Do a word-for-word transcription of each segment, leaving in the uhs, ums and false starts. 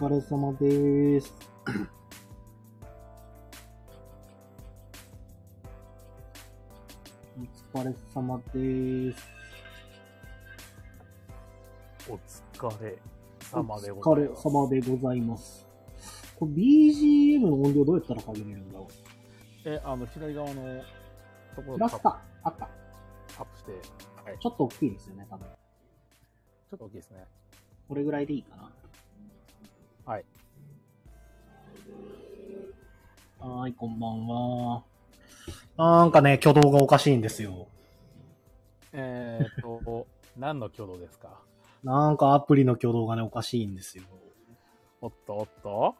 疲れ様でーす。お疲れ様でーす。 お疲れ様でごお疲れざいます。 様でございます。これ ビージーエム の音量どうやったら下げれるんだろう。 え、あの、左側のところプラスか。あった。 タップして、はい。 ちょっと大きいですよね、多分。 ちょっと大きいですね。 これぐらいでいいかな。 はい。 はーい、こんばんは。なんかね、挙動がおかしいんですよ。 えーっと、何の挙動ですか？ なんかアプリの挙動がね、おかしいんですよ。 おっとおっと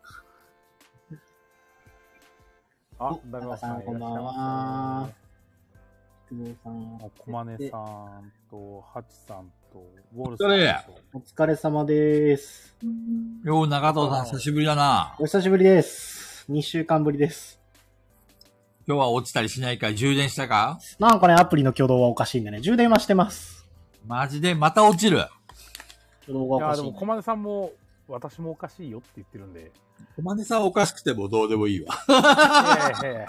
あお、 ダガさんこんばんは。工藤さん。 小マネさんと、ハチさんと、ウォルさんと。 お疲れ様でーす。 よう、中藤さん、久しぶりだな。 お久しぶりです。にしゅうかんぶりです。 今日は落ちたりしないか、充電したか？ なんかね、アプリの挙動はおかしいんでね、充電はしてます。 マジで、また落ちる。 挙動がおかしい、 いや、でも小マネさんも、私もおかしいよって言ってるんで。 小マネさんおかしくてもどうでもいいわ。 え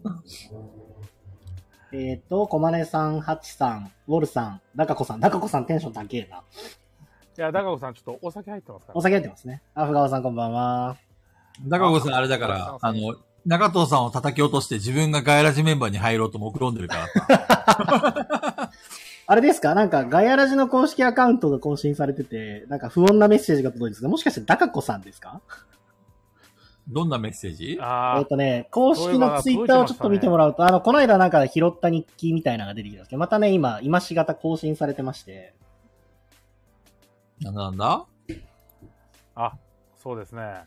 えーっと、小金さん、ハチさん、ウォルさん、ダカコさん、ダカコさんテンション高えな。 いや、ダガコさんちょっとお酒入ってますから。 お酒入ってますね。アフガオさんこんばんは。 中子さんあれだから、あの、中藤さんを叩き落として自分がガイラジメンバーに入ろうと目論んでるからさ。 あれですかなんか、ガヤラジの公式アカウントが更新されてて、なんか不穏なメッセージが届いてますが、もしかしてダカコさんですか？ どんなメッセージ？ えっ、 あーとね、公式のツイッターをちょっと見てもらうと、あの、この間なんか拾った日記みたいなのが出てきたんですけど、またね、今、今しがた更新されてまして。 なんだなんだ？ あ、そうですね。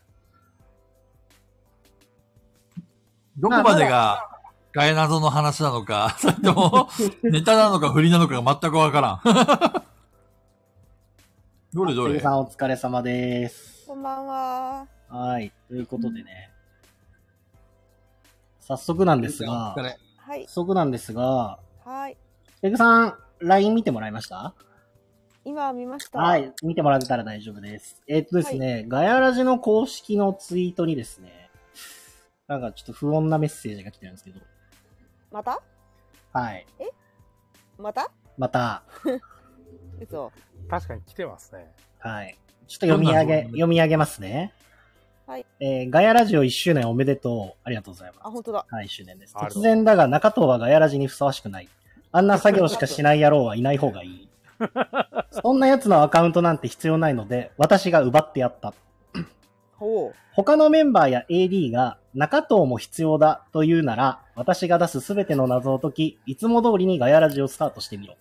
どこまでがガイナゾの話なのか、それともネタなのか振りなのかが全くわからん。どれどれ？ セグさんお疲れ様です。 こんばんは。 はい。ということでね。早速なんですが、 お疲れ。 はい。 早速なんですが、 はい。 セグさん、ライン 見てもらいました？ 今見ました。 はい。見てもらったら大丈夫です。えーっとですね、はい、ガヤラジの公式のツイートにですね、なんかちょっと不穏なメッセージが来てるんですけど。 また？ はい。 え？また？ また。 嘘。 確かに来てますね。 はい。ちょっと読み上げ、読み上げますね。 はい。 えー、ガヤラジオいっしゅうねんおめでとう。ありがとうございます。 あ、本当だ。 はい、いっしゅうねんです。突然だが中藤はガヤラジにふさわしくない。あんな作業しかしない野郎はいない方がいい。そんな奴のアカウントなんて必要ないので、私が奪ってやった。 ほう。 他のメンバーや エーディー が中藤も必要だというなら、私が出すすべての謎を解き、いつも通りにガヤラジをスタートしてみろ。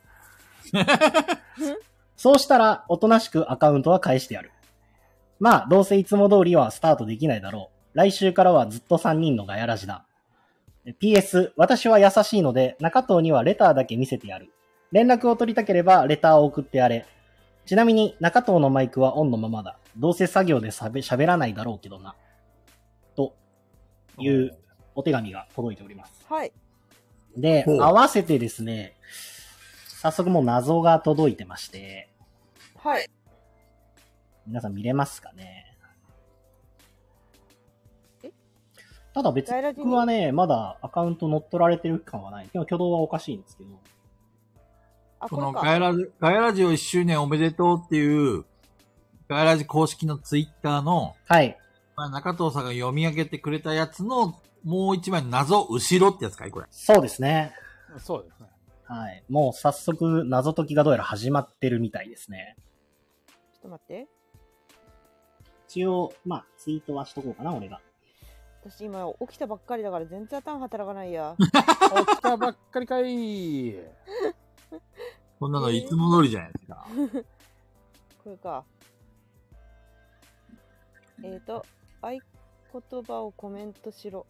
そうしたら、おとなしくアカウントは返してやる。まあ、どうせいつも通りはスタートできないだろう。来週からはずっとさんにんのガヤラジだ。ピーエス、私は優しいので、中藤にはレターだけ見せてやる。連絡を取りたければ、レターを送ってやれ。ちなみに、中藤のマイクはオンのままだ。どうせ作業で喋らないだろうけどな。というお手紙が届いております。 はい。 で、合わせてですね、早速もう謎が届いてまして。 はい。 皆さん見れますかね？ え？ ただ別に僕はね、まだアカウント乗っ取られてる感はない。でも挙動はおかしいんですけど。 あ、 このガヤラジ、ガヤラジオいっしゅうねんおめでとうっていう、ガヤラジ公式のツイッターの、 はい。 まあ、中藤さんが読み上げてくれたやつの、もう一枚謎後ろってやつかいこれ。 そうですね。 そうですね。 はい。もう早速謎解きがどうやら始まってるみたいですね。 ちょっと待って。 一応、まあ、ツイートはしとこうかな、俺が。 私今起きたばっかりだから全然頭働かないや。 起きたばっかりかい。 こんなのいつも通りじゃないですか。 これか。えっと、合言葉をコメントしろ。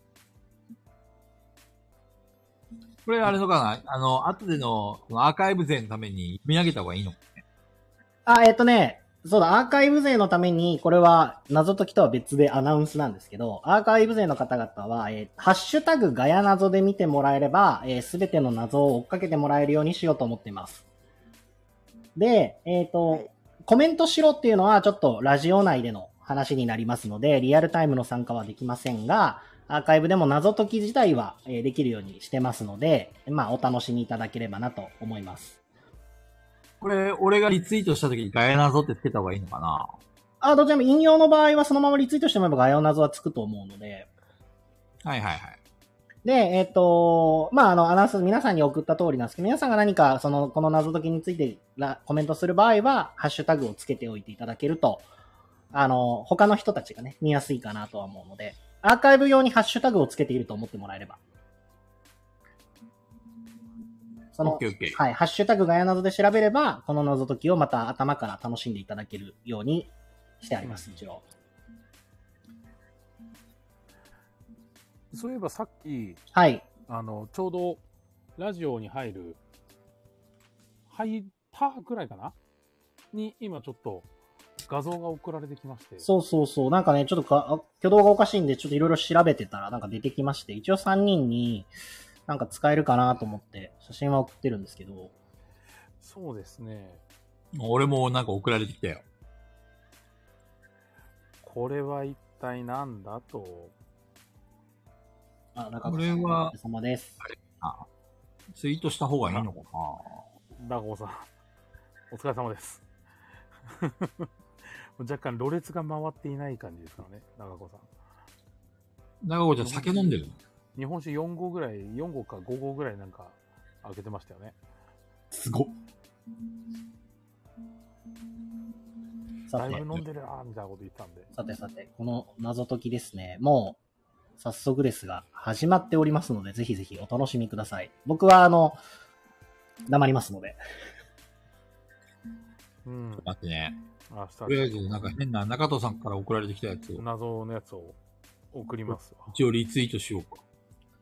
これあれのかなあの、後でのアーカイブ勢のために読み上げた方がいいのかね？ あ、えっとね、そうだ、アーカイブ勢のために、これは謎解きとは別でアナウンスなんですけど、アーカイブ勢の方々は、えー、ハッシュタグガヤ謎で見てもらえれば、えー、すべての謎を追っかけてもらえるようにしようと思っています。で、えっと、はい、コメントしろっていうのは、ちょっとラジオ内での話になりますので、リアルタイムの参加はできませんが、アーカイブでも謎解き自体はえーできるようにしてますので、まあ、お楽しみいただければなと思います。 これ、俺がリツイートした時にガヤ謎ってつけた方がいいのかな？ あ、どちらも引用の場合はそのままリツイートしてもらえばガヤ謎はつくと思うので、 はいはいはい。 で、えっ、と、まあ、あの、アナウンス、皆さんに送った通りなんですけど、皆さんが何か、その、この謎解きについてらコメントする場合は、ハッシュタグをつけておいていただけると、あの、他の人たちがね、見やすいかなとは思うので、アーカイブ用にハッシュタグをつけていると思ってもらえれば。その、 オッケーオッケー。 はい、ハッシュタグガヤ謎で調べれば、この謎解きをまた頭から楽しんでいただけるようにしてあります、一応。 そういえばさっき、 はい。 あの、ちょうどラジオに入る、入ったぐらいかなに、今ちょっと画像が送られてきまして。 そうそうそう。なんかね、ちょっとか挙動がおかしいんで、ちょっといろいろ調べてたらなんか出てきまして、一応さんにんになんか使えるかなと思って写真は送ってるんですけど。 そうですね。 俺もなんか送られてきたよ。 これは一体なんだと。 あ、中これはお疲れ様です。 あ、ツイートした方がいいのかな？ 中尾さん、お疲れ様です。若干、ろれつが回っていない感じですからね、中子さん。 長子ちゃん酒飲んでるの？ 日本酒よんごうぐらい、よんごうかごごうぐらいなんか開けてましたよね。 すごっ。 さて、 だいぶ飲んでるなーみたいなこと言ってたんで。 さてさて、この謎解きですね。もう、早速ですが、始まっておりますので、ぜひぜひお楽しみください。僕は、あの、黙りますので。 うん。 待ってね。 明日とりあえず、なんか変な中藤さんから送られてきたやつを、 謎のやつを送りますわ。 一応リツイートしようか。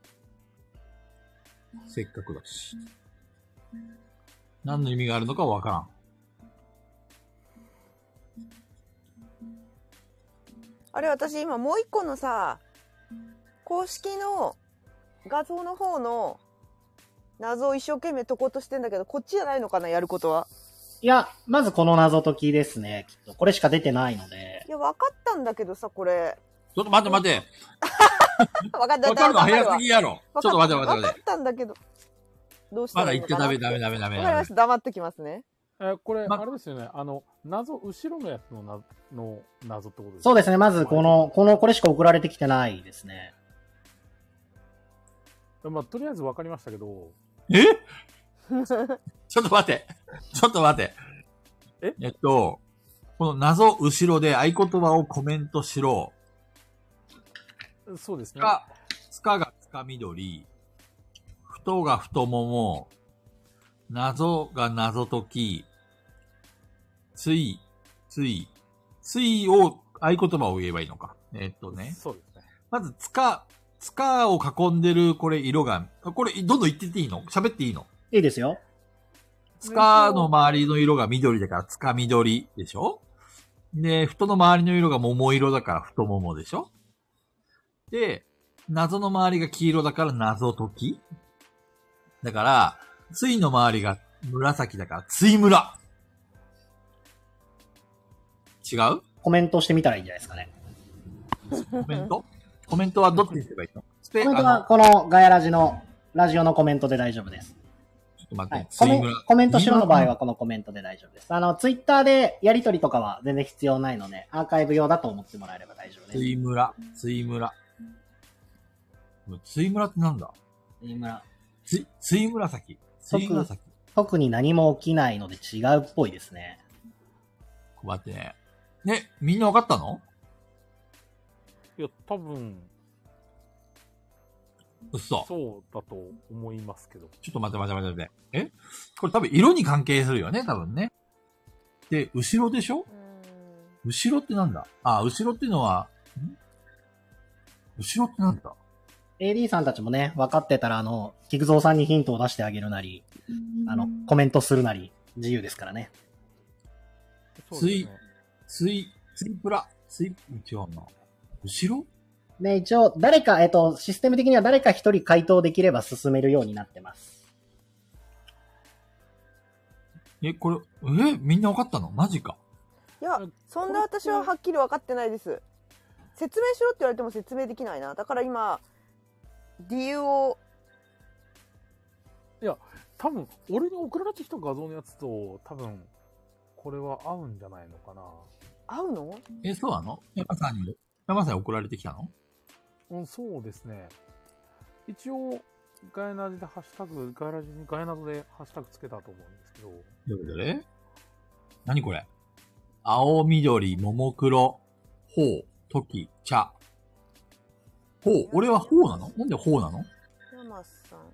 せっかくだし。何の意味があるのかわからん。 あれ、私今もう一個のさ、公式の画像の方の謎を一生懸命解こうとしてんだけど、こっちじゃないのかな、やることは。 いや、まずこの謎解きですね、きっと。これしか出てないので。 いや、分かったんだけどさ、これ。 ちょっと待って待って。 分かった。 わかるの早すぎやろ。ちょっと待って待って分かっ待って。 たんだけど。どうしたまだらいいのかな言ってダメダメダメダメダメわかりまし。た。黙ってきますね。 え、これ、 まあれですよね。あの、謎、後ろのやつのなの謎ってことですか？ そうですね、まずこの、この、これしか送られてきてないですね。 まあ、とりあえず分かりましたけど。 えちょっと待って。ちょっと待って。 ええっと、この謎後ろで合言葉をコメントしろ。 そうですね。 つか、つかがつかみどり、太が太もも、謎が謎解き、つい、つい、ついを合言葉を言えばいいのか。えっとね。 そうですね。 まず、つか、つかを囲んでるこれ色が、これどんどん言ってっていいの？喋っていいの？ いいですよ。 つかの周りの色が緑だからつか緑でしょ？で、太の周りの色が桃色だから太桃でしょ？で、謎の周りが黄色だから謎解きだから、ついの周りが紫だからつい村。違う？ コメントしてみたらいいんじゃないですかね。 コメントコメントはどっちにすればいいの？スペコメントあの、 はこのガヤラジの、ラジオのコメントで大丈夫です。 ちょっと待って、 はい、コメつい村。 コメントしろの場合はこのコメントで大丈夫です。あの、ツイッターでやりとりとかは全然必要ないので、アーカイブ用だと思ってもらえれば大丈夫です。 つい村。つい村。つい村ってなんだ？ つい村。 つい、つい紫。つい紫。 特に何も起きないので違うっぽいですね。 待ってね。ね、みんなわかったの？ いや、多分、 うっそ。 そうだと思いますけど。 ちょっと待って待って待って待って。えこれ多分色に関係するよね、多分ね。で、後ろでしょ？後ろってなんだ？あ、後ろっていうのは、ん後ろってなんだ？ エーディー さんたちもね、分かってたら、あの、菊蔵さんにヒントを出してあげるなり、あの、コメントするなり、自由ですからね。 そうですね。 つい、ついプラ、つい、違うな。後ろ？ で、一応、誰か、えっと、システム的には誰か一人回答できれば進めるようになってます。 え、これ、え、みんなわかったの？マジか。 いや、そんな私ははっきり分かってないです。説明しろって言われても説明できないな。だから今、理由を。 いや、多分、俺に送られてきた画像のやつと、多分、これは合うんじゃないのかな。 合うの？ え、そうなの？山さんに、山さんに送られてきたの？ うん、そうですね。一応、ガヤナジでハッシュタグ、ガヤラジにガヤナドでハッシュタグつけたと思うんですけど。 どれどれ？何これ？青、緑、ももクロ、ほう、とき、茶。ほう、俺はほうなの？なんでほうなの？ 山さん。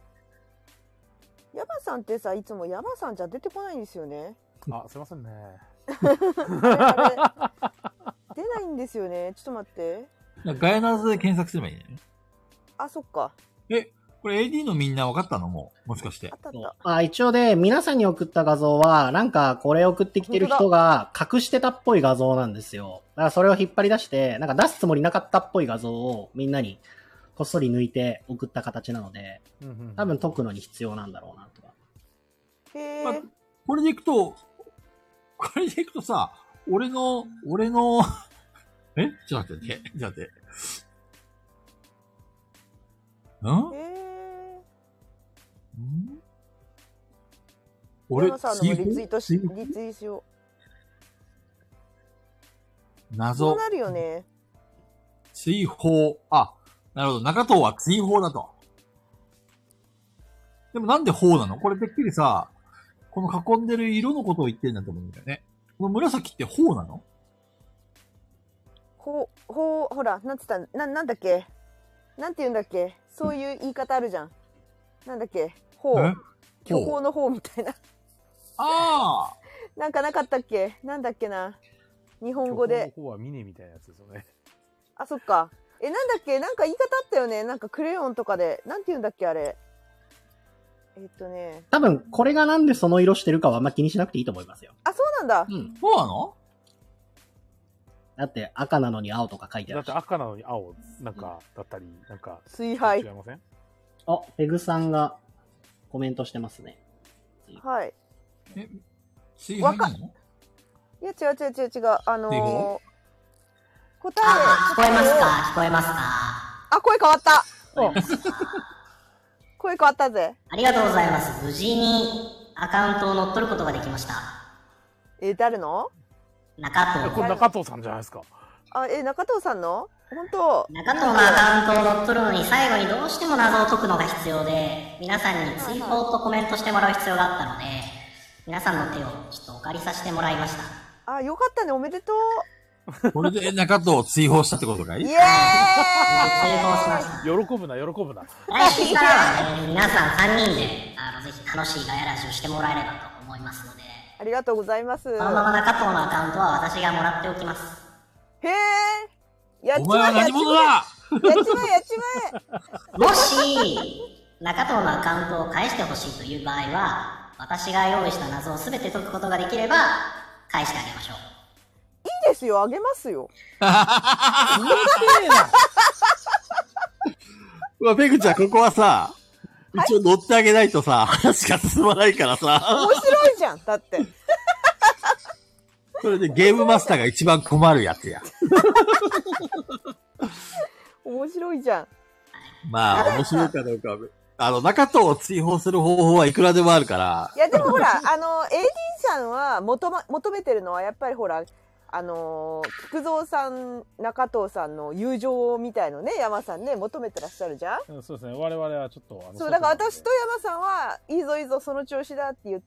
山さんってさ、いつも山さんじゃ出てこないんですよね。 あ、すいませんね。 あれあれ出ないんですよね。ちょっと待って。 ガヤナズで検索すればいいね。 あ、そっか。 え、これ エーディー のみんな分かったの？もう、もしかしてあ。ったあった。 あ、一応で、皆さんに送った画像は、なんかこれ送ってきてる人が隠してたっぽい画像なんですよ。だからそれを引っ張り出して、なんか出すつもりなかったっぽい画像をみんなにこっそり抜いて送った形なので、多分解くのに必要なんだろうなとか。 へまあー。 これでいくと、これでいくとさ、俺の、俺の、えちょっと待ってね。ちょっと待って。んへー。 ん俺、 山さんのもリツイートし、リツイートしよう。 謎。 そうなるよね。 追放。あ、なるほど。中藤は追放だと。でもなんで放なの？これてっきりさ、この囲んでる色のことを言ってんだと思うんだよね。この紫って放なの？ ほ、ほ、ほら、なんつったな、なんだっけなんて言うんだっけそういう言い方あるじゃん。なんだっけほう。巨峰の方みたいな。 ああなんかなかったっけなんだっけな日本語で。 巨峰の方は峰みたいなやつですよね。 あ、そっか。え、なんだっけなんか言い方あったよねなんかクレヨンとかで。なんて言うんだっけあれ。えっとね。 多分、これがなんでその色してるかはあんま気にしなくていいと思いますよ。 あ、そうなんだ。 うん。そうなの？ だって赤なのに青とか書いてあだっるし。 て赤なのに青なんかだったり、なんか水杯。 違いません？ あ、ペグさんがコメントしてますね。 はい。 え、水杯なの？ いや、違う違う違う違う。あのー、答え。 あ、聞こえますか？聞こえますか？ あ、声変わった。声変わったぜ。 ありがとうございます。無事にアカウントを乗っ取ることができました。 え、誰の？ 中藤。 これ中藤さんじゃないですか。 あ、え、中藤さんの？本当？ 中藤のアカウントを乗っ取るのに最後にどうしても謎を解くのが必要で、皆さんに追放とコメントしてもらう必要があったので、皆さんの手をちょっとお借りさせてもらいました。 あ、よかったね。おめでとう。 これで中藤を追放したってことかい？ イエーイ追放しました。 喜ぶな、喜ぶな。 来週からはね、皆さんさんにんで、あの、ぜひ楽しいガヤラジをしてもらえればと思いますので、 ありがとうございます。 このまま中藤のアカウントは私がもらっておきます。 へえ。やっちお前はまえ、やっち何者だ？ まえ、やっちまえ、やっちまえ。 もし、中藤のアカウントを返してほしいという場合は、私が用意した謎をすべて解くことができれば、返してあげましょう。 いいですよ、あげますよ。 うわ、ペグちゃん、ここはさ、一応乗ってあげないとさ、話が進まないからさ。 面白いじゃん、だって。 それでゲームマスターが一番困るやつや。 面白いじゃん。 まあ、面白いかどうかは。あの、中藤を追放する方法はいくらでもあるから。 いや、でもほら、あの、エーディー さんは求,、ま、求めてるのは、やっぱりほら、あのー、菊蔵さん、中藤さんの友情みたいのね、山さんね、求めてらっしゃるじゃん。 そうですね、我々はちょっと、あのそう、だから私と山さんは、いいぞいいぞ、その調子だって言って、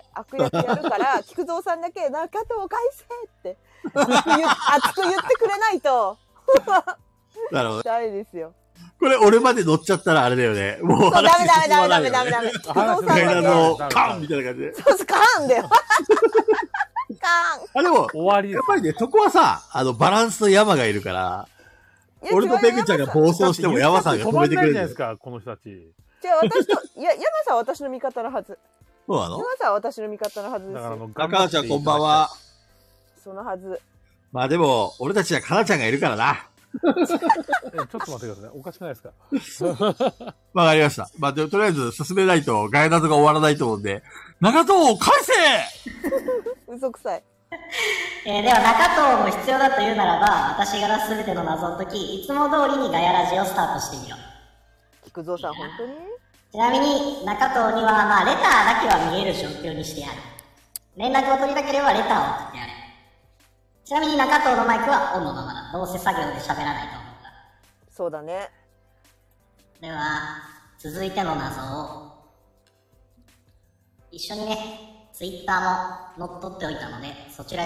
悪役やるから、菊蔵さんだけ、中藤を返せって熱く言、熱く言ってくれないと。 なるほど。 ダメですよ。 これ、俺まで乗っちゃったらあれだよね。もうそう、ダメ話ダメダメダ進まないよねメダメダメ。菊蔵さん階段だけ。 のカンみたいな感じで。 そうそう、カーンだよ。カーン。 あ、でも、 終わりです。 やっぱりね、そこはさ、あの、バランスの山がいるから、 いや俺とペグちゃんが暴走しても山さんが止めてくれるんだよ止まんないじゃないです。か、この人たち。 じゃあ私と、いや、山さんは私の味方のはず。 そうなの？ 山さんは私の味方のはずですよ。 だからあの、 かなちゃんこんばんは。 そのはず。 まあでも、俺たちはかなちゃんがいるからな。 えちょっと待ってください。おかしくないですか？ わかりました。まあでも、とりあえず進めないと、ガイナズが終わらないと思うんで、中藤を返せ嘘くさい。 えーでは中藤も必要だと言うならば、私がすべての謎を解き、いつも通りにガヤラジをスタートしてみよう。 菊蔵さん、本当にちなみに中藤には、まあ、レターだけは見える状況にしてある。連絡を取りたければレターを送ってやる。ちなみに中藤のマイクはオンのままだ。どうせ作業で喋らないと思うが。 そうだね。 では、続いての謎を、一緒にね、ツイッターも乗っ取っておいたので、そちらに。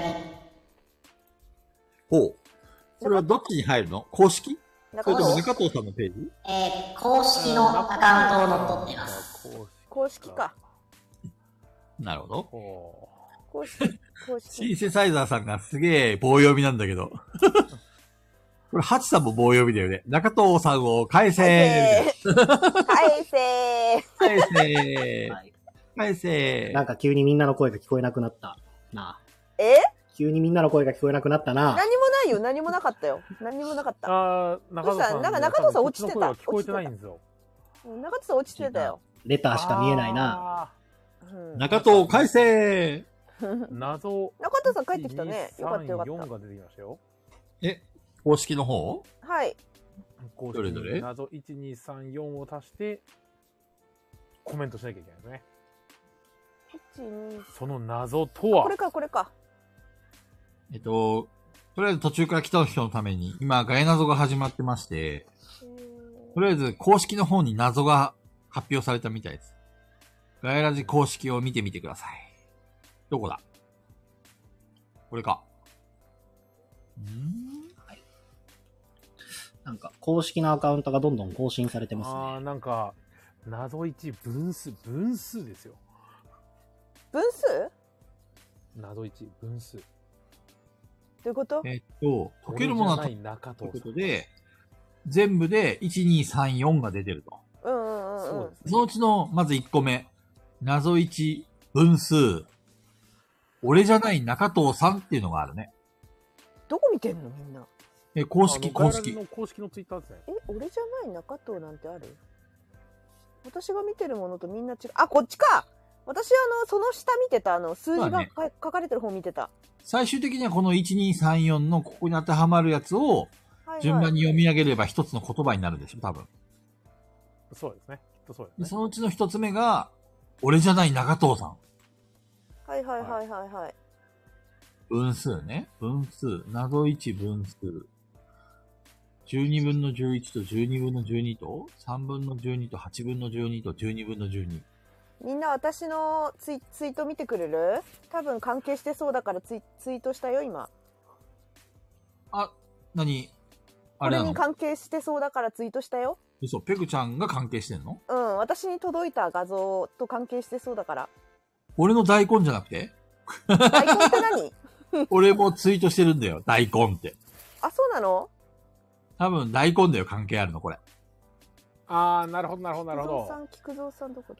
ほう。それはどっちに入るの？公式？それとも中藤さんのページ？ えー、公式のアカウントを乗っ取ってます。 公式か。 なるほど。 公式、公式。 シンセサイザーさんがすげえ棒読みなんだけど。これ、ハチさんも棒読みだよね。中藤さんを返せー返せー返せー返せーなんか急にみんなの声が聞こえなくなったな。 え急にみんなの声が聞こえなくなったな。 何もないよ。何もなかったよ。何もなかった。 あー、中藤さん。 なんか中藤さん落ちてた。 聞こえてないんですよ。 中藤さん落ちてたよ。 レターしか見えないな。 中藤返せー謎。 中藤さん帰ってきたね。よかったよかった。 よんが出てきましたよ。 え、公式の方？ はい。 公式どれどれ？ 謎いちにさんよんを足して、コメントしなきゃいけないですね。 いちにその謎とは？ これか、これか。 えっと、とりあえず途中から来た人のために、今、ガヤ謎が始まってまして、とりあえず公式の方に謎が発表されたみたいです。ガヤラジ公式を見てみてください。どこだ？これか。んー、 はい。なんか、公式のアカウントがどんどん更新されてますね。 あー、なんか、謎いち分数、分数ですよ。 分数？ 謎いち分数。 どういうこと？ えっと、解けるものはない中という藤さん。 ことで、全部でいち、に、さん、よんが出てると。 うんうんうん。 そうですね。 そのうちの、まずいっこめ。謎いち、分数。俺じゃない中藤さんっていうのがあるね。 どこ見てんのみんな。 え、公式、公式。 の公式のツイッターですね。 え、俺じゃない中藤なんてある？私が見てるものとみんな違う。あ、こっちか。私あの、その下見てた、あの、数字が、ね、書かれてる方見てた。 最終的にはこのいち、に、さん、よんのここに当てはまるやつを、順番に読み上げれば一つの言葉になるでしょ、多分。 そうですね。きっとそうですね。 ね。 そのうちの一つ目が、俺じゃない中藤さん。 はいはいはいはいはい。 分数ね。分数。謎いち分数。じゅうにぶんのじゅういちとじゅうにぶんのじゅうにと、さんぶんのじゅうにとはちぶんのじゅうにとじゅうにぶんのじゅうに。 みんな私のツイ、ツイート見てくれる？多分関係してそうだからツイ、ツイートしたよ、今。 あ、何あれなの？ これに関係してそうだからツイートしたよ。 嘘、ペグちゃんが関係してんの？ うん、私に届いた画像と関係してそうだから。 俺の大根じゃなくて？ 大根って何？ 俺もツイートしてるんだよ、大根って。 あ、そうなの？ 多分大根だよ、関係あるの、これ。 あー、なるほど、なるほど、なるほど。 菊蔵さん、菊蔵さんどこだ？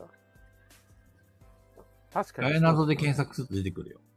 確かに。 ガヤ謎で検索すると出てくるよ。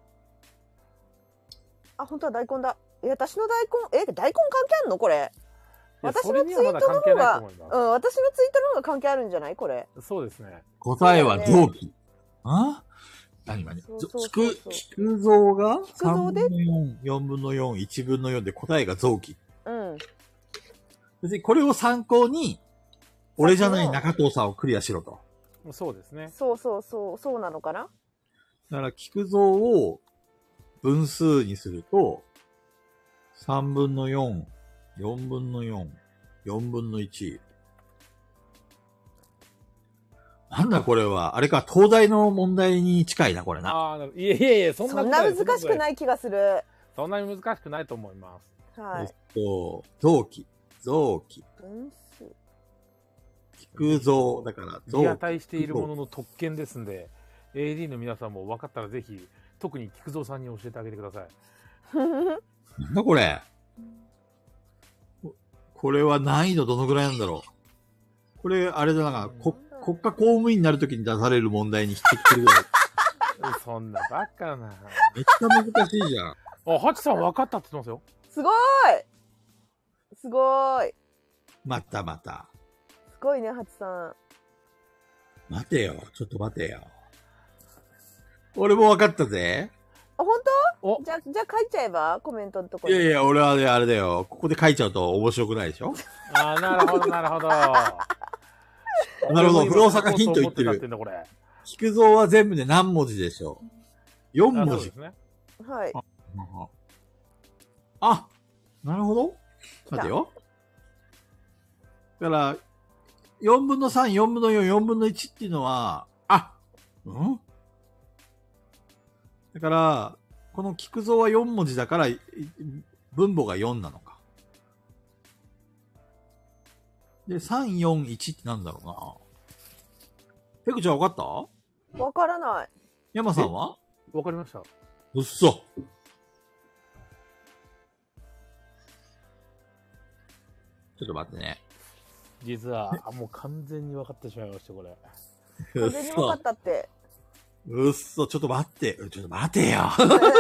あ、本当は大根だ。え、私の大根、え、大根関係あるのこれ。私のツイートの方が、うん、私のツイートの方が関係あるんじゃないこれ。 そうですね。 答えは臓器。あ？何何？菊、菊蔵がさんぶんのよん、よんぶんのよん、いちぶんのよんで答えが臓器。 うん。 別にこれを参考に、俺じゃない中藤さんをクリアしろと。 そうですね。 そうそうそう、そうなのかな？ だから、菊蔵を分数にすると、さんぶんのよん、よんぶんのよん、よんぶんのいち。なんだこれは。あれか、東大の問題に近いな、これな。 ああ、いえいえいえ、そんなそんな難しくない気がする。 そんなに難しくないと思います。 はい。 えっと、臓器、臓器。 分数。 菊蔵、だから臓器。 リアタイしているものの特権ですんで、エーディー の皆さんも分かったらぜひ、特に菊蔵さんに教えてあげてください。 なんだこれ。これは難易度どのぐらいなんだろう。これ、あれだな、こ国家公務員になるときに出される問題に匹敵するぐらい。 そんなバカな。 めっちゃ難しいじゃん。 あ、ハチさん分かったって言ってますよ。 すごーいすごーいまたまた。 すごいね、ハチさん。 待てよ。ちょっと待てよ。俺も分かったぜ。 本お当？じゃあ、じゃあ書いちゃえばコメントのところに。 いやいや、俺はね、あれだよ。ここで書いちゃうと面白くないでしょ？ ああ、なるほど、なるほど。 なるほど。不動産がヒント言ってる。 これ。 菊蔵は全部で何文字でしょう？ よんあ、 文字。 そうですね。 はい。 あ、なるほど。待てよ。だから、よんぶんのさん、よんぶんのよん、よんぶんのいちっていうのは、あ、うんだから、この菊蔵はよん文字だから、い分母がよんなのか。で、さん、よん、いちってなんだろうな。ペグちゃんわかった？ わからない。 山さんは？ わかりました。 うっそ。ちょっと待ってね。 実は、あもう完全に分かってしまいました、これ。 うっ完全に分かっそ。 たって。 うっそ、ちょっと待って。ちょっと待てよ。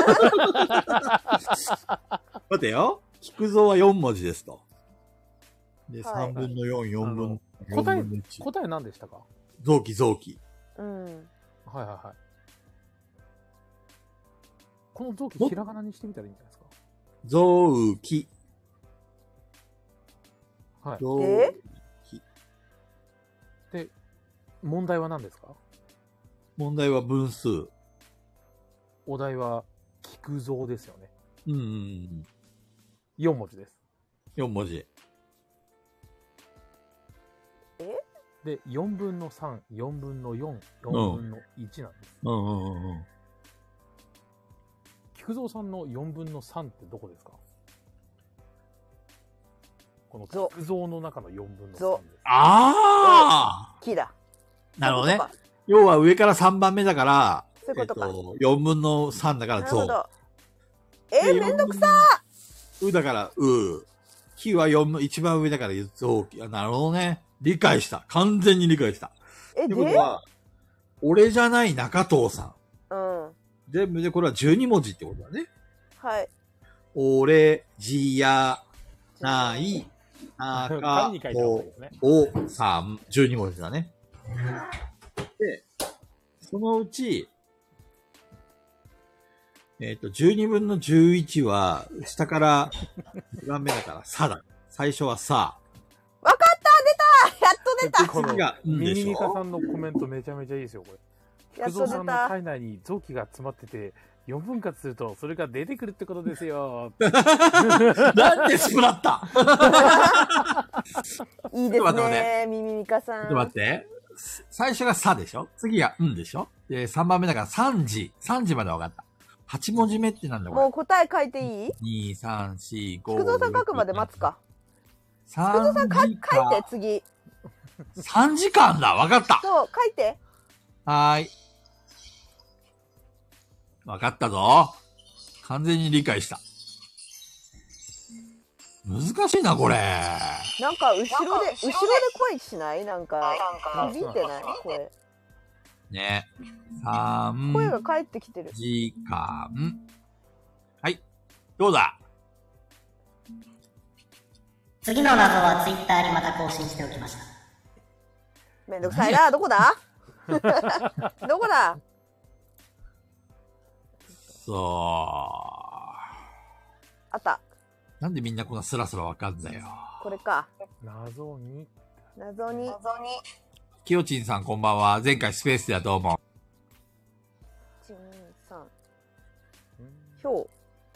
待てよ。菊蔵はよん文字ですと。で、 はいさんぶんのよん、よんぶん、よん答えぶんのいち。 答え何でしたか？ 臓器、臓器。 うん。 はいはいはい。この臓器ひらがなにしてみたらいいんじゃないですか？ 臓器。 はい。 臓え器。 で、問題は何ですか？ 問題は分数。 お題は、菊蔵ですよね。 うんうんうん。 よん文字です。 よん文字。 で、よんぶんのさん、よんぶんのよん、よんぶんのいちなんです。 うんうんうんうん。 菊蔵さんのよんぶんのさんってどこですか？このぞ菊蔵の中のよんぶんのさんぞです。 ああ木だ。 なるほどねそういうこ。 要は上からさんばんめだから、 そういうことかえっと、よんぶんのさんだからゾウ。 なるほど。えー、めんどくさうだから、う。木はよんぶん、一番上だからゾウ。あなるほどね。理解した。完全に理解した。 ー。え、 ってことでは、俺じゃない中藤さん。 うん。 全部でこれはじゅうに文字ってことだね。 はい。 俺じやない中紙に書いた方がいいですね。 おさん。じゅうに文字だね。で、そのうち、えっ、と、じゅうにぶんのじゅういちは、下からにばんめだから、さだ。最初はさ。 わかった出たやっと出たでこの次がうんでしょミニミカさんのコメントめちゃめちゃいいですよ、これ。 やっ菊蔵さんのと出た体内に臓器が詰まってて、よんぶん割するとそれが出てくるってことですよ。 なんでスプラッタいいですちょっと待って待っね。ミミミカさん。 ちょっと待って。最初がさでしょ次がんでしょで、さんばんめだからさんじ。さんじまで分かった。はち文字目ってなんだこれ。 もう答え書いていい？ に、さん、よん、ご。 菊蔵さん書くまで待つか。 菊蔵さんか書いて次。 さんじかんだわかったそう、書いて。 はーい。わかったぞ。完全に理解した。難しいな、これ。 なんか後ろで、後ろで声しないなんか、響いてない声。 ね。さん声が返ってきてる。 じかん。はい。どうだ次の謎はツイッターにまた更新しておきました。 めんどくさいな。どこだどこだそう。 あった。 なんでみんなこんなスラスラわかんだよ。 これか。 謎に。 謎に。 きよちんさんこんばんは。前回スペースではどうも。 いち、に、さん。ひょ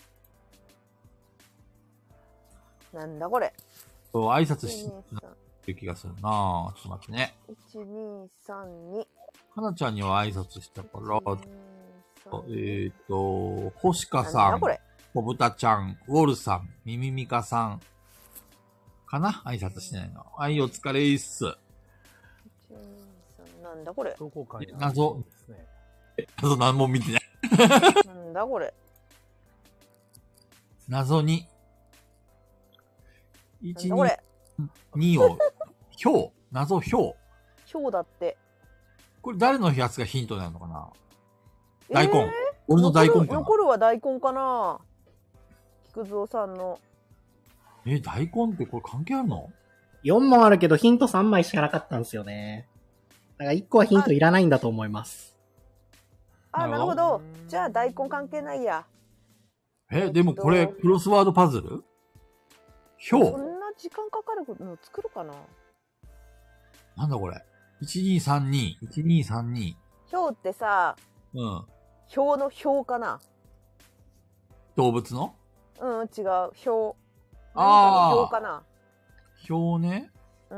う。なんだこれ。 そう挨拶いち、 しに、さん。 てる気がするなぁ。ちょっと待ってね。 いち、に、さん、に。 かなちゃんには挨拶したから、 いちにさんにえっ、と、星香なんさんだこ、れ。 小豚ちゃん、ウォルさん、ミミミカさん、かな挨拶してないの。はい、お疲れっす。 いち、に、さん。なんだこれ。 どこかにある謎ですね。 謎何も見てない。 なんだこれ。 謎に。 なんいち、 だこれ。 にを、ひょう。謎ひょう。 ひょうだって。 これ誰のやつがヒントなのかなえー大根。俺の大根かな残るは大根かな。菊蔵さんの。 え、大根ってこれ関係あるのよん問あるけどヒントさんまいしかなかったんですよね。だからいっこはヒントいらないんだと思います。 あ、なるほど。じゃあ大根関係ないや。 え、でもこれ、クロスワードパズルひょそんな時間かかるの作るかな。 なんだこれ。いちにさんに、いちにさんに。 ひょうってさ、 うん。 ひょうのひょうかな。 動物のうん、違う。ひょう。 ああ。 ひょうかな。 ひょうね。 うん。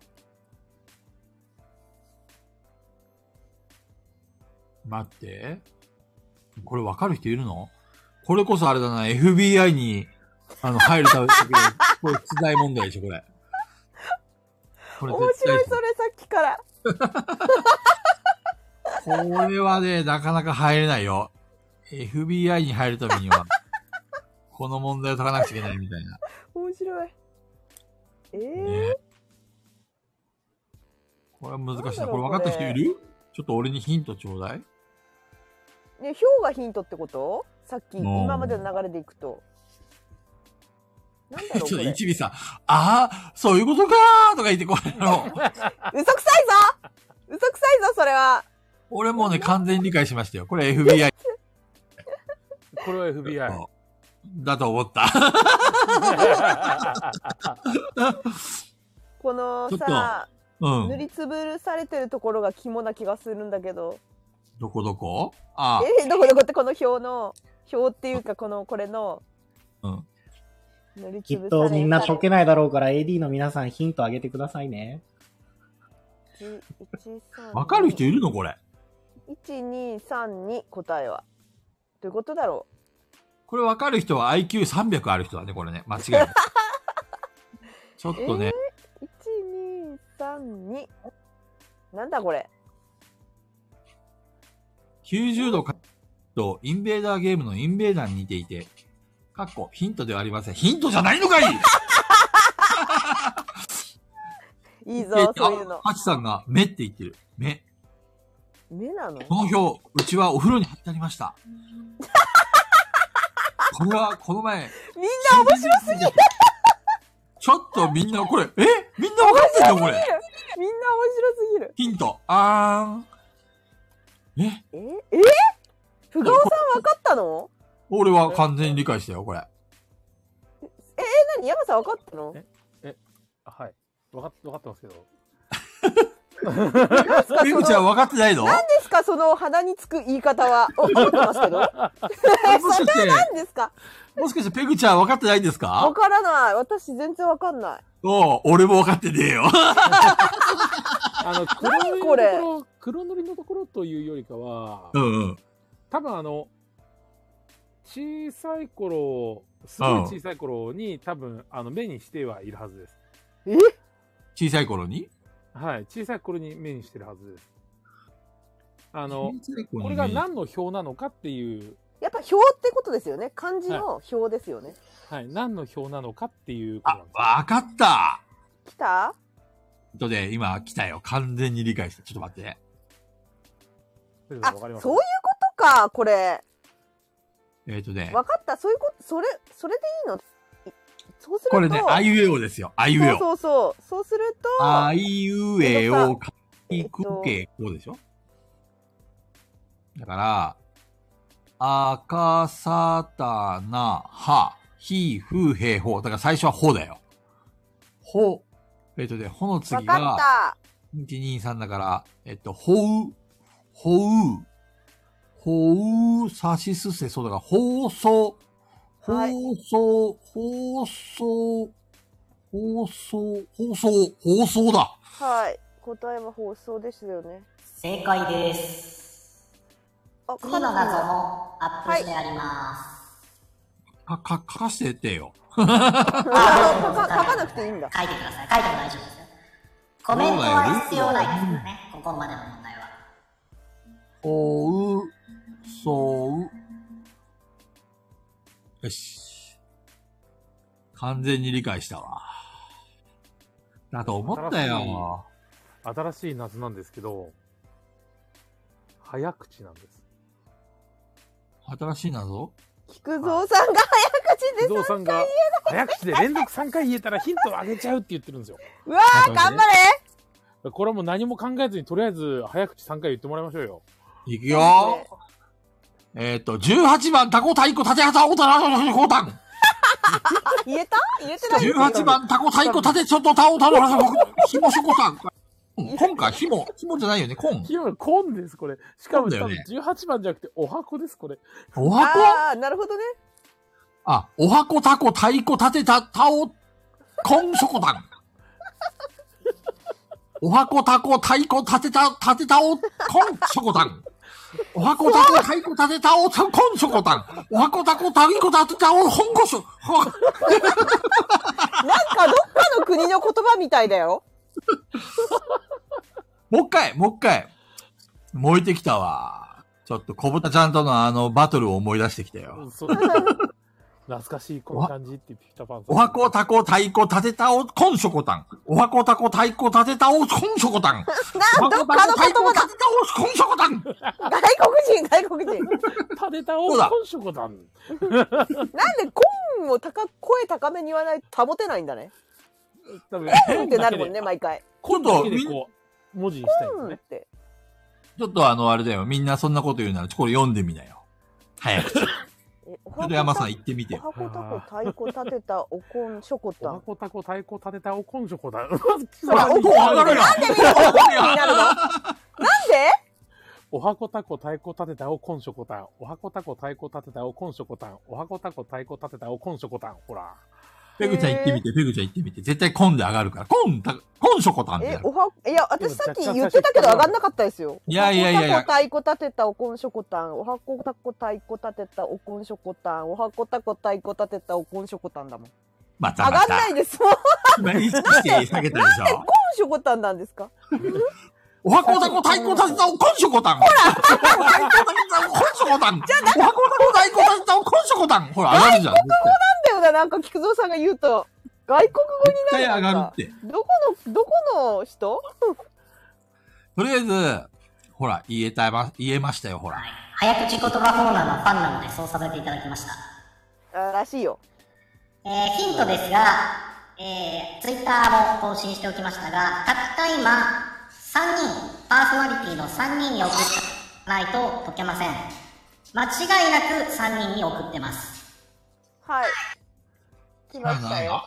待って。これわかる人いるの？これこそあれだな、エフビーアイ に、あの、入るためだけど、これ出題問題でしょ、これ。これ面白い、それさっきから。 これはね、なかなか入れないよ。エフビーアイ に入るためには、この問題を解かなくちゃいけないみたいな。 面白い。えーね、これは難しいな。これなんだろう分かった人いる？ちょっと俺にヒントちょうだい。 ね、ひょうがヒントってこと？さっき、今までの流れでいくと。なんだろうちょっとこれ。 一尾さん、ああ、そういうことかーとか言ってこれの。 嘘くさいぞ嘘くさいぞ、それは。 俺もうね、完全に理解しましたよ。これ エフビーアイ。 これは エフビーアイ。 だと思った。 このちょっとさ、 うん塗りつぶるされてるところが肝な気がするんだけど。 どこどこ？ああ。 え、どこどこってこの表の、表っていうかこの、これの、 うん。 塗りきっつぶされとみんな解けないだろうから エーディー の皆さんヒントあげてくださいね。 わかる人いるのこれ。 いちにさんに答えは。どういうことだろこれわかる人は アイキューさんびゃく ある人だね、これね。間違いない。ちょっとね。 えー、いちにさんに。なんだこれ。 きゅうじゅうどかとインベーダーゲームのインベーダーに似ていて、かっこヒントではありません。ヒントじゃないのかいいいぞ、そういうの。 ハチさんが目って言ってる。目。 目なの？ この表、うちはお風呂に入ってありました。これは、この前。 みんな面白すぎるちょっとみんな、これ、えみんな分かってんのこれ。 みんな面白すぎる。 ヒント、あーん。えええふがおさん分かったの？ 俺は完全に理解したよ、これ。 え、え、なに山さん分かったの？ え、え、はい。分かっ、分かってますけど。 ペグちゃん分かってないの？ 何ですかその鼻につく言い方は。分かってますけど。それは何ですか？ もしかしてペグちゃん分かってないんですか？ 分からない。私全然分かんない。 おう、俺も分かってねえよ。 あの、黒塗りのこれところ、黒塗りのところというよりかは、 うんうん。 多分あの、小さい頃、すごい小さい頃に、多分、あの、目にしてはいるはずです。 え？ 小さい頃に？ はい。小さい頃に目にしてるはずです。あの、 小さい頃にこれが何の表なのかっていう、 やっぱ表ってことですよね。漢字の表ですよね。 はい。何の表なのかっていうことあなんです。、 分かった来た？ えっとね、今来たよ。完全に理解した。ちょっと待って。 あ、 わかりますそういうことか、これ。 えっとね、 分かった。そういうこと、それ、それでいいの？いそうすると。 これね、あいうえおですよ。あいうえお。 そうそうそう。そうすると、 あいうえお、かいくけ、こうでしょ？だから、あかさたなは、ひふへほ。だから最初はほだよ。ほ。えっとね、ほの次分かっが、 た。 いち、に、さんだから、えっと、ほう、ほう、ほう、さしすせそうだから、放送、 はい放送、放送、放送、放送、放送だ。 はい。答えは放送ですよね。 正解です。 あ、 次の謎もアップしてあります。 か、か、書かしてってよ。 あ、書か、書かなくていいんだ。 書いてください。書いても大丈夫ですよ。コメントは必要ないですからね。ここまでの問題は。 ほう、そう。よし。完全に理解したわ。だと思ったよ。 新しい謎なんですけど、早口なんです。 新しい謎？ 菊蔵さんが早口で不動さんが早口で連続さんかい言えたらヒントをあげちゃうって言ってるんですよ。 うわー、頑張れ。 これはもう何も考えずにとりあえず早口さんかい言ってもらいましょうよ。 いくよ。えっと、じゅうはちばん、タコ太鼓、縦旗、おたら、こうたん。 言えた言えてないじゅうはちばん、タコ太鼓、縦、ちょっと、たおたら、ひもしょこたん。コンか、ひも、ひもじゃないよね、コン。 ひも、コンです、これ。しかも、 コンだよね多分じゅうはちばんじゃなくて、お箱です、これ。 お箱ああ、なるほどね。 あ、お箱、タコ、太鼓、縦、た、たお、コン、しょこたん。お箱、タコ、太鼓、立てた、立てたお、コン、ショコタン。お箱、タコ、太鼓、立てたお、コン、ショコタン。お箱、タコ、太鼓、立てたお、本語書。 なんかどっかの国の言葉みたいだよ。 もう一回、もう一回。燃えてきたわ。ちょっと、小豚ちゃんとのあの、バトルを思い出してきたよ。 そう懐かしい、この感じって言ってきたパンさん。 お箱、タコ、太鼓、立てたお、コン、ショコタン。お箱、タコ、太鼓、立てたお、コン、ショコタン。 な、どっかの言葉だ。 立てたお、コン、ショコタン。 外国人、外国人。 立てたお、 そうだコンショコタン。 なんでコーンを高声高めに言わないと保てないんだね。 多分、 コーンってなるもんね、毎回。 今度、みんこう、文字にしたいんですね。 コーンって。 ちょっとあの、あれだよ。みんなそんなこと言うなら、これ読んでみなよ。早く。ちえ、おょっと山さん言ってみてよ。 お箱タコ太鼓立てたおこんショコおタン。 箱タコ太鼓立てたおコンショコタン。 それおこん上がるやん。 なんでみんなおこんになるのなんでお箱タコ太鼓立てたおコンショコタン。お箱タコ太鼓立てたおコンショコタン。お箱タコ太鼓立てたおコンショコタン。ほら。 ペグちゃん言ってみて、ペグちゃん言ってみて。絶対コンで上がるから。コン、たコンショコタンってえや、る。 おは、いや、私さっき言ってたけど上がんなかったですよ。 いやいやいやいやお箱タコ太鼓立てたおこんショコタン。お箱タコ太鼓立てたおこんショコタン。お箱タコ太鼓立てたおこんショコタンだもん。 またまた。 上がんないですもん。 今意識して下げたでしょ。 コンショコタンなんですかお箱タコ太鼓立てたおコンショコタン。ほらお箱タコ太鼓立てたおコンショコタン。お箱タコ太鼓立てたおコンショコタン。ほら、上がるじゃん。絶なんだよな、なんか菊蔵さんが言うと。外国語になる対上がるって。 どこの、どこの人とりあえず、ほら、言えたま、言えましたよ、ほら。 早口言葉コーナーのファンなのでそうさせていただきました。 あらしいよ。 えー、ヒントですが、えー、ツイッターも更新しておきましたが、たった今、さんにん、パーソナリティのさんにんに送らないと解けません。間違いなくさんにんに送ってます。 はい。来ましたよ。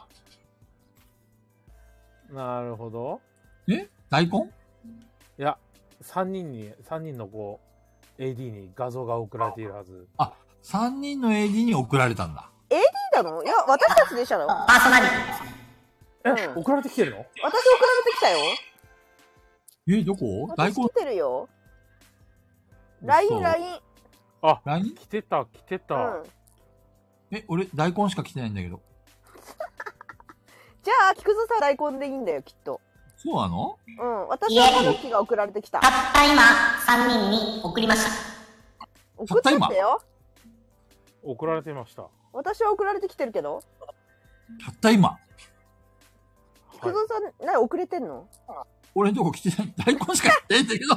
なるほど。 え大根いや、さんにんに、さんにんのこう、エーディー に画像が送られているはず。 あ、さんにんの エーディー に送られたんだ。 エーディー なのいや、私たちでしたの。 パーソナリティですね。 え、 うん送られてきてるの？ 私送られてきたよ。 え、どこ大根私来てるよ。ライン、ライン。 あ、 ライン来てた、来てた。 うん。 え、俺、大根しか来てないんだけど。 じゃあ、菊蔵さん大根でいいんだよ、きっと。 そうなのうん。私はタヌキが送られてきたた。った今、さんにんに送りました。 送ってってよ。 送られてました。は私は送られてきてるけど。 たった今。 菊蔵さん、何遅れてんの俺のとこ来てない。大根しか来てないんだけど。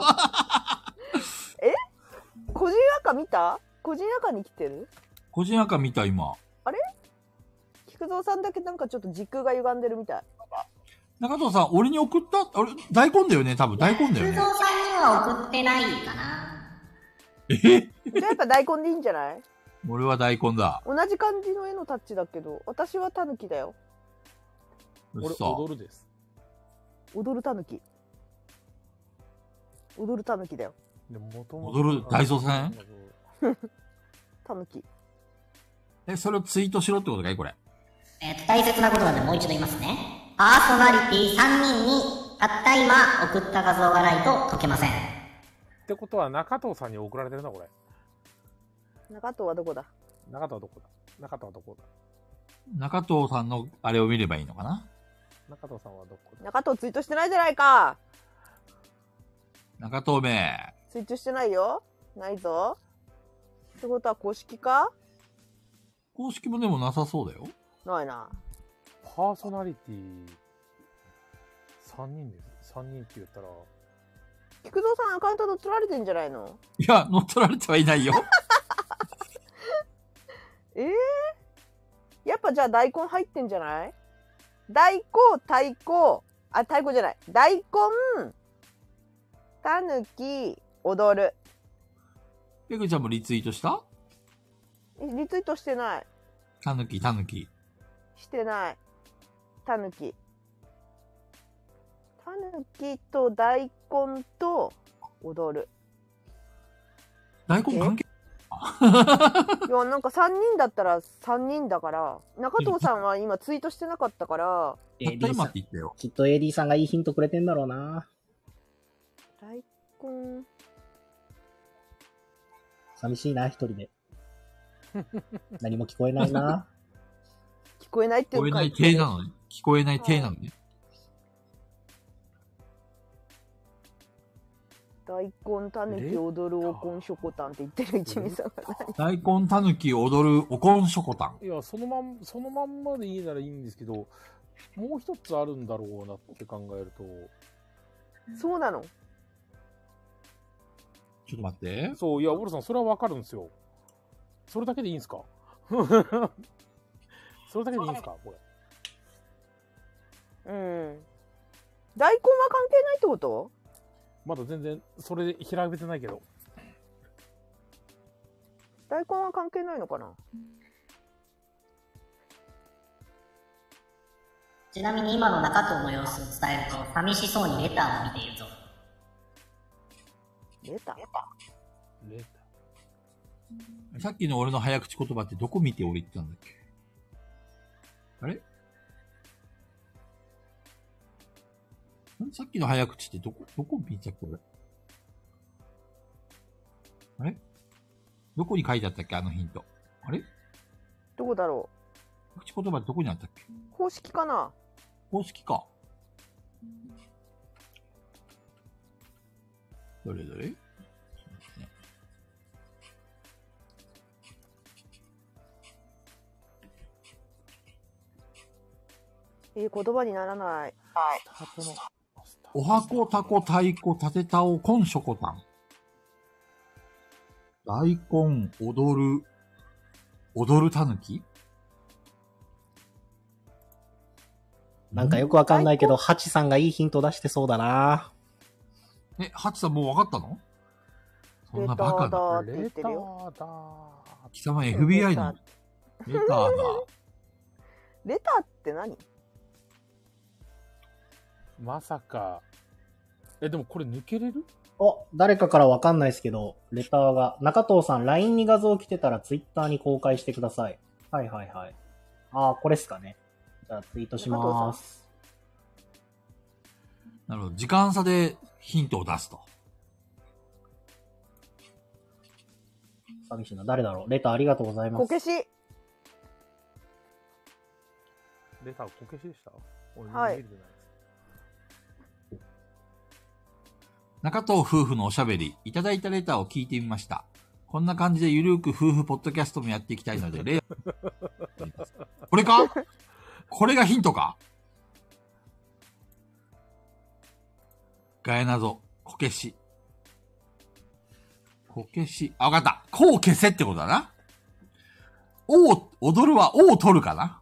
個人赤見た個人赤に来てる個人赤見た、今。 菊蔵さんだけなんかちょっと時空が歪んでるみたい。 中藤さん、俺に送った俺、大根だよね多分、大根だよね。 空蔵さんには送ってないかな。 えじゃあやっぱ大根でいいんじゃない俺は大根だ。 同じ感じの絵のタッチだけど、私はタヌキだよ。 俺、 嘘。 踊るです。 踊るタヌキ。踊るタヌキだよ。 でもともと踊る大蔵さんタヌキ。 え、それをツイートしろってことかいこれ。 えーと、大切なことなんでもう一度言いますね。パーソナリティさんにんにたった今送った画像がないと解けません。 ってことは中藤さんに送られてるな、これ。 中藤はどこだ中藤はどこだ中藤はどこだ中藤さんのあれを見ればいいのかな中藤さんはどこだ中藤ツイートしてないじゃないか。 中藤め。 ツイートしてないよ。ないぞ。ってことは公式か公式もでもなさそうだよ。 ないな。 パーソナリティさんにんです。さんにんって言ったら、 菊蔵さんアカウント乗っ取られてんじゃないのいや、乗っ取られてはいないよ。 えー、やっぱじゃあ大根入ってんじゃない大根、太鼓、あ、太鼓じゃない。大根、たぬき、踊る。 ペグちゃんもリツイートした？ リツイートしてない。 たぬき、たぬき。 してない。たぬき。たぬきと大根と踊る。 大根関係いや、なんかさんにんだったらさんにんだから、中藤さんは今ツイートしてなかったから、 たった今って言ったよ。 きっと エーディー さんがいいヒントくれてんだろうな。 大根。 寂しいな、一人で。何も聞こえないな。 聞こえないっていうか。 聞こえない体なのね。聞こえない体なのね。 大根、たぬき、踊る、おこん、しょこたんって言ってる一味さんが大根、たぬき、踊る、おこん、しょこたん。 いや、そのまん、そのまんまでいいならいいんですけど、もう一つあるんだろうなって考えると。 そうなの？ ちょっと待って。 そう、いや、オルさん、それはわかるんですよ。それだけでいいんすかそれだけでいいんすかこうれ。 ん。大根は関係ないってこと？ まだ全然、それで調べてないけど。 大根は関係ないのかな？ ちなみに今の中藤の様子を伝えると、寂しそうにレターを見ているぞ。 レター？ レタさっきの俺の早口言葉ってどこ見て俺言ったんだっけ？あれ？んさっきの早口ってどこ、どこ見ちゃった俺。あれ？どこに書いてあったっけあのヒント。あれ？ どこだろ早口言葉ってどこにあったっけ？ う？公式かな？ 公式か。どれどれ？ えー、言葉にならない。 おはこ、たこ、たいこ、たてたお、こんしょこたん。大根、踊る、踊るたぬき？ なんかよくわかんないけど、ハチさんがいいヒント出してそうだな。 え、ハチさんもう分かったの？そんなバカレターだな。 って言ってるよ。 レターだ。 貴様 エフビーアイ のレターだ。 レターって何？ まさか。え、でもこれ抜けれる？ お、誰かからわかんないですけど、レターが、中藤さん ライン に画像来てたら Twitter に公開してください。はいはいはい。あー、これっすかね。じゃあツイートしまーす。 なるほど。時間差でヒントを出すと。 寂しいな。誰だろう。レターありがとうございます。 こけし。 レターこけしでした？俺はい見れてないです。 中藤夫婦のおしゃべり、いただいたレターを聞いてみました。こんな感じでゆるーく夫婦ポッドキャストもやっていきたいので、レこれか？これがヒントか？ガヤ謎、こけし。こけし。あ、わかった。こう消せってことだな。おを、踊るはおを取るかな。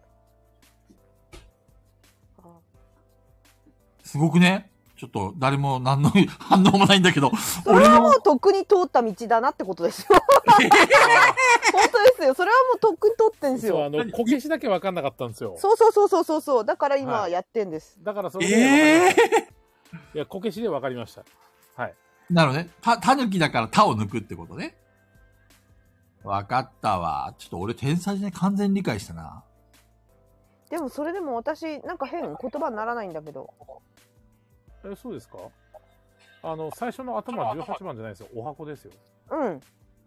すごくね？ちょっと誰も何の反応もないんだけど。 それはもうとっくに通った道だなってことですよ。本当ですよ。それはもうとっくに通ってんですそう、あよ。 の、こけしだけ分かんなかったんですよ。 そうそうそうそうそうそう。だから今はいやってんです。 だからそれでええ分かりました。いや、こけしで分かりました。はい。 なるほどね。た、たぬきだからたを抜くってことね。わかったわ。ちょっと俺天才でね、完全に理解したな。 でもそれでも私なんか変言葉にならないんだけど。 え、そうですか？あの、最初の頭はじゅうはちばんじゃないですよ。お箱ですよ。 うん。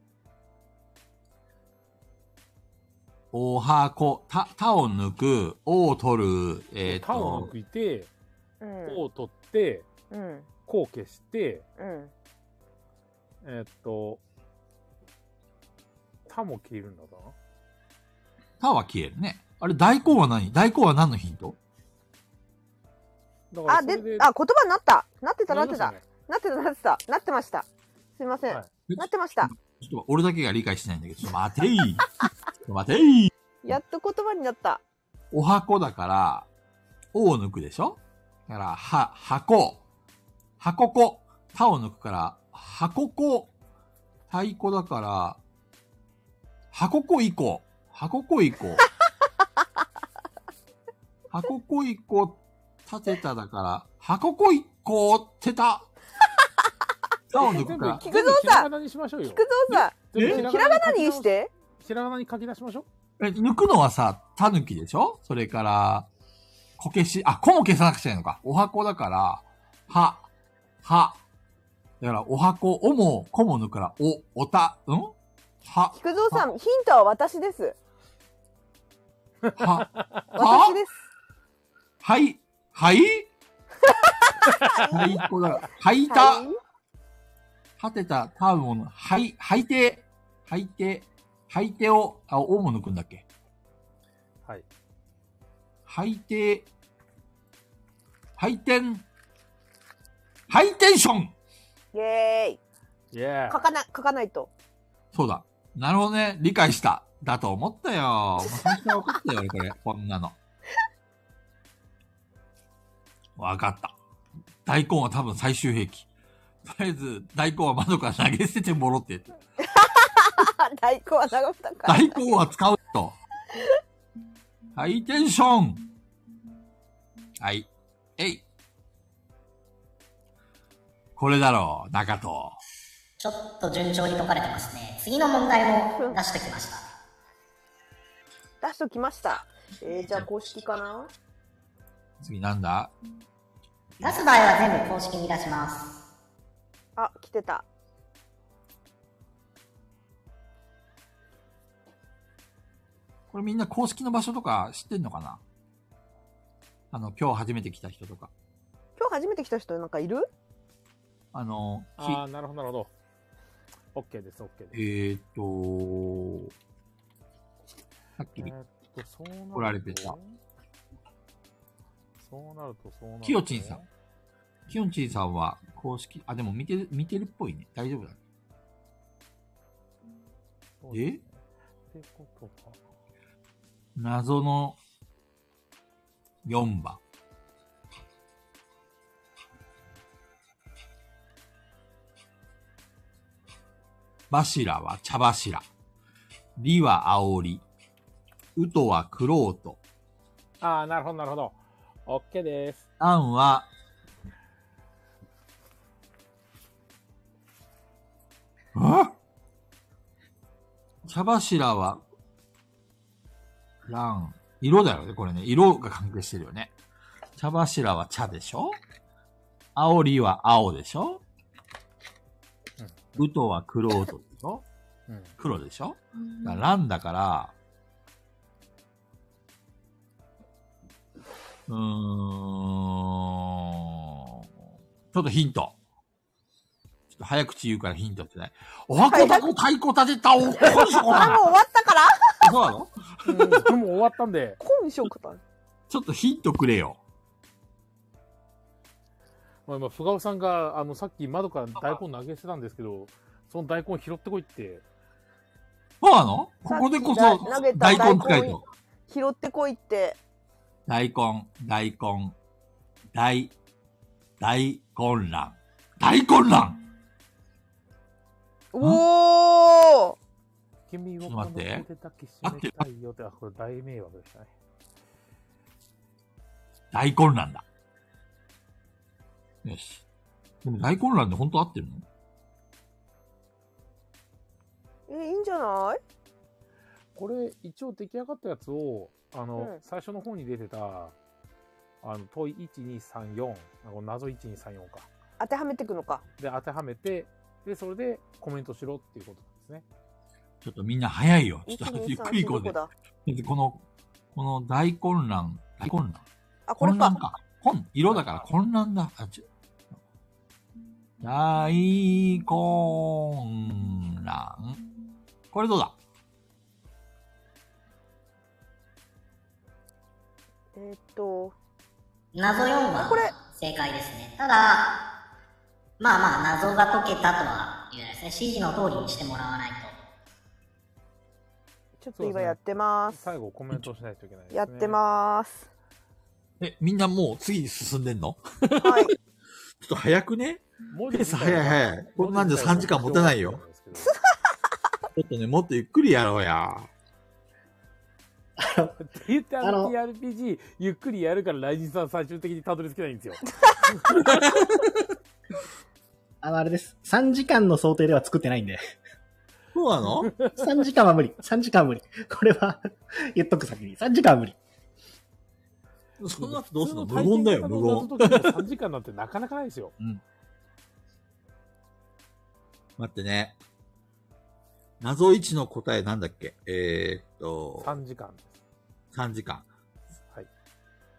おはこ、た、たを抜く、おを取る、えっ、 たをと、 抜いて、 うん。 こを取って、 うん。 こう消して、 うん。 えーっと、たも消えるんだな。 たは消えるね。あれ、大根は何？大根は何のヒント？ だからあ、で、 それで、 あ、言葉になった。なってた、なってた。 なりましたねなってた、なってた。なってました。すいません。 はいなってました。 ちょっと俺だけが理解してないんだけど、ちょっと待てー。ちょっと待てー。 やっと言葉になった。 お箱だから、おを抜くでしょ？だから、は、箱。箱こ。たを抜くから、箱こ。 太鼓だから、箱子以降。箱子以降。箱子以降立てただから、箱子以降ってた。さを抜くから。 菊蔵さんひらがなにしましょうよ。 菊蔵さん、 えひらがなにしてひらがなに書き出しましょう。 え、抜くのはさ、たぬきでしょ？それから、こけし、あ、こも消さなくちゃいけないのか。お箱だから、は、は。だから、お箱、おも、こも抜くから、お、おた、んは。 菊蔵さん、ヒントは私です。 は、 私です。 はい、はいはい、こだ。はいた、 はいはてた、たぶん、はい、はいて、はいて、はいてを、あ、おも抜くんだっけ？ はい。 はいて、はいてん、ハイテンション。 イェーイ。 イェー書かな、書かないと。 そうだ。なるほどね。理解した。だと思ったよ。もう最初は分かったよ、俺これ。こんなの。分かった。大根は多分最終兵器。とりあえず、大根は窓から投げ捨ててもろって。 大根は長くたから。 大根は使うと。ハイテンション。はい。えい。これだろう、中藤。 ちょっと順調に解かれてますね。次の問題も出してきました。 出しときました。えー、じゃあ公式かな？ 次なんだ？ 出す場合は全部公式に出します。 あ、来てた。 これみんな公式の場所とか知ってんのかな？あの、今日初めて来た人とか。 今日初めて来た人なんかいる？ あの、 ああ、なるほど、なるほど。OK です、OK です。 えーっと、さっきにえーっと、そうなると来られてた。 そうなると、そうなると。 きよちんさん。きよちんさんは公式、あ、でも見てる、見てるっぽいね。大丈夫だ。 そうですねえってことか。 謎のよんばん。柱は茶柱。りは煽り。うとはくろうと。 ああ、なるほど、なるほど。OK です。 あんは、あ茶柱は、ラン。色だよね、これね。色が関係してるよね。茶柱は茶でしょ？煽りは青でしょ？うとは黒うとでしょ？ うん。 黒でしょ？だからランだから、うーん。ちょっとヒント。ちょっと早口言うからヒントってない。おはこだこ太鼓立てたおっこいしょこあ、 だ。 もう終わったからそうなの？ うん、もう終わったんで。 コンショクタ。 ちょっとヒントくれよ。 まあ、今、ふがおさんが、あの、さっき窓から大根投げ捨てたんですけど、その大根拾ってこいって。 そうなの？ここでこそさっき投げた大根使いと。 拾ってこいって。 大根、大根、大、大根卵。大根卵おー君をちょっと待ってこの手で抱きしめたいよって、あ、これ大迷惑でしたね。 大根卵だ。よし。でも大根卵で本当合ってるの？ え、いいんじゃない？ これ、一応出来上がったやつを、あの、 うん最初の方に出てた、あの、問いいちにさんよん、あの謎いちにさんよんか。 当てはめていくのか。 で、当てはめて、で、それでコメントしろっていうことなんですね。 ちょっとみんな早いよ。ちょっといちにゆっさんくり行こうぜ。 どこだ？ この、この大混乱、大混乱。 あ、これか混乱。か。混、色だから混乱だ。あ、ちょ。大混乱。これどうだ？ えーっと、 謎よんはこれ正解ですね。ただ、まあまあ謎が解けたとは言えないですね。指示の通りにしてもらわないと。 ちょっと今やってます。 最後コメントしないといけないですね。 やってまーす。 え、みんなもう次に進んでんの？ はい。 ちょっと早くね？ 文ペース早い早い。こんなんじゃさんじかん持たないよ。 ちょっとね、もっとゆっくりやろうや。 って言ってあのあのティーアールピージー ゆっくりやるからライジンさん最終的にたどり着けないんですよ。 あの、あれです。さんじかんの想定では作ってないんで。 そうなの？ さんじかんは無理。さんじかんは無理。これは、言っとく先に。さんじかんは無理。 その後どうすんの？ 普通無言だよ、無言。 体験型の謎解きのさんじかんなんてなかなかないですよ。 うん。待ってね。謎いちの答えなんだっけ？えー、っと、 さんじかんです。 さんじかん。 はい。 え ?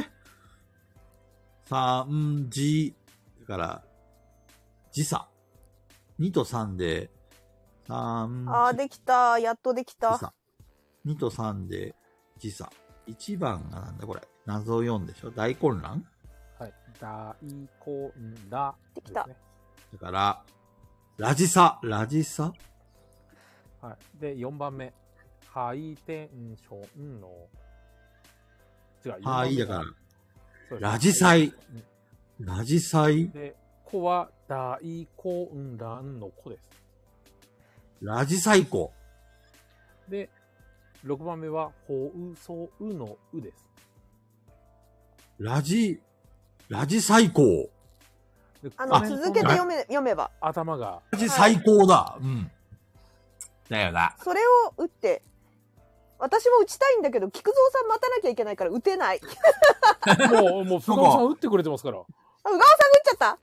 さん 時、だから、時差。にとさんで、さん、 あー、できた。やっとでき時た。 差。にとさんで時差。いちばんがなんだこれ。謎よんでしょ？大混乱？ はい。大混乱、 できたね。 だから、ラジサ、ラジサはい。で、よんばんめ。ハイテンションの。違う。 はい、だから、 そうですラジサイうん。 ラジサイで、子は大混乱の子です。 ラジサイコ。 で、ろくばんめは、ほうそうのうです。 ラジ、ラジ最高。 であの、 あ続けて読め、読めば。 頭が、 ラジ最高だ。うん。だよな。 それを打って、私も打ちたいんだけど、菊蔵さん待たなきゃいけないから打てない。 もう、もう、深尾さん打ってくれてますから。 あ、宇川さんが打っちゃった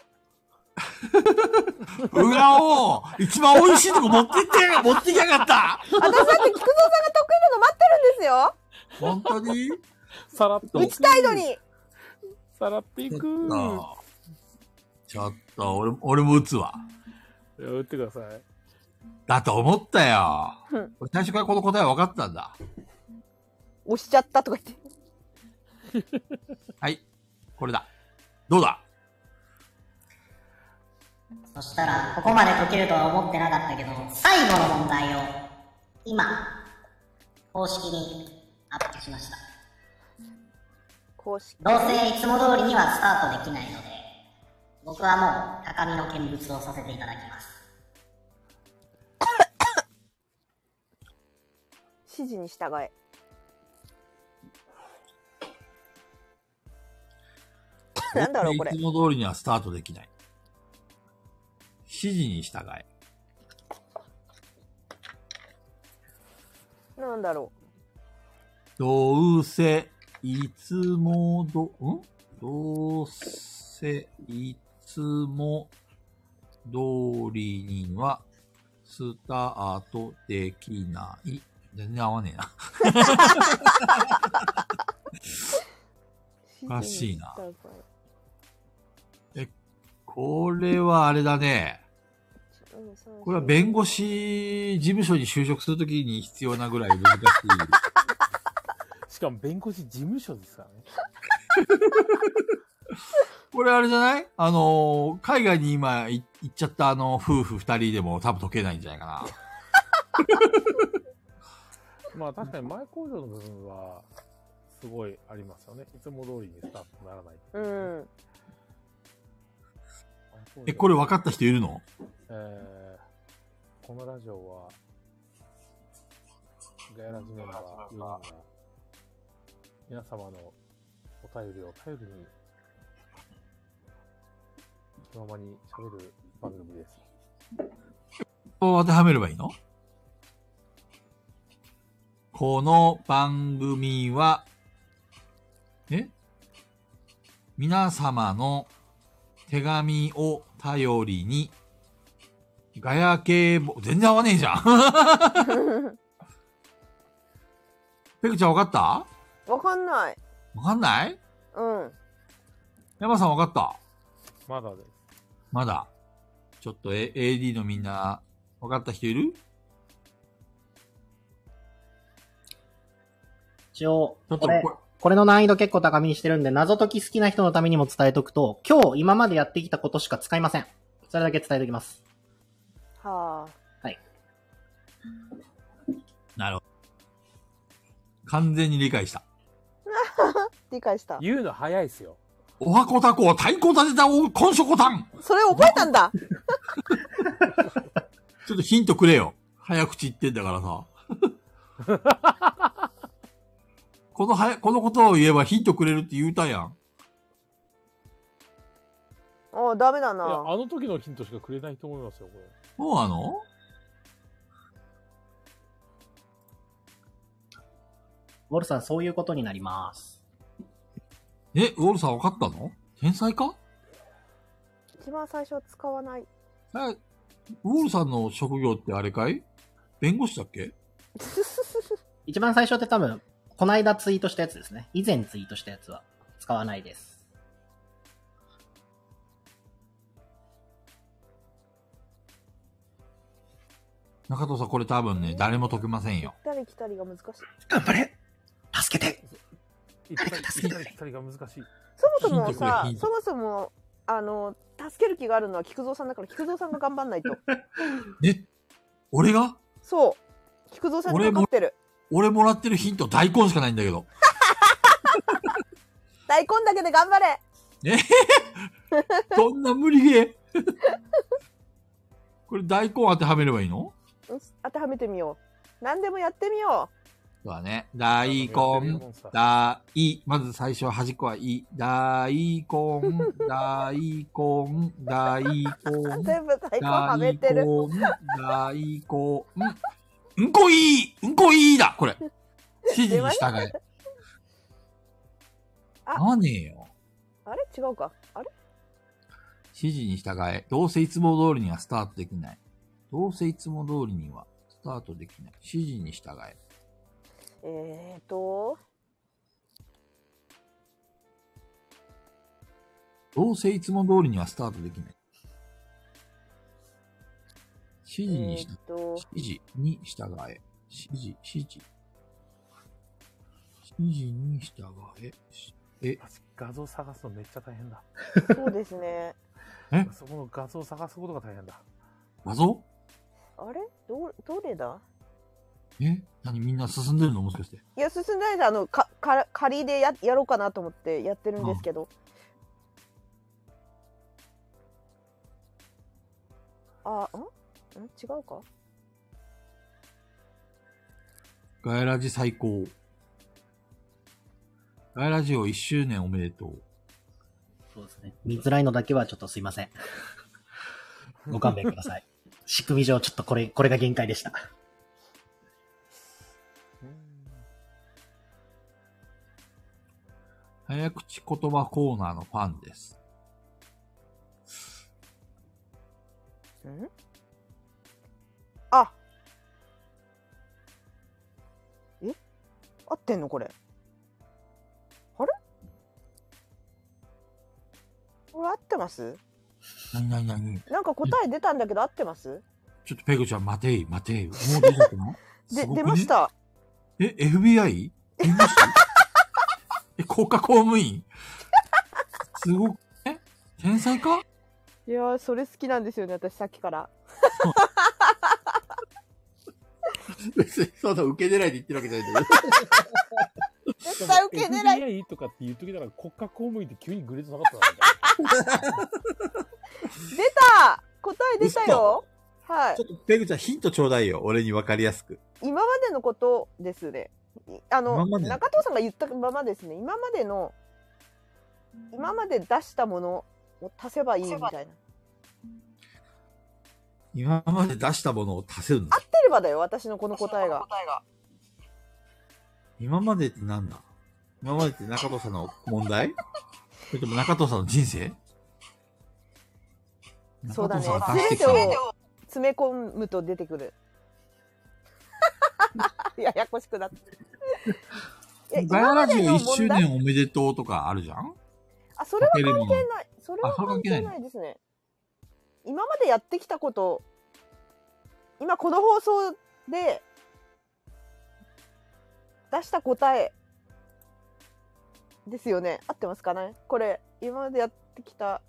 うがお一番美味しいとこ持ってってやが、持ってきやがった私だって菊蔵さんが得意なの待ってるんですよ。 本当にさらっと。 打ちたいのに。 さらっていく。 ちょっと、俺、俺も打つわ。 いや打ってください。 だと思ったようん。 俺最初からこの答え分かったんだ。 押しちゃったとか言って。 はい。これだ。どうだそしたら、ここまで解けるとは思ってなかったけど、最後の問題を、今、公式にアップしました。 公式。 どうせいつも通りにはスタートできないので、僕はもう高みの見物をさせていただきます。 指示に従え。なんだろうこれいつも通りにはスタートできない。指示に従え。 なんだろどうせ、いつもど、んどうせ、いつも通りには、スタートできない。全然合わねえな。 う。 おかしいな指示に従えこれはあれだね。これは弁護士事務所に就職するときに必要なぐらい難しい。 しかも弁護士事務所ですからね。 これあれじゃないあのー、海外に今い行っちゃったあの夫婦二人でも多分解けないんじゃないかな。 まあ確かに前工場の部分は、すごいありますよね。いつも通りにスタートならない。 うん。 え、これ分かった人いるの？ えー、このラジオは、ガヤラジメンバーよにんが、皆様のお便りを頼りに、気ままに喋る番組です。 当てはめればいいの？この番組は、え？皆様の手紙を頼りに、ガヤ系ぼ、全然合わねえじゃん。ペグちゃん分かったわかんない。 分かんないうん。 山さん分かったまだです。 まだ。ちょっと、A、エーディー のみんな、分かった人いる一応、 ちょっとこれ、これの難易度結構高めにしてるんで、謎解き好きな人のためにも伝えとくと、今日今までやってきたことしか使いません。それだけ伝えておきます。 はあ。 はい。 なるほど。完全に理解した。 理解した。 言うの早いですよ。 おはこたこ、太鼓立てたお、こんしょこたん。 それ覚えたんだ。 ちょっとヒントくれよ。早口言ってんだからさ。このはや、このことを言えばヒントくれるって言うたやん。 あ、ダメだいや、 な。 あの時のヒントしかくれないと思いますよ、これ。 そうなの？ ウォルさん、そういうことになります。 え、ウォルさん分かったの？天才か？ 一番最初は使わない。 え、ウォルさんの職業ってあれかい？弁護士だっけ？ 一番最初って多分、こないだツイートしたやつですね。以前ツイートしたやつは使わないです。 中藤さん、これ多分ね、誰も解けませんよ。 行ったり来たりが難しい。 頑張れ助けて行ったり来たり来たりが難しい。 そもそもヒントくれさヒン、トそもそも、あの、助ける気があるのは菊蔵さんだから、菊蔵さんが頑張んないと。 え、俺が？ そう。菊蔵さんにかかってる。 俺もらってるヒント大根しかないんだけど。 大根だけで頑張れ。 えそんな無理ゲーこれ大根当てはめればいいの？ うん当てはめてみよう。何でもやってみよそうだね。大根、大、まず最初は端っこはいい。大根、大根、大根、 う。全部大根は大根、 めてる。 大根、うん、うんこいいうんこいいだこれ。指示に従え。 あ合わねえよ。 あれ違うか。あれ指示に従え。どうせいつも通りにはスタートできない。どうせいつも通りにはスタートできない。指示に従え。 えーと、 どうせいつも通りにはスタートできない。指示に従えーと、 え。指示に従え。指示、指示。指示に従え。え、 画像探すのめっちゃ大変だ。 そうですね。 えそこの画像を探すことが大変だ。 画像？ あれど、どれだえ何みんな進んでるのもしかして。 いや、進んでないです。あの、か、か、仮でや、やろうかなと思ってやってるんですけど。あ、んん違うかガヤラジ最高。ガヤラジオいっしゅうねんおめでとう。 そうですね。見づらいのだけはちょっとすいません。ご勘弁ください。仕組み上ちょっとこれ、これが限界でした。 早口言葉コーナーのファンです。 んあえ合ってんのこれあれこれ合ってます？ なになになになんか答え出たんだけど合ってます？ ちょっとペグちゃん待てい、待てい。もう出ちゃったので、 すごくね出まし。た。 え、エフビーアイ？ 弁護士え、国家公務員すごく、え天才か？ いやー、それ好きなんですよね、私さっきから。 別にそんな受け狙いで言ってるわけじゃないんだけど。 絶対受け狙い。 エフビーアイ とかって言っときながら国家公務員って急にグレード下がったな。 出た答え出たよ。はいちょ。っとペグちゃんヒントちょうだいよ。俺に分かりやすく。 今までのことですね。いあの、 今まで中藤さんが言ったままですね。今までの、今まで出したものを足せばいいみたいな。 今まで出したものを足せるんだ合。ってればだよ、私のこの答えが。 今までってなんだ？今までって中藤さんの問題？それとも中藤さんの人生？ そうだね。 中藤さんが出してすべてきたを詰め込むと出てくる。ややこしくなって。いやガヤラジオ今までのいっしゅう問題ねんおめでとうとかあるじゃん？ あ、それは関係かけるない。それはあそれ関係関係ないのないですね。今までやってきたこと、今この放送で出した答えですよね。合ってますかねこれ、今までやってきた。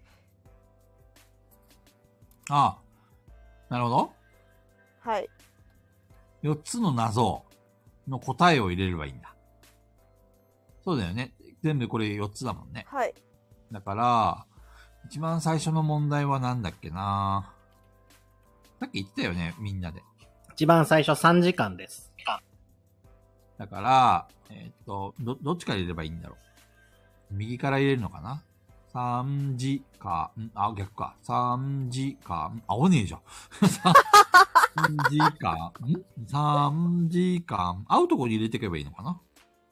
ああ。なるほど。 はい。 よっつの謎の答えを入れればいいんだ。そうだよね。全部これよっつだもんね。 はい。 だから、一番最初の問題はなんだっけなさっき言ってたよね、みんなで。 一番最初さんじかんです。 だから、えーっと、ど、どっちから入れればいいんだろう。右から入れるのかな ?さん 時間、んあ、逆か。さんじかん、合わねえじゃん。さんじかん、ん ?さん 時間、合うとこに入れていけばいいのかな ?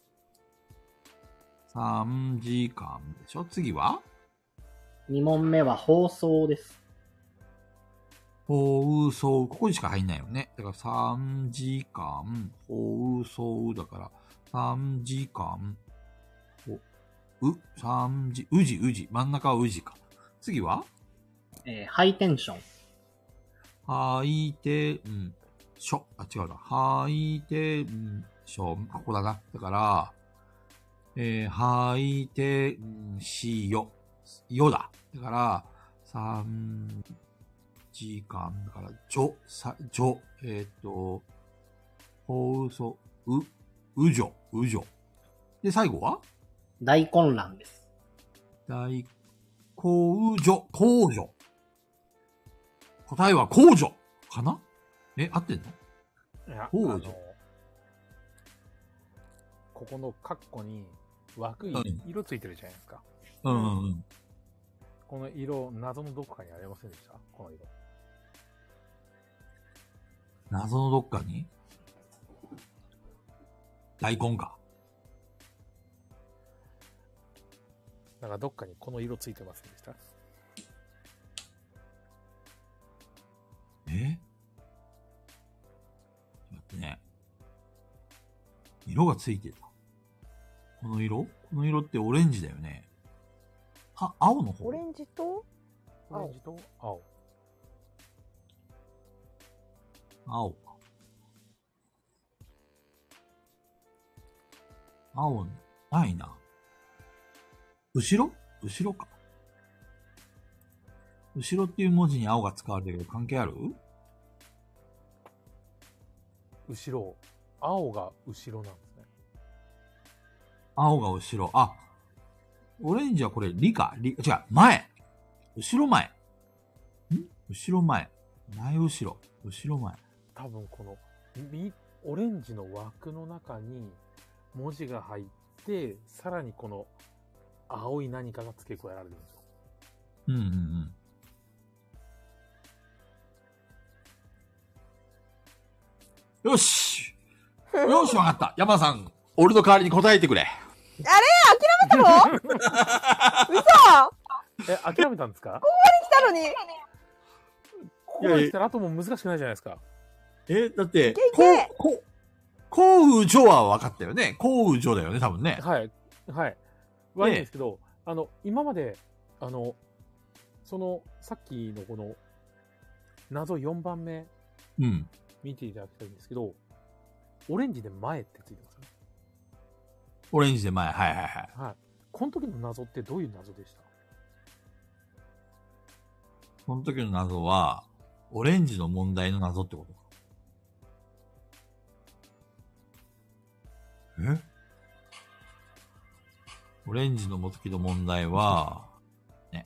さん 時間でしょ次はに問目は放送です。 放送、ここにしか入んないよね。だからさんじかん、放送だから、さんじかん、う、さんじ、うじ、うじ。真ん中はうじか。次はえーハイテンション。 ハイテンション。あ、違うな。ハイテンション。ここだな。だから、えー、ハイテンシヨ。ヨだ。だから、さんじかん。だから、ジョ、さ、ジョ、えっ、と、放送、う、うじょ、うじょ。で、最後は大混乱です。 大、公助、公助。答えは公助かなえ、合ってんのいや、あほうの、ここのカッコに枠に色ついてるじゃないですか。 うんうんうん。 この色、謎のどこかにありませんでしたこの色。 謎のどっかに大根か。 なんかどっかにこの色ついてませんでしたえ待ってね。色がついてた。この色この色ってオレンジだよね。は、青の方オレンジとオレンジと青。 青か。青、ないな。後ろ後ろか。後ろっていう文字に青が使われてるけど関係ある後ろ。青が後ろなんですね。 青が後ろ。あ、オレンジはこれ、理か。理、違う、前。後ろ前。ん後ろ前。前後ろ。後ろ前。 多分この、み、オレンジの枠の中に文字が入って、さらにこの青い何かが付け加えられるんですよ。 うんうんうん。よしよし、わかった。山田さん、俺の代わりに答えてくれ。 あれ諦めたの嘘え、諦めたんですか来たのにここまで来たらあともう難しくないじゃないですか。 え、だっていけいけ、 こう、こう、こうじょは分かったよね。こうじょだよね、多分ね。 はい。はい。悪いんですけど、あの、今まで、あの、その、さっきのこの、謎よんばんめ、 うん。 見ていただきたいんですけど、オレンジで前ってついてますよね。 オレンジで前。はいはいはい。 はい。この時の謎ってどういう謎でした？ この時の謎は、オレンジの問題の謎ってことか。えオレンジの時の問題は、ね。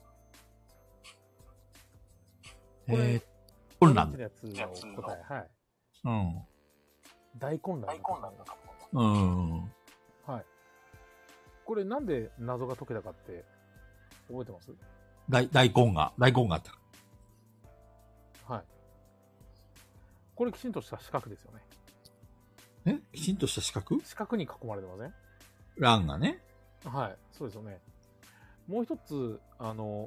これえー、混乱オレンジのやつの答え、はい。 うん。 大混乱。大混乱だかうん。 はい。これなんで謎が解けたかって覚えてます？ 大、大根が、大根があった。 はい。これきちんとした四角ですよね。 えきちんとした四角四角に囲まれてません？ 欄がね。 はい。そうですよね。もう一つ、あの、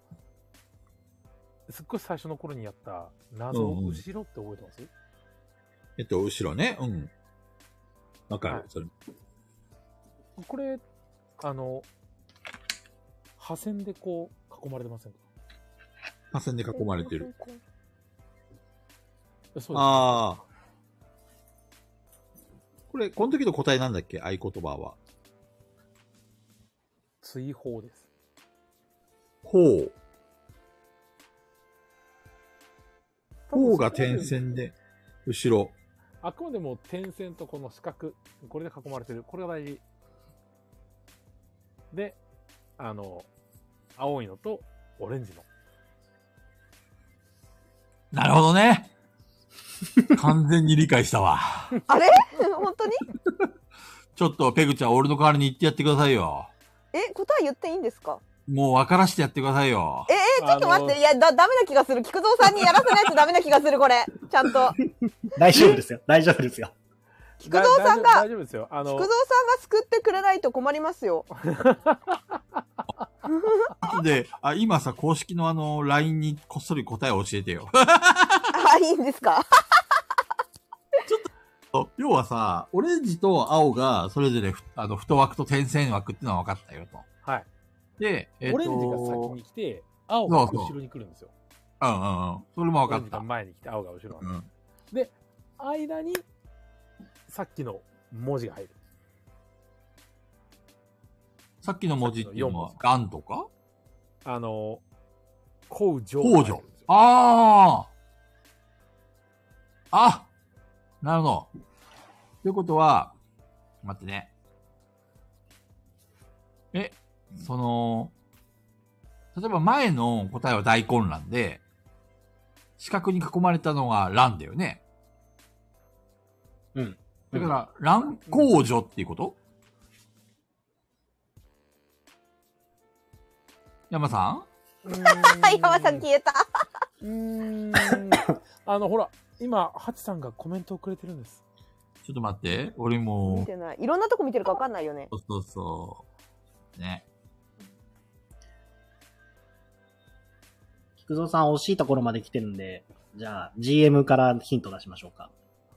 すっごい最初の頃にやった謎、 うんうん後ろって覚えてます？ えっと、後ろね。うん。わかる、 はいそれ。 これ、あの、破線でこう囲まれてませんか？ 破線で囲まれてる。 そうです。 ああ。これ、この時の答えなんだっけ合言葉は。 追放です。 ほう。ほうが点線で、後ろ。 あくまでも点線とこの四角、これで囲まれてる。これが大事。で、あの、青いのとオレンジの。 なるほどね。完全に理解したわ。 あれ本当に？ ちょっとペグちゃん俺の代わりに言ってやってくださいよ。 え、答え言っていいんですか？ もう分からしてやってくださいよ。 え、え、ちょっと待って。いや、だ、ダメな気がする。菊蔵さんにやらせないとダメな気がする、これ。ちゃんと。 大丈夫ですよ。大丈夫ですよ。 菊蔵さんが、 大丈夫ですよ。あの、 菊蔵さんが救ってくれないと困りますよ。 で、あ、今さ、公式のあの、ライン にこっそり答えを教えてよ。 あ、いいんですか？ ちょっと、要はさ、オレンジと青が、それぞれふ、あの、太枠と点線枠っていうのは分かったよと。 はい。 で、えっと、 オレンジが先に来て、青が後ろに来るんですよ。 うんうんうん。それも分かった。オレンジが前に来て、青が後ろに、 うん。 で、間に、さっきの文字が入る。 さっきの文字っていうのは、ガンとかあの、工場。 工場。あああなるほど。ということは、待ってね。え、その、例えば前の答えは大混乱で、四角に囲まれたのが乱だよね。 うん。 だから、乱工場っていうこと？山さん？ 山さん消えた。 うーん。あの、ほら、今、ハチさんがコメントをくれてるんです。 ちょっと待って。俺も。 見てない。いろんなとこ見てるか分かんないよね。 そうそうそう。ね。 菊蔵さん惜しいところまで来てるんで、じゃあ ジーエム からヒント出しましょうか。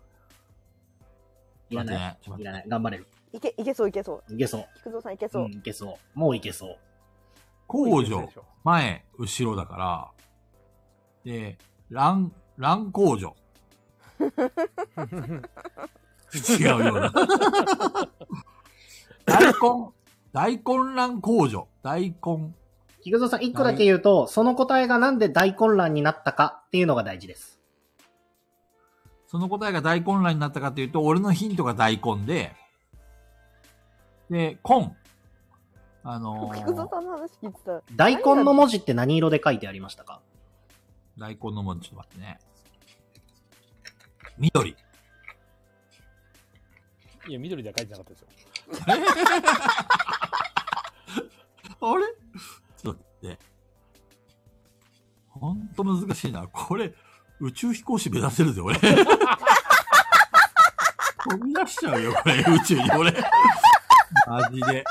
いらない。いらない。頑張れる。 いけ、いけそういけそう。 いけそう。 菊蔵さんいけそう。うん、 いけそう。もういけそう。 工場、前、後ろだから、で、乱、乱工場。違うような。大根、大混乱工場。大根。 菊蔵さん、一個だけ言うと、その答えがなんで大混乱になったかっていうのが大事です。 その答えが大混乱になったかというと、俺のヒントが大根で、で、根。あのー、 菊蔵さんの話聞いてた。 大根の文字って何色で書いてありましたか？ 大根の文字、ちょっと待ってね。緑。 いや、緑では書いてなかったですよ。 あれちょっと待って。ほんと難しいな。これ、宇宙飛行士目指せるぜ、俺。飛び出しちゃうよ、これ、宇宙に、俺。マジで。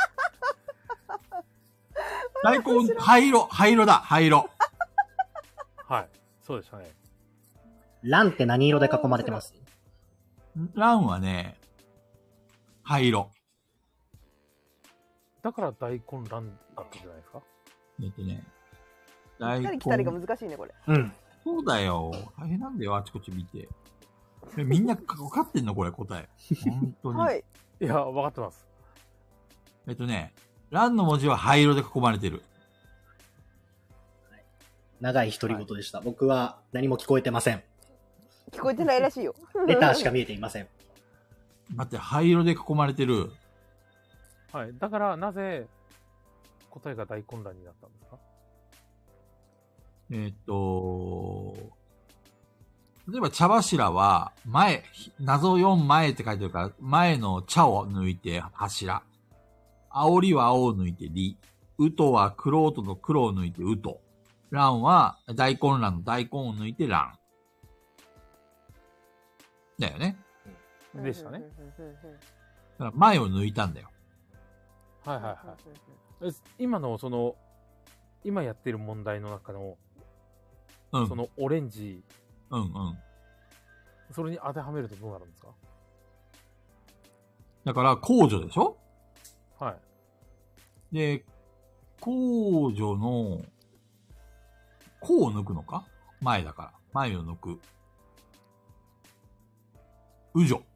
大根、灰色、灰色だ、灰色。 はい、そうでしたね。 乱って何色で囲まれてます？ 乱はね、灰色。 だから大混乱だったんじゃないですか？ えっとね、 大根。来たり来たりが難しいね、これ。 うん。そうだよ。大変なんだよ、あちこち見て。え、みんな分かってんのこれ、答え。本当に。 はい。 いや、分かってます。 えっとね、乱の文字は灰色で囲まれてる。 はい、長い独り言でした、はい。僕は何も聞こえてません。 聞こえてないらしいよ。 レターしか見えていません。 待って、灰色で囲まれてる。 はい。だから、なぜ、答えが大混乱になったんですか？ えー、っと、例えば茶柱は、前、謎よん前って書いてるから、前の茶を抜いて柱。煽りは青を抜いてり。うとは黒との黒を抜いてうと。乱は大混乱の大根を抜いて乱。だよね。 でしたね。 だから前を抜いたんだよ。 はいはいはい。今のその、今やってる問題の中の、うん、そのオレンジ。 うんうん。 それに当てはめるとどうなるんですか？ だから、公助でしょ？ はい。 で、公助の、公を抜くのか？前だから。前を抜く。うじょ。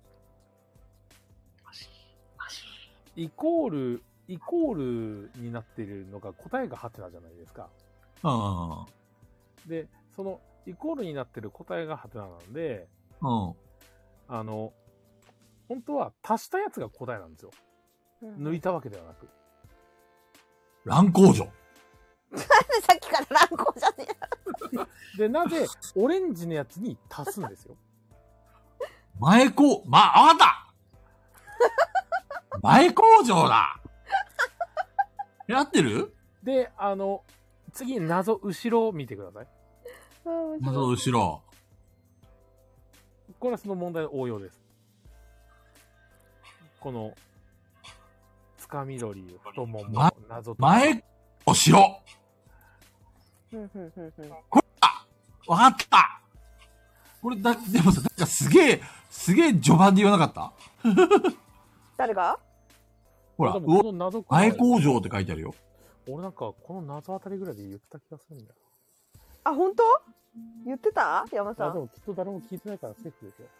イコール、イコールになっているのが答えがハテナじゃないですか。 うん。 で、そのイコールになっている答えがハテナなんで、 うん。 あの、本当は足したやつが答えなんですよ。うん、抜いたわけではなく。 乱工助。 さっきから乱行じゃねえ。 で、なぜ、オレンジのやつに足すんですよ。 前工、ま、あわかった前工場だやってる？ で、あの、次、謎、後ろを見てください。 謎後ろ。 これはその問題の応用です。この、つかみ取り、太もも、 ま謎と。 前、後ろ。 ふんふんふんふん。 わかったこれだ、でもさ、なんかすげえ、すげえ序盤で言わなかった誰が？ ほら、 でもこの謎前工場って書いてあるよ。 俺なんか、この謎あたりぐらいで言ってた気がするんだよ。 あ、本当？言ってた？山さあ、でん。 もきっと誰も聞いてないからセーフですよ。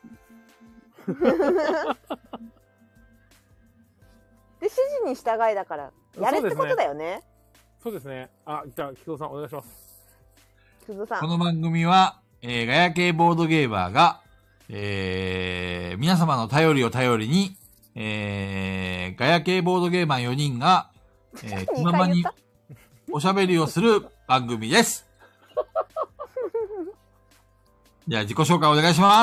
で、指示に従いだから、やれってことだよね。 そうですね。あ、じゃあ、木戸さんお願いします。 木戸さん。 この番組は、えー、ガヤ系ボードゲーマーが、えー、皆様の頼りを頼りに、えー、ガヤ系ボードゲーマーよにんが、えー、気ままにおしゃべりをする番組です。じゃあ自己紹介お願いします。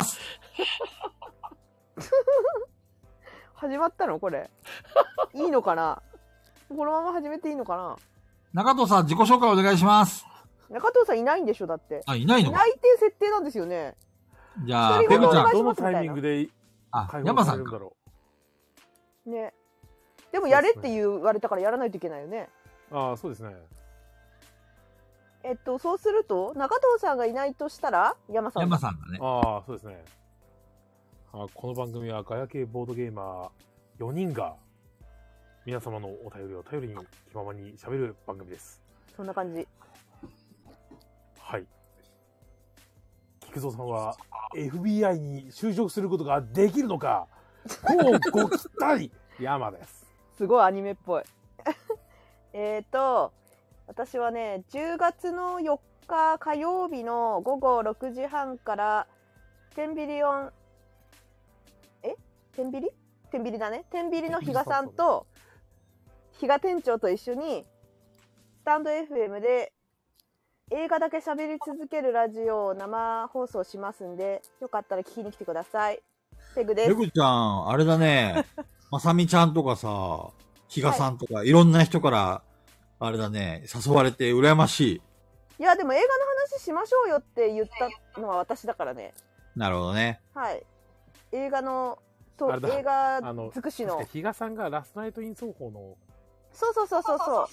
始まったのこれ。いいのかな？このまま始めていいのかな？ 中藤さん自己紹介お願いします。 中藤さんいないんでしょだって。 あ、いないのか。 いないっていう設定なんですよね。 じゃあ、 一人ごとペグちゃん。 どのタイミングであ、 解放山さんか。 されるんだろね。でもやれって言われたからやらないといけないよね。 う。ああ、そうですね。 えっと、そうすると、中藤さんがいないとしたら、山さん。 山さんだね。 ああ、そうですね。あ、この番組はガヤ系ボードゲーマーよにんが皆様のお便りを頼りに気ままに喋る番組です。 そんな感じ。 はい。菊蔵さんは エフビーアイ に就職することができるのか、こうご期待山です。 すごいアニメっぽい。えっと、私はね、じゅうがつのよっか火曜日のごごろくじはんから、テンビリオン、えテンビリテンビリだね。テンビリの比嘉さんと、比嘉店長と一緒に、スタンド エフエム で映画だけ喋り続けるラジオを生放送しますんで、よかったら聞きに来てください。ペグです。 ペグちゃん、あれだね。まさみちゃんとかさ、比嘉さんとか、はい、いろんな人から、あれだね、誘われて羨ましい。 いや、でも映画の話しましょうよって言ったのは私だからね。 なるほどね。 はい。映画の、と映画尽くしの。 比嘉さんがラストナイトイン奏法の。 そうそうそうそうそう。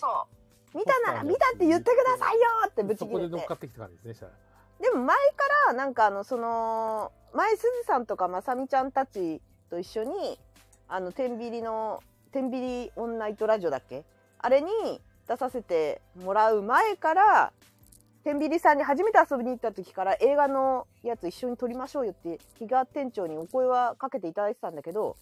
見たなら見たって言ってくださいよってぶち切れて。 そこで乗っかってきた感じですね。 でも前からなんかあのその前すずさんとかまさみちゃんたちと一緒にあの天秤の天秤オンナイトラジオだっけあれに出させてもらう前から天秤さんに初めて遊びに行った時から映画のやつ一緒に撮りましょうよって比嘉店長にお声はかけていただいてたんだけど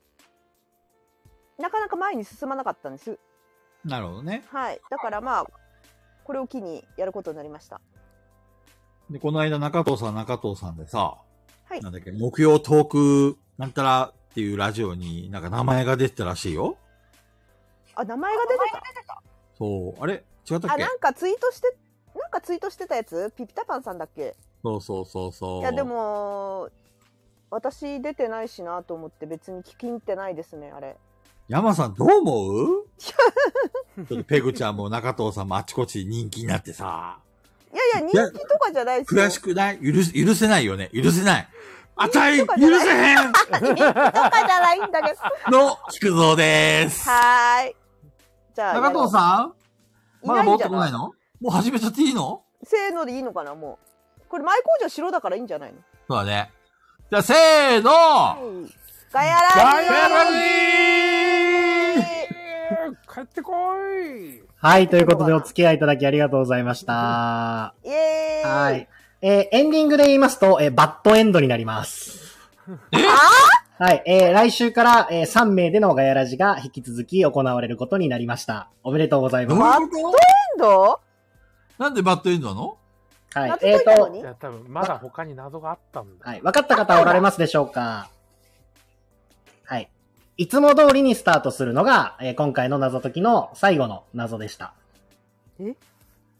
なかなか前に進まなかったんです。 なるほどね。 はい。だからまあ、これを機にやることになりました。 で、この間中藤さん中藤さんでさ、 はい。 なんだっけ、木曜トークなんたらっていうラジオになんか名前が出てたらしいよ。 あ、名前が出てた？ そう。あれ違ったっけ？ あ、なんかツイートして、なんかツイートしてたやつピピタパンさんだっけ？ そうそうそうそう。 いや、でも、私出てないしなと思って別に聞きに行ってないですね、あれ。 山さんどう思う？ちょっとペグちゃんも中藤さんもあちこち人気になってさ。 いやいや、人気とかじゃないですよ。 悔しくない？許す、許せないよね。許せない。あたい、許せへん人気とかじゃないんだけど。の、菊蔵でーす。 はーい。じゃあ。 中藤さんまだ戻ってこないの？もう始めちゃっていいの？ せーのでいいのかなもう。これ前工場白だからいいんじゃないの？ そうだね。じゃあ、せーの、はい、 ガヤラジーガヤラジー帰ってこい。 はい、ということでお付き合いいただきありがとうございました。 イエーイ。 はい。えー、エンディングで言いますと、えー、バッドエンドになります。はい、えー、来週から、えー、さんめいでのガヤラジが引き続き行われることになりました。おめでとうございます。 バッドエンド？ なんでバッドエンドなの？ はい、えっと、 いや、多分、まだ他に謎があったんだ。 はい、分かった方おられますでしょうか？はい。いつも通りにスタートするのが、えー、今回の謎解きの最後の謎でした。 え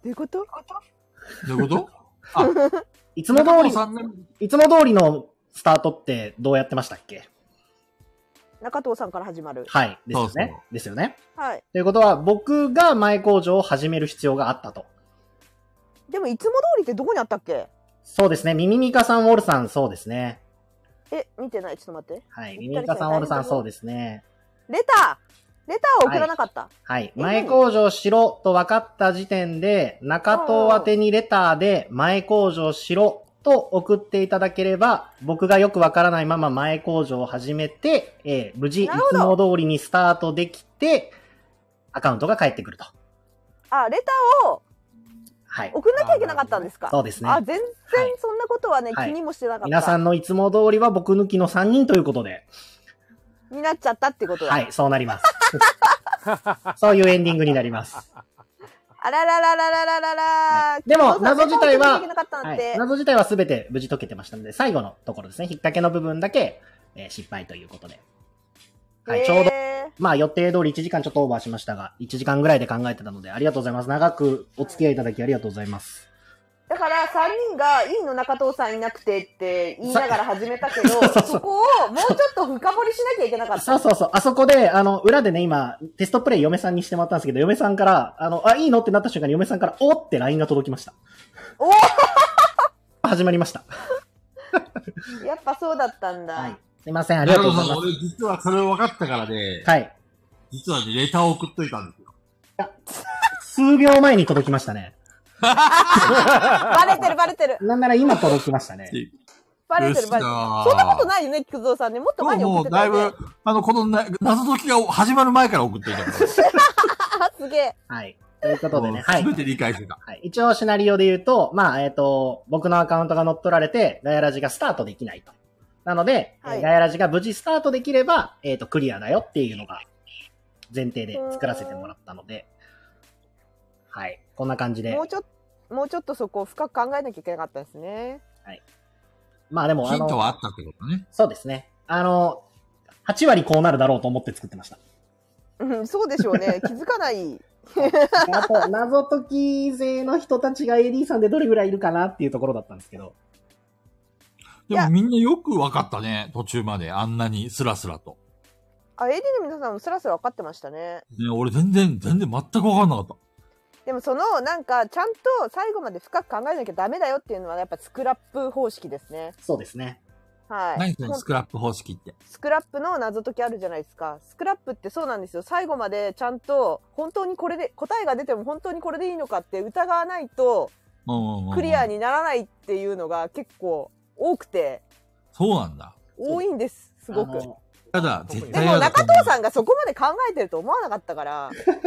ういうこと？ どういうことあ、 いつも通り、 中藤さんねいつも通りのスタートってどうやってましたっけ？ 中藤さんから始まる。 はい。ですよね。 そうそうですよね。 はい。 ということは、僕が前工場を始める必要があったと。 でもいつも通りってどこにあったっけ？ そうですね。ミミミカさん、ウォルさん、そうですね。 え、見てない。ちょっと待って。 はい。ミミミカさん、ウォルさん、そうですね。 レターレターを送らなかった。 はい。 え前工場しろと分かった時点で、中藤宛てにレターで、前工場しろと送っていただければ、僕がよく分からないまま前工場を始めて、えー無事、いなるほどつも通りにスタートできて、アカウントが返ってくると。 あ、レターをはい。 送んなきゃいけなかったんですか？ そうですね。 あ、全然はいそんなことはね、 はい気にもしてなかった。 皆さんのいつも通りは僕抜きのさんにんということで。 になっちゃったってことだ。 はい、そうなります。そういうエンディングになります。 あらららららららら、 はいでも謎自体はレターを送んなきゃいけなかったなんてはい、謎自体はすべて無事解けてましたので、最後のところですね、引っ掛けの部分だけ、えー失敗ということで。はい、ちょうど、 へまあ予定通りいちじかんちょっとオーバーしましたが、いちじかんぐらいで考えてたので、ありがとうございます。長くお付き合いいただきありがとうございます。 ーだからさんにんがいいの中藤さんいなくてって言いながら始めたけど、 そうそうそうそこをもうちょっと深掘りしなきゃいけなかった。 そうそうそう。あそこで、あの、裏でね、今、テストプレイ嫁さんにしてもらったんですけど、嫁さんから、あの、あ、いいのってなった瞬間に嫁さんから、おって ライン が届きました。 お始まりました。 やっぱそうだったんだ。 はい。すいません、ありがとうござい中ま藤さん俺実はそれ分かったからで、 す。はい。 実はね、レターを送っといたんですよ。 数秒前に届きましたね。 バレてるバレてる。 なんなら今届きましたね。 バレてるバレてる。 よっしゃーそんなことないよね、菊蔵さんね。もっと前に送もうだいってたよね。 ぶ、あの、このな謎解きが始まる前から送っていたから。 あ、すげえ。 はい。ということでね、はい。 すべて理解してた。 はい、一応シナリオで言うと、まあ、えっ、と、僕のアカウントが乗っ取られて、ガヤラジがスタートできないと。なので、 はいえーガヤラジが無事スタートできれば、えっ、と、クリアだよっていうのが前提で作らせてもらったので、はい。こんな感じでも。うちょっと、もうちょっとそこを深く考えなきゃいけなかったですね。 まあでも、あヒントはあの、 ったってことね。 そうですね。あの、はち割こうなるだろうと思って作ってました。 うん、そうでしょうね。気づかない。 あと、謎解き勢の人たちが エーディー さんでどれぐらいいるかなっていうところだったんですけど。 でもみんなよく分かったね。途中まで。あんなにスラスラと。 あ、エーディー の皆さんもスラスラ分かってましたね。 ね、俺全然、全然全く分かんなかった。 でもその、なんか、ちゃんと最後まで深く考えなきゃダメだよっていうのは、やっぱスクラップ方式ですね。 そうですね。 はい。 何そのスクラップ方式って。 スクラップの謎解きあるじゃないですか。スクラップってそうなんですよ。最後までちゃんと、本当にこれで、答えが出ても本当にこれでいいのかって疑わないと、 うんうんうん、 クリアにならないっていうのが結構多くて、 そうなんだ。 多いんです。すごく。 あのただ、絶で対も中藤さん。 んがそこまで考えてると思わなかったから。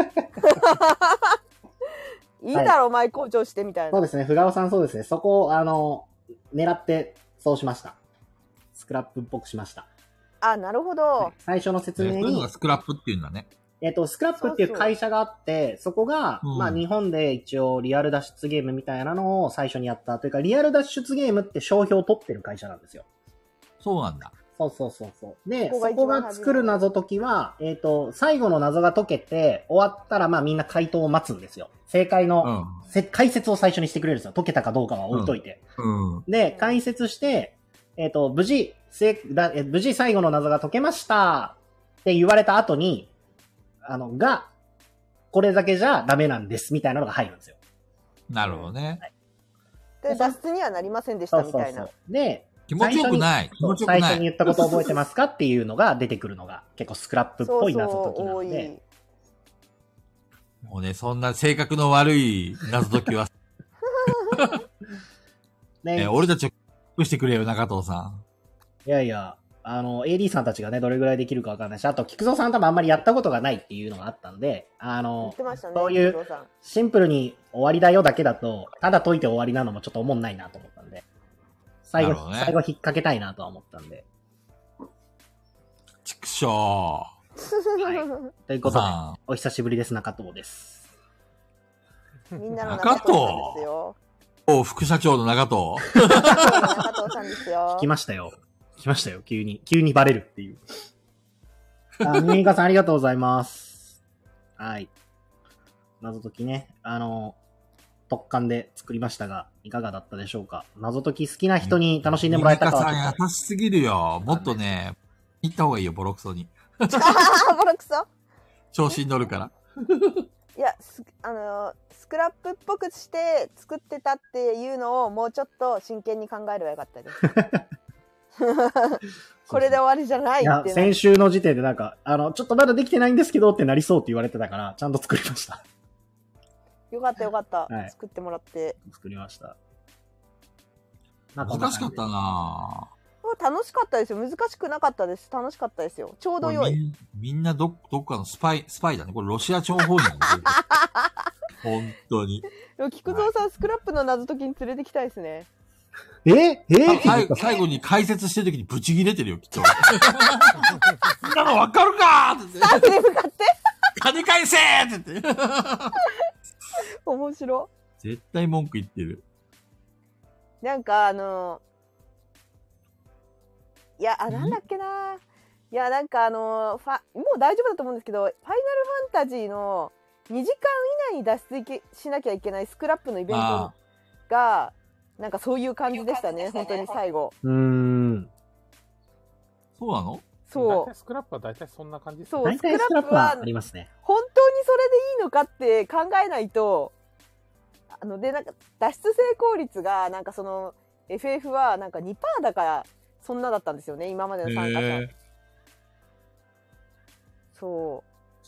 いいだろ、前校長してみたいな。 そうですね。ふがおさんそうですね。そこを、あの、狙って、そうしました。スクラップっぽくしました。 あ、なるほど。 最初の説明にそういうのが、スクラップっていうんだね。 えっと、スクラップっていう会社があって、そこが、 うんまあ日本で一応リアル脱出ゲームみたいなのを最初にやったというか、リアル脱出ゲームって商標を取ってる会社なんですよ。 そうなんだ。 そうそうそうそう。で、 ここがそこ一番初めが作る謎解きは、えっと、最後の謎が解けて、終わったらまあみんな回答を待つんですよ。正解の、せ解説を最初にしてくれるんですよ。解けたかどうかは置いといて。 うん。うん。 で、解説して、えっ、と、無事、せだえ無事最後の謎が解けましたって言われた後に、あの、が、これだけじゃダメなんですみたいなのが入るんですよ。 なるほどね。 で、脱出にはなりませんでしそうそうたみたいな。 そう。で、 気持ちよくない。気持ちよくない。 最初に言ったこと覚えてますかっていうのが出てくるのが結構スクラップっぽい謎解きなの多で。 い。 もうね、そんな性格の悪い謎解きは、 でね、俺たちを隠してくれよ、中藤さん。 いやいや、あの、エーディー さんたちがね、どれぐらいできるかわかんないし、あと、菊蔵さん多分あんまりやったことがないっていうのがあったので、あ言のって、ましたね。 そういう工藤さんシンプルに終わりだよだけだと、ただ解いて終わりなのもちょっと思んないなと思ったんで、最後、 なるほどね最後引っ掛けたいなとは思ったんで。 畜生。 ということで、 さん。 お久しぶりです、中藤です。 みんなの中藤中藤さんですよ。 お副社長の中藤。 中藤さんですよ聞き。ましたよ。聞きましたよ、急に。急にバレるっていう。あ、ミミカさんありがとうございます。はい。謎解きね。あの、 特感で作りましたが、いかがだったでしょうか。謎解き好きな人に楽しんでもらえたかはちょっと。 ミカさん優しすぎるよ。もっとね、行った方がいいよ、ボロクソに。 ボロクソ調子に乗るから。 いや、すあのースクラップっぽくして作ってたっていうのをもうちょっと真剣に考えればよかったです。これで終わりじゃないいや、 ってな。 先週の時点でなんか、あの、ちょっとまだできてないんですけどってなりそうって言われてたから、ちゃんと作りました。 よかったよかった、 はい作ってもらって。 作りました。まあ難しかったなぁ。 楽しかったですよ。難しくなかったです。楽しかったですよ。ちょうど良い。 みんみんなど、どっかのスパイ、スパイだね。これロシア諜報員なんだよ。本当に。 でも菊蔵さん、スクラップの謎解きに連れてきたいですね。 ええ最後、最後に解説してる時にブチ切れてるよ、きっと。そんなのわかるかーって言って。 に向かって金返せーって言って。 面白。 絶対文句言ってる。 なんかあのいや、あ、なんだっけな。いや、なんかあのファ、もう大丈夫だと思うんですけど、ファイナルファンタジーのにじかん以内に脱出しなきゃいけないスクラップのイベントが、なんかそういう感じでしたね、本当に最後。 うーん。 そうなの？ そう。 スクラップは大体そんな感じですそう、 大スクラ体スクラッップはプはありますね。 本当にそれでいいのかって考えないと、あの、で、なんか脱出成功率が、なんかその、エフエフ はなんか にパーセント だからそんなだったんですよね、今までの参加者。そう。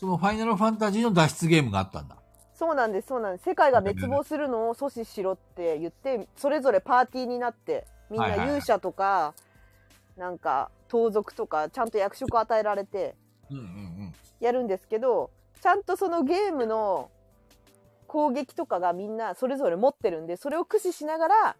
そのファイナルファンタジーの脱出ゲームがあったんだ。 そうなんです、そうなんです。世界が滅亡するのを阻止しろって言って、それぞれパーティーになって、みんな勇者とか、なんか盗賊とか、ちゃんと役職与えられて、やるんですけど、ちゃんとそのゲームの攻撃とかがみんなそれぞれ持ってるんで、それを駆使しながら、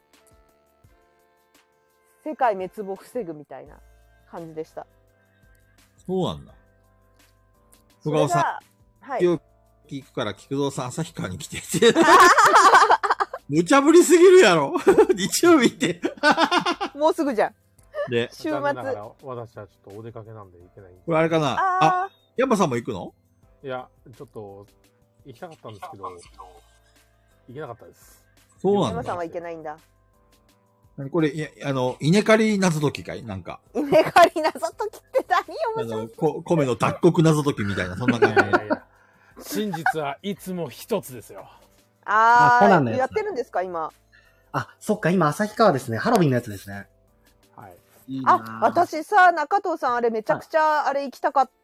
世界滅亡を防ぐみたいな感じでした。 そうなんだ。 それが、はい。 今日聞くから、菊蔵さん、旭川に来てって。無茶ぶりすぎるやろ。日曜日って。 もうすぐじゃん。 で、 週末。 残念ながら私はちょっとお出かけなんで行けないんで。 これあれかなああ、山さんも行くの？ いや、ちょっと、行きたかったんですけど、行けなかったです。 そうなんだ。 山さんは行けないんだ。 これ、いや、あの、稲刈り謎解きかいなんか。 稲刈り謎解きって何面白い。 こ米の脱穀謎解きみたいな、そんな感じ。いやいやいや真実はいつも一つですよ。 あー、 あやってるんですか、今。 あ、そっか、今、旭川ですね。ハロウィンのやつですね。 はい。 いいあ、私さ、中藤さん、あれめちゃくちゃ、あれ行きたかった。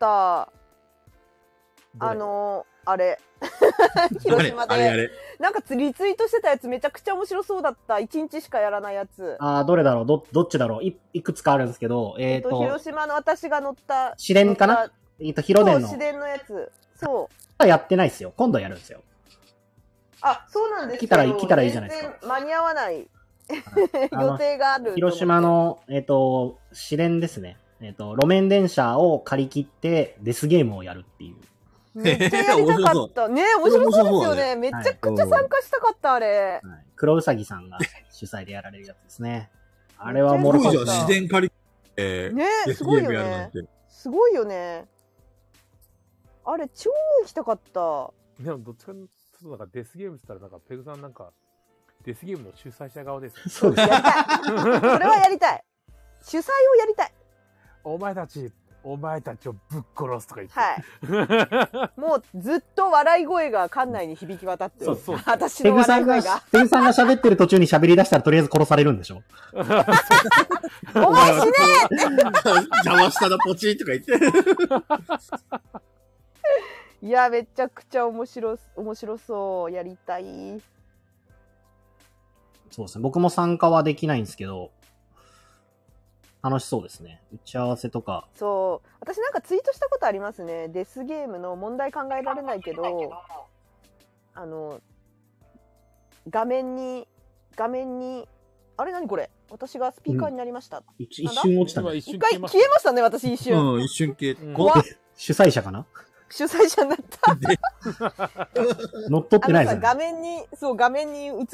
あのー、あれ。広島で。 あれあれ。 なんかリツイートしてたやつめちゃくちゃ面白そうだった。一日しかやらないやつ。 あー、どれだろうど、どっちだろうい、いくつかあるんですけど、えっ、ー、と、 広島の私が乗った。 試練かなえっ、ー、と、広電の。 そう、試練のやつ。そう。 やってないですよ。今度やるんですよ。 あ、そうなんです来たら、来たらいいじゃないですか。 全然間に合わない。予定がある。 広島の、えっ、ー、と、試練ですね。えっ、ー、と、路面電車を借り切ってデスゲームをやるっていう。 めっちゃやりたかった。ね面白そうですよね。めちゃくちゃ参加したかった、あれ。 はい、黒うさぎさんが主催でやられるやつですね。あれはおもろかった。 自然借り、えー、 ねすごいよね。すごいよね。あれ、超行きたかった。 でも、どっちかというと、なんかデスゲームって言ったら、なんか、ペグさんなんか、デスゲームの主催者側です。 そうです。 やりたい。それはやりたい。主催をやりたい。 お前たち、お前たちをぶっ殺すとか言って。 はい。もうずっと笑い声が館内に響き渡ってる。 そうそう。 私の笑い声が。 ペグさんが喋ってる途中に喋り出したらとりあえず殺されるんでしょお前死ねー邪魔したらポチーとか言って。 いや、めちゃくちゃ面白、面白そう。やりたい。 そうですね。僕も参加はできないんですけど、楽しそうですね。打ち合わせとか。 そう。私なんかツイートしたことありますね。デスゲームの問題考えられないけど、あの、画面に、画面に、あれ何これ私がスピーカーになりました。うん、 一, 一瞬落ちたね。 一回消えましたね、私一瞬。 うん、一瞬消え、 怖っ。 主催者かな主催者になった。 乗っ取ってないですね。画面に、そう、画面に映って、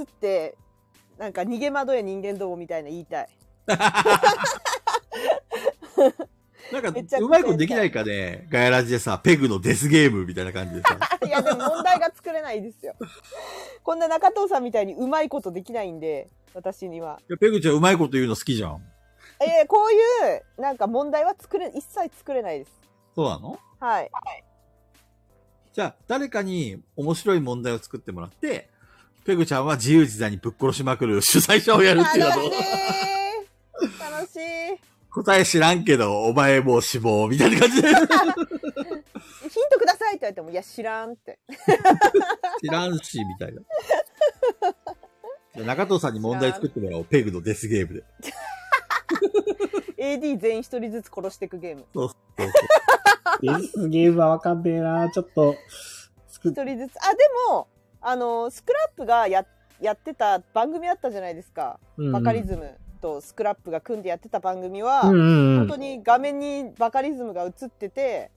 なんか逃げ惑え人間どもみたいな言いたい。 なんかめちゃくちゃ、 うまいことできないかね、ガヤラジでさ、ペグのデスゲームみたいな感じでさ。 いや、でも問題が作れないですよ。こんな中藤さんみたいにうまいことできないんで、私には。 いやペグちゃんうまいこと言うの好きじゃん。 えー、こういう、なんか問題は作れ、一切作れないです。 そうなの？ はい。 じゃあ、誰かに面白い問題を作ってもらって、ペグちゃんは自由自在にぶっ殺しまくる主催者をやるっていうの楽しをい楽しい答え知らんけど、お前もう死亡みたいな感じで。 ヒントくださいって言われても、いや、知らんって。 知らんし、みたいな。じゃあ中藤さんに問題作ってもらおう。ペグのデスゲームで。 エーディー 全員一人ずつ殺していくゲーム。 そうそうそう。 デスゲームはわかんねえな。ちょっと、作っ一人ずつ。あ、でも、あの、スクラップがや、やってた番組あったじゃないですか。 うんうんバカリズムとスクラップが組んでやってた番組は、 うんうんうん本当に画面にバカリズムが映ってて、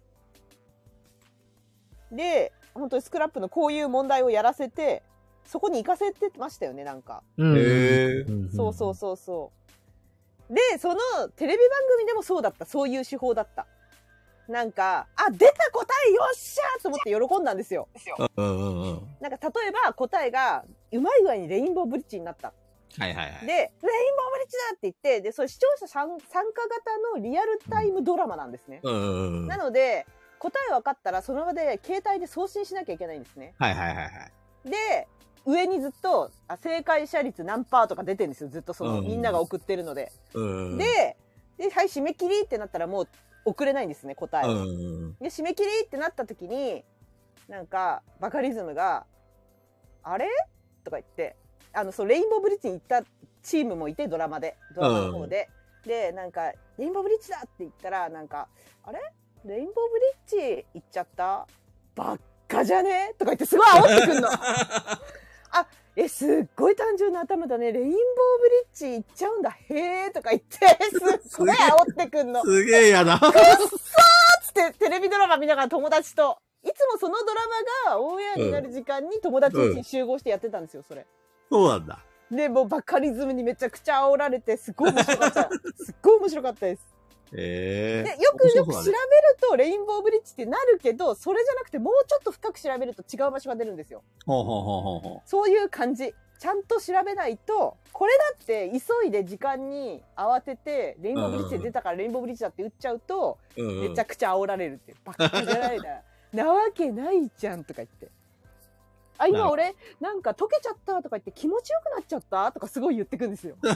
で、本当にスクラップのこういう問題をやらせて、そこに行かせてましたよね、なんか。 うんへーうんそうそうそうそう。で、そのテレビ番組でもそうだった。そういう手法だった。なんか、あ、出た答えよっしゃーと思って喜んだんですよ。 うんうんうん。 なんか例えば答えがうまい具合にレインボーブリッジになった。 はいはいはい。 で、レインボーブリッジだって言って、で、それ視聴者参参加型のリアルタイムドラマなんですね。 うんうんうん。 なので、答え分かったらその場で携帯で送信しなきゃいけないんですね。 はいはいはいはい。 で、上にずっとあ正解者率何パーとか出てるんですよ。ずっとその、 うんみんなが送ってるので。 うん。 で、で、はい、締め切りってなったらもう送れないんですね、答えを。 うんうん。 で、締め切りってなった時に、なんか、バカリズムが、あれとか言って、あの、そう、レインボーブリッジに行ったチームもいて、ドラマで、ドラマの方で。で、なんか、レインボーブリッジだって言ったら、なんか、あれレインボーブリッジ行っちゃったばっかじゃねとか言ってすごい煽ってくんの。あ、え、すっごい単純な頭だね。レインボーブリッジ行っちゃうんだ。へーとか言って、すっごい煽ってくんの。 すげえやだ。 くっそーっつってテレビドラマ見ながら友達と、いつもそのドラマがオンエアになる時間に友達に集合してやってたんですよ、それ。 そうなんだ。 で、もうバカリズムにめちゃくちゃ煽られて、すっごい面白かった。すっごい面白かったです。 ええで、よくよく調べると。 とレインボーブリッジってなるけど、それじゃなくてもうちょっと深く調べると違う場所が出るんですよ。 ほうほうほうほうほそういう感じ。ちゃんと調べないと、これだって急いで時間に慌てて、レインボーブリッジで出たからレインボーブリッジだって打っちゃうと、 う。うんうん。 めちゃくちゃ煽られるっていう。バカじゃないな。なわけないじゃんとか言って。あ、今俺、なんか溶けちゃったとか言って気持ちよくなっちゃったとかすごい言ってくんですよ。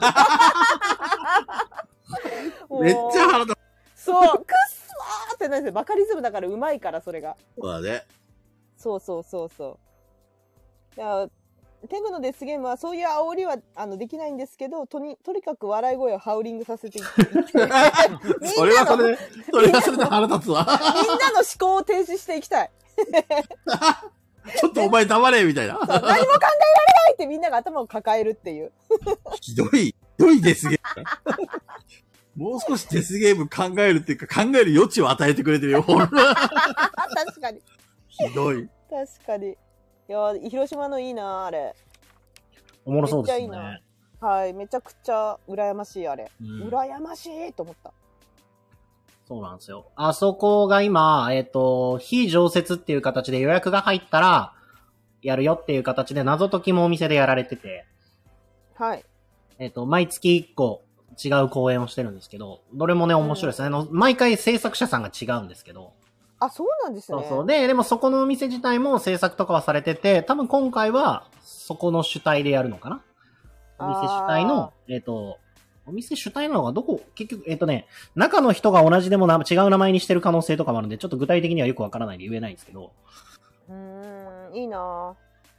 めっちゃ腹立そう、くっそーってなんですよ。バカリズムだからうまいから、それが。 つわね。 そうそうそうそう。いや、テグのデスゲームはそういう煽りはあのできないんですけど、とに、とにかく笑い声をハウリングさせていって。みんそれはそれで、それはそれで腹立つわ。 なの思考を停止していきたい。 ちょっとお前黙れみたいな。 何も考えられないってみんなが頭を抱えるっていう。 ひどい、ひどいデスゲーム。もう少しデスゲーム考えるっていうか考える余地を与えてくれてるよ、ほら。 確かに。 ひどい。 確かに。いや、広島のいいな、あれ。 おもろそうですね。 めっちゃいいなはい、めちゃくちゃ羨ましい、あれ。 うん羨ましいと思った。 そうなんですよ。あそこが今、えっ、と、非常設っていう形で予約が入ったら、やるよっていう形で謎解きもお店でやられてて、 はい。 えっ、と、毎月いっこ違う公演をしてるんですけど、どれもね、面白いですね。あの、毎回制作者さんが違うんですけど、 あ、そうなんですね。 そうそう。で、でもそこのお店自体も制作とかはされてて、多分今回はそこの主体でやるのかな。お店主体の、えっ、と、お店主体なのがどこ、結局、えっ、とね、中の人が同じでもな違う名前にしてる可能性とかもあるんで、ちょっと具体的にはよくわからないんで言えないんですけど。 うーん、いいな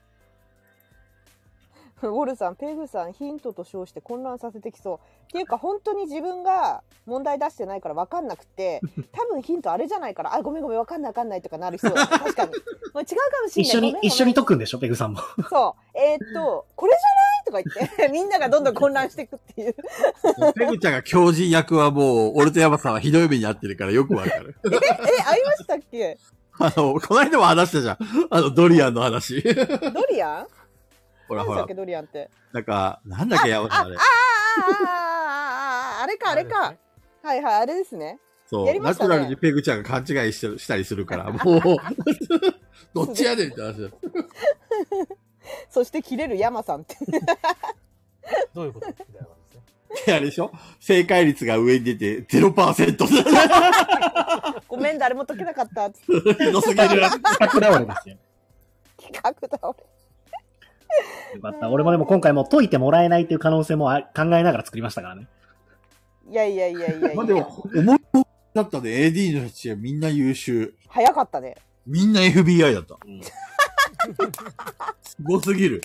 ぁ。ウォルさん、ペグさん、ヒントと称して混乱させてきそう。っていうか、本当に自分が問題出してないから分かんなくて、多分ヒントあれじゃないから、あ、ごめんごめん、分かんない分かんないとかなる人だ。確かに。もう違うかもしれない。 一緒にごめんごめん一緒に解くんでしょ、ペグさんも。 そう。えーっと、これじゃないとか言って、みんながどんどん混乱していくっていう。 ペグちゃんが狂人役はもう、俺とヤマさんはひどい目に遭ってるからよくわかる。 え、え、ありましたっけあの、この間も話したじゃん。あの、ドリアンの話。 ドリアンほらほら何でしたっけ、。ドリアンって。 なんか、なんだっけ、ヤマさんあれ。 あああああああああれか、あれか。はいはい、あれですね。 そう、 やりましたねナチュラルにペグちゃんが勘違いしてしたりするから、もう、どっちやねんって話だよ。 そして切れる山さんって。 どういうことみたいな感じですね。 であれでしょ正解率が上に出て ゼロパーセント。 ごめん、誰も解けなかったっつって。 ひどすぎる。 企画倒れですよ。 企画倒れ。 よかった。俺もでも今回もう解いてもらえないっていう可能性もあ考えながら作りましたからね。 いやいやいやいやいや。 まあでも、思いだったね。エーディー の人たちはみんな優秀。 早かったね。 みんな エフビーアイ だった。 うんすごすぎる。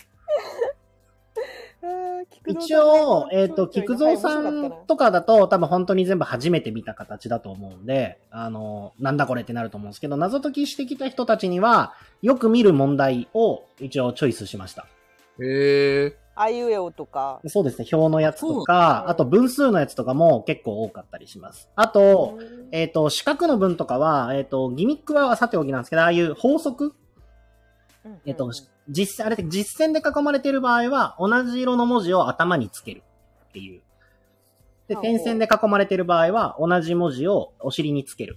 一応、えっ、と、菊蔵さんとかだと多分本当に全部初めて見た形だと思うんで、あの、なんだこれってなると思うんですけど、謎解きしてきた人たちには、よく見る問題を一応チョイスしました。 へえ。 あいうえおとか。 そうですね、表のやつとか、あと分数のやつとかも結構多かったりします。あと、えっ、と、四角の文とかは、えっ、と、ギミックはさておきなんですけど、ああいう法則えっと、実、あれで実線で囲まれている場合は、同じ色の文字を頭につけるっていう。で、点線で囲まれている場合は、同じ文字をお尻につける。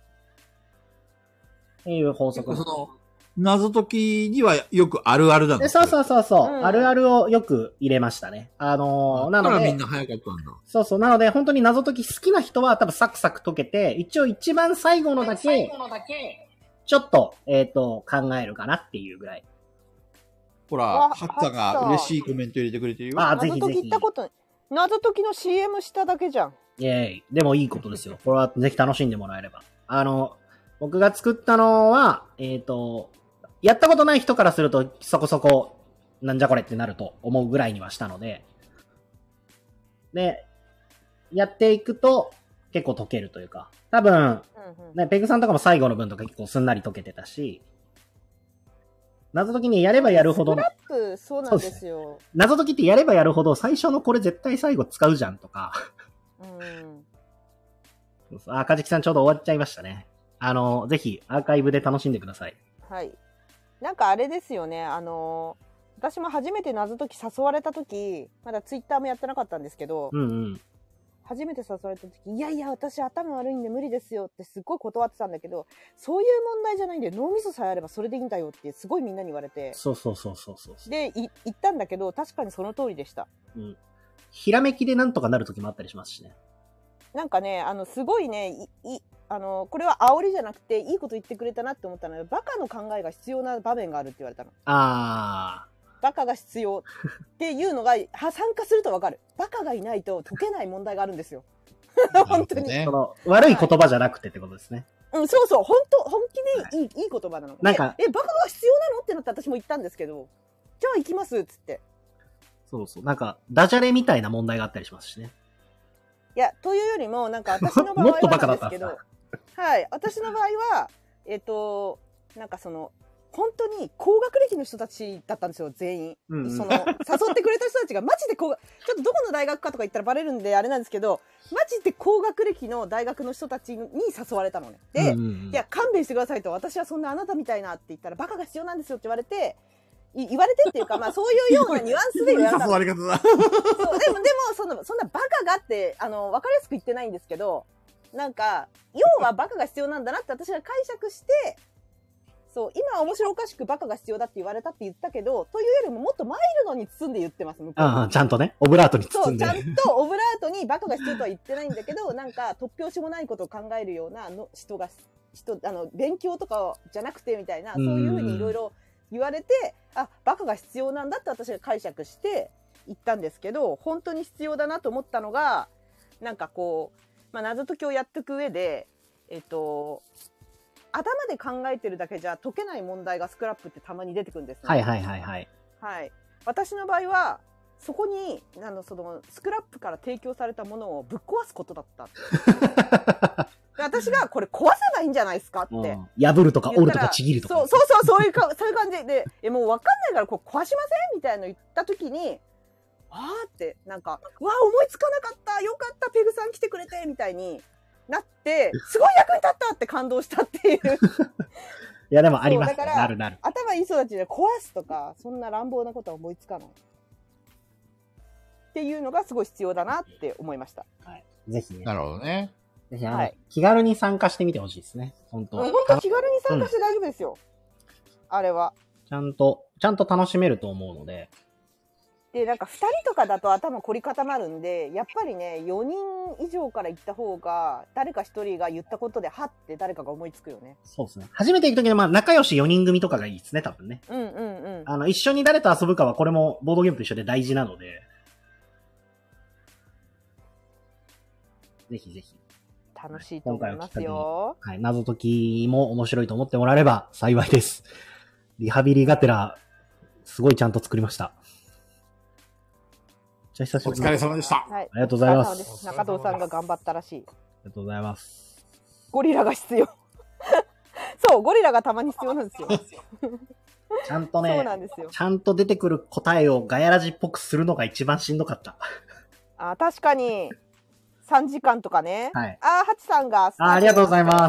っていう法則。 その、謎解きにはよくあるあるだでそうそうそうそう、 うんあるあるをよく入れましたね。あのー、なので。 だからみんな早かったんだ。 そうそう。なので、本当に謎解き好きな人は多分サクサク解けて、一応一番最後のだけ、ちょっと、えっ、と、考えるかなっていうぐらい。 ほら、 わハッタが嬉しいコメント入れてくれてるよ。 あ、ぜひぜひ謎解き行った。こと、謎解きの シーエム しただけじゃん。 イェーイ。でもいいことですよ。これはぜひ楽しんでもらえれば。あの、僕が作ったのは、えっ、と、やったことない人からするとそこそこ、なんじゃこれってなると思うぐらいにはしたので、で、やっていくと結構解けるというか、多分、 うんうんね、ペグさんとかも最後の文とか結構すんなり解けてたし、謎解きにやればやるほどスク、ラップ、そうなんですよ。 謎解きってやればやるほど最初のこれ絶対最後使うじゃんとか、 うん。 そうそうあ、かじきさんちょうど終わっちゃいましたね。あの、ぜひアーカイブで楽しんでください。 はい。なんかあれですよね、あのー私も初めて謎解き誘われた時、まだツイッターもやってなかったんですけど、 うんうん。 初めて誘われた時、いやいや、私頭悪いんで無理ですよってすっごい断ってたんだけど、そういう問題じゃないんで、脳みそさえあればそれでいいんだよってすごいみんなに言われて、 そうそうそうそうそう。 で、い言ったんだけど、確かにその通りでした。 うん。ひらめきでなんとかなる時もあったりしますしね。 なんかね、あの、すごいね、い、い、あの、これは煽りじゃなくて、いいこと言ってくれたなって思ったのは、バカの考えが必要な場面があるって言われたの。 あバカが必要っていうのが、は参加するとわかる。バカがいないと解けない問題があるんですよ。本当に。 ー。その、悪い言葉じゃなくてってことですね。 うん、そうそう、本当本気でいい、いい言葉なの。 なんかえ、えバカが必要なのってなって私も言ったんですけど、じゃあ行きますっつって。 そうそう。なんか、ダジャレみたいな問題があったりしますしね。 いや、というよりも、なんか私の場合もっとバはカだったんですなんですけど、はい、私の場合は、えっと、なんかその、本当に高学歴の人たちだったんですよ、全員。 うんうんその、誘ってくれた人たちがマジで高学、ちょっとどこの大学かとか言ったらバレるんであれなんですけど、マジで高学歴の大学の人たちに誘われたのね。で、 うんうんうんいや、勘弁してくださいと、私はそんなあなたみたいなって言ったら、バカが必要なんですよって言われて、い言われてっていうか、まあそういうようなニュアンスで言われたの。 誘われ方だ。 そう、でも、でも、その、そんなバカがって、あの、わかりやすく言ってないんですけど、なんか、要はバカが必要なんだなって私が解釈して、そう、今は面白おかしくバカが必要だって言われたって言ったけど、というよりももっとマイルドに包んで言ってます、向こうああ、ちゃんとね、オブラートに包そう、 んで。 ちゃんとオブラートにバカが必要とは言ってないんだけど、なんか、突拍子もないことを考えるようなの人が、人、あの、勉強とかじゃなくてみたいな、そういうふうにいろいろ言われて、あ、バカが必要なんだって私が解釈して言ったんですけど、本当に必要だなと思ったのが、なんかこう、まあ、謎解きをやっていく上で、えっと、頭で考えてるだけじゃ解けない問題がスクラップってたまに出てくるんですね。 はいはいはいはい。 はい。私の場合は、そこに、あの、その、スクラップから提供されたものをぶっ壊すことだった。で私が、これ壊せばいいんじゃないですかって。 うん破るとか折るとかちぎるとか。 そうそうそう、そういうか、そういう感じで、え、もうわかんないからこれ壊しませんみたいなの言った時に、あーって、なんか、うわー思いつかなかったよかったペグさん来てくれてみたいになって、すごい役に立ったって感動したっていう。 いやでもあります。 そうだからなるなる。 頭いい人たちで壊すとか、そんな乱暴なことは思いつかない。っていうのがすごい必要だなって思いました。 はい。ぜひね。 なるほどね。 ぜひあの、 はい気軽に参加してみてほしいですね。本当、 本当気軽に参加して大丈夫ですよ。あれは。 ちゃんと、ちゃんと楽しめると思うので。 で、なんかふたりとかだと頭凝り固まるんで、やっぱりね、よにん以上から行った方が、誰かひとりが言ったことで、はって誰かが思いつくよね。 そうですね。初めて行くときは、まあ、仲良しよにん組とかがいいですね、多分ね。 うんうんうん。 あの、一緒に誰と遊ぶかは、これもボードゲームと一緒で大事なので。ぜひぜひ。 楽しいと思いますよ。 はい。謎解きも面白いと思ってもらえれば幸いです。リハビリがてら、すごいちゃんと作りました。じゃあ久しぶりに。 お疲れ様でした。 はい。 ありがとうございますお疲れ様です中藤さんが頑張ったらしい。 ありがとうございます。 ゴリラが必要。そう、ゴリラがたまに必要なんですよ。 ちゃんとね、 そうなんですよ。 ちゃんと出てくる答えをガヤラジっぽくするのが一番しんどかった。 あ、確かに。さんじかんとかね。 はい。 あ、ハチさんがスタートしましたよ。 あ、ありがとうございます。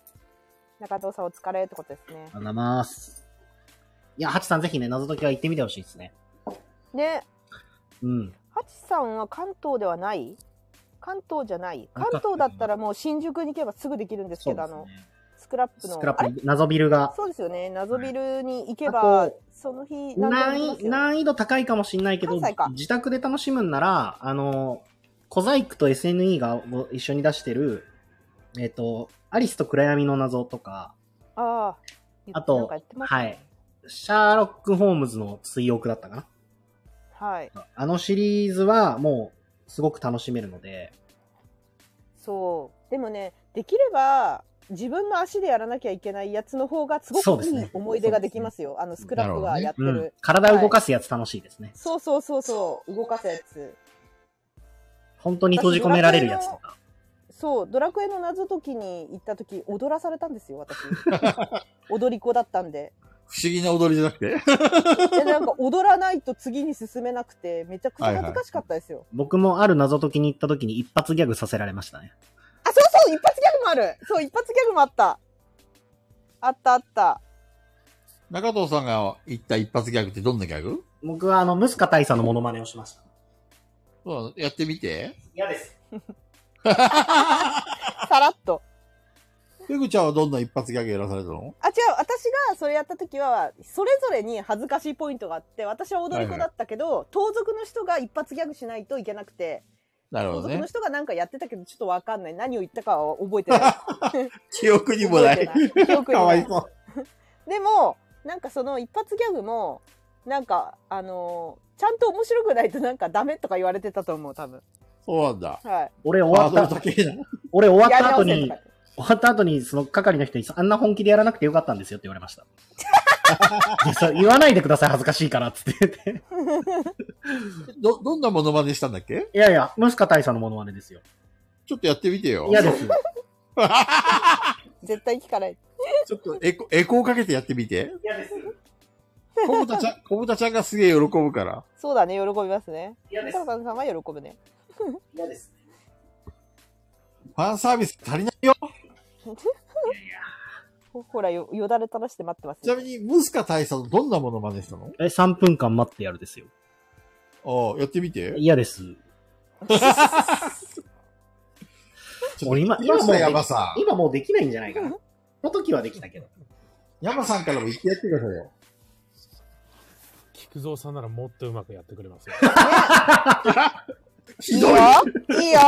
中藤さんお疲れってことですね。 ありがとうございます。いや、ハチさんぜひね、謎解きは行ってみてほしいですね。 ね。 うん。 ハチさんは関東ではない？関東じゃない？関東だったらもう新宿に行けばすぐできるんですけど、あの、スクラップの。 スクラップ、謎ビルが。 そうですよね。謎ビルに行けば、その日難易、難易度高いかもしれないけど、自宅で楽しむんなら、あの、小細工と エスエヌイー が一緒に出してる、えっと、アリスと暗闇の謎とか、 ああ、 あと、はい。シャーロック・ホームズの追憶だったかな。 はい。 あのシリーズはもうすごく楽しめるので。 そう。でもね、できれば自分の足でやらなきゃいけないやつの方がすごくいい思い出ができますよ。すね、あのスクラップがやってる。ねうん、 体を動かすやつ楽しいですね、はい。 そうそうそうそう。動かすやつ。 本当に閉じ込められるやつとか。 そう、ドラクエの謎解きに行った時踊らされたんですよ、私。踊り子だったんで。 不思議な踊りじゃなくてでなんか踊らないと次に進めなくてめちゃくちゃ恥ずかしかったですよ、はいはい、 僕もある謎解きに行った時に一発ギャグさせられましたね。 あ、そうそう、一発ギャグもある。そう、一発ギャグもあったあったあった。 中藤さんが言った一発ギャグってどんなギャグ？ 僕はあのムスカ大佐のモノマネをしました。 そう、やってみて。 嫌ですさらっと。 ペグちゃんはどんな一発ギャグやらされたの？ あ、違う、私がそれやった時はそれぞれに恥ずかしいポイントがあって、私は踊り子だったけど、はいはい、盗賊の人が一発ギャグしないといけなくて、 なるほどね、 盗賊の人がなんかやってたけどちょっとわかんない、何を言ったかは覚えてない記憶にもない記憶にもない。 かわいそうでもなんかその一発ギャグもなんかあのー、ちゃんと面白くないとなんかダメとか言われてたと思う、多分。 そうなんだ。 はい。 俺終わった俺終わった後に終わった後に、その係の人に、あんな本気でやらなくてよかったんですよって言われました。言わないでください、恥ずかしいから、つって言って。 ど、どんなモノマネしたんだっけ？ いやいや、ムスカ大佐のモノマネですよ。 ちょっとやってみてよ。 嫌です。 絶対聞かない。 ちょっとエコ、エコーかけてやってみて。 嫌です。 小豚ちゃん、小豚ちゃんがすげえ喜ぶから。 そうだね、喜びますね。 嫌です。 小豚さんは喜ぶね。 嫌です。 ファンサービス足りないよ。 ほらよ、よだれ垂らして待ってます、 ね。ちなみに、ムスカ大佐のどんなものまねしたの？ え、さんぷんかん待ってやるですよ。 ああ、やってみて。 嫌です。俺今、今もう、今もうできないんじゃないかな。の時はできたけど。 山さんからも言ってやってくださいよ。 菊蔵さんならもっとうまくやってくれますよ。 ひどい。 いいよ。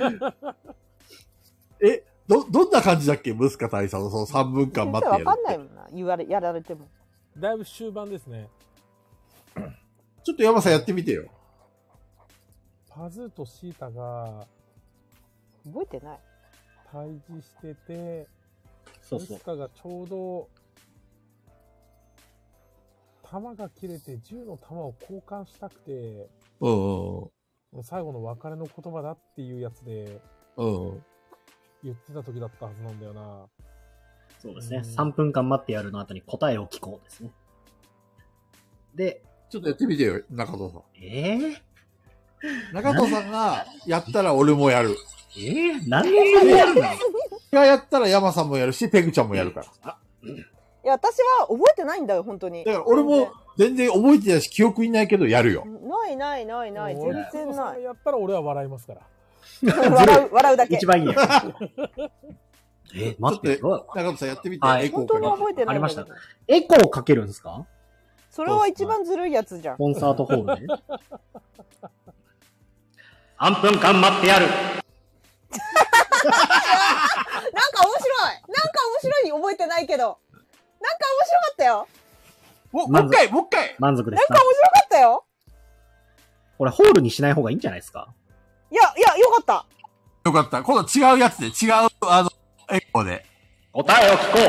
え、ど、どんな感じだっけ？ムスカ大佐のそのさんぷんかん待ってやる。 わかんないもんな。言われ、やられても。 だいぶ終盤ですね。 ちょっと山さんやってみてよ。 パズーとシータが、 覚えてない。 対峙してて、 そうそう。 ムスカがちょうど、弾が切れて銃の弾を交換したくて、 うんうん、 最後の別れの言葉だっていうやつで、 うん、 言ってた時だったはずなんだよな。 そうですね。うん、さんぷんかん待ってやるの後に答えを聞こうですね。で、 ちょっとやってみてよ、中藤さん。 えぇ、 ー、中藤さんがやったら俺もやる。 えぇ、ー、何でやるんだろう。 がやったら山さんもやるし、ペグちゃんもやるから。 いや、私は覚えてないんだよ、本当に。 だから俺も全然覚えてないし、記憶にないけどやるよ。 ないないないない、全然ない。 やったら俺は笑いますから。 笑う、笑うだけ。 一番いいやつ。え、待って、 ちょっと中野さんやってみて。 はいエコ本当にーか覚えてないんだけど。 ありまエコーかけるんですか？ それは一番ずるいやつじゃん。 コンサートホールで。何分間待ってやる。 なんか面白い。なんか面白いに覚えてないけど。なんか面白かったよ。 もう、もう一回、もう一回。 満足ですなんか面白かったよ。 これホールにしない方がいいんじゃないですか？ いや、いや、よかった。 よかった。今度違うやつで、違う、あの、エコーで。 答えを聞こ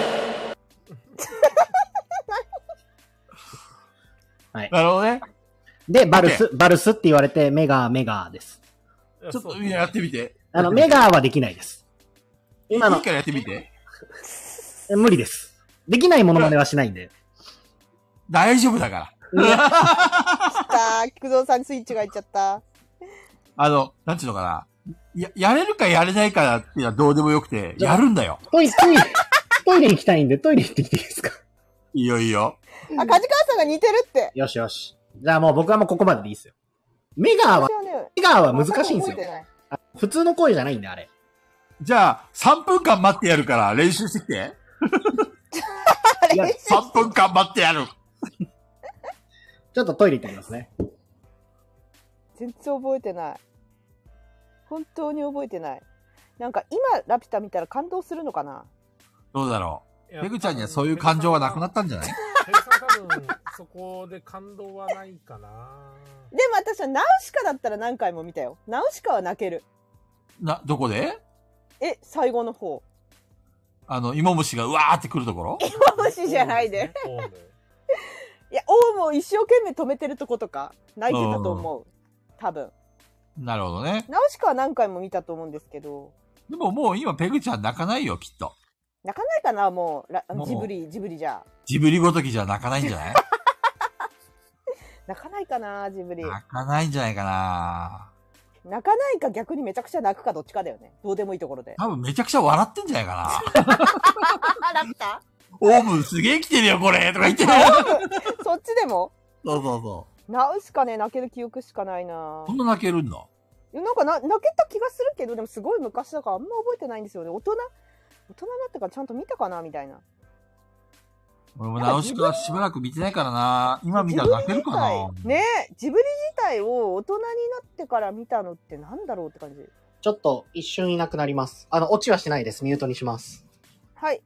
う。はい。 なるほどね。 で、バルス、バルスって言われて、メガ、メガです。 ちょっと、みんなやってみて。 あの、メガはできないです。今のいい、からやってみて。 え無理です。できないものまねはしないんで。 大丈夫だから。 いや来た。菊蔵さんにスイッチがいっちゃった。 あの、なんちゅうのかな。や、やれるかやれないかっていうのはどうでもよくて、やるんだよ。 トイレ、トイレ、トイレ行きたいんで、トイレ行ってきていいですか？ いいよいいよ。 あ、梶川さんが似てるって。 よしよし。じゃあもう僕はもうここまででいいですよ。メガは私、はね、 メガは難しいんですよ覚えて。ない。 あ普通の声じゃないんで、あれ。 じゃあ、さんぷんかん待ってやるから練習してきて。 いやさんぷんかん待ってやる。 ちょっとトイレ行ってきますね。 全然覚えてない。本当に覚えてない。なんか今、ラピュタ見たら感動するのかな？ どうだろいうやペグちゃんにはそういう感情はなくなったんじゃない？ ペグさん多分、そこで感動はないかな。 でも私はナウシカだったら何回も見たよ。ナウシカは泣ける。 な、どこで？ え、最後の方。 あの、芋虫がうわーって来るところ？ マジじゃないで。 そうね。 いや、王も一生懸命止めてるとことか、泣いてたと思う。多分。 なるほどね。 ナウシカは何回も見たと思うんですけど、 でももう今ペグちゃん泣かないよ、きっと。 泣かないかな、もう、ラもうジブリ、ジブリじゃ。 ジブリごときじゃ泣かないんじゃない？ 泣かないかな、ジブリ。 泣かないんじゃないかな。 泣かないか逆にめちゃくちゃ泣くかどっちかだよね。どうでもいいところで。 多分めちゃくちゃ笑ってんじゃないかあ、ラピュタな。オウムすげえ来てるよ、これとか言って。 そっちでもそうそうそナウシカね、泣ける記憶しかないなう。そんな泣けるんだ。 いやなんかな泣けた気がするけど、でもすごい昔だからあんま覚えてないんですよね。大人、大人になってからちゃんと見たかなみたいな。 俺もナウシカしばらく見てないからな。今見たら泣けるかな。 ジブリ自体ねえ、ジブリ自体を大人になってから見たのってなんだろうって感じ。 ちょっと一瞬いなくなります。あの、落ちはしないです。ミュートにします。 はい。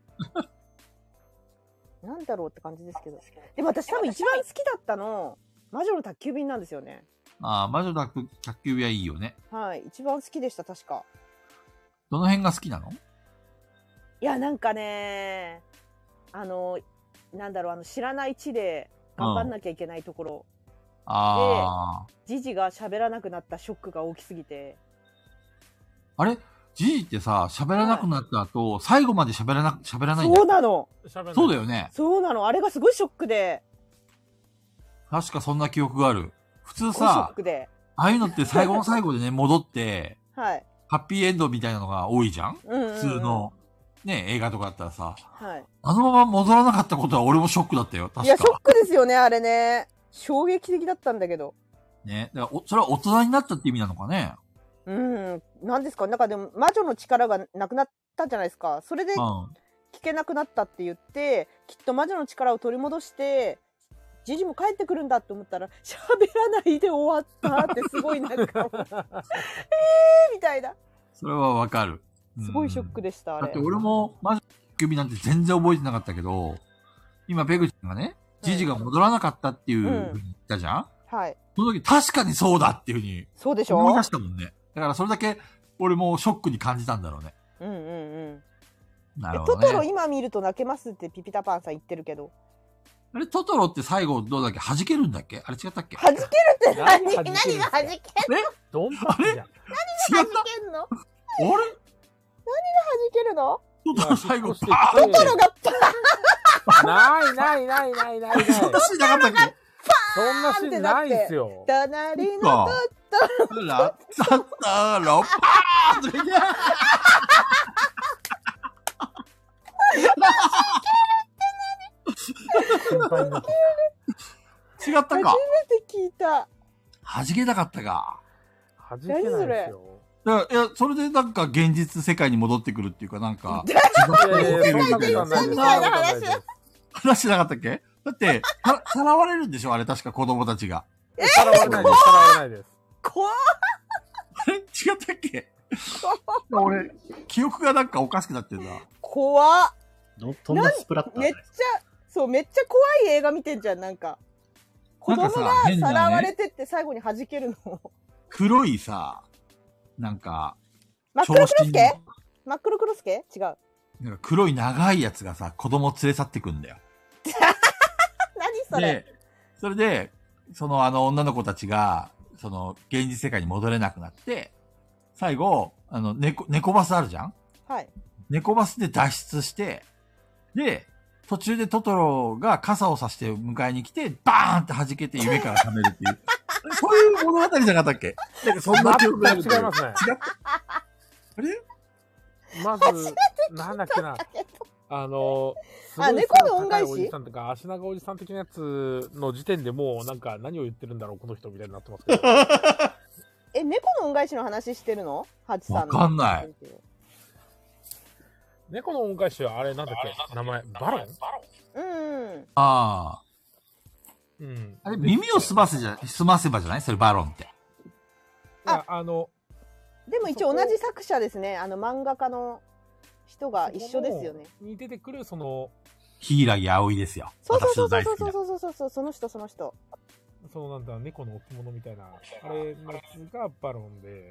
なんだろうって感じですけど。でも私多分一番好きだったの、魔女の宅急便なんですよね。 ああ、魔女の宅急便はいいよね。 はい。一番好きでした、確か。 どの辺が好きなの？ いや、なんかね、あの、なんだろう、あの、知らない地で頑張んなきゃいけないところ、 ああ。 ジジが喋らなくなったショックが大きすぎて。 あれジジってさ、喋らなくなった後、最後まで喋らな、喋らないんだよ。 そうなの。 喋んないそうだよね。 そうなの。あれがすごいショックで、 確かそんな記憶がある。普通すごいショッさ、 クで。 ああいうのって最後の最後でね、戻って、 はい。 ハッピーエンドみたいなのが多いじゃん？ うんうんうん、 普通の、ね、映画とかだったらさ、 はい。 あのまま戻らなかったことは俺もショックだったよ。確か。 いや、ショックですよね、あれね。衝撃的だったんだけど。 ね。だからおそれは大人になったって意味なのかね。 うん。なんですかなんかでも、魔女の力がなくなったじゃないですか。それでうん。 聞けなくなったって言って、きっと魔女の力を取り戻して、ジジも帰ってくるんだって思ったら、喋らないで終わったってすごいなんかもう、えーみたいな。 それはわかる。 すごいショックででした、あれ。 だって俺も魔女の首なんて全然覚えてなかったけど、今ペグちゃんがね、ジジが戻らなかったっていうふうに言ったじゃん、 はい。 その時確かにそうだっていうふうにそうでしょ思い出したもんね。だからそれだけ俺もショックに感じたんだろうね。 うんうんうん。 なるほどね。 トトロ今見ると泣けますってピピタパンさん言ってるけど。 あれ、トトロって最後どうだっけ？弾けるんだっけ？あれ違ったっけ？ 弾けるって何？ 何何弾けるんですかが弾けんの？ えドンパチじゃん。 違っ弾けんの？ たあれ弾けるの？ トトロ最後、 いやパーン引っ越してきてトトロがパないないないないないない。 そんなシーンなかったっけ？ そんなシーンないっすよ。 隣のかトトラッタッタロパーンとか言って心配になって違ったか。 初めて聞いた。 弾けなかったか。 弾けないですよ。 だから、いや、それでなんか現実世界に戻ってくるっていうか、なんか、 いやいやそんなことはないです。 みたいな話そんなことはないです話しなかったっけだって、ささらわれるんでしょあれ確か子供たちが。 さらわれないです。さらわれないです。 怖っあれ違ったっけ俺、記憶がなんかおかしくなってるな。 怖っどどんなスプラッターめっちゃ、そう、めっちゃ怖い映画見てんじゃん、なんか。子供なんかがさ変なねさらわれてって最後に弾けるの。 黒いさ、なんか、 真っ黒クロス長身ケ真っ黒クロスケ違う。 なんか黒い長いやつがさ、子供を連れ去ってくんだよ。 何それ。 で、それで、そのあの女の子たちが、その現実世界に戻れなくなって、最後、あの、猫、猫バスあるじゃんはい。 猫バスで脱出して、で、途中でトトロが傘を差して迎えに来て、バーンって弾けて夢から覚めるっていう。そういう物語じゃなかったっけなんかそんな記憶があるんだよ違いますね。 違ったあれまず、なんだっけな。あの、すごいあ猫の恩返し背の高いおじさんとか、足長おじさん的なやつの時点でもう、なんか何を言ってるんだろう、この人みたいになってますけど。 え、猫の恩返しの話してるのハチさんの。 わかんない。 猫の恩返しはあれなんだっけ名前、バロンうんうん。 ああ。 うん。 あれ、耳をすませじゃ、すませばじゃないそれバロンって。 いや、あの、 でも一応同じ作者ですね。あの漫画家の人が一緒ですよね。 に出てくる、その、 柊葵ですよ。 そうそうそう私の大好きな。 そうそうそうそうそうその人その人。 そのなんだ、猫の置物みたいな、あれのやつがバロンで、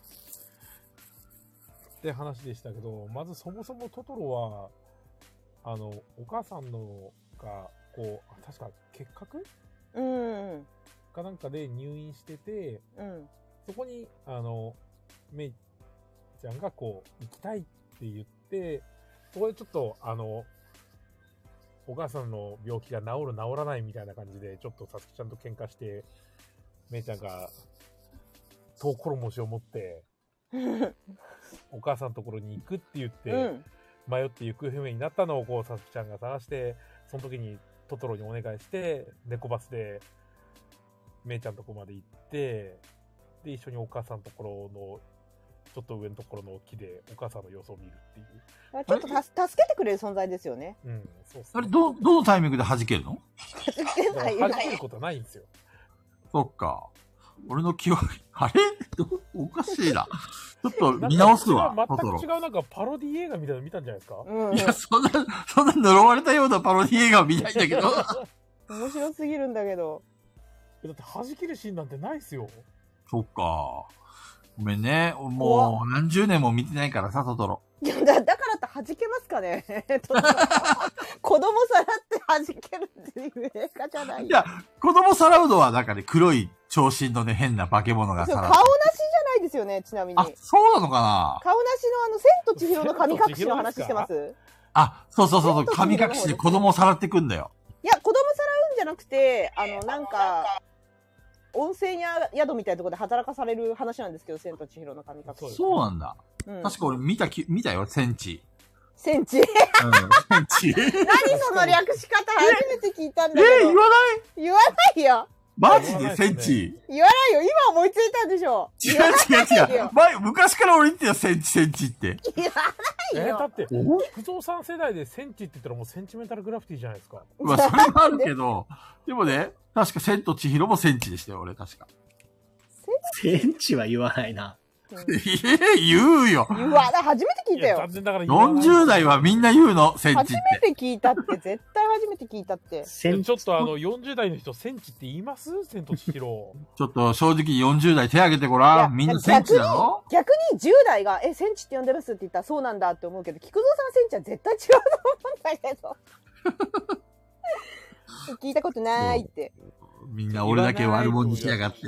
って話でしたけど、まずそもそもトトロは、あの、お母さんのが、こう、確か結核うんうんかなんかで入院してて、 うん。 そこに、あの、メイちゃんがこう、行きたいって言って、そこでちょっと、あの、お母さんの病気が治る治らないみたいな感じで、ちょっとさつきちゃんと喧嘩して、メイちゃんが、トウコロモシを持って、お母さんのところに行くって言って、 うん。 迷って行方不明になったのを、こう、さつきちゃんが探して、その時にトトロにお願いして、猫バスで、メイちゃんのとこまで行って、で、一緒にお母さんのところの、ちょっと上のところの木で、お母さんの様子を見るっていう。 ちょっとたす助けてくれる存在ですよね。 うん、そうっすね。 あれ、ど、どのタイミングで弾けるの助けだかないら弾けることはないんですよ。 そっか。俺の記憶、あれどおかしいな。ちょっと見直すわ、 なんかトトロ違う、全く違うなんかパロディ映画みたいなの見たんじゃないですか、 うん。 いや、そんな、そんな呪われたようなパロディ映画を見たいんだけど。 面白すぎるんだけど。 だって弾けるシーンなんてないっすよ。 そっか。ごめんね。もう何十年も見てないからさ、トトロ。 いやだだからって弾けますかね子供さらって弾けるっていう映画じゃない。 いや、子供さらうのはなんかね、黒い長身のね、変な化け物がそうさらう。 顔なしじゃないですよね、ちなみに。 あ、そうなのかな顔なしのあの、千と千尋の神隠しの話してますあ、そうそうそうそう、 千と千神尋の方です隠しで子供をさらってくんだよ。 いや、子供さらうんじゃなくて、あの、なんか、温泉や宿みたいなところで働かされる話なんですけど、千と千尋の神隠し。 そうなんだ。 うん確か俺見たき、見たよ、センチ。 センチ。 うん、センチ。 何その略し方初めて聞いたんだけど。 え、言わない言わないよ。 マジでセンチ。 言わないよ。今思いついたんでしょ。 違う言わない違う違うよ。。 前、昔から俺言ってたよ、センチ、センチって。 言わないよ。 えだって、 お福蔵さん世代でセンチって言ったらもうセンチメンタルグラフィティじゃないですか。 まあ、それもあるけど、でもね、確か千と千尋もセンチでしたよ、俺、確か。 センチは言わないな。 ええ言うよ。 言わない。初めて聞いたよいや残。念ながら言わないよんじゅう代はみんな言うの、センチっ初て。 めて聞いたって、絶対初めて聞いたって。 センちょっとあの、よんじゅう代の人、センチって言います千と千尋。 ちょっと正直よんじゅう代手挙げてごらん。みんなセンチだろ逆にじゅう代が、え、センチって呼んでますって言ったらそうなんだって思うけど、菊蔵さんはセンチは絶対違うと思うんだけど。聞いたことないって。 みんな俺だけ悪者にしやがって。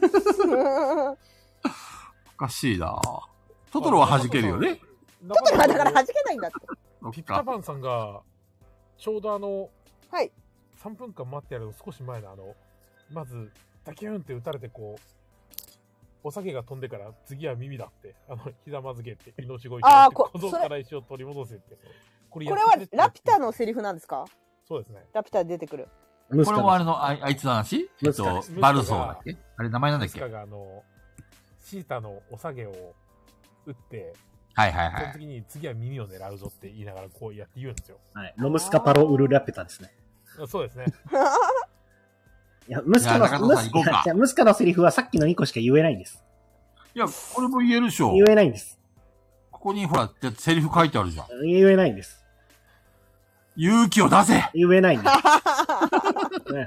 おかしいなトトロは弾けるよね。 トトトロはだから弾けないんだって。 そっピッタか。 パンさんが、ちょうどあの、 はい。 さんぷんかん待ってやる少し前のあの、まず、ダキューンって撃たれてこう、お酒が飛んでから次は耳だって、あの、ひざまずけって、命乞いあーこ小僧から石を取り戻せって。これこれはラピュタのセリフなんですか？ そうですね。 ラピュタで出てくる。 ムスカです。 これもあれの、ああいつの話えっとムスカです、 バルソーだっけあれ名前なんだっけムスカがあの、シータのお下げを打って、 はいはいはい。 その時に次は耳を狙うぞって言いながらこうやって言うんですよ。 はい。ロムスカパロウルラピュタですね。 そうですね。 いや、ムスカの、 いや中藤さん行こうかいやムスカのセリフはさっきのにこしか言えないんです。 いや、これも言えるでしょ。 言えないんです。 ここにほら、セリフ書いてあるじゃん。 言えないんです。 勇気を出せ言えないんです。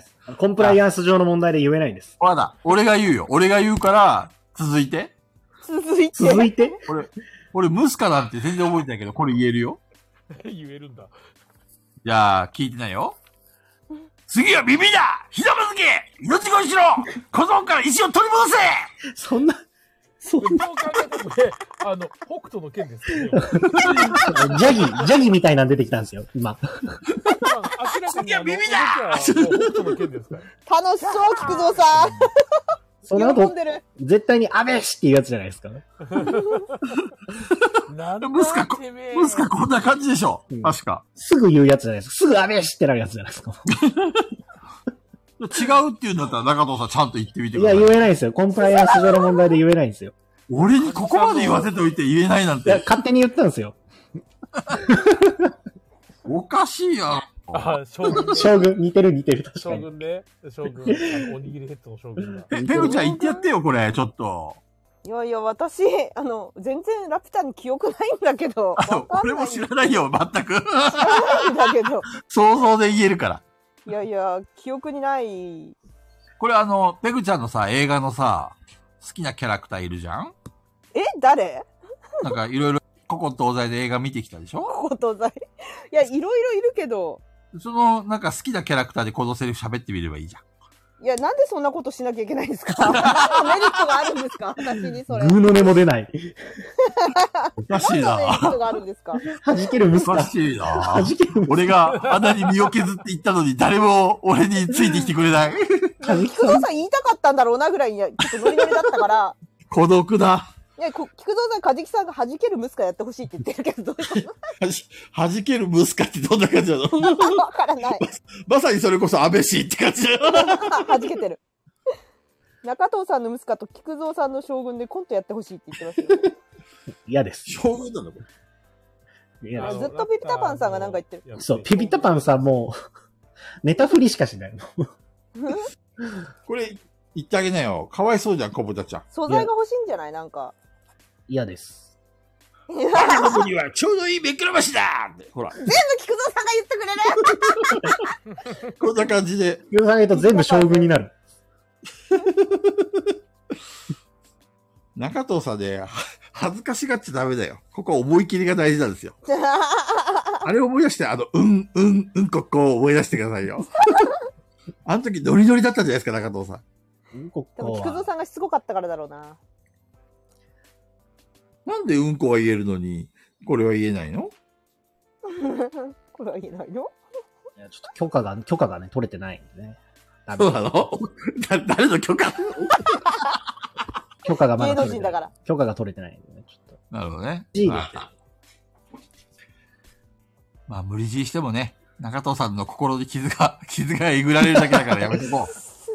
コンプライアンス上の問題で言えないんです。 ほらだ、俺が言うよ。俺が言うから、続いて。 続いて。 続いて俺、俺、ムスカなんて全然覚えてないけど、これ言えるよ。 言えるんだ。 じゃあ、聞いてないよ。次は耳だひざまずけ命乞いしろ小僧から石を取り戻せそんな、そんな。 そう考えたらこれ、あの、北斗の剣ですよね。 ジャギ、ジャギみたいなの出てきたんですよ、今。 明らかにあの次は耳だ動きはもう北斗の剣ですから。 楽しそう、菊蔵さん。 その後喜ん、でる。 絶対にアベシっていうやつじゃないですか。 なんだムスカこ、 てめえムスカこんな感じでしょ、 うん確か。 すぐ言うやつじゃないですか。すぐアベシってなるやつじゃないですか。 違うっていうんだったら中藤さんちゃんと言ってみていや、 ください。 言えないですよ。コンプライアンス上の問題で言えないんですよ。 俺にここまで言わせておいて言えないなんいや、 て、 勝手に言ったんですよ。 おかしいやろ。 あ、将軍ね。 将軍、似てる似てる。確かに。 将軍ね。将軍。あの、おにぎりヘッドの将軍だ。 え、ペグちゃん言ってやってよ、これ、ちょっと。 いやいや、私、あの、全然ラピュタに記憶ないんだけど。 あの、俺も知らないよ、全く。 知らないんだけど。 想像で言えるから。 いやいや、記憶にない。 これあの、ペグちゃんのさ、映画のさ、好きなキャラクターいるじゃんえ、誰？ なんかいろいろ古今東西で映画見てきたでしょここ東西。いや、いろいろいるけど。 その、なんか好きなキャラクターでこのセリフ喋ってみればいいじゃん。 いや、なんでそんなことしなきゃいけないんですか？何のメリットがあるんですか？私にそれ。 グーの音も出ない。 おかしい何のメリッなトがあるんですか？ 弾ける息子。 おかしいな弾ける息子。 俺が穴に身を削って言ったのに誰も俺についてきてくれない。 菊蔵さん言いたかったんだろうなぐらいに、ちょっとノリノリだったから。 孤独だ。 いや、こ菊蔵さん、カジキさんが弾けるムスカやってほしいって言ってるけど、どういうこはじ、弾けるムスカってどんな感じなのと？わからない。 まさにそれこそ安倍氏って感じだよ。 弾けてる。中藤さんのムスカと菊蔵さんの将軍でコントやってほしいって言ってますよ。 嫌です。 将軍なのこれ。 嫌です。 ずっとピピタパンさんがなんか言ってる。 そう、ピピタパンさんもう、ネタ振りしかしないの。 これ、言ってあげなよ。かわいそうじゃん、小豚ちゃん。 素材が欲しいんじゃないなんか。 嫌です。 僕にはちょうどいい目くらましだってほら、 全部菊蔵さんが言ってくれる。 こんな感じで。 言うさないと全部将軍になる。 中藤さんね、は恥ずかしがっちゃダメだよ。ここは思い切りが大事なんですよ。あれを思い出して、あの、うん、うん、うんこっこを思い出してくださいよ。あの時ノリノリだったんじゃないですか、中藤さん。 うんこっでもこは。 菊蔵さんがしつこかったからだろうな。 なんでうんこは言えるのに、これは言えないのこれは言えないよ。 いやちょっと許可が、許可がね、取れてないんでね。ダメそうなのだ誰の許可許可がまだ芸能取れてない。 人だから。 許可が取れてないんでね、ちょっと。 なるほどね。 いいねまあ、まあ、無理強いしてもね、中藤さんの心に傷が、傷がえぐられるだけだからやめてこ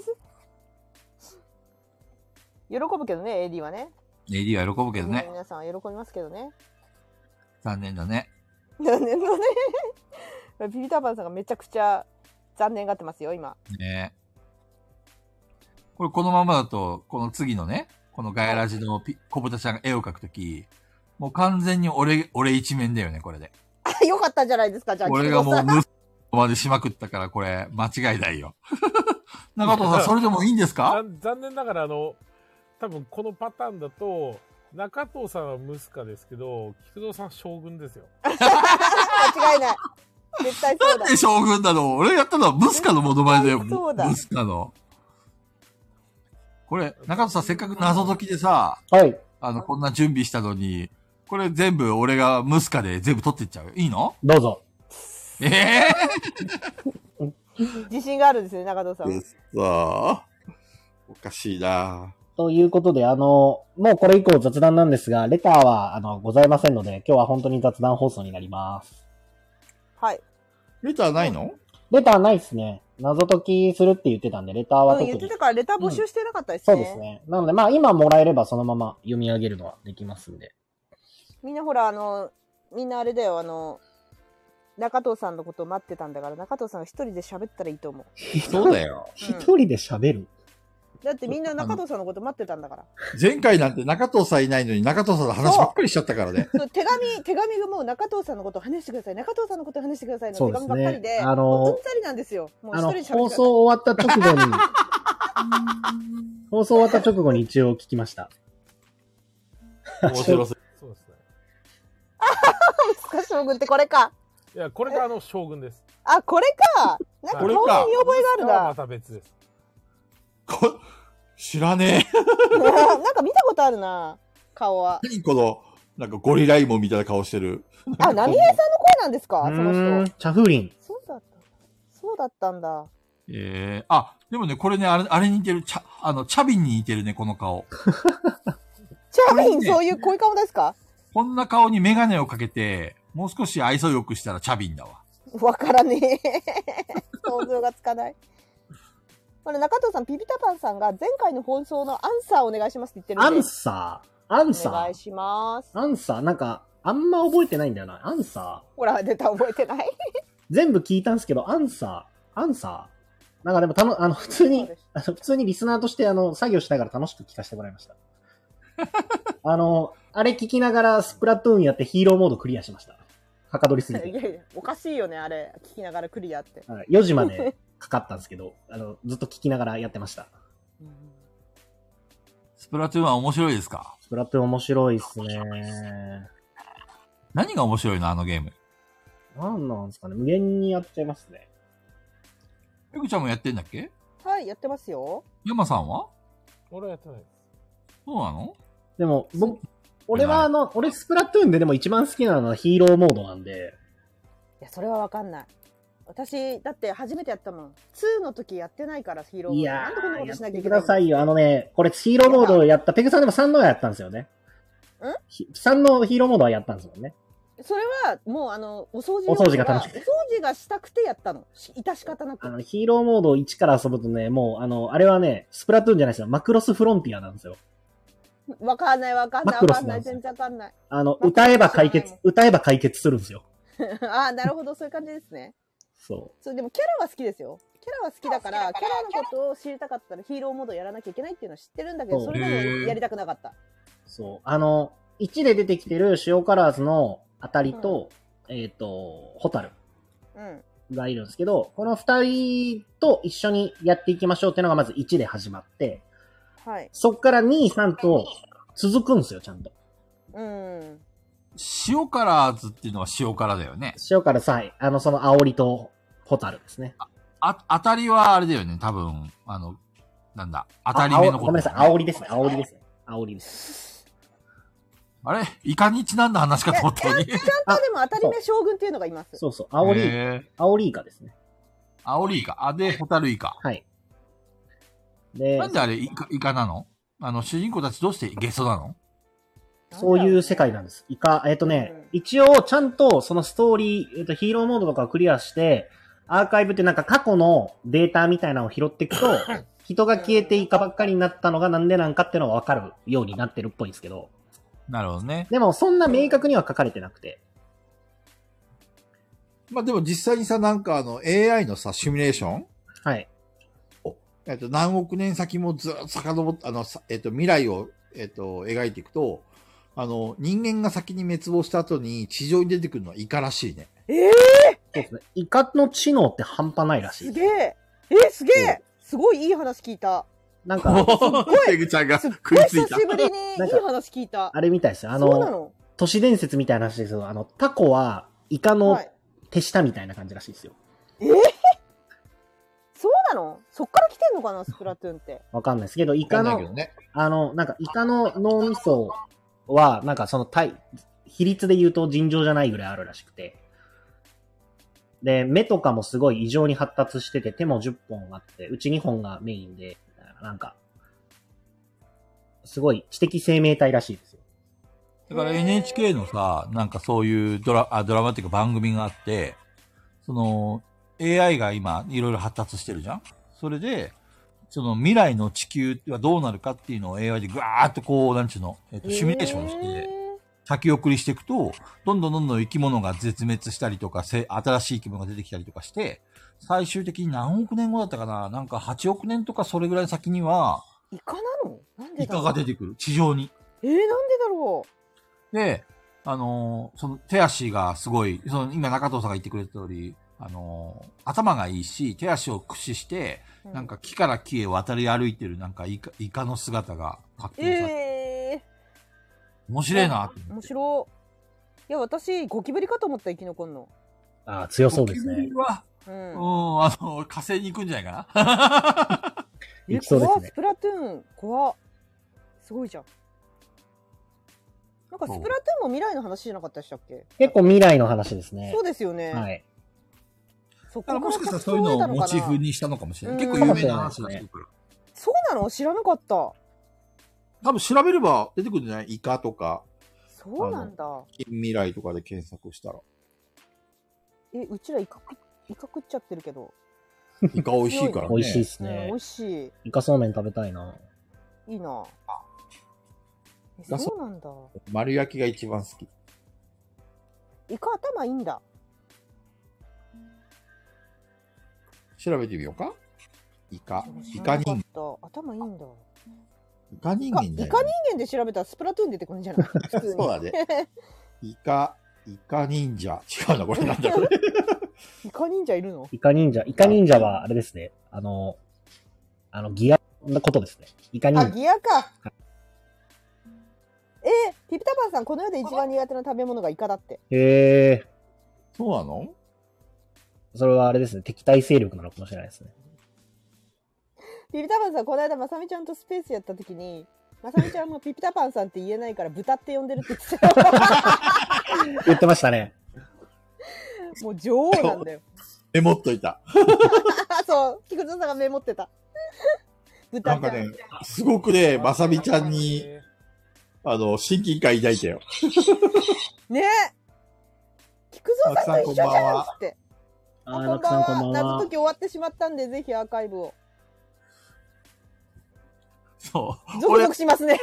喜ぶけどね、エーディー はね。 う。エーディー は喜ぶけどね。 皆さんは喜びますけどね。 残念だね。 残念だね。ピピタパンさんがめちゃくちゃ残念がってますよ、今。 ねこれこのままだと、この次のね、このガヤラジのピ小豚ちゃんが絵を描くとき、もう完全に俺、俺一面だよね、これで。 あ、よかったじゃないですか、じゃあ。 俺がもう菊蔵さんむまでしまくったから、これ、間違いないよ。中藤さん、それでもいいんですか残残念ながら、あの、多分このパターンだと、中藤さんはムスカですけど、菊蔵さん将軍ですよ。 間違いない。絶対そうだなんで。将軍なの俺やったのはムスカのモノマネだよ。 そうだムスカの。これ、中藤さん、せっかく謎解きでさ、 はい。 あの、こんな準備したのに、これ全部俺がムスカで全部取ってっちゃうよ。いいのどうぞ。 ええ自信があるんですね、中藤さんは。 ー、さあ、おかしいなということで、あの、もうこれ以降雑談なんですが、レターは、あの、ございませんので、今日は本当に雑談放送になります。 はい。 レターないのレターないっすね。謎解きするって言ってたんで、レターはうん、 特に。 言ってたからレター募集してなかったですね。 そうですね。なので、まあ今もらえればそのまま読み上げるのはできますんで。 みんなほら、あの、みんなあれだよ、あの、中藤さんのことを待ってたんだから、中藤さんが一人で喋ったらいいと思う。 そうだよ。 一人で喋る。 だってみんな中藤さんのこと待ってたんだから。 前回なんて中藤さんいないのに中藤さんの話ばっかりしちゃったからね。 そう手紙、手紙がもう中藤さんのことを話してください。中藤さんのことを話してくださいの手紙ばっかりで、 あのもううんざりなんですよ。もうあの、 一人で喋ってください放送終わった直後に、放送終わった直後に一応聞きました。 面白そう。 そうですね。 スカ将軍ってこれか。 いや、これがあの将軍です。 あ、これか。なんか顔に見覚えがあるな。 また別です。 こ知らねなんか見たことあるな、顔は。 え。何この、なんかゴリライモンみたいな顔してる。 あ、波平さんの声なんですか、そのうーん人。 チャフリン。 そうだった。そうだったんだ。 ええあ、でもね、これね、あれ、あれに似てる、チャ、あの、チャビンに似てるね、この顔。 チャビン、 これねそういうこういう顔ですか？ こんな顔にメガネをかけて、もう少し愛想よくしたらチャビンだわ。 わからねえ。想像がつかない。これ中藤さん、ピピタパンさんが前回の放送のアンサーお願いしますって言ってるんで。 アンサーアンサーお願いします。 アンサーなんか、あんま覚えてないんだよな。アンサーほら、出た、覚えてない。 全部聞いたんですけど、アンサーアンサーなんかでもたの、あの、普通に、あの普通にリスナーとしてあの、作業しながら楽しく聞かせてもらいました。あの、あれ聞きながらスプラトゥーンやってヒーローモードクリアしました。はかどりすぎて。 いやいや、おかしいよね、あれ。聞きながらクリアって。 はいよじまでかかったんですけど、あの、ずっと聞きながらやってました。 スプラトゥーンは面白いですか？ スプラトゥーン面白いっすね。 何が面白いのあのゲーム。 なんなんですかね無限にやっちゃいますね。 ペグちゃんもやってんだっけ？ はい、やってますよ。 ヤマさんは俺はやってないです。 そうなの？ でも、僕、俺はあの、俺スプラトゥーンででも一番好きなのはヒーローモードなんで、 いや、それはわかんない。私、だって初めてやったもん。ツーの時やってないから、ヒーローモード。 いやなんでこんなこー、やっとしなきゃてくいけないの？ ださいよ。あのね、これヒーローモードをやった、ペグさんでもさんのやったんですよね。 んひさんのヒーローモードはやったんですもんね。 それは、もうあの、お掃除お掃除が楽しくお掃除がしたくてやったの。し致し方なく。 あの、ヒーローモードをいちから遊ぶとね、もう、あの、あれはね、スプラトゥーンじゃないですよ。マクロスフロンティアなんですよ。 わかんないわかんないマクロわかんない。 スなんですよ全然わかんない。 あの、 マクロス歌えば解知らないもん、 決歌えば解決するんですよ。 ああ、なるほど、そういう感じですね。 そそう、でもキャラは好きですよ。キャラは好きだから、キャラのことを知りたかったらヒーローモードやらなきゃいけないっていうのは知ってるんだけど、 そうそれでもやりたくなかった。 う。そう。あの、いちで出てきてる塩カラーズのあたりと、えっ、と、ホタルうん。 がいるんですけど、このふたりと一緒にやっていきましょうっていうのがまずいちで始まって、 はい。 そっからに、さんと続くんですよ、ちゃんと。 うん。 塩辛ずっていうのは塩辛だよね。 塩からさえ、あの、その煽りとホタルですね。 あ、当たりはあれだよね、多分。あの、なんだ、当たりあ目のこと、 あごめんなさい、煽りですね、煽りですね。煽りです。 あれイカにちなんだ話かと思ったのに。 ちゃんとでも当たり目将軍っていうのがいます。 そうそう、煽り、 へ煽りイカですね。 ー煽りイカ。あ、で、ホタルイカ。 はい。でなん、であれイカ、イカなの？あの、主人公たちどうしてゲストなの？ そういう世界なんです。イカ、えっ、とね、 うん一応ちゃんとそのストーリー、えっ、と、ヒーローモードとかをクリアして、アーカイブってなんか過去のデータみたいなのを拾っていくと、人が消えてイカばっかりになったのがなんでなんかっていうのがわかるようになってるっぽいんですけど、 なるほどね。 でもそんな明確には書かれてなくて、 まあでも実際にさ、なんかあの エーアイ のさ、シミュレーションはい。 えっと、何億年先もずっと遡って、あの、さえっと、未来を、えっと、描いていくと、あの、人間が先に滅亡した後に地上に出てくるのはイカらしいね。 ええそうですね。イカの知能って半端ないらしいすです。 げえ。えー、すげえ。すごいいい話聞いた。 なんか、 ペグちゃんがすっ食いついたごい久し。ぶりにいいなんか話聞いた。 あれみたいですよ。あの、 そうなの？ 都市伝説みたいな話ですけど、あの、タコはイカのはい。 手下みたいな感じらしいですよ。 えー、そうなの？そっから来てんのかな、スプラトゥーンって。 わかんないですけど、イわかカのんないけど、ね。 あの、なんかイカの脳みそは、なんかその体、比率で言うと尋常じゃないぐらいあるらしくて。で、目とかもすごい異常に発達してて、手もじゅっぽんあって、うちにほんがメインで、なんか、すごい知的生命体らしいですよ。 だから エヌエイチケー のさ、なんかそういうドラ、あドラマっていうか番組があって、その、エーアイ が今いろいろ発達してるじゃん？それで、その未来の地球はどうなるかっていうのを エーアイ でぐわーっとこう、なんちゅうの、えっと、シミュレーションして、 先送りしていくと、どんどんどんどん生き物が絶滅したりとか、せ新しい生き物が出てきたりとかして、最終的に何億年後だったかな、なんかはちおく年とかそれぐらい先には、 イカなの？なんでイカだろう。 が出てくる。地上に。 えー、なんでだろで、あのーその手足がすごい、その今中藤さんが言ってくれた通り、あのー頭がいいし、手足を駆使して、 う。 なんか木から木へ渡り歩いてるなんかイカイカの姿が発見されて、 え面白いなってー、面思って。 白い。いや、私、ゴキブリかと思った、生き残んの。 ああ、強そうですねゴキブリ。は、 ううん、 ん。 あの、火星に行くんじゃないかな。 え、 いきそうですね怖っスプラトゥーン、怖っすごいじゃん。なんかスプラトゥーンも未来の話じゃなかったでしたっけ？ 結構未来の話ですね。 そうですよね。 はい。 そこだからもしかしたら着そういうのを想を得たかなモチーフにしたのかもしれない。 うん結構有名な話だし、 そうなの？知らなかった。 多分調べれば出てくるんじゃない？イカとか、 そうなんだ。 近未来とかで検索したら。 え、うちらイカ食イカ食っちゃってるけど。 イカ美味しいからね。 美味しいですうん、 ね美。味しい。 イカそうめん食べたいな。 いいな。え、 イカそそうなんだ。 丸焼きが一番好き。 イカ頭いいんだ。 調べてみようか。イカ。イ知らなかっカ人た。頭いいんだ。 イカ人イカ間だよ、 イカ人間で調べたらスプラトゥーン出てくるんじゃない？普通に。 そうだね。イカ、イカ忍者。違うな、これなんだろう。 イカ忍者いるの？ イカ忍者。イカ忍者はあれですね。あの、あの、ギアのことですね。イカ忍あ、 者。 ギアか。えー、ピピタパンさん、この世で一番苦手な食べ物がイカだって。 へえ。 そうなの？ それはあれですね。敵対勢力なのかもしれないですね。 ピピタパンさん、この間、まさみちゃんとスペースやった時に、まさみちゃんもピピタパンさんって言えないから豚って呼んでるって言ってたよ。 言ってましたね。 もう女王なんだよ。 メモっといた。 そう、菊池さんがメモってた。豚ちゃん。 なんかね、すごくね、まさみちゃんに、あの、親近感抱いたよ。 ねえ。菊蔵さんと一緒じゃんっつって。 あー、 あ、こラクさんんばんは。 こんばんは謎解。き終わってしまったんで、ぜひアーカイブを。 そう。 ゾクゾクしますね。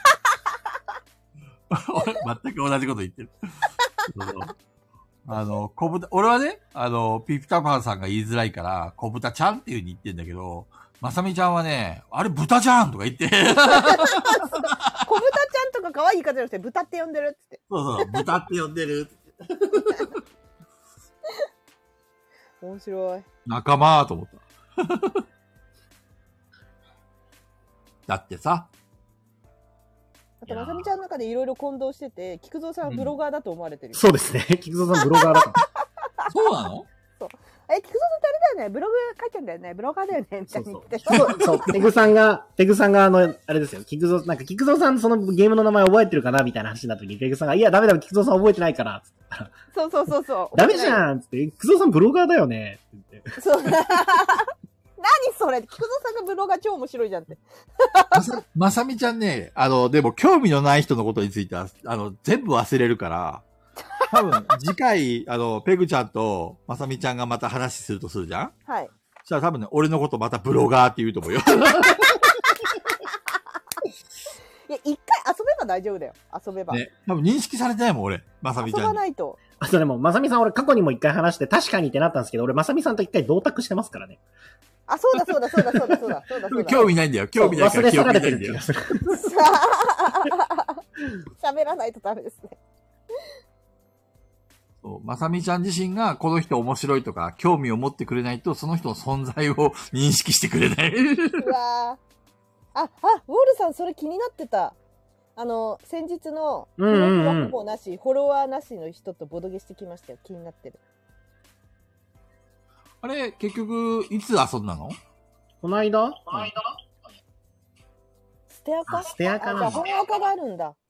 俺、全く同じこと言ってる。そうあの、小豚、俺はね、あの、ピピタパンさんが言いづらいから、小豚ちゃんっていう風に言ってんだけど、まさみちゃんはね、あれ豚じゃんとか言って。 小豚ちゃんとか可愛い言い方じゃなくて、豚って呼んでるっつって。 そうそう、豚って呼んでる。 面白い。 仲間と思った。だってさ、 あと、まさみちゃんの中でいろいろ混同してて、菊蔵さんはブロガーだと思われてるよ。 そうですね。菊蔵さんブロガーだから。 そうなの？ え、菊蔵さんってあれだよね、ブログ書いてんだよね、ブロガーだよね、みたいに言って。 そう、そう、ペグさんが、ペグさんがあの、あれですよ、菊蔵、なんか菊蔵さんそのゲームの名前覚えてるかなみたいな話になった時に、ペグさんが、いや、ダメだ、菊蔵さん覚えてないから、つったらそうそうそうそう。 ダメじゃんつって、菊蔵さんブロガーだよねって言って。 そう。何それ菊蔵さんがブロガー超面白いじゃんって。 まさ、まさみちゃんね、あの、でも興味のない人のことについては、あの、全部忘れるから、多分、次回、あの、ペグちゃんとまさみちゃんがまた話するとするじゃん？ はい。 そしたら多分ね、俺のことまたブロガーって言うと思うよ。 いや、一回遊べば大丈夫だよ。遊べば。 ね。多分認識されてないもん、俺。まさみ遊ちゃんに。 ばないと。 あ、それも、まさみさん俺過去にも一回話して、確かにってなったんですけど、俺まさみさんと一回同卓してますからね。 あ、そうだそうだそうだそうだそうだそうだそうだ。 興味ないんだよ。興味ないから記忘れ去ら憶ないんだよれてる気が。する。 喋らないとダメですね。 そうまさみちゃん自身がこの人面白いとか興味を持ってくれないとその人の存在を認識してくれない。 うわーあ、あ、ウォールさんそれ気になってた。あの、先日の、 うんうんうん記録はほぼなし、フォロワーなしの人とボドゲしてきましたよ。気になってる。 あれ、結局、いつ遊んだの？ この間ステアカあステアカなんだあ、じゃあ本アカがあるんだ。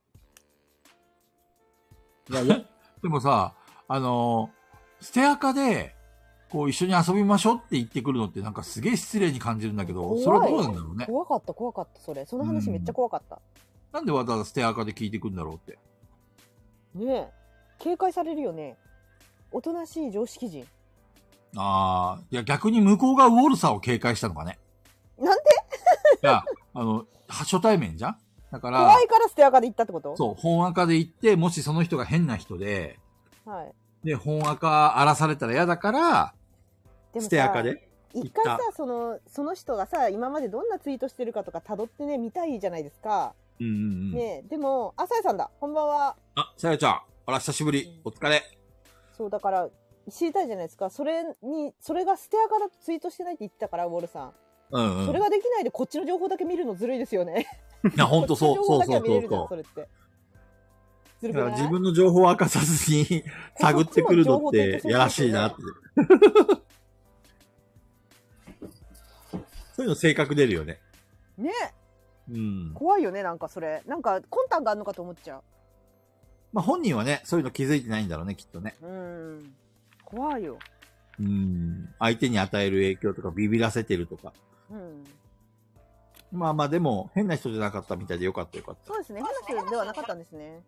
いや、いや、 でもさ、あのー、ステアカで、こう一緒に遊びましょうって言ってくるのってなんかすげえ失礼に感じるんだけど、 怖いそれはどうなんだろうね。 怖かった怖かったそれ。その話めっちゃ怖かった。 なんでわざわざステアカで聞いてくるんだろうって。 ねえ。警戒されるよね。おとなしい常識人。 ああ、いや逆に向こうがウォルサーを警戒したのかね。 なんで？ いや、あの、初対面じゃん？ だから、 怖いからステアカで行ったってこと？ そう、本赤で行って、もしその人が変な人で、 はい。 で、本赤荒らされたら嫌だから、 でもさステアカで行った。 一回さ、その、その人がさ、今までどんなツイートしてるかとか辿ってね、見たいじゃないですか。 うんうんうん。 ねでも、あ、さやさんだ。こんばんは。 あ、さやちゃん。あら、久しぶり。お疲れ。 そう、だから、知りたいじゃないですか。それに、それがステアカだとツイートしてないって言ってたから、ウォルさん。 うんうん。 それができないでこっちの情報だけ見るのずるいですよね。 いや、ほんとそう、 こっちそうの情報だけは見れるじゃん、 そうそう。 それって。ずるくない？ だから自分の情報を明かさずに探ってくるのってやらしいなって。そういうの性格出るよね。 ねうん。 怖いよね、なんかそれ。なんか魂胆があるのかと思っちゃう。 まあ本人はね、そういうの気づいてないんだろうね、きっとね。 うん。怖いよ。 うん。相手に与える影響とかビビらせてるとか。 うん。 まあまあでも、変な人じゃなかったみたいでよかったよかった。 そうですね。変な人ではなかったんですね。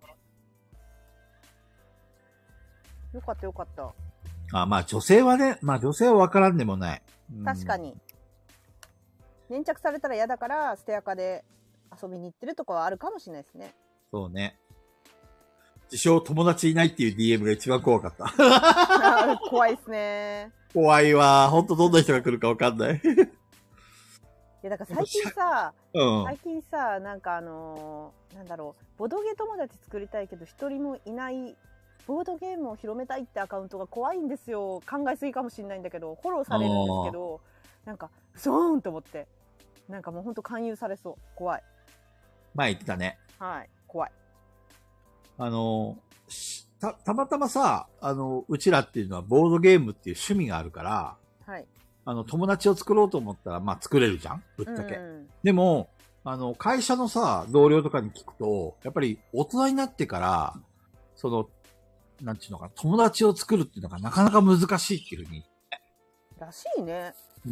よかったよかった。 あまあ女性はね、まあ女性は分からんでもない。うん、 確かに。粘着されたら嫌だから、ステアカで遊びに行ってるとかはあるかもしれないですね。 そうね。自称友達いないっていう ディーエム が一番怖かった。 怖いっすね。 怖いわ。ほんとどんな人が来るか分かんない。いや、だから最近さ、 うん、 最近さ、なんかあのー、なんだろう、ボドゲ友達作りたいけど一人もいない、ボードゲームを広めたいってアカウントが怖いんですよ。考えすぎかもしれないんだけど、フォローされるんですけど、なんか、そうーんと思って。なんかもうほんと勧誘されそう。怖い。 前言ってたね。 はい。怖い。 あの、た、たまたまさ、あの、うちらっていうのはボードゲームっていう趣味があるから、 はい。 あの、友達を作ろうと思ったら、まあ作れるじゃんぶっちゃけ。 うん、 でも、あの、会社のさ、同僚とかに聞くと、やっぱり大人になってから、その、なんていうのかな、友達を作るっていうのがなかなか難しいっていうふうに。 らしいね。 うん。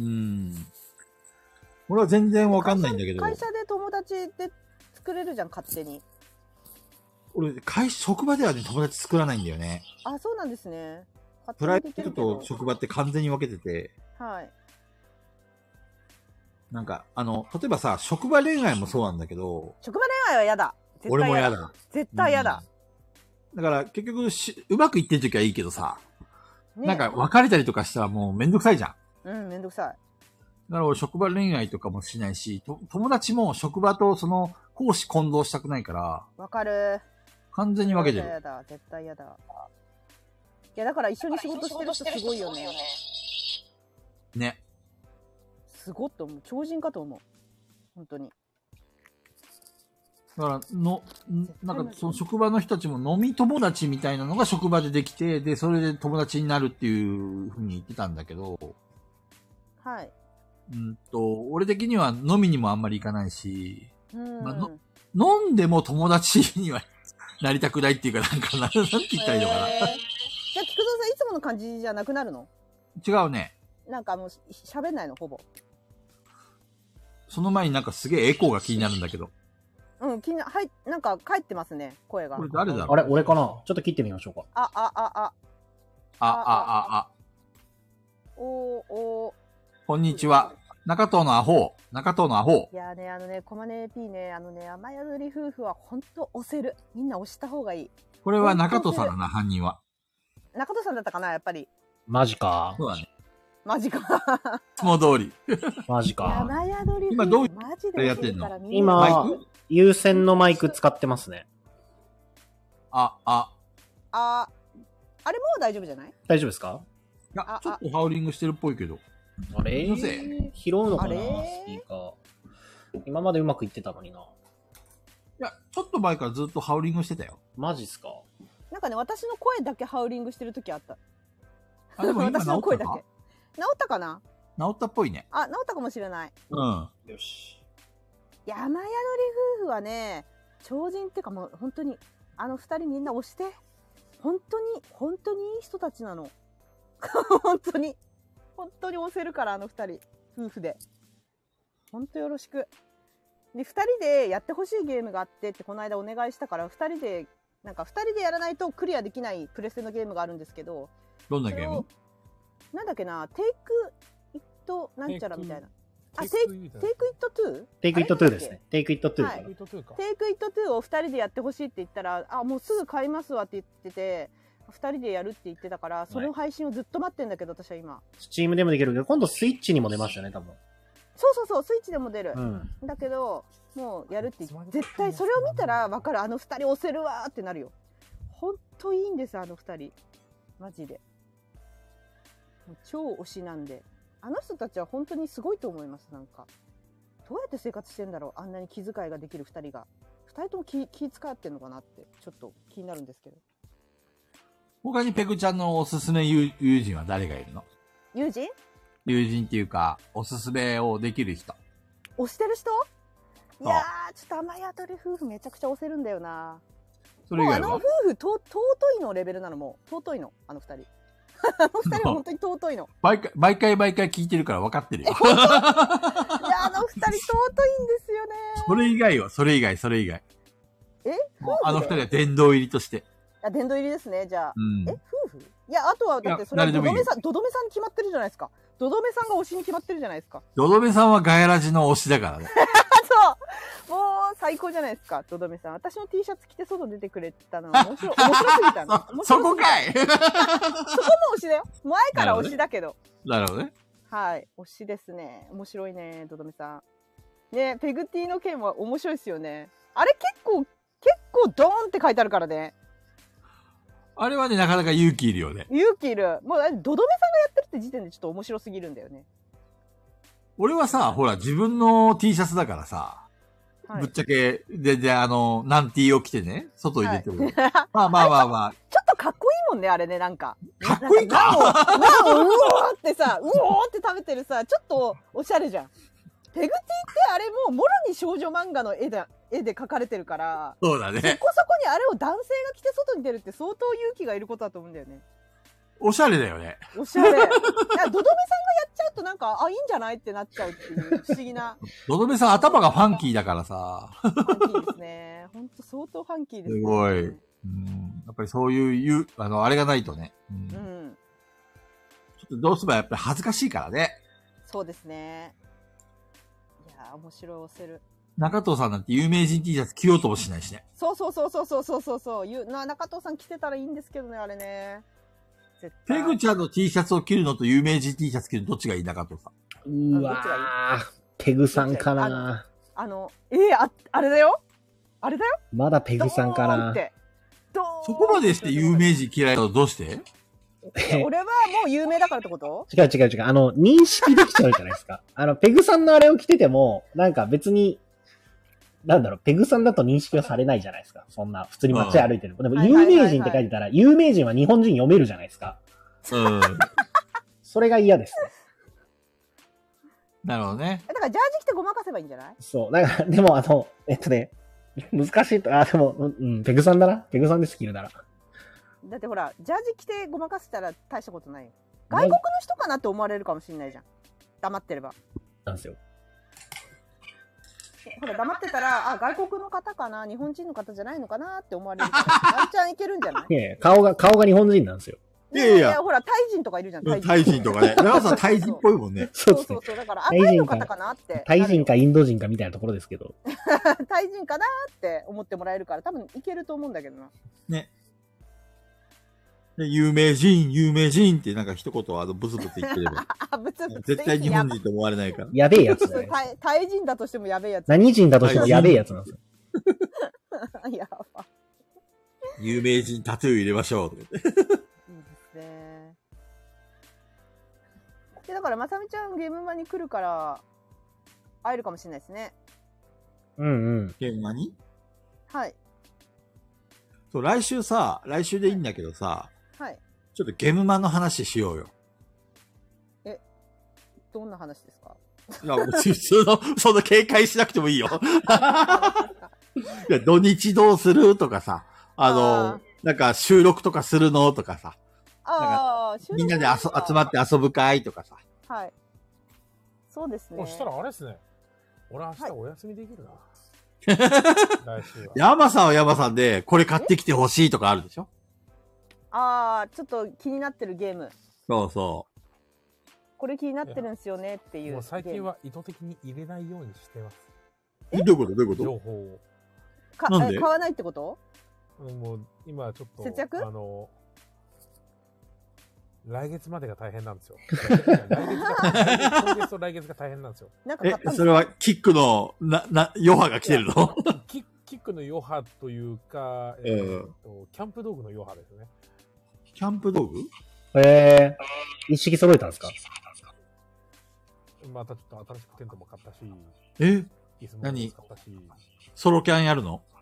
俺は全然わかんないんだけど。 会社で友達で作れるじゃん、勝手に。 俺、会職場ではね、友達作らないんだよね。 あ、そうなんですね。 プライベートと職場って完全に分けてて。 はい。 なんか、あの、例えばさ、職場恋愛もそうなんだけど。 職場恋愛は嫌だ。 絶対俺も嫌だ。 絶対嫌だ。 うん、だから、結局し、うまくいってる時はいいけどさ、ね、なんか別れたりとかしたらもうめんどくさいじゃん。 うん、めんどくさい。 だから俺職場恋愛とかもしないし、と友達も職場とその、公私混同したくないから。 わかる。 完全に分けてる。 嫌だ、絶対嫌だ。いや、だから一緒に仕事してる人すごいよね。 ね。 すごっと思う。超人かと思う。本当に。 だから、の、なんかその職場の人たちも飲み友達みたいなのが職場でできて、で、それで友達になるっていうふうに言ってたんだけど。 はい。 うんと、俺的には飲みにもあんまり行かないし、 うんまあ、の飲んでも友達にはなりたくないっていうか、なんか、なんて言ったらいいのかな。 じゃあ、菊蔵さんいつもの感じじゃなくなるの？ 違うね。 なんかもう喋んないの、ほぼ。 その前になんかすげえエコーが気になるんだけど。 うん、気にな、はい、なんか帰ってますね、声が。 これ誰だろう？ あれ、俺かな？ちょっと切ってみましょうか。 あ、あ、あ、あ。 あ、あ、あ、あ。 おー、おー。 こんにちは。中藤のアホー。中藤のアホー。いやね、あのね、コマネ P ね、あのね、雨宿り夫婦はほんと押せる。みんな押した方がいい。 これは中藤さんだな、犯人は。 中藤さんだったかな、やっぱり。 マジか。 そうだね。 マジか。 いつも通り。 マジか。 雨宿り夫婦。 今どうマジでやってんの？ 今、有線のマイク使ってますね。 あ、あ。 あ、あれもう大丈夫じゃない？ 大丈夫ですか？ いや、ちょっとハウリングしてるっぽいけど。 あれのせい拾うのかな、スピーカー。今までうまくいってたのにな。いや、ちょっと前からずっとハウリングしてたよ。 マジっすか？ なんかね、私の声だけハウリングしてる時あった。 あ、でも今治ったか？ 私の声だけ。治ったかな？ 治ったっぽいね。 あ、治ったかもしれない。 うん。 よし。 山宿り夫婦はね、超人ってかもう本当に、あの二人みんな押して。本当に、本当にいい人たちなの。本当に。本当に押せるから、あの二人。夫婦で。本当よろしく。で、二人でやってほしいゲームがあってってこの間お願いしたから、二人で、なんか二人でやらないとクリアできないプレステのゲームがあるんですけど。 どんなゲーム？ なんだっけな、テイクイットなんちゃらみたいな。 あ、テイテイクテイクイットトゥー？ テイクイットトゥーですね。テイクイットトゥーかな。 テイクイットトゥーか。 テイクイットトゥーをふたりでやってほしいって言ったら、あ、もうすぐ買いますわって言ってて、ふたりでやるって言ってたから、その配信をずっと待ってんだけど、私は今。 スチームでもできるけど、今度スイッチにも出ましたよね、多分。 そうそうそう、スイッチでも出る。 うん。 だけど、もうやるって言って、絶対それを見たら分かる。あのふたり押せるわーってなるよ。ほんといいんです、あのふたり。マジで。もう超推しなんで。あの人たちは本当にすごいと思います、なんか。どうやって生活してんだろう、あんなに気遣いができるふたりが。ふたりとも気、気遣ってんのかなって、ちょっと気になるんですけど。 他にペグちゃんのおすすめ友友人は誰がいるの？ 友人？ 友人っていうか、おすすめをできる人。 推してる人？いやー、ちょっと雨宿り夫婦めちゃくちゃ推せるんだよな。 それ以外はもうあの夫婦と尊いのレベルなの。もう尊いの、あの二人。あの二人は本当に尊いの。 毎回、毎回毎回聞いてるから分かってるよ。 いや、あの二人尊いんですよね。 それ以外は、それ以外、それ以外。 えもうあの二人は殿堂入りとして。 あ、殿堂入りですね、じゃあ。 うん。 え、夫婦？いや、あとは、だってそれは誰でもいいよドドメさん、ドドメさんに決まってるじゃないですか。ドドメさんが推しに決まってるじゃないですか。 ドドメさんはガヤラジの推しだからね。 そうもう最高じゃないですか、ドドメさん。私の T シャツ着て外出てくれたのは面白い、面白すぎたの。面白すぎたそこかいそこも推しだよ。前から推しだけど。 なるほどね。 はい、推しですね。面白いね、ドドメさん。ね、ペグティの件は面白いですよね。あれ結構、結構ドーンって書いてあるからね。 あれはね、なかなか勇気いるよね。 勇気いる。もう、ドドメさんがやってるって時点でちょっと面白すぎるんだよね。 俺はさ、ほら、自分の T シャツだからさ、 はい、 ぶっちゃけ、で、で、あの、ナンティーを着てね、外に出てる。はい、まあまあまあまあ。 ちょっとかっこいいもんね、あれね、なんか。 かっこいいかなお、なお、うおーってさ、うおーって食べてるさ、ちょっとおしゃれじゃん。ペグティってあれもう、もろに少女漫画の絵で、絵で描かれてるから。 そうだね。 そこそこにあれを男性が着て外に出るって相当勇気がいることだと思うんだよね。 おしゃれだよね。 おしゃれ。いや、ドドメさんがやっちゃうとなんか、あ、いいんじゃないってなっちゃうっていう不思議な。 ドドメさん頭がファンキーだからさ。 ファンキーですね。ほんと相当ファンキーですね。 すごい。うん。やっぱりそういう、いう、あの、あれがないとね。うん。うん、ちょっとどうすればやっぱり恥ずかしいからね。 そうですね。いやー、面白い押せる。 中藤さんなんて有名人 T シャツ着ようともしないしね。 そうそうそうそうそうそうそうそう。ゆな中藤さん着てたらいいんですけどね、あれね。 ペグちゃんの T シャツを着るのと有名人 T シャツ着るのどっちがいい中藤さん。 うわー、ペグさんかな。 あの、えー、あ、あれだよあれだよまだペグさんかな。 そこまでして有名人嫌いなのどうして俺はもう有名だからってこと？ 違う違う違う。あの、認識できちゃうじゃないですか。あの、ペグさんのあれを着てても、なんか別に、なんだろう、ペグさんだと認識はされないじゃないですか。そんな、普通に街歩いてる。でも、有名人って書いてたら、有名人は日本人読めるじゃないですか。 うん。 それが嫌ですね。 なるほどね。 だからジャージ着てごまかせばいいんじゃない？ そう。だから、でもあの、えっとね、難しいと、あ、でも、うん、ペグさんだな。ペグさんでスキルなら。 だってほら、ジャージ着てごまかせたら大したことないよ。外国の人かなって思われるかもしれないじゃん。黙ってれば。 なんですよ。 ほら、黙ってたら、あ、外国の方かな、日本人の方じゃないのかなって思われるから、ワンチャンいけるんじゃない？ いやいや、顔が、顔が日本人なんですよ。 いやいやいや、 ほら、タイ人とかいるじゃん、 タイ人。タイ人とかね。長さんタイ人っぽいもんね。 そうですね。 そうそうそう、だから、あ、タイの方かなって。 タイ人かインド人かみたいなところですけど。 タイ人かなって思ってもらえるから、多分いけると思うんだけどな。 ね。で有名人、有名人ってなんか一言あのブツブツ言ってれば。 ブツブツ絶対日本人と思われないから。 やべえやつだね。 タイ、タイ人だとしてもやべえやつ。 何人だとしてもやべえやつなんですよ。 やば。 有名人タトゥー入れましょうとか言って。 いいですね。で、だから、まさみちゃんゲームマに来るから、会えるかもしれないですね。 うんうん。 ゲームマに？ はい。 そう、来週さ、来週でいいんだけどさ、 はい。 ちょっとゲームマの話しようよ。 え、どんな話ですか？ いや、普通の、そんな警戒しなくてもいいよ。いや、土日どうするとかさ、あの、あなんか収録とかするのとかさ。 ああ、 みんなであそ集まって遊ぶ会とかさ。 はい。そうですね。 そしたらあれですね。俺明日お休みできるな。はい来週は。山さんは山さんで、これ買ってきてほしいとかあるでしょ？ ああ、ちょっと気になってるゲーム。 そうそう。 これ気になってるんですよねっていう。 もう最近は意図的に入れないようにしてます。 え、どういうことどういうこと情報を。 かなんでえ買わないってこと？ うんもう今ちょっと、 節約あの、来月までが大変なんですよ。来月が、今月と来月が大変なんですよ。 えなんか買ったんですか？ それはキックの、な、な、余波が来てるのキキックの余波というか、えーとキャンプ道具の余波ですね。 キャンプ道具へえー。一式揃えたんですか？ またちょっと新しくテントも買ったし、 え椅子も何買ったし、 ソロキャンやるの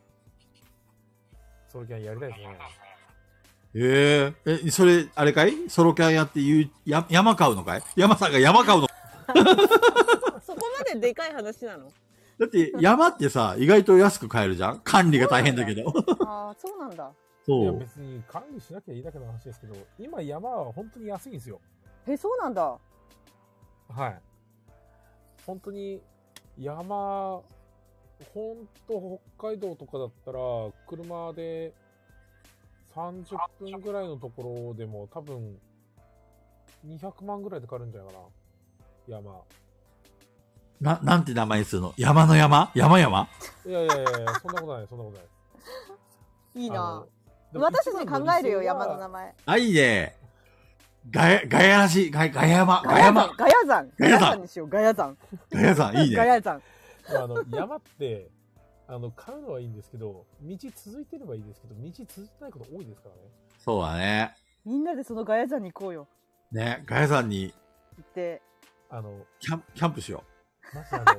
ソロキャンやりたいですね。 えええ、それ、あれかいソロキャンやって言う、や、山買うのかい山さんが山買うのそこまででかい話なの？ だって山ってさ、意外と安く買えるじゃん管理が大変だけど。 ああ、そうなんだ。 いやそう。 別に管理しなきゃいいだけの話ですけど、今山は本当に安いんですよ。 え、そうなんだ。 はい。本当に山、ほんと北海道とかだったら、車でさんじゅっぷんぐらいのところでも多分にひゃくまんぐらいで買えるんじゃないかな。山。 な、なんて名前するの山の山山山いやいやいやいや、そんなことない、そんなことない。 いいな。 あのでも私たち考えるよ、 一番山の理想はの名前。 あ、いいね。ガヤ、ガヤらしい。ガヤ、ガヤ山。ガヤ山。 ガヤ山。ガガヤ山ヤ山にしよう、ガヤ山。 ガヤさん、いいね。 ガヤ山。 あの山ってあの買うのはいいんですけど、道続いてればいいですけど、道続いてないこと多いですからね。 そうだね。 みんなでそのガヤ山に行こうよ。 ね、ガヤさんに、 行って。 あの、 キャン、キャンプしよう。 まずあの、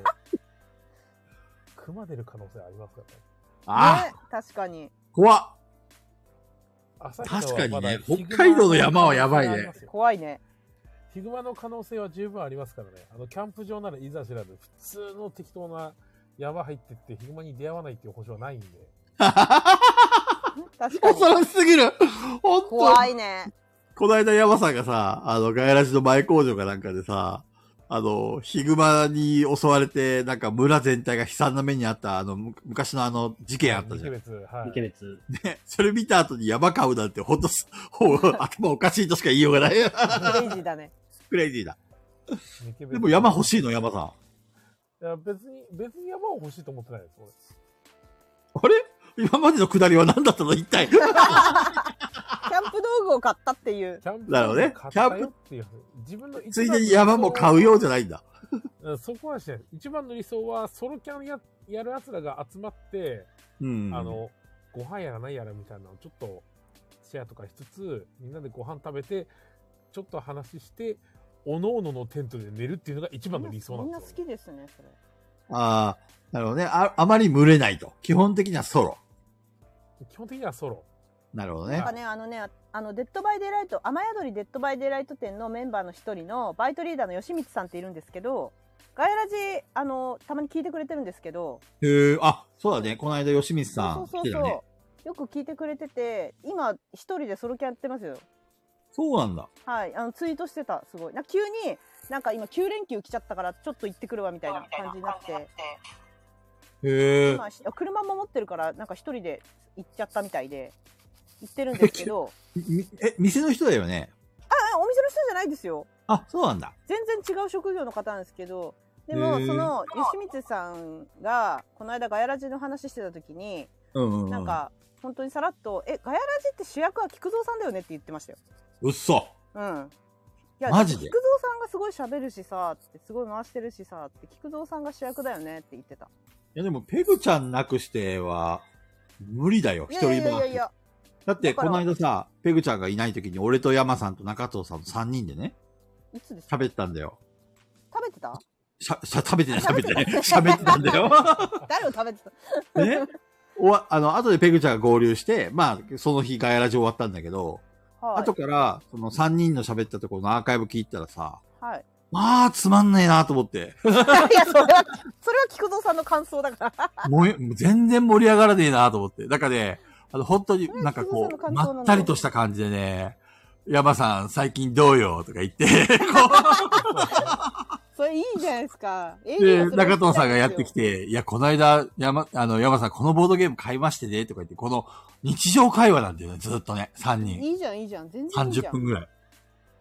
熊出る可能性ありますからね。 あね、確かに。 怖っ。 旭川は確かにねまだ北海道の山はやばいねヒグマの可能性ありますよ。 怖いね。 ヒグマの可能性は十分ありますからね。あの、キャンプ場ならいざ知らず、普通の適当な山入ってってヒグマに出会わないっていう保証はないんで。 確かに。 恐ろしすぎる。ほんと。 怖いね。 この間山さんがさ、あの、ガヤラジの前工場かなんかでさ、あの、ヒグマに襲われて、なんか村全体が悲惨な目にあった、あの、む昔のあの、事件あったじゃん。 二ケベツ、はい。 二ケベツ。 ね、それ見た後に山買うなんて、ほんとす、ほう頭おかしいとしか言いようがない。 クレイジーだね。 クレイジーだ。 二ケベツでも山欲しいの、山さん。 いや、別に、別に山を欲しいと思ってないです、俺。 あれ今までの下りは何だったの一体。 キャンプ道具を買ったっていう。 キャンプなるほどね買ったよっていう。自分の一番ついでに山も買うようじゃないんだ。 うんそこはしない。一番の理想は、ソロキャンややる奴らが集まって、 うん。 あの、ご飯やらないやらみたいなのをちょっとシェアとかしつつ、みんなでご飯食べて、ちょっと話して、おのおののテントで寝るっていうのが一番の理想なんみんな好ですよ。 きですね、それ。 ああ、なるほどね。あ、あまり群れないと。基本的にはソロ。 基本的にはソロ。 なるほどねなんか。ね、あのね、あの、デッドバイデイライト、雨宿りデッドバイデイライト店のメンバーの一人のバイトリーダーの吉光さんっているんですけど、ガヤラジ、あの、たまに聞いてくれてるんですけど、 へえ、あ、そうだね。この間吉光さんそうそうそう来てたね。 よく聞いてくれてて、今一人でソロキャンやってますよ。 そうなんだ。 はい、あのツイートしてた、すごい。な急になんか今きゅう連休来ちゃったからちょっと行ってくるわみたいな感じになって、 へえ。 今車も持ってるからなんか一人で行っちゃったみたいで行ってるんですけど、 みえ、店の人だよね。 あ、お店の人じゃないですよ。 あ、そうなんだ。 全然違う職業の方なんですけど、でもへーその吉光さんがこの間ガヤラジの話してた時に、 うんうん、うん。 なん、か本当にさらっと「えガヤラジって主役は菊蔵さんだよね」って言ってましたよ。 うっそ。 うん。いや、 マジで菊蔵さんがすごい喋るしさってすごい回してるしさって菊蔵さんが主役だよねって言ってた。 いやでも、ペグちゃんなくしては、無理だよ、一いやい人回し。 やいやいや。 だって、 だからこの間さ、ペグちゃんがいない時に、俺と山さんと中藤さんとさんにんでね、 いつですか？ 喋ったんだよ。 食べてた？ しゃ、しゃ、食べてない、食べてない。喋ってたんだよ。 誰を食べてた？ ね。おわ、あの、後でペグちゃんが合流して、まあ、その日ガヤラジ終わったんだけど、 はい。 後から、そのさんにんの喋ったところのアーカイブ聞いたらさ、 はい。 まあ、つまんないなと思って。 いや、それは、それは菊蔵さんの感想だから。 もう、もう全然盛り上がらねえなと思って。だからね、あの、本当にそれはなんかこう、 菊蔵さんの感想なのまったりとした感じでね、山さん最近どうよとか言って、こそれいいじゃないですか。 う、で、中藤さんがやってきて、いや、この間、山、あの、山さんこのボードゲーム買いましてね、とか言って、この日常会話なんだよね、ずっとね、さんにん。 いいじゃん、いいじゃん。全然いいじゃん。 さんじゅっぷんぐらい。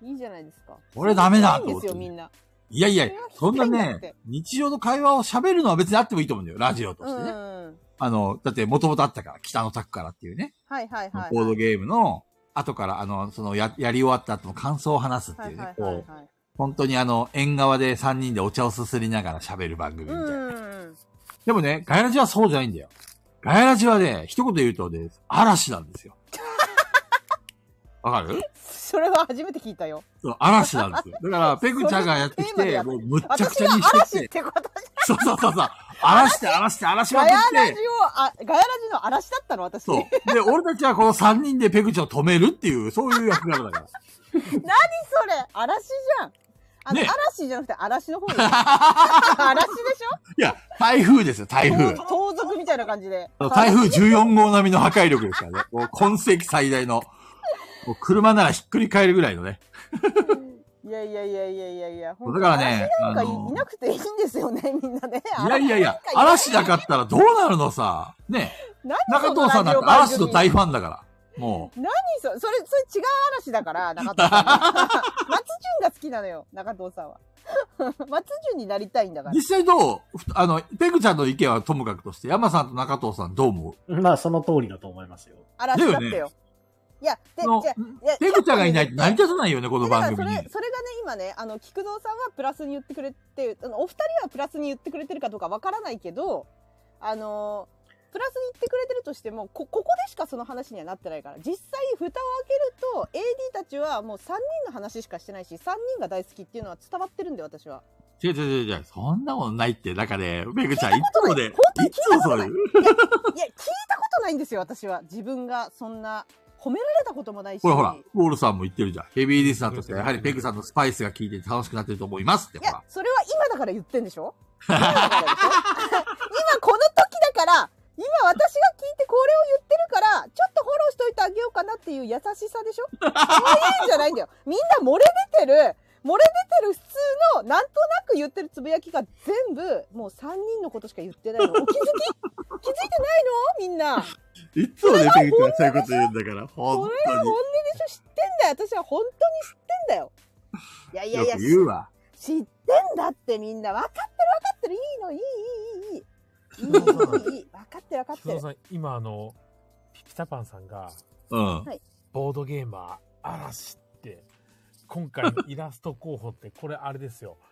いいじゃないですか。 これダメだといいん思ってですよみんな。 いやいや、そんなそれは聞きたいんだねって、 日常の会話を喋るのは別にあってもいいと思うんだよ。ラジオとうしてね。 ん。 あの、だって元々あったから、北のタクからっていうね。 はいはいはい、はい。 ボードゲームの、後から、あの、そのや、やり終わった後の感想を話すっていうね。 はいはいはい、 こう、 はい。 本当にあの、縁側でさんにんでお茶をすすりながら喋る番組みたいな。 うん。 でもね、ガヤラジはそうじゃないんだよ。ガヤラジはね、一言言うとね、嵐なんですよ。わかる？ それは初めて聞いたよ。 そう嵐なんですよ。だから、ペグちゃんがやってきて、 それテーマでやってもうむっちゃく私がちゃにしてって嵐っ、てことじそうそうそうそう、嵐して荒らして荒らしゃん。 まくっガヤラジて、 を、あ、ガヤラジの嵐だったの私。 そう。で、俺たちはこのさんにんでペグちゃんを止めるっていう、そういう役柄だから。 何それ嵐じゃん。あの、 ね嵐じゃなくて嵐の方です。嵐でしいや、台風ですよ、台ょ風。 盗賊みたいな感じで。 台風じゅうよん号並みの破壊力ですからね。もう今世紀最大の。もう車ならひっくり返るぐらいのね。 いやいやいやいやいやいや。 だからね、 なんかい,、 あのいなくていいんですよね、みんなね。 いやいやいや、嵐なかったらどうなるのさ。ね。 何中藤さんなんか嵐の大ファンだから。もう。 何それ、それ、それ違う嵐だから、中藤さん。松潤が好きなのよ、中藤さんは。松潤になりたいんだから。 実際どうあの、ペグちゃんの意見はともかくとして、山さんと中藤さんどう思う？ まあ、その通りだと思いますよ。 嵐だってだよ。いや、で、 そのじゃいやペグちゃんがいないと成り立たないよね、このだから番組にそれ、。それがね、今ね、あの、菊蔵さんはプラスに言ってくれて、あのお二人はプラスに言ってくれてるかどうかわからないけど、あのー、プラスに言ってくれてるとしても、こ、ここでしかその話にはなってないから、実際蓋を開けると、エーディー たちはもうさんにんの話しかしてないし、さんにんが大好きっていうのは伝わってるんで、私は。 違う違う違う違う、そんなもんないって、だからね、ペグちゃんいつもね、い本当に聞いつもそういう。 いや、聞いたことないんですよ、私は。自分がそんな、褒められたこともないし。 ほらほら、ウォールさんも言ってるじゃん。ヘビーリスナーとしてはやはりペグさんのスパイスが効いてて楽しくなってると思いますって、 いほらや。、それは今だから言ってんでしょ今だからでしょ今この時だから、今私が聞いてこれを言ってるから、ちょっとフォローしといてあげようかなっていう優しさでしょそういうんじゃないんだよ。みんな漏れ出てる、漏れ出てる普通の、なんとなく言ってるつぶやきが全部、もうさんにんのことしか言ってないの。お気づき気づいてないのみんな。 いつもね、ペグちゃんそういうこと言うんだから、本これ当に。 は本音でしょ知ってんだよ。私は本当に知ってんだよ。いやいやいや、 よく言うわ。 知ってんだってみんな。分かってる分かってる。いいの、いいいいいいいい。いいいいいい。分かってる分かってる。 菊蔵さん、今あの、ピピタパンさんが、 うん。 ボードゲーマー、嵐って、今回のイラスト候補って、これあれですよ。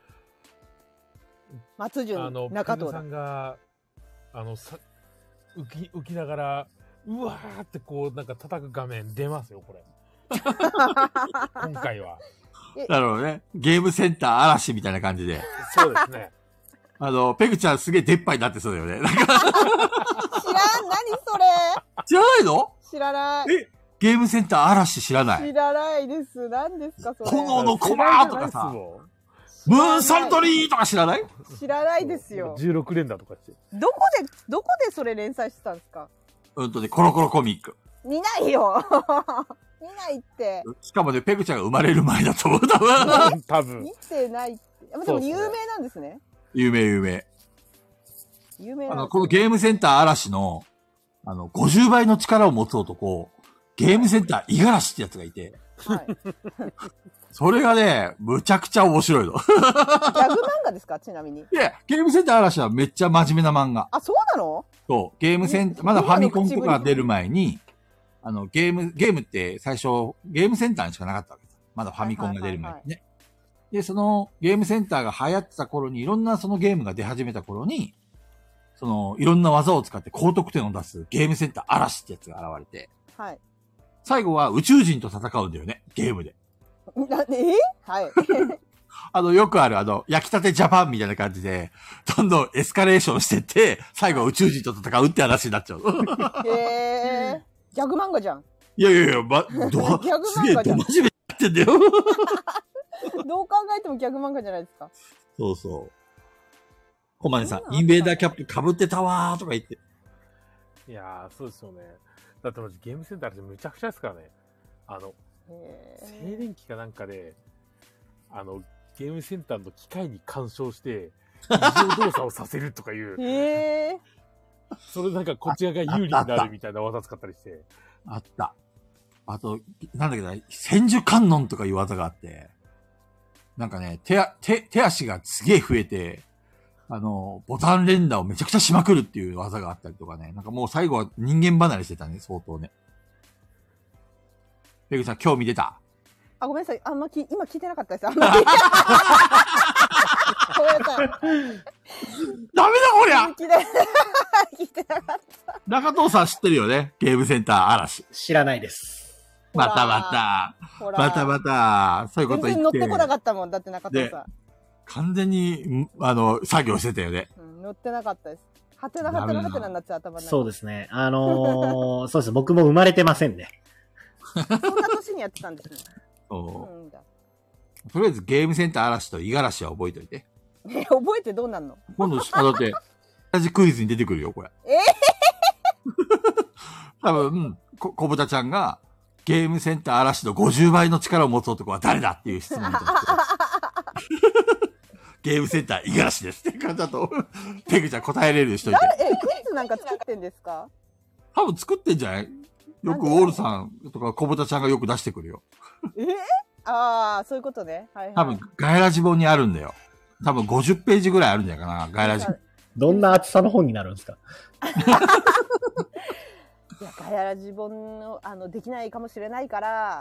松潤、 あの、 中藤だペグさん。が、あの、さ、浮き、浮きながら、うわーってこう、なんか叩く画面出ますよ、これ。今回は。 なるほどね。ゲームセンター嵐みたいな感じで。 そうですね。 あの、ペグちゃんすげえ出っ歯になってそうだよね。なんか知らん、何それ。 知らないの？ 知らない。 え、ゲームセンター嵐知らない？ 知らないです。何ですか、それ。 炎のコマとかさ、ムーンサントリーとか知らない？ 知らないですよ。 じゅうろく連打とかして。 どこで、どこでそれ連載してたんですか？ うんとね、コロコロコミック。 見ないよ。見ないって。 しかもね、ペグちゃんが生まれる前だと思う、多分。 多分。 見てないって。でも有名なんですね。 有名有名。 有名なんですね。 あの、このゲームセンター嵐の、あの、ごじゅうばいの力を持つ男、ゲームセンター五十嵐ってやつがいて、 はい。 それがね、むちゃくちゃ面白いの。 ギャグ漫画ですか、ちなみに。 いや、ゲームセンター嵐はめっちゃ真面目な漫画。 あ、そうなの？ そう、ゲームセンター、まだファミコンとか出る前に、あの、ゲーム、ゲームって最初、ゲームセンターにしかなかったわけです。まだファミコンが出る前にね。で、そのゲームセンターが流行ってた頃に、いろんなそのゲームが出始めた頃に、その、いろんな技を使って高得点を出すゲームセンター嵐ってやつが現れて、 はい。 最後は宇宙人と戦うんだよね、ゲームで。 な、えはい。 あの、よくある、あの、焼きたてジャパンみたいな感じで、どんどんエスカレーションしてって、最後は宇宙人と戦うって話になっちゃう。 へー。ギャグ漫画じゃん。 いやいやいや、ま、ど、 ギャグすげえ、 漫画じゃん。 ど真面目になってんだよ。 どう考えてもギャグ漫画じゃないですか。 そうそう。コマネさん、 そんなんあったインベーダーキャップ被ってたわーとか言って。 いやー、そうですよね。だってマジゲームセンターってむちゃくちゃですからね。あの、 へ静電気かなんかで、あの、ゲームセンターの機械に干渉して、異常動作をさせるとかいうー。、へー。 それなんかこっち側が有利になるみたいな技使ったりして。 あった。 あと、なんだっけな、千手観音とかいう技があって、なんかね、手あ、手、手足がすげえ増えて、あの、ボタン連打をめちゃくちゃしまくるっていう技があったりとかね、なんかもう最後は人間離れしてたね、相当ね。ペグちゃん、今日見てた？ あ、ごめんなさい。あんまき、今聞いてなかったです。あんま聞いてなかった。ごめんなさい。 ダメだこりゃ聞いてな聞いてなかった。 中藤さん知ってるよね？ゲームセンター嵐。 知らないです。 またまた。 ほらまたまた。そういうこと言って。 全然乗ってこなかったもん。だって中藤さん。 完全に、んあの、作業してたよね。 うん、乗ってなかったです。はてなはてなはてなになっちゃう頭の中。 そうですね。あのー、そうです。僕も生まれてませんね。 そんな年にやってたんですね。 そう。 うんだ。 とりあえずゲームセンター嵐と五十嵐は覚えておいて。 え、覚えてどうなんの？ 今度、あ、だって、同じクイズに出てくるよ、これ。 え多分、こ、小豚ちゃんが、ゲームセンター嵐のごじゅうばいの力を持つ男は誰だっていう質問に対して。ゲームセンター五十嵐ですって感じだと、ペグちゃん答えれるようにしといて。 誰え、クイズなんか作ってんですか？ 多分作ってんじゃない？よくウォールさんとか小豚ちゃんがよく出してくるよ。 えああ、そういうことね。はいはい。 多分、ガイラジ本にあるんだよ。多分ごじゅっページぐらいあるんじゃないかな、ガイラジ。 どんな厚さの本になるんですか？ いや、ガヤラジ本の、あの、できないかもしれないから、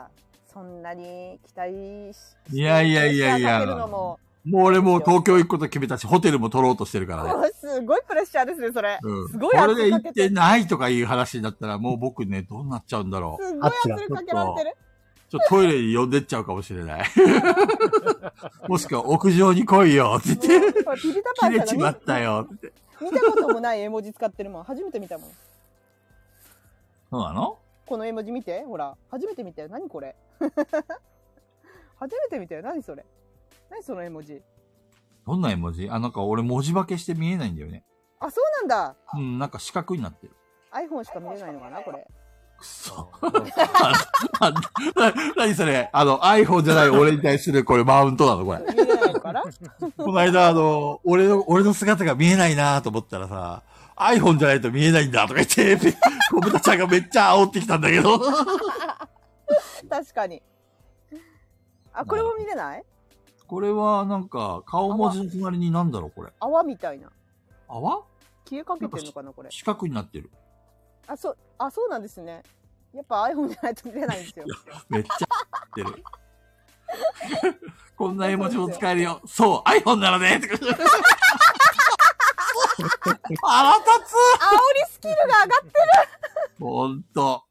そんなに期待し、 いやいやいやいやプレッシャーかけるのももう俺もう東京行くこと決めたし、ホテルも取ろうとしてるからね。 おすごいプレッシャーですね、それ。 うん。 すごいこれ圧かけてで行ってないとかいう話になったら、もう僕ね、どうなっちゃうんだろう。 すごい圧力かけられてる。 ちょっとトイレに呼んでっちゃうかもしれない。もしくは屋上に来いよって言って。 ピピタパンさんが切れちまったよって。 見たこともない絵文字使ってるもん。初めて見たもん。 そうなの？ この絵文字見て。ほら。初めて見たよ。何これ。初めて見たよ。何それ。何その絵文字。 どんな絵文字？あ、なんか俺文字化けして見えないんだよね。 あ、そうなんだ。 うん、なんか四角になってる。 iPhone しか見れないのかなこれ。 くそ。な、何それあの iPhone じゃない俺に対するこれマウントなのこれ。 見れないのかなこの間あの、俺の、俺の姿が見えないなと思ったらさ、iPhone じゃないと見えないんだとか言って、小豚ちゃんがめっちゃ煽ってきたんだけど。 確かに。あ、これも見れない？ これはなんか、顔文字の隣になんだろうこれ。 泡みたいな。 泡？ 消えかけてんのかなこれ。 四角になってる。 あ、そう、あ、そうなんですね。やっぱ iPhone じゃないと見れないんですよ。 めっちゃってる。こんな絵文字も使えるよ。そう、iPhone ならねって。腹立つ。 煽りスキルが上がってる。 ほんと。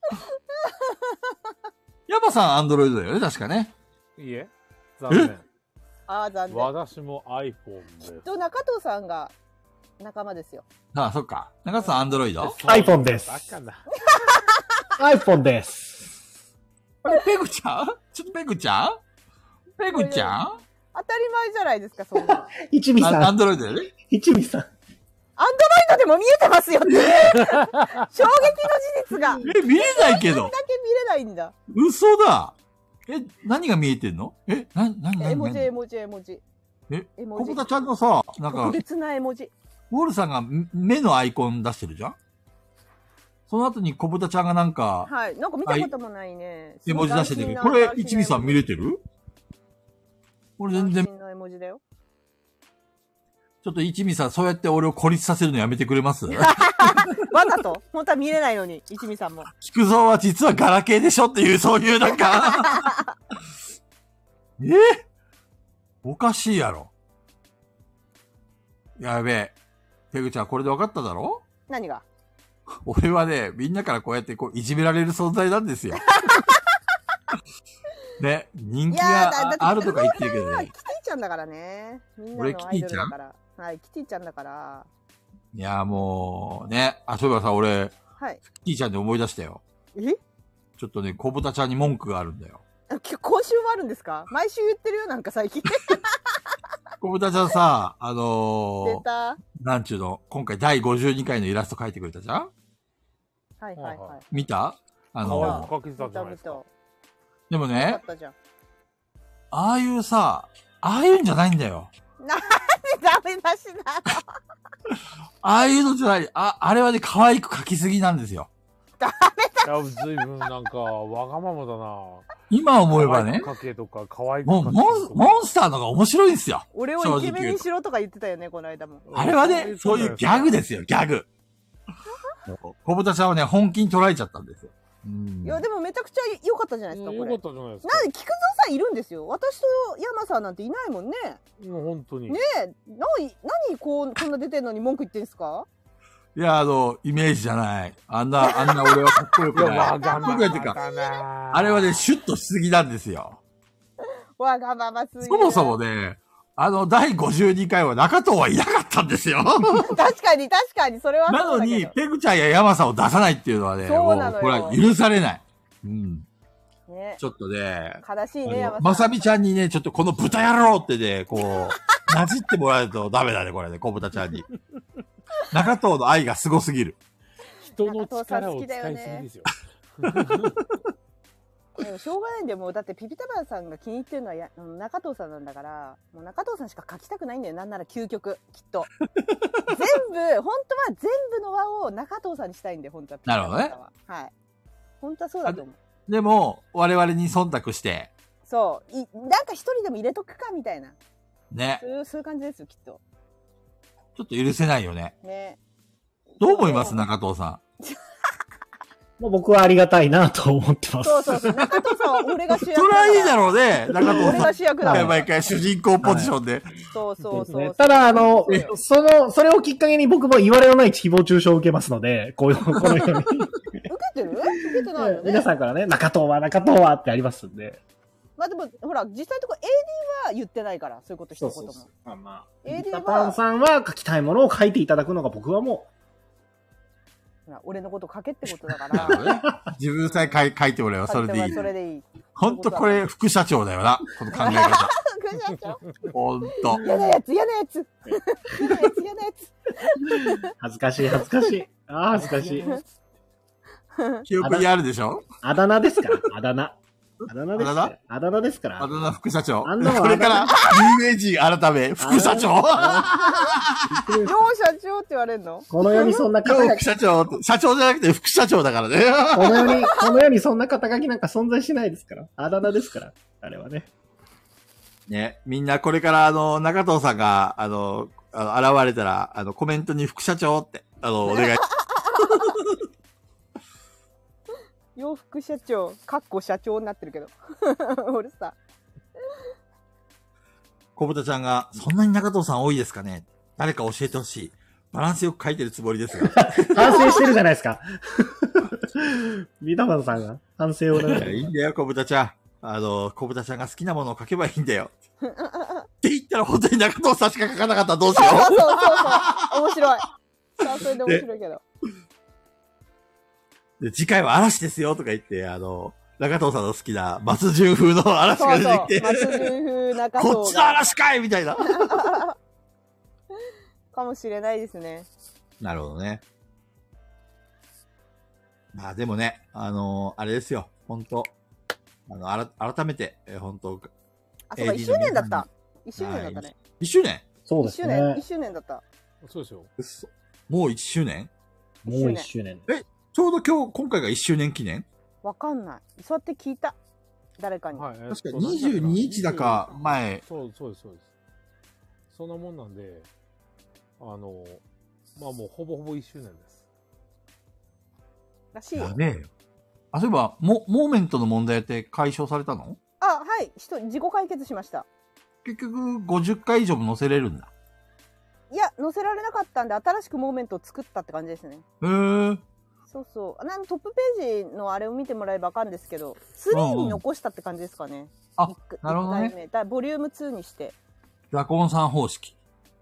ヤマさん、アンドロイドだよね、確かね。 いいえ、残念。 あー、残念。 私も iPhone です。 と中藤さんが仲間ですよ。 ああ、そっか。中田さん、アンドロイド iPhone ですバカな。 iPhone です。 あれ、ペグちゃんちょっとペグちゃんペグちゃん当たり前じゃないですか、そんな。 一味さアンん。 ドロイドだよね。 一味さん。 アンドロイドでも見えてますよって。衝撃の事実が。 え、見えないけどだ。け見れないんだ。 嘘だ。え、何が見えてんのえ、な、な、な、 絵文字、絵な、 文字、絵文字。 え、 絵文字小豚ちゃんのさ、なんか、 特別な絵文字。 ウォールさんが目のアイコン出してるじゃんその後に小豚ちゃんがなんか、 はい。なんか見たこともないね。 絵文字出してるけど、これ、一味さん見れてるこれ全然、 の絵文字だよ。 ちょっと一味さん、そうやって俺を孤立させるのやめてくれますわざと本当は見れないのに、一味さんも。 菊蔵は実はガラケーでしょっていう、そういうなんかえおかしいやろ。やべえ。ペグちゃん、これで分かっただろ何が？ 俺はね、みんなからこうやってこういじめられる存在なんですよ。ね、人気があるとか言ってるけどね。 キティちゃんだからね。みんな俺のアイドルだから。はい、キティちゃんだから。 いや、もう、ね。あ、そういえばさ、俺、 はい。 キーちゃんで思い出したよ。 え？ ちょっとね、小豚ちゃんに文句があるんだよ。 今週もあるんですか？毎週言ってるよ、なんか最近。 小豚ちゃんさ、あのー、 出た。 なんちゅうの、今回だいごじゅうにかいのイラスト描いてくれたじゃんはいはいはい。 見たあ可の愛く描けてた見た見た。 じゃないですか。 でもよかねっ、たじゃん。 ああいうさ、ああいうんじゃないんだよ。 なんでダメ出しなの？ ああいうのじゃない。あ、あれはね、可愛く描きすぎなんですよ。 や、ずいぶんなんか、わがままだな。 今思えばね、 かけとか、可愛くもうモン、モンスターのが面白いんですよ。 俺をイケメンにしろとか言ってたよね、この間も。 あれはね、そういうギャグですよ、ギャグ。小豚ちゃんはね、本気に捉えちゃったんですよ。うん、 いや、でもめちゃくちゃ良かったじゃないですか、これ。 良かったじゃないですか。 なんで、菊蔵さんいるんですよ。私と山さんなんていないもんね。 もう本当に。 ねえ、なに、何こう、こんな出てんのに文句言ってんすか？ いや、あの、イメージじゃない。あんな、あんな俺はかっこよくない。 わがままっていうか、 だあれはね、シュッとしすぎなんですよ。 わがまますぎる。 そもそもね、あの、だいごじゅうにかいは中藤はいなかったんですよ。 確かに、確かに、それはそうだけど。 なのに、ペグちゃんや山さんを出さないっていうのはね、 そうなのよ。 もう、これは許されない。うん。 ね、 ちょっとね、 悲しいね、山さん。 まさみちゃんにね、ちょっとこの豚野郎ってね、こう、なじってもらえるとダメだね、これね、小豚ちゃんに。中藤の愛がすごすぎる。 人の力を使いすぎですよ。 でもしょうがないんだよ。もうだってピピタパンさんが気に入ってるのはや中藤さんなんだから、もう中藤さんしか書きたくないんだよ。なんなら究極、きっと。全部、本当は全部の輪を中藤さんにしたいんで、本当は。 なるほどね。 はい。本当はそうだと思う。 でも、我々に忖度して。 そう。いなんか一人でも入れとくか、みたいな。 ね。 そういう、そういう感じですよ、きっと。 ちょっと許せないよね。 ね。 どう思います中藤さん。 もう僕はありがたいなと思ってます。 そうそうそう。中藤さんは俺が主役だから。 それはいいだろうね。中藤さん。 俺が主役だから。 毎回主人公ポジションで。はい、 そうそうそう、ね。 ただ、あの、その、それをきっかけに僕も言われのない誹謗中傷を受けますので、こういう、このように。受けてる受けてないよね。 皆さんからね、中藤は中藤はってありますんで。 まあでも、ほら、実際のところ エーディー は言ってないから、そういうこと一言も。そうそうそうまあまあ。 エーディー は。パンさんは書きたいものを書いていただくのが僕はもう、 俺のこと書けってことだから。 自分さえ書い書いてもらえばそれでいい。 それでいい。 ほんとこれ副社長だよな。この考え方。 副社長ほんと。 嫌なやつ、嫌なやつ。嫌なやつ、嫌なやつ。 恥ずかしい、恥ずかしい。ああ、恥ずかしい。 記憶にあるでしょ？ あだ名ですから、あだ名。あだ名ですから。あだ名ですから。 あだ名副社長。 あんなこれから有名人改め副社長。 両社長って言われるの？ この世にそんな肩書き。副社長。社長じゃなくて副社長だからね。 この世に、この世にそんな肩書きなんか存在しないですから。あだ名ですから。あれはね。 ね、みんなこれからあの、中藤さんが、あの、あの現れたら、あの、コメントに副社長って、あの、お願い。 洋服社長、かっこ社長になってるけど。俺さ。 小豚ちゃんが、そんなに中藤さん多いですかね？誰か教えてほしい。バランスよく書いてるつもりですが。 反省してるじゃないですか。ビタマンさんが反省をね。 いいんだよ、小豚ちゃん。あの、小豚ちゃんが好きなものを書けばいいんだよ。って言ったら本当に中藤さんしか書かなかったらどうしよう。 そうそうそうそう。面白い。さあ、それで面白いけど。 で、次回は嵐ですよとか言って、あの、中藤さんの好きな松潤風の嵐が出てきて、 そうそう松潤風中藤こっちの嵐かいみたいな。 かもしれないですね。 なるほどね。まあでもね、あのー、あれですよ。本当あの、あら、改めて、えー、本当あ、そうか、一周年だった。一周年だったね。 一周年そうですね。 一周年、一周年だった。 そうですよ。 もう一周年もう一周年。 え、ちょうど今日、今回が一周年記念わかんない。そうやって聞いた。誰かに。 はい、 確かににじゅうににちだか前。 そう、そうです、そうです。そんなもんなんで、あの、まあもうほぼほぼ一周年です。 らしいよ。 やべえよ。あ、そういえば、モ、モーメントの問題って解消されたの？ あ、はい。人、自己解決しました。 結局、ごじゅっかい以上も載せれるんだ。 いや、載せられなかったんで、新しくモーメントを作ったって感じですね。 へー。 そうそう。なんトップページのあれを見てもらえばわかるんですけど、スリーに残したって感じですかね。 あ、なるほどね。 いっかいめだボリュームツーにして。 ザラコンさん方式。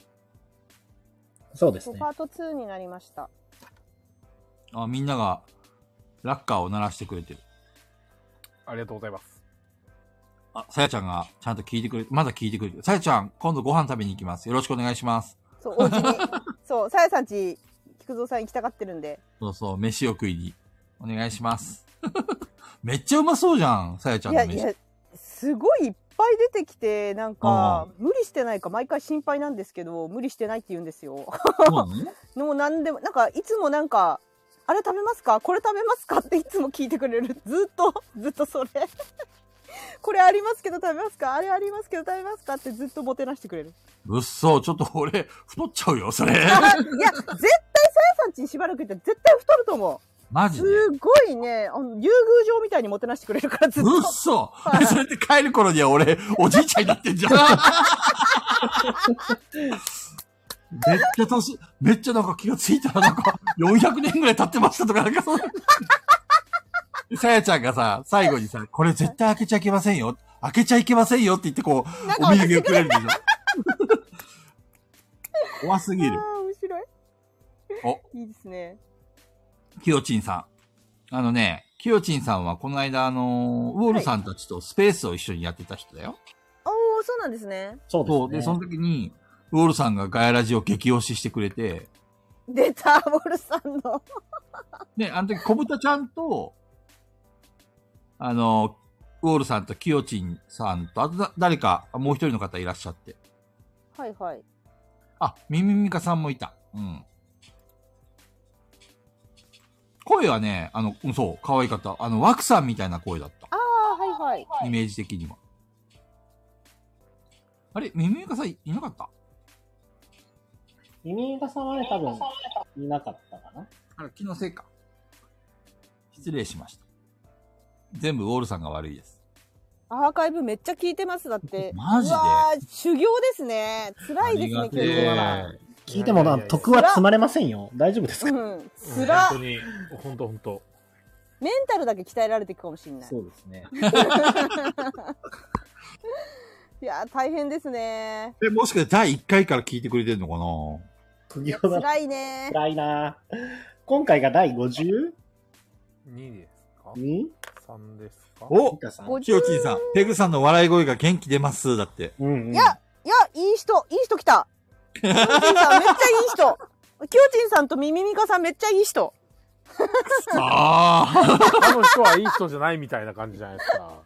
そうですね。 パートツーになりました。 あ、みんなが、ラッカーを鳴らしてくれてる。 ありがとうございます。 あ、さやちゃんがちゃんと聞いてくれて、まだ聞いてくれてる。さやちゃん、今度ご飯食べに行きます。よろしくお願いします。 そう、お家に。そう、さやさんち、菊蔵さん行きたがってるんで。 そうそう、飯を食いに。お願いします。めっちゃうまそうじゃん、さやちゃんの飯。 いやいや、すごいいっぱい出てきて、なんか、無理してないか毎回心配なんですけど、無理してないって言うんですよ。 そうなの？ もう何でも、なんか、いつもなんか、 あれ食べますか、これ食べますかっていつも聞いてくれる。ずっとずっとそれこれありますけど食べますか、あれありますけど食べますかってずっともてなしてくれる。 うっそ、ちょっと俺、太っちゃうよ、それ。 いや、絶対さやさんちにしばらく行ったら絶対太ると思う。 マジで。 すごいね、あの、竜宮城みたいにもてなしてくれるからずっと。 うっそ、はい、それで帰る頃には俺、おじいちゃんになってんじゃん。めっちゃ年、めっちゃなんか気がついたらなんか、よんひゃくねんぐらい経ってましたとかなんかそう。さやちゃんがさ、最後にさ、これ絶対開けちゃいけませんよ。開けちゃいけませんよって言ってこう、お土産をくれるでしょ。怖すぎる。 ああ、面白い。 お、 いいですね。 きよちんさん。あのね、きよちんさんはこの間あの、ウォールさんたちとスペースを一緒にやってた人だよ。 おー、そうなんですね。 そうですね。 そう。で、その時に、ウォールさんがガヤラジを激推ししてくれて、 出た、ウォルさんの。 ね、あの時、小豚ちゃんと、あの、ウォールさんときよちんさんと、あとだ誰か、もう一人の方いらっしゃって。 はいはい。 あ、ミミミカさんもいた。うん。声はね、あの、うんそう、可愛かった。あの、ワクさんみたいな声だった。 ああ、はいはい。 イメージ的には。あれ、ミミミカさんいいなかった？ ミミミカさんはね、多分、いなかったかな。 あら、気のせいか。失礼しました。全部ウォールさんが悪いです。 アーカイブめっちゃ聞いてます。だって。 マジで？ うわー、修行ですね。辛いですね、 ありがてえ今日聞いてもな、徳は積まれませんよ。大丈夫ですか？ うん。 うんつら本当に、本当本当。 メンタルだけ鍛えられていくかもしれない。 そうですね。 いやー、大変ですね。 え、もしかしてだいいっかいから聞いてくれてんのかな？ 苦行だ。 辛いね。 辛いな。今回がだいごじゅにですかうに？ さんですかおミカさん。 ごきよちんさん、ペグさんの笑い声が元気出ます。だって。 うんうん。 いや、いや、いい人、いい人来た。きよちんさんめっちゃいい人。きよちんさんとミミミカさんめっちゃいい人。 ああ。 あの人はいい人じゃないみたいな感じじゃないですか。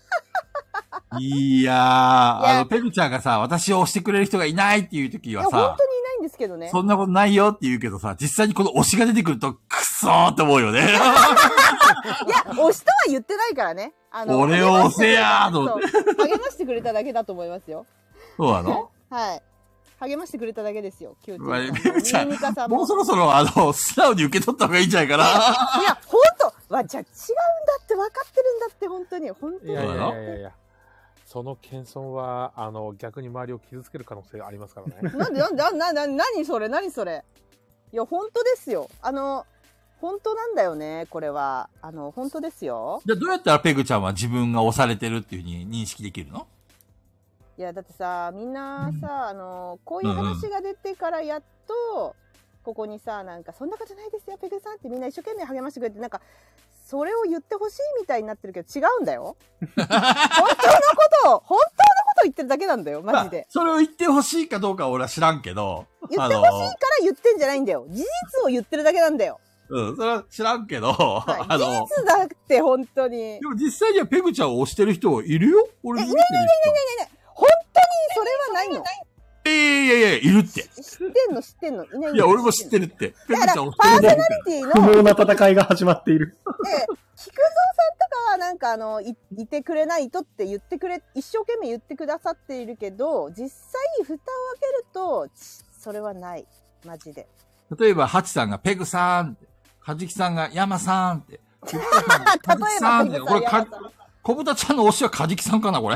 いやー、あの、ペグちゃんがさ、私を押してくれる人がいないっていう時いや、本はさ当、にいないんですけどね。 そんなことないよって言うけどさ、実際にこの推しが出てくると、くっそーって思うよね。 いや、推しとは言ってないからね。あ俺を押せやーと思ってそう励ましてくれただけだと思いますよ。 そうなの？ はい。励ましてくれただけですよ、きよちんまあさんも。 ペグちゃんミミミカさんも。 もうそろそろ、あの、素直に受け取った方がいいんじゃないかな。 いや、ほんと、わ、じゃあ違うんだって分かってるんだって、本当に。本当に。 いやいやいやいやいや。その謙遜は、あの、逆に周りを傷つける可能性がありますからね。 なんで、なんで、な、な、な、何それ、何それ。いや、本当ですよ。あの、本当なんだよね、これは。あの、本当ですよ。 じゃあどうやったらペグちゃんは自分が押されてるっていうふうに認識できるの？ いや、だってさ、みんなさ、あの、こういう話が出てからやっと、ここにさ、なんか、そんなことないですよ、ペグさんってみんな一生懸命励ましてくれて、なんか、それを言ってほしいみたいになってるけど、違うんだよ。本当のことを、本当のことを言ってるだけなんだよ、マジで。 それを言ってほしいかどうかは俺は知らんけど。 言ってほしいから言ってんじゃないんだよ。事実を言ってるだけなんだよ。 うん、それは知らんけど、 はい、 あの、 事実だって、本当に。 でも実際にはペグちゃんを押してる人いるよ？俺見てる人。 いないいないいないいない。本当にそれはないの。 いやいやいや、いるって。 知ってんの知ってんのいないんだよ。 いや、俺も知ってるって。ペグちゃん押パーソナしてるリティの、 不毛な戦いが始まっている。 で、菊蔵さんとかはなんかあの、い、いてくれないとって言ってくれ、一生懸命言ってくださっているけど、実際蓋を開けると、それはない。マジで。 例えば、ハチさんがペグさんって、カジキさんがヤマさんって。 例えばペグさん、 これか山さん、 小豚ちゃんの推しはカジキさんかな、これ。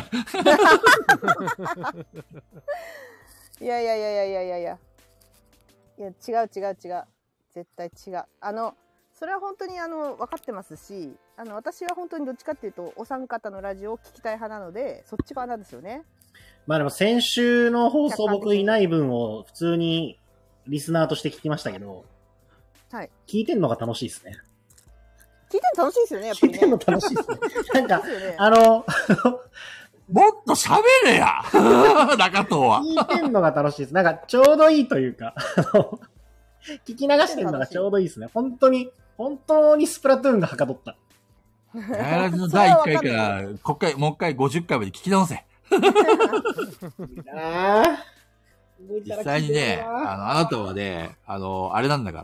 いやいやいやいやいやいやいや。いや、違う違う違う。絶対違う。あの、それは本当にあの、分かってますし、あの、私は本当にどっちかっていうと、お三方のラジオを聞きたい派なので、そっち側なんですよね。 まあでも先週の放送僕いない分を普通にリスナーとして聞きましたけど、 はい。 聞いてんのが楽しいですね。 聞いてるの楽しいですよね、やっぱりね。 聞いてんの楽しいですね。なんか、 ですよね。 あの、 もっと喋れや中藤は。 聞いてんのが楽しいです。なんかちょうどいいというか、あの、聞き流してんのがちょうどいいですね。本当に、本当にスプラトゥーンがはかどった。 ガヤラジのだいいっかいから、こっかい、もう一回ごじゅっかいまで聞き直せ。 ああ。 実際にね、あの、あなたはね、あの、あれなんだから。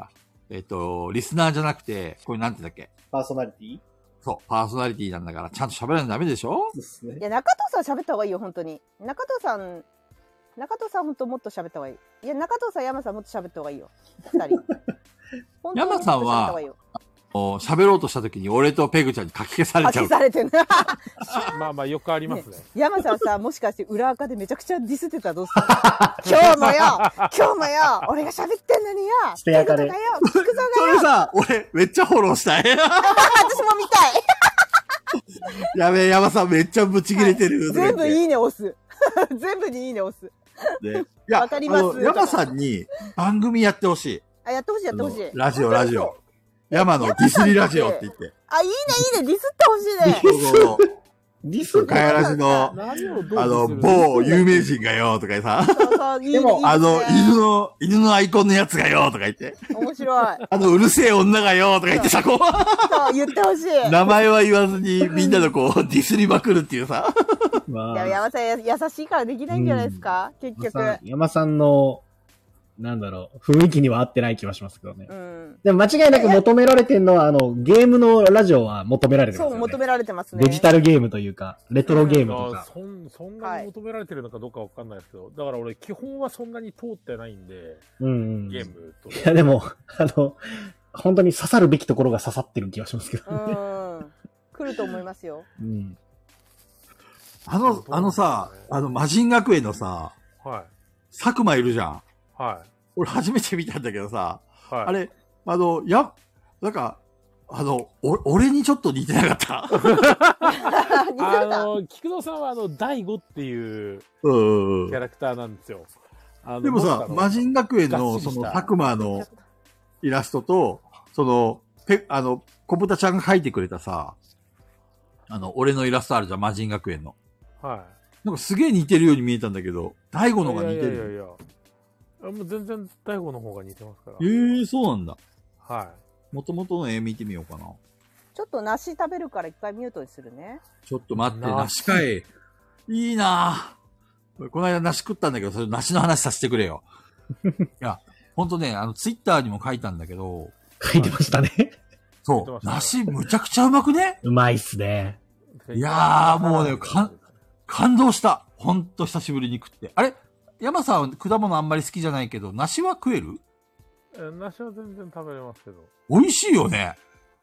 えっと、リスナーじゃなくて、これなんて言うんだっけ？ パーソナリティそう、パーソナリティなんだから、ちゃんと喋らないとダメでしょ？ ですねい。や、中藤さん喋った方がいいよ、本当に。中藤さん、中藤さん本当もっと喋った方がいい。いや、中藤さん、山さんもっと喋った方がいいよ。二人。本当に山さんはもっと喋った方がいいよもう喋ろうとした時に俺とペグちゃんにかき消されちゃう。 発揮されてる。 まあまあよくありますね。 山さんさ、もしかして裏垢でめちゃくちゃディスってたらどうする今日もよ今日もよ俺が喋ってんのによ捨てやかで聞くぞがよ聞くぞそがよれさ、俺めっちゃフォローしたい。 私も見たいやべえ、山さんめっちゃブチ切れてる。 全部いいいね押す。全部にいいね押す。 ね。いや、 わかりますあの山さんに番組やってほしい。 あ、やってほしいやってほしい。 ラジオ、ラジオ。山のディスリラジオって言って。 あ、いいねいいね、ディスってほしいね。 そうそうディスガヤラジの、 何をどうあの、 する某有名人がよ、とかさ。 そうそう、いいね。 でもいいですねあの、犬の、犬のアイコンのやつがよ、とか言って。 面白い。 あの、うるせえ女がよ、とか言ってさ、こう。 そう、言ってほしい。 名前は言わずに、みんなのこう、ディスりまくるっていうさ。 まあ、 いや、山さんや優しいからできないんじゃないですか、結局。 山さん山さんの、なんだろう、雰囲気には合ってない気はしますけどね。 うん。 でも間違いなく求められてるのは、あの、ゲームのラジオは求められてるんですよ、ね。 そう、求められてますね。 デジタルゲームというか、レトロゲームとあか。 そんそんなに求められてるのかどうかわかんないですけど、だから俺基本はそんなに通ってないんで、 うんうん。いゲームと。 や、でも、あの、本当に刺さるべきところが刺さってる気がしますけどうね。 ん。来ると思いますよ。 うん。 あの、あのさ、あの、魔人学園のさ、 は佐久間いるじゃん。 い。はい。 俺初めて見たんだけどさ、 はい。 あれ、あの、や、なんか、あの、お、俺にちょっと似てなかった似てあたの、菊野さんはあの、大悟っていううんうんキャラクターなんですよ。あのでもさ、魔人学園がのそっしりしたの佐久間のイラストと、その、ペ、あの、小豚ちゃんが描いてくれたさ、あの、俺のイラストあるじゃん、魔人学園の。 はなんかすげえ似てるように見えたんだけど、大い。 悟の方が似ていやいやいやいる。 や。あもう全然大悟の方が似てますから。 ええー、そうなんだ。 はもともとの絵見てみようかな。 ちょっと梨食べるから一回ミュートにするね。 ちょっと待って、 梨梨かい。いいなぁ。この間梨食ったんだけど、それ梨の話させてくれよ。いや、ほんとね、あの、ツイッターにも書いたんだけど、 書いてましたね。 そう、 書いてましたね梨むちゃくちゃうまくね？ うまいっすね。 い。 いやーもうねか感動した。ほんと久しぶりに食って。あれ山さん果物あんまり好きじゃないけど、梨は食える？ え梨は全然食べれますけど。 美味しいよね。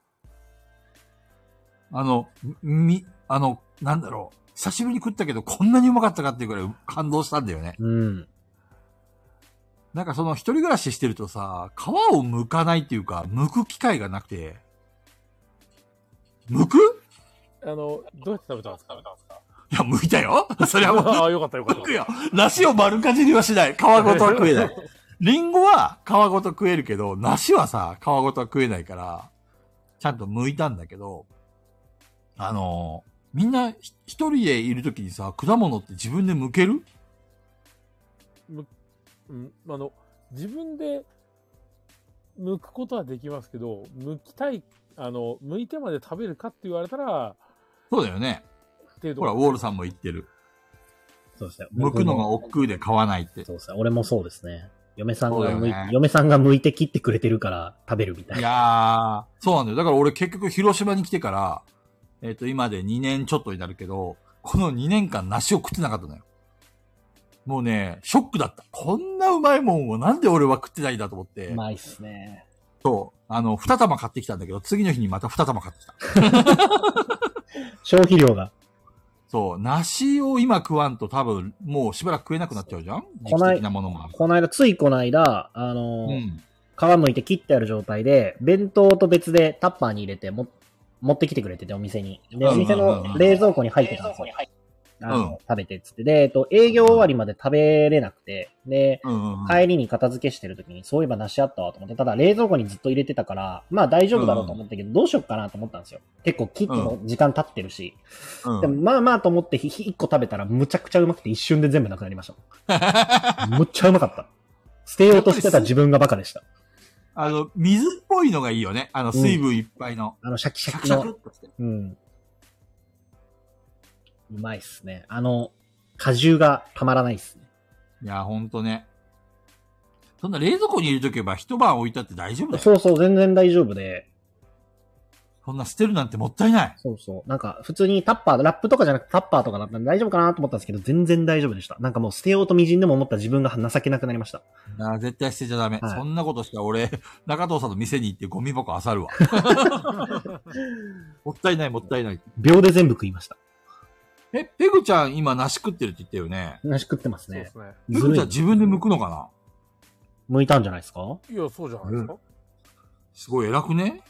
あの、み、あの、なんだろう。久しぶりに食ったけど、こんなにうまかったかっていうくらい感動したんだよね。 うん。 なんかその一人暮らししてるとさ、皮を剥かないっていうか、剥く機会がなくて。剥く？ あの、どうやって食べたんですか？ いや、剥いたよ。それはもう、 ああ、よかったよかった。 剥くよ。梨を丸かじりはしない。皮ごとは食えない。リンゴは皮ごと食えるけど、梨はさ、皮ごとは食えないから、ちゃんと剥いたんだけど、あのー、みんなひ一人でいるときにさ、果物って自分で剥ける？ うん、あの、自分で剥くことはできますけど、剥きたい、あの、剥いてまで食べるかって言われたら、 そうだよね。 っていうとほら、ウォールさんも言ってる。 そうですね。 剥くのが億劫で買わないって。 そうですね。俺もそうですね。嫁さんが向い、 そうだよね嫁さんが向いて切ってくれてるから食べるみたいいな。 やー、そうなんだよ。だから俺結局広島に来てから、えっ、と、今でにねんちょっとになるけど、このにねんかん梨を食ってなかったのよ。もうね、ショックだった。こんなうまいもんをなんで俺は食ってないんだと思って。 うまいっすね。 そう。あの、二玉買ってきたんだけど、次の日にまた二玉買ってきた。 消費量が。 そう。梨を今食わんと多分、もうしばらく食えなくなっちゃうじゃん？時こない期的なものもある。 この間、ついこの間、あのーうん。 皮むいて切ってある状態で、弁当と別でタッパーに入れても、持ってきてくれてて、お店に。で、 うんお店の冷蔵庫に入ってたんですよ。あの、 うん食べてっつって。で、えっと、営業終わりまで食べれなくて、で、 うんうんうん。 帰りに片付けしてる時に、そういえば梨あったわと思って、ただ冷蔵庫にずっと入れてたから、まあ大丈夫だろうと思ったけど、どうしよっかなと思ったんですよ。結構切っても時間経ってるし。 うんでもまあまあと思って、ひひ一個食べたらむちゃくちゃうまくて一瞬で全部なくなりました。むっちゃうまかった。捨てようとしてた自分がバカでした。 あの、水っぽいのがいいよね。あの、水分いっぱいの。 あの、シャキシシャクシャャキの。 クっとして。 うん。うまいっすね。あの、果汁がたまらないっすね。 いや、ほんとね。 そんな冷蔵庫に入れとけば一晩置いたって大丈夫だよ。 そうそう、全然大丈夫で。 そんな捨てるなんてもったいない。 そうそう。なんか、普通にタッパー、ラップとかじゃなくてタッパーとかだったら大丈夫かなと思ったんですけど、全然大丈夫でした。なんかもう捨てようとみじんでも思った自分が情けなくなりました。 ああ、絶対捨てちゃダメ。 はいそんなことしたら俺、中藤さんの店に行ってゴミ箱漁るわ。もったいない、もったいない。 秒で全部食いました。 え、ペグちゃん今梨食ってるって言ったよね。 梨食ってますねそうで。すね。 ペグちゃんずるい。 自分で剥くのかな？ 剥いたんじゃないですか？ いや、そうじゃないですか。 すごい偉くね？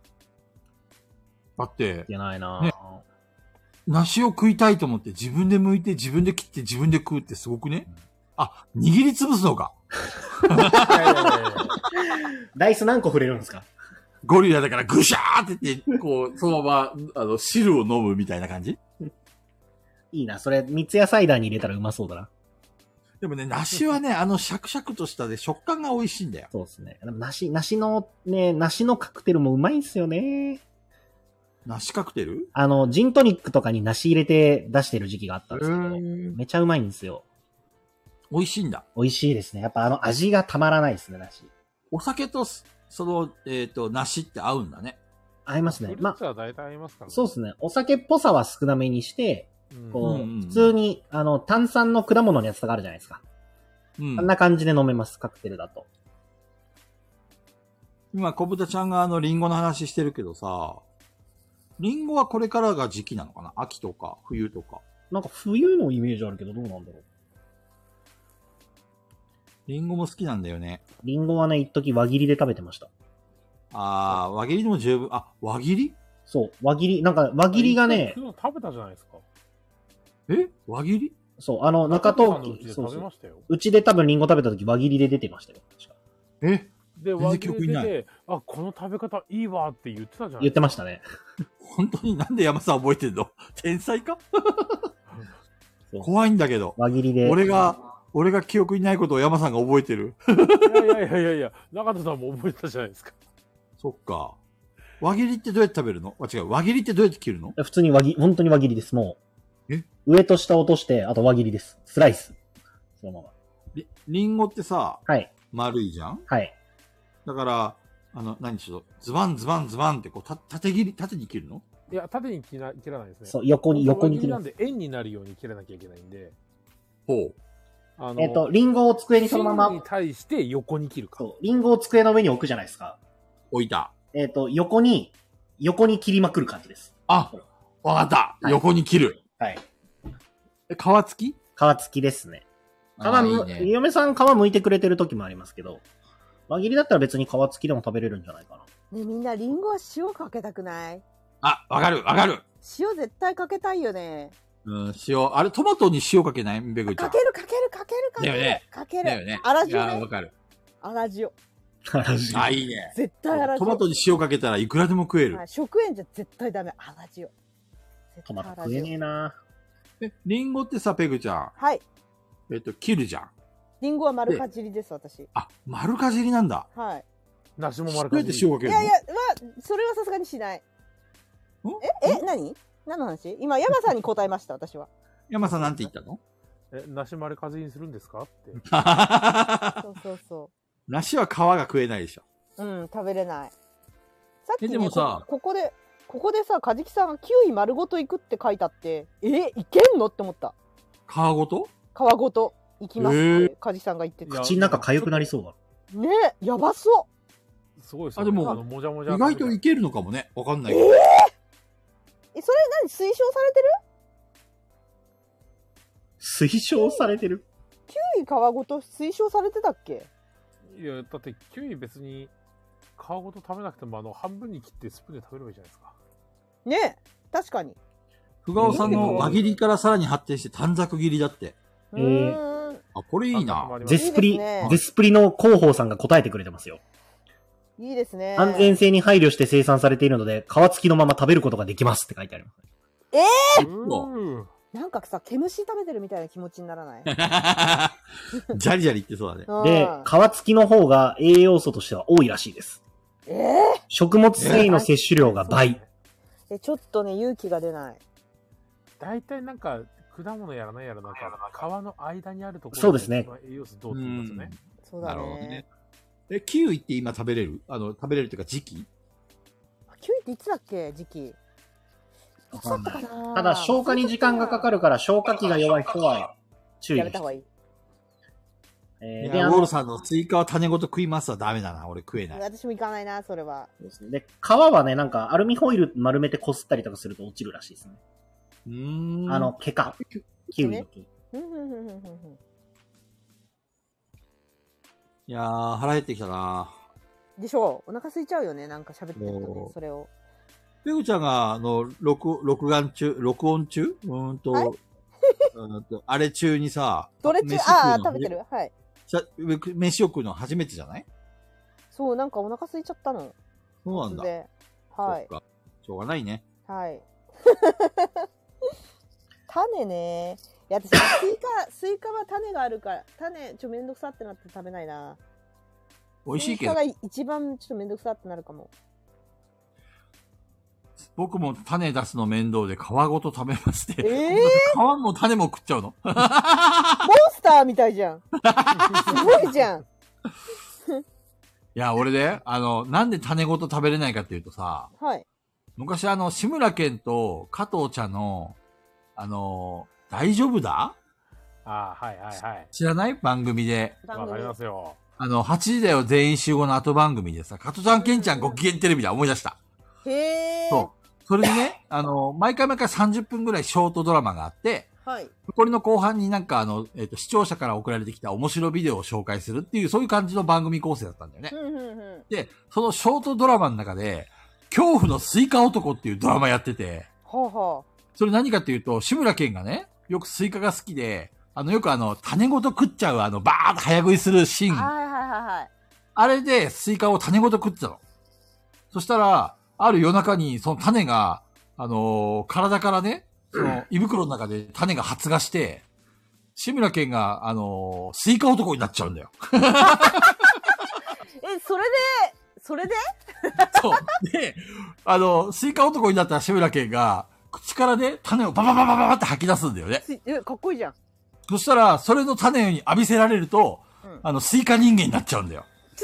だってい、けないなぁ、 ね梨を食いたいと思って自分で剥いて自分で切って自分で食うってすごくね？あ、握りつぶすのか。 いやいやいやいやダイス何個触れるんですか？ ゴリラだからぐしゃーって言って、こう、そのまま、あの、汁を飲むみたいな感じ？ いいな。それ、三ツ矢サイダーに入れたらうまそうだな。 でもね、梨はね、あのシャクシャクとしたで食感が美味しいんだよ。 そうですね。でも梨、梨のね、梨のカクテルもうまいんすよね。 梨カクテル？ あの、ジントニックとかに梨入れて出してる時期があったんですけど、 ーめちゃうまいんですよ。 美味しいんだ。 美味しいですね。やっぱあの味がたまらないですね、梨。 お酒と、その、えっ、と、梨って合うんだね。 合いますね。 フルまーツは大体合いますからあ、そうですね。お酒っぽさは少なめにして、 うんこう、 うんうんうん普通に、あの、炭酸の果物のやつとかあるじゃないですか。 うんあんな感じで飲めます、カクテルだと。 今、小豚ちゃんがあの、リンゴの話してるけどさ、リンゴはこれからが時期なのかな？秋とか、冬とか。 なんか冬のイメージあるけどどうなんだろう。 リンゴも好きなんだよね。 リンゴはね、一時輪切りで食べてました。 あー、輪切りでも十分、あ、輪切り？ そう、輪切り、なんか輪切りがね、 昨日食べたじゃないですか。 え輪切り？ そう、あの、中東中藤さんのうちでそうそう。 食べましたよ。 うちで多分リンゴ食べた時輪切りで出てましたよ。確かえで、 然輪切記憶にないりで、あ、この食べ方いいわって言ってたじゃない言ってましたね。 本当になんで山さん覚えてんの？天才か？ そう怖いんだけど。 輪切りで。 俺が、俺が記憶にないことを山さんが覚えてる。 いやいやいやいやいや、中田さんも覚えてたじゃないですか。 そっか。輪切りってどうやって食べるの？あ、違う。輪切りってどうやって切るの？ 普通に輪切り、本当に輪切りです。もう。 え上と下落として、あと輪切りです。スライス。そのまま。 りリンゴってさ、 はい。 丸いじゃん？ はい。 だから、あの、何しろ、ズバンズバンズバンってこう、た、縦切り、縦に切るの？ いや、縦に切ら切らないですね。 そう、横に、横に輪切りなん切ります。 で円になるように切らなきゃいけないんで、 ほう。 あの、 えっと、リンゴを机にそのま芯にま、 対して横に切るか。 そう、リンゴを机の上に置くじゃないですか。 置いた。 えっと、横に、横に切りまくる感じです。 あ、わかった。 はい横に切る。 はい。 え、皮付き？ 皮付きですね。皮あーむ、 いいね。 嫁さん皮剥いてくれてる時もありますけど、輪切りだったら別に皮付きでも食べれるんじゃないかな。 ね、みんなリンゴは塩かけたくない？ あ、わかる、わかる。 塩絶対かけたいよね。 うん、塩。あれ、トマトに塩かけないベグちゃん。 かけるかけるかけるかける。 だよねかける。 だよね。 粗いや、 塩ね。 わかる。 粗塩。 あ、いいね。 絶対粗塩。 トマトに塩かけたらいくらでも食えるは。い、食塩じゃ絶対ダメ。粗塩。絶ト対粗マト食えねえ塩。 な。 え、リンゴってさ、ペグちゃん。 はい。 えっと、切るじゃん。 リンゴは丸かじりです、私。 あ、丸かじりなんだ。 はい。 梨もどう丸かじり。 やって塩かけるの？ いやいや、まあ、それはさすがにしない。え、え、何何の話？今、山さんに答えました、私は。 山さんなんて言ったの？ え、梨丸かじりにするんですかって。 そうそうそ梨は皮が食えないでしょ。 う。うん、食べれない。さっき、ね、 えでもさこここで、ここでさ、カジキさん、キウイ丸ごといくって書いてあって、え、いけんのって思った。 皮ごと？ 皮ごといきますへって、カジキさんが言ってた。 いや口の中痒くなりそうだ。 ねえ、やばそすごいですよ、 あでものもじゃもじゃ意外といけるのかもね。わかんないけう。 ど。 ええ、それ何推奨されてる？ 推奨されてる。 キウイ皮ごと推奨されてたっけ？ いや、だってキウイ別に皮ごと食べなくても、あの、半分に切ってスプーンで食べればいいじゃないですか。 ねえ、確かに。 ふがおさんの輪切りからさらに発展して短冊切りだって。 えーうーん。 あ、これいいな。 ゼスプリ、 いいですねゼスプリの広報さんが答えてくれてますよ。 いいですね。 安全性に配慮して生産されているので、皮付きのまま食べることができますって書いてあります。 うん。 なんかさ、毛虫食べてるみたいな気持ちにならない？ ジャリジャリってそうだね。 うんで、皮付きの方が栄養素としては多いらしいです。 ええ食物繊維の摂取量が倍。 え、ちょっとね、勇気が出ない。 大体なんか、果物やらないやらなんか、皮の間にあるところそうですねが一番栄養素どうって言いますよね。 そうだなるほどねね。。 え、キウイって今食べれるあの、食べれるっていうか時期キウイっていつだっけ時期。いつだったかな。 ただ、消化に時間がかかるから、消化器が弱い人は注意ですやめた方がいい。 えーで、 いや、 あの、 ウォールさんのスイカは種ごと食いますはダメだな。俺食えない。 私も行かないな、それは。 そうですね。で、皮はね、なんか、アルミホイル丸めてこすったりとかすると落ちるらしいですね。 うーん。 あの、毛か。キウイの毛。 ふんふんふんふんふんふん。 いやー、腹減ってきたな。 でしょう。お腹空いちゃうよね。なんか喋ってるとねも、うそれを。 ペグちゃんが、あの、録、録画中、録音中うーんと、 はいうーんと、あれ中にさ、 どれ中、 飯食うのああ、食べてる。はい。 しゃ飯を食うの初めてじゃないそう、なんかお腹空いちゃったの。 そうなんだ。 で、はい。 そっか。しょうがないね。 はい。種ね。いや、私、スイカ、スイカは種があるから、種、ちょ、めんどくさってなって食べないな。 美味しいけどスイカ、が一番ちょっとめんどくさってなるかも。 僕も種出すの面倒で皮ごと食べまして。 えー皮も種も食っちゃうの。 モンスターみたいじゃん。すごいじゃん。 いや、俺ね、あの、なんで種ごと食べれないかっていうとさ、 はい。 昔あの、志村けんと加藤茶の、あの、大丈夫だああ、はいはいはい。 知らない番組で。 番組わかりますよ。 あの、はちじだよ全員集合の後番組でさ、加藤ちゃんけんちゃんご機嫌テレビだ思い出した。 へえ。 そう。それでね、あの、毎回毎回さんじゅっぷんぐらいショートドラマがあって、 はい。 これの後半になんかあの、えっ、と、視聴者から送られてきた面白ビデオを紹介するっていう、そういう感じの番組構成だったんだよねう。んうんうん。 で、そのショートドラマの中で、恐怖のスイカ男っていうドラマやってて、 はあはそれ何かっていうと、志村けんがね、よくスイカが好きで、あの、よくあの、種ごと食っちゃうあの、バーッと早食いするシーン。 あ。はいはいはいはい。 あれでスイカを種ごと食ってたの。そしたら、ある夜中にその種が、あのー体からね、その胃袋の中で種が発芽して、志村けんが、あのースイカ男になっちゃうんだよ。 え、それで、それでそう。で、あの、スイカ男になった志村けんが、口からね、種をババババババって吐き出すんだよね。 ついえ、かっこいいじゃん。 そしたら、それの種に浴びせられると、 うんあの、スイカ人間になっちゃうんだよ。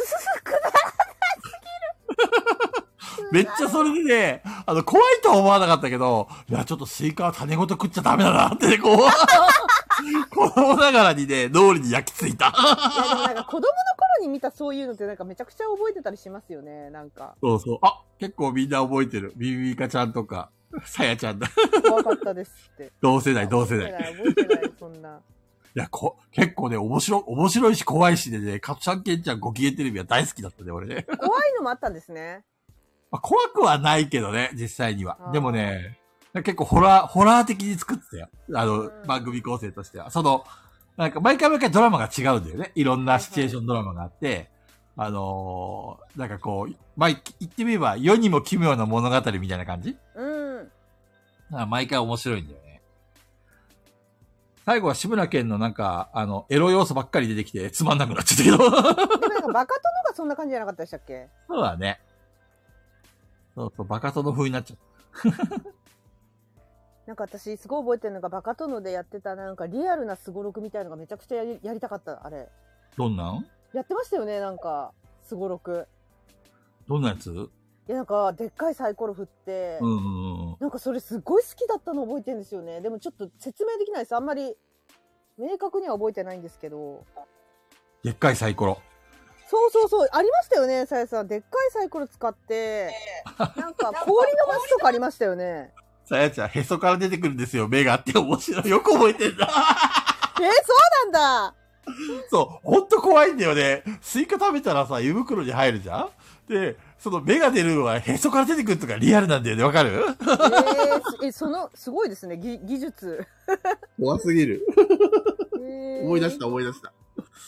めっちゃそれでね、あの、怖いとは思わなかったけど、いや、ちょっとスイカは種ごと食っちゃダメだなってね、こう、子供ながらにね、脳裏に焼き付いた。 いやでもなんか子供の頃に見たそういうのってなんかめちゃくちゃ覚えてたりしますよね、なんか。 そうそう。あ、結構みんな覚えてる。ビビビカちゃんとか、さやちゃんだ。 怖かったですって。 同世代、同世代。い覚えてない、覚えてない、そんな。 や、こ、結構ね、面白、面白いし怖いしでね、カトちゃんけんちゃんご機嫌テレビは大好きだったね、俺ね。 怖いのもあったんですね。 まあ、怖くはないけどね、実際にはあ。ーでもね、結構ホラー、ホラー的に作ってたよ。あの、 うん番組構成としては。その、なんか毎回毎回ドラマが違うんだよね。いろんなシチュエーションドラマがあって、あのーなんかこう、まあ、言ってみれば世にも奇妙な物語みたいな感じうん。 だから毎回面白いんだよね。最後は志村けんのなんか、あの、エロ要素ばっかり出てきてつまんなくなっちゃったけど。 でもなんかバカ殿がそんな感じじゃなかったでしたっけ？ そうだね。そうそう、バカ殿風になっちゃった。 なんか私すごい覚えてるのがバカ殿でやってたなんかリアルなスゴロクみたいのがめちゃくちゃやりやりたかったあれ。 どんなんやってましたよねなんかスゴロク。 どんなやついやなんかでっかいサイコロ振って、 うんうんうん。 なんかそれすごい好きだったの覚えてるんですよね。でもちょっと説明できないです。あんまり明確には覚えてないんですけど。 でっかいサイコロ。 そうそうそうありましたよねさやさん。でっかいサイコロ使ってなんか氷のマスとかありましたよね。 さやちゃん、へそから出てくるんですよ、目があって面白い。よく覚えてんだ。 えー、そうなんだ。 そう、ほんと怖いんだよね。スイカ食べたらさ、胃袋に入るじゃんで、その目が出るのはへそから出てくるとかリアルなんだよね、わかるえー、えそのすごいですねぎ技術。 怖すぎる。 えー思い出した、思い出した。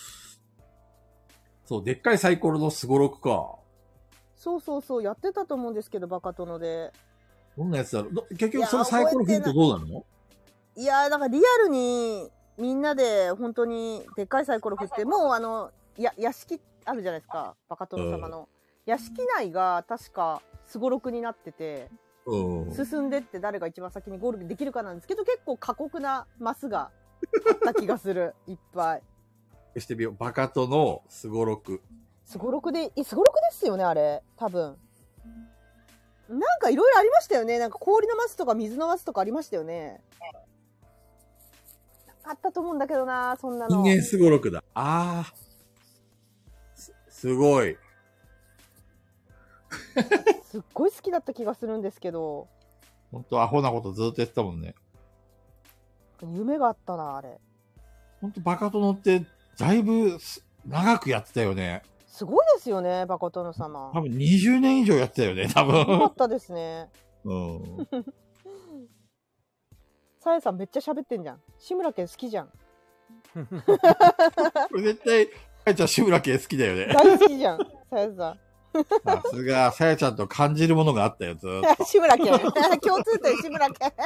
そう、でっかいサイコロのスゴロクか。 そうそうそうやってたと思うんですけどバカ殿で。 どんなやつだろうど結局そのサイコロ振るとどうなのいやーなんかリアルにみんなで本当にでっかいサイコロ振ってもうあのや屋敷あるじゃないですかバカ殿様の、屋敷内が確かすごろくになってて、 うん。 進んでって誰が一番先にゴールできるかなんですけど結構過酷なマスがあった気がするいっぱい。 してみよう。バカとのスゴロク。 すごろくで、え、すごろくですよね、あれ。多分。なんかいろいろありましたよね。なんか氷のマスとか水のマスとかありましたよね。あったと思うんだけどな、そんなの。 人間スゴロクだ。ああ。す、すごい。 すっごい好きだった気がするんですけど。 ほんとアホなことずっとやってたもんね。 夢があったな、あれ。 ほんとバカ殿って、だいぶす長くやってたよね。 すごいですよね、バカ殿様。 多分にじゅうねん以上やってたよね、多よか分っ。たですね。 うん。 さやさんめっちゃ喋ってんじゃん。志村けん好きじゃん。 これ絶対、さやちゃん志村けん好きだよね。 大好きじゃん、さやさん。 さすが、さやちゃんと感じるものがあったよ、ずーっと。 志村けん。共通点志村けん。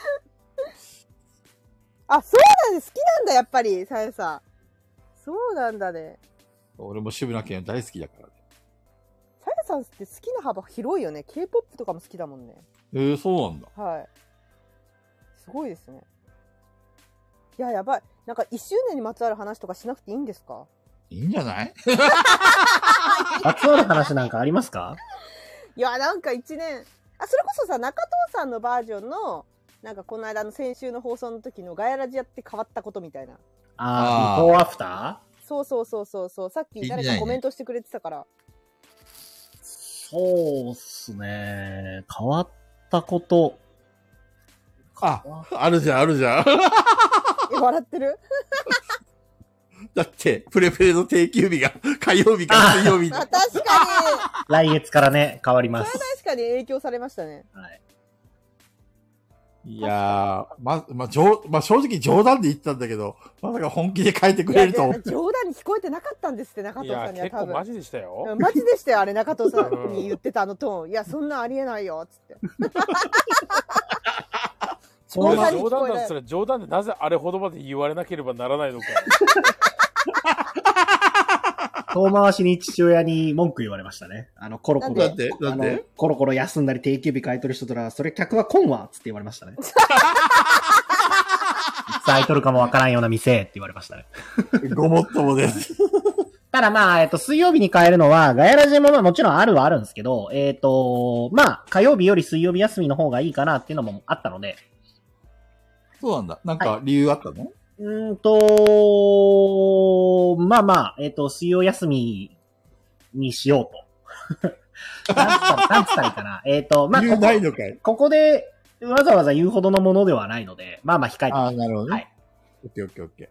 あ、そうなんです。好きなんだ、やっぱり、さやさん。そうなんだね。 俺も志村けん大好きだからね。 さやさんって好きな幅広いよね。K-ポップ とかも好きだもんね。 えー、そうなんだ。 はい。すごいですね。いや、やばい。なんかいっしゅうねんにまつわる話とかしなくていいんですか？ いいんじゃない？ まつわる話なんかありますか？ いや、なんかいちねん。あ、それこそさ、中藤さんのバージョンの、なんかこの間の先週の放送の時のガヤラジやって変わったことみたいな。 ああ、ビフォーアフタそうそうそうそうそう。さっき誰かコメントしてくれてたから。 ー？そうっすね。変わったこと。 あ、あるじゃん、あるじゃん。 え、笑ってる？ だって、プレプレの定休日が火曜日か水曜日あ、確か来月からね、変わりまに。それす。 確かに影響されましたね。 はい。 いやー、ま、ま、じょう、ま、正直冗談で言ったんだけど、まさか本気で書いてくれると思って。 いや冗談に聞こえてなかったんですって、中いや、 藤さんには多分。 結構マジでしたよ。 マジでしたよ、あれ、中藤さんに言ってたあのトーン。いや、そんなんありえないよ、つって。 そう冗談に聞こえないだとしたら冗談でなぜあれほどまで言われなければならないのか。 遠回しに父親に文句言われましたね。あの、コロコロ。 なんでなんあのでコロコロ休んだり定休日書いとる人とら、それ客は来んわつって言われましたね。いつ空いとるかもわからんような店って言われましたね。 ごもっともです。 ただまあ、えっと、水曜日に変えるのは、ガヤラジもまあもちろんあるはあるんですけど、えっと、まあ、火曜日より水曜日休みの方がいいかなっていうのもあったので。 そうなんだ。なんか理由あったの？ うーんと、まあまあ、えっと、水曜休みにしようと。なんつったら、なんつったらいいかな。えっと、まあ、 理由ここないのかい？ ここでわざわざ言うほどのものではないので、まあまあ控えてああ、なるほどね。 はい。 オッケーオッケーオッケ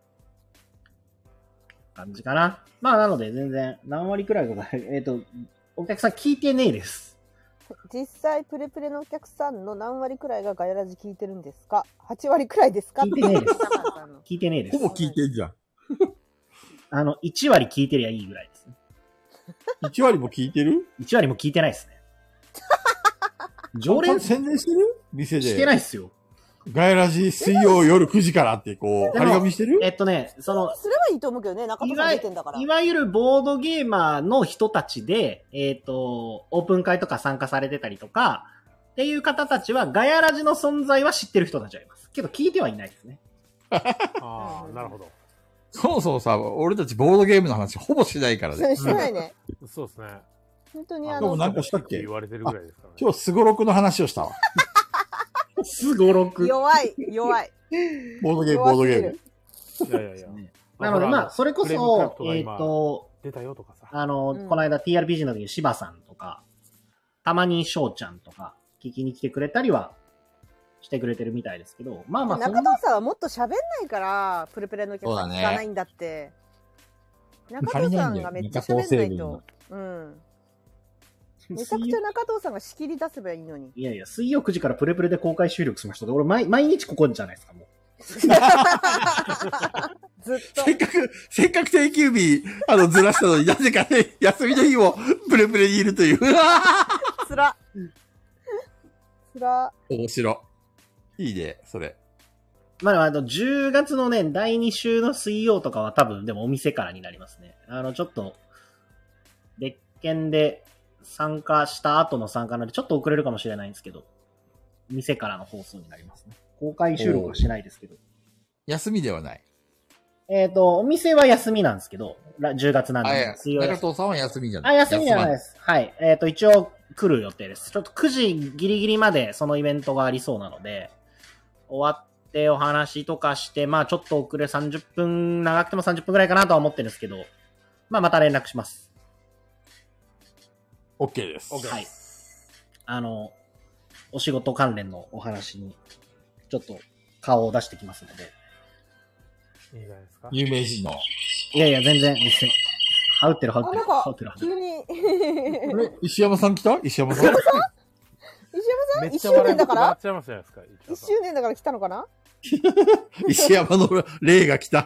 感じかな。まあなので全然何割くらいとか、えっと、お客さん聞いてねえです。 実際、プレプレのお客さんの何割くらいがガヤラジ聞いてるんですか？ はち 割くらいですか？ 聞いてねえです。聞いてねえでー。ほす。 ぼ聞いてんじゃん。 あの、いち割聞いてりゃいいぐらいですね。 いち割も聞いてる？ いち割も聞いてないですね。常連宣伝してる？店で。 してないっすよ。 ガヤラジ水曜夜くじからってこう、 でも張り紙してる？ えっとね、その、 すればいいと思うけどね、中い藤さんわ出てんだから。 いわゆるボードゲーマーの人たちで、えっと、オープン会とか参加されてたりとか、っていう方たちは、ガヤラジの存在は知ってる人たちはいます。けど聞いてはいないですね。 ああ、なるほど。 そもそもさ、俺たちボードゲームの話ほぼしないからね。 してないね。 そうですね。 本当にあの、 でもなんかしたっけ？ 言われてるぐらいですからね。 今日スゴロクの話をしたわ。 すごろく。 弱い、弱い。 ボードゲーム、ボードゲーム。 いやいやいや。 なのでまあ、それこフレームクラそフト、がえっ今と、 出たよとかさ。 あの、 うんこの間 ティーアールピージー の時に柴さんとか、たまに翔ちゃんとか、聞きに来てくれたりはしてくれてるみたいですけど、まあまあそんな、 中藤さんはもっと喋んないから、プレプレのお客さん聞かないんだって。中藤さんがめっちゃ喋んないと。うん。めちゃくちゃ中藤さんが仕切り出せばいいのに。 いやいや、水曜くじからプレプレで公開収録しましたで、俺毎毎日ここじゃないですか、もう。 ずっと。 せっかく、せっかく定休日、あの、ずらしたのになぜかね、休みの日もプレプレにいるという。 つら。つら。 面白い。いいね、それ。 まあ、あの、じゅうがつのね、だいに週の水曜とかは多分、でもお店からになりますね。あの、ちょっと、別件で参加した後の参加なので、ちょっと遅れるかもしれないんですけど、店からの放送になりますね。公開収録はしないですけど。 休みではない。 えっ、と、お店は休みなんですけど、らじゅうがつなんあ、いでや、 水曜休み。 中藤さんは休みじゃなあ、 い。 休みじゃないい。 です。はい。えっ、と、一応来る予定です。ちょっとくじギリギリまでそのイベントがありそうなので、終わってお話とかして、まあちょっと遅れさんじゅっぷん、長くてもさんじゅっぷんくらいかなとは思ってるんですけど、まあまた連絡します。 OK です。 はい。あの、お仕事関連のお話に、ちょっと顔を出してきますので。 いいじゃないですか。 有名人の。 いやいや、全然、はうってる、はうっあ、 てる。 なんかはうってる、はうってる。 急に。 あれ石山さん来た石山さん石山さんめっ一周ちゃ笑い年だから笑っちゃいますじゃないですか。 一周年だから来たのかな。 石山の霊が来た。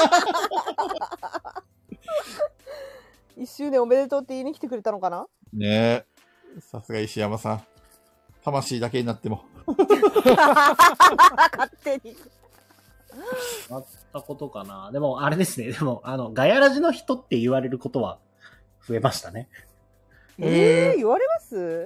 一周年おめでとうって言いに来てくれたのかな。 ねえ。さすが石山さん。魂だけになっても。 勝手に。 あったことかな。でも、あれですね。でも、あの、ガヤラジの人って言われることは増えましたね。 えー、言われます？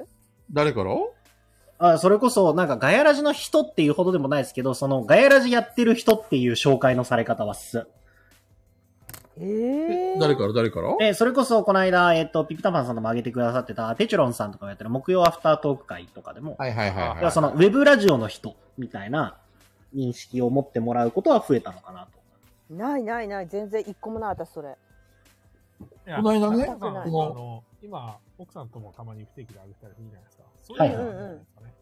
誰からあ、それこそ、なんかガヤラジの人っていうほどでもないですけど、そのガヤラジやってる人っていう紹介のされ方はす。 えー、 誰から誰からえ、それこそ、この間、えっ、と、ピピタパンさんとも挙げてくださってた、テチュロンさんとかがやってる木曜アフタートーク会とかでも、 はいはいはいはい。 要はその、ウェブラジオの人、みたいな認識を持ってもらうことは増えたのかなと。 ないないない、全然一個もない、私それ。 いやこの間ね中田さんこあのの、今、奥さんともたまに不定期であげたりするじゃないですか。そうはいいうのはあるんじゃないですかね。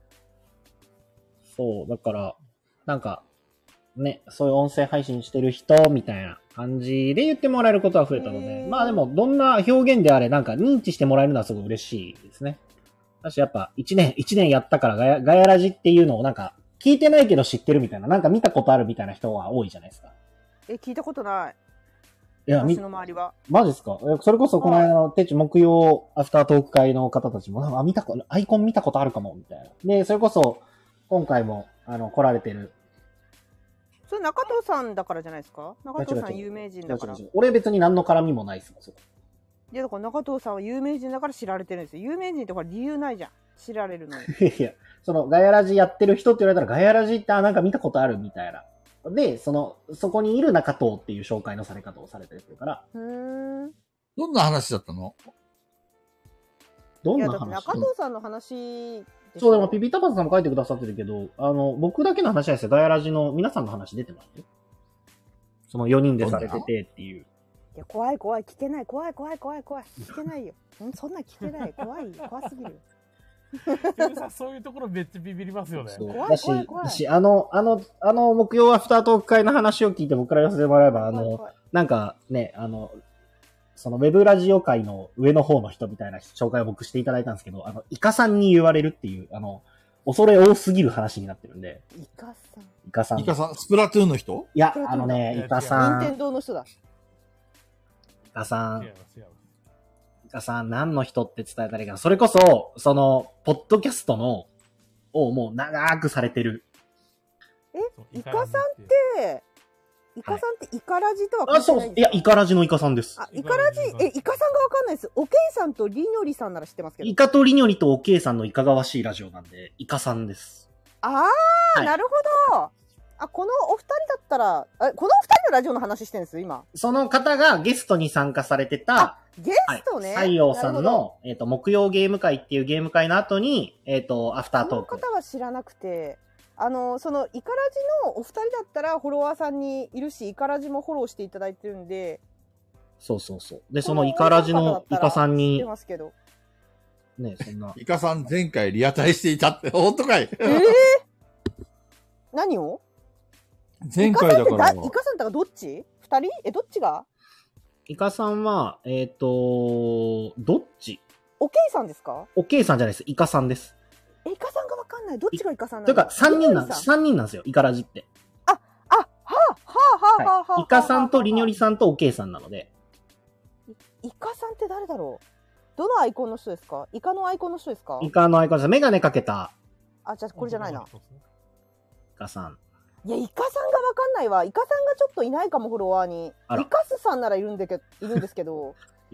そう、だから、なんか、ね、そういう音声配信してる人、みたいな感じで言ってもらえることは増えたのへで、 ーまあでも、どんな表現であれ、なんか認知してもらえるのはすごい嬉しいですね。私やっぱ、一年、一年やったからガヤ、ガヤラジっていうのをなんか、聞いてないけど知ってるみたいな、なんか見たことあるみたいな人は多いじゃないですか。 え、聞いたことない。 いや、み私の、周りは。 マジですか？えそれこそこの間のテチ木曜アフタートーク会の方たちも、あ、見たこと、アイコン見たことあるかも、みたいな。で、それこそ、今回も、あの、来られてる。 それ中藤さんだからじゃないですか。中藤さ違う違うん有名人だから。 違う違う俺別に何の絡みもないですもん、そこ。 いや、だから中藤さんは有名人だから知られてるんですよ。有名人ってほら理由ないじゃん。知られるのに。 いやいや、その、ガヤラジやってる人って言われたら、ガヤラジってあ、なんか見たことあるみたいな。で、その、そこにいる中藤っていう紹介のされ方をされてるから、 うーん。 どんな話だったのいや、 どんな話だって中藤さんの話でしょ。 そう、でもピピタパンさんも書いてくださってるけど、あの、僕だけの話はですよ、ガヤラジの皆さんの話出てますよ。そのよにんでされててっていう。 いや、怖い怖い、聞けない、怖い怖い怖い怖い、聞けないよ。んそんなん聞けない、怖い、怖すぎる。 ゆうさん、そういうところめっちゃビビりますよね。 そう怖いだし怖い怖いだし、あの、あの、あの、木曜アフタートーク会の話を聞いて僕から言わせてもらえば、あの、 怖い怖いなんかね、あの、そのウェブラジオ界の上の方の人みたいな紹介を僕していただいたんですけど、あの、イカさんに言われるっていう、あの、恐れ多すぎる話になってるんで、 イカさん。 イカさん。 イカさん、スプラトゥーンの人いやプラ、トゥーンあのね、 だイカさ任天ん、 堂の人だ。 イカさん違い、ます、違います。 イカさん何の人って伝えたらいいかな。それこそ、その、ポッドキャストの、をもう長くされてる。 そうイカさんってで、イカさんってイカラジとはあ、そう、いや、イカラジのイカさんです。 あ、イカラジ、え、イカさんがわかんないです。おけいさんとりのりさんなら知ってますけど。 イカとリニョリとオケイさんのいかがわしいラジオなんで、イカさんです。 あー、 はいなるほど。あ、このお二人だったら、あ、このお二人のラジオの話してるんですよ、今。 その方がゲストに参加されてた、 ゲストね。 西洋さんなるほの、えっ、と、木曜ゲーム会っていうゲーム会の後に、えっ、と、アフターど。このトーク。 方は知らなくて、あの、その、イカラジのお二人だったらフォロワーさんにいるし、イカラジもフォローしていただいてるんで、 そうそうそう。で、そのイカラジのイカさん知っにて、ますけど。 ね、そんな、 イカさん前回リアタイしていたって、本当かいえー、何を前回だから。 イカさんってだイカさんってどっち二人え、どっちがイカさんは、えっ、と、どっちおけいさんですかオケイさんじゃないです。イカさんです。 え、イカさんがわかんない。どっちがイカさんなのというか、三人なん、 りのりさ三人なんですよ、イカラジって。 あ、はあ、はあ、はあ、はあ、はあ。 はい。イカさんとリニョリささんとオケイさんなので、 ん。イカさんって誰だろうどのアイコンの人ですかイカのアイコンの人ですかイカのアイコンです。メガネかけたあ、じゃあこれじゃないな。 イカさん。 いや、イカさんがわかんないわ。イカさんがちょっといないかも、フォロワーに。 あらイカスさんならいるんだけど、いるんですけど。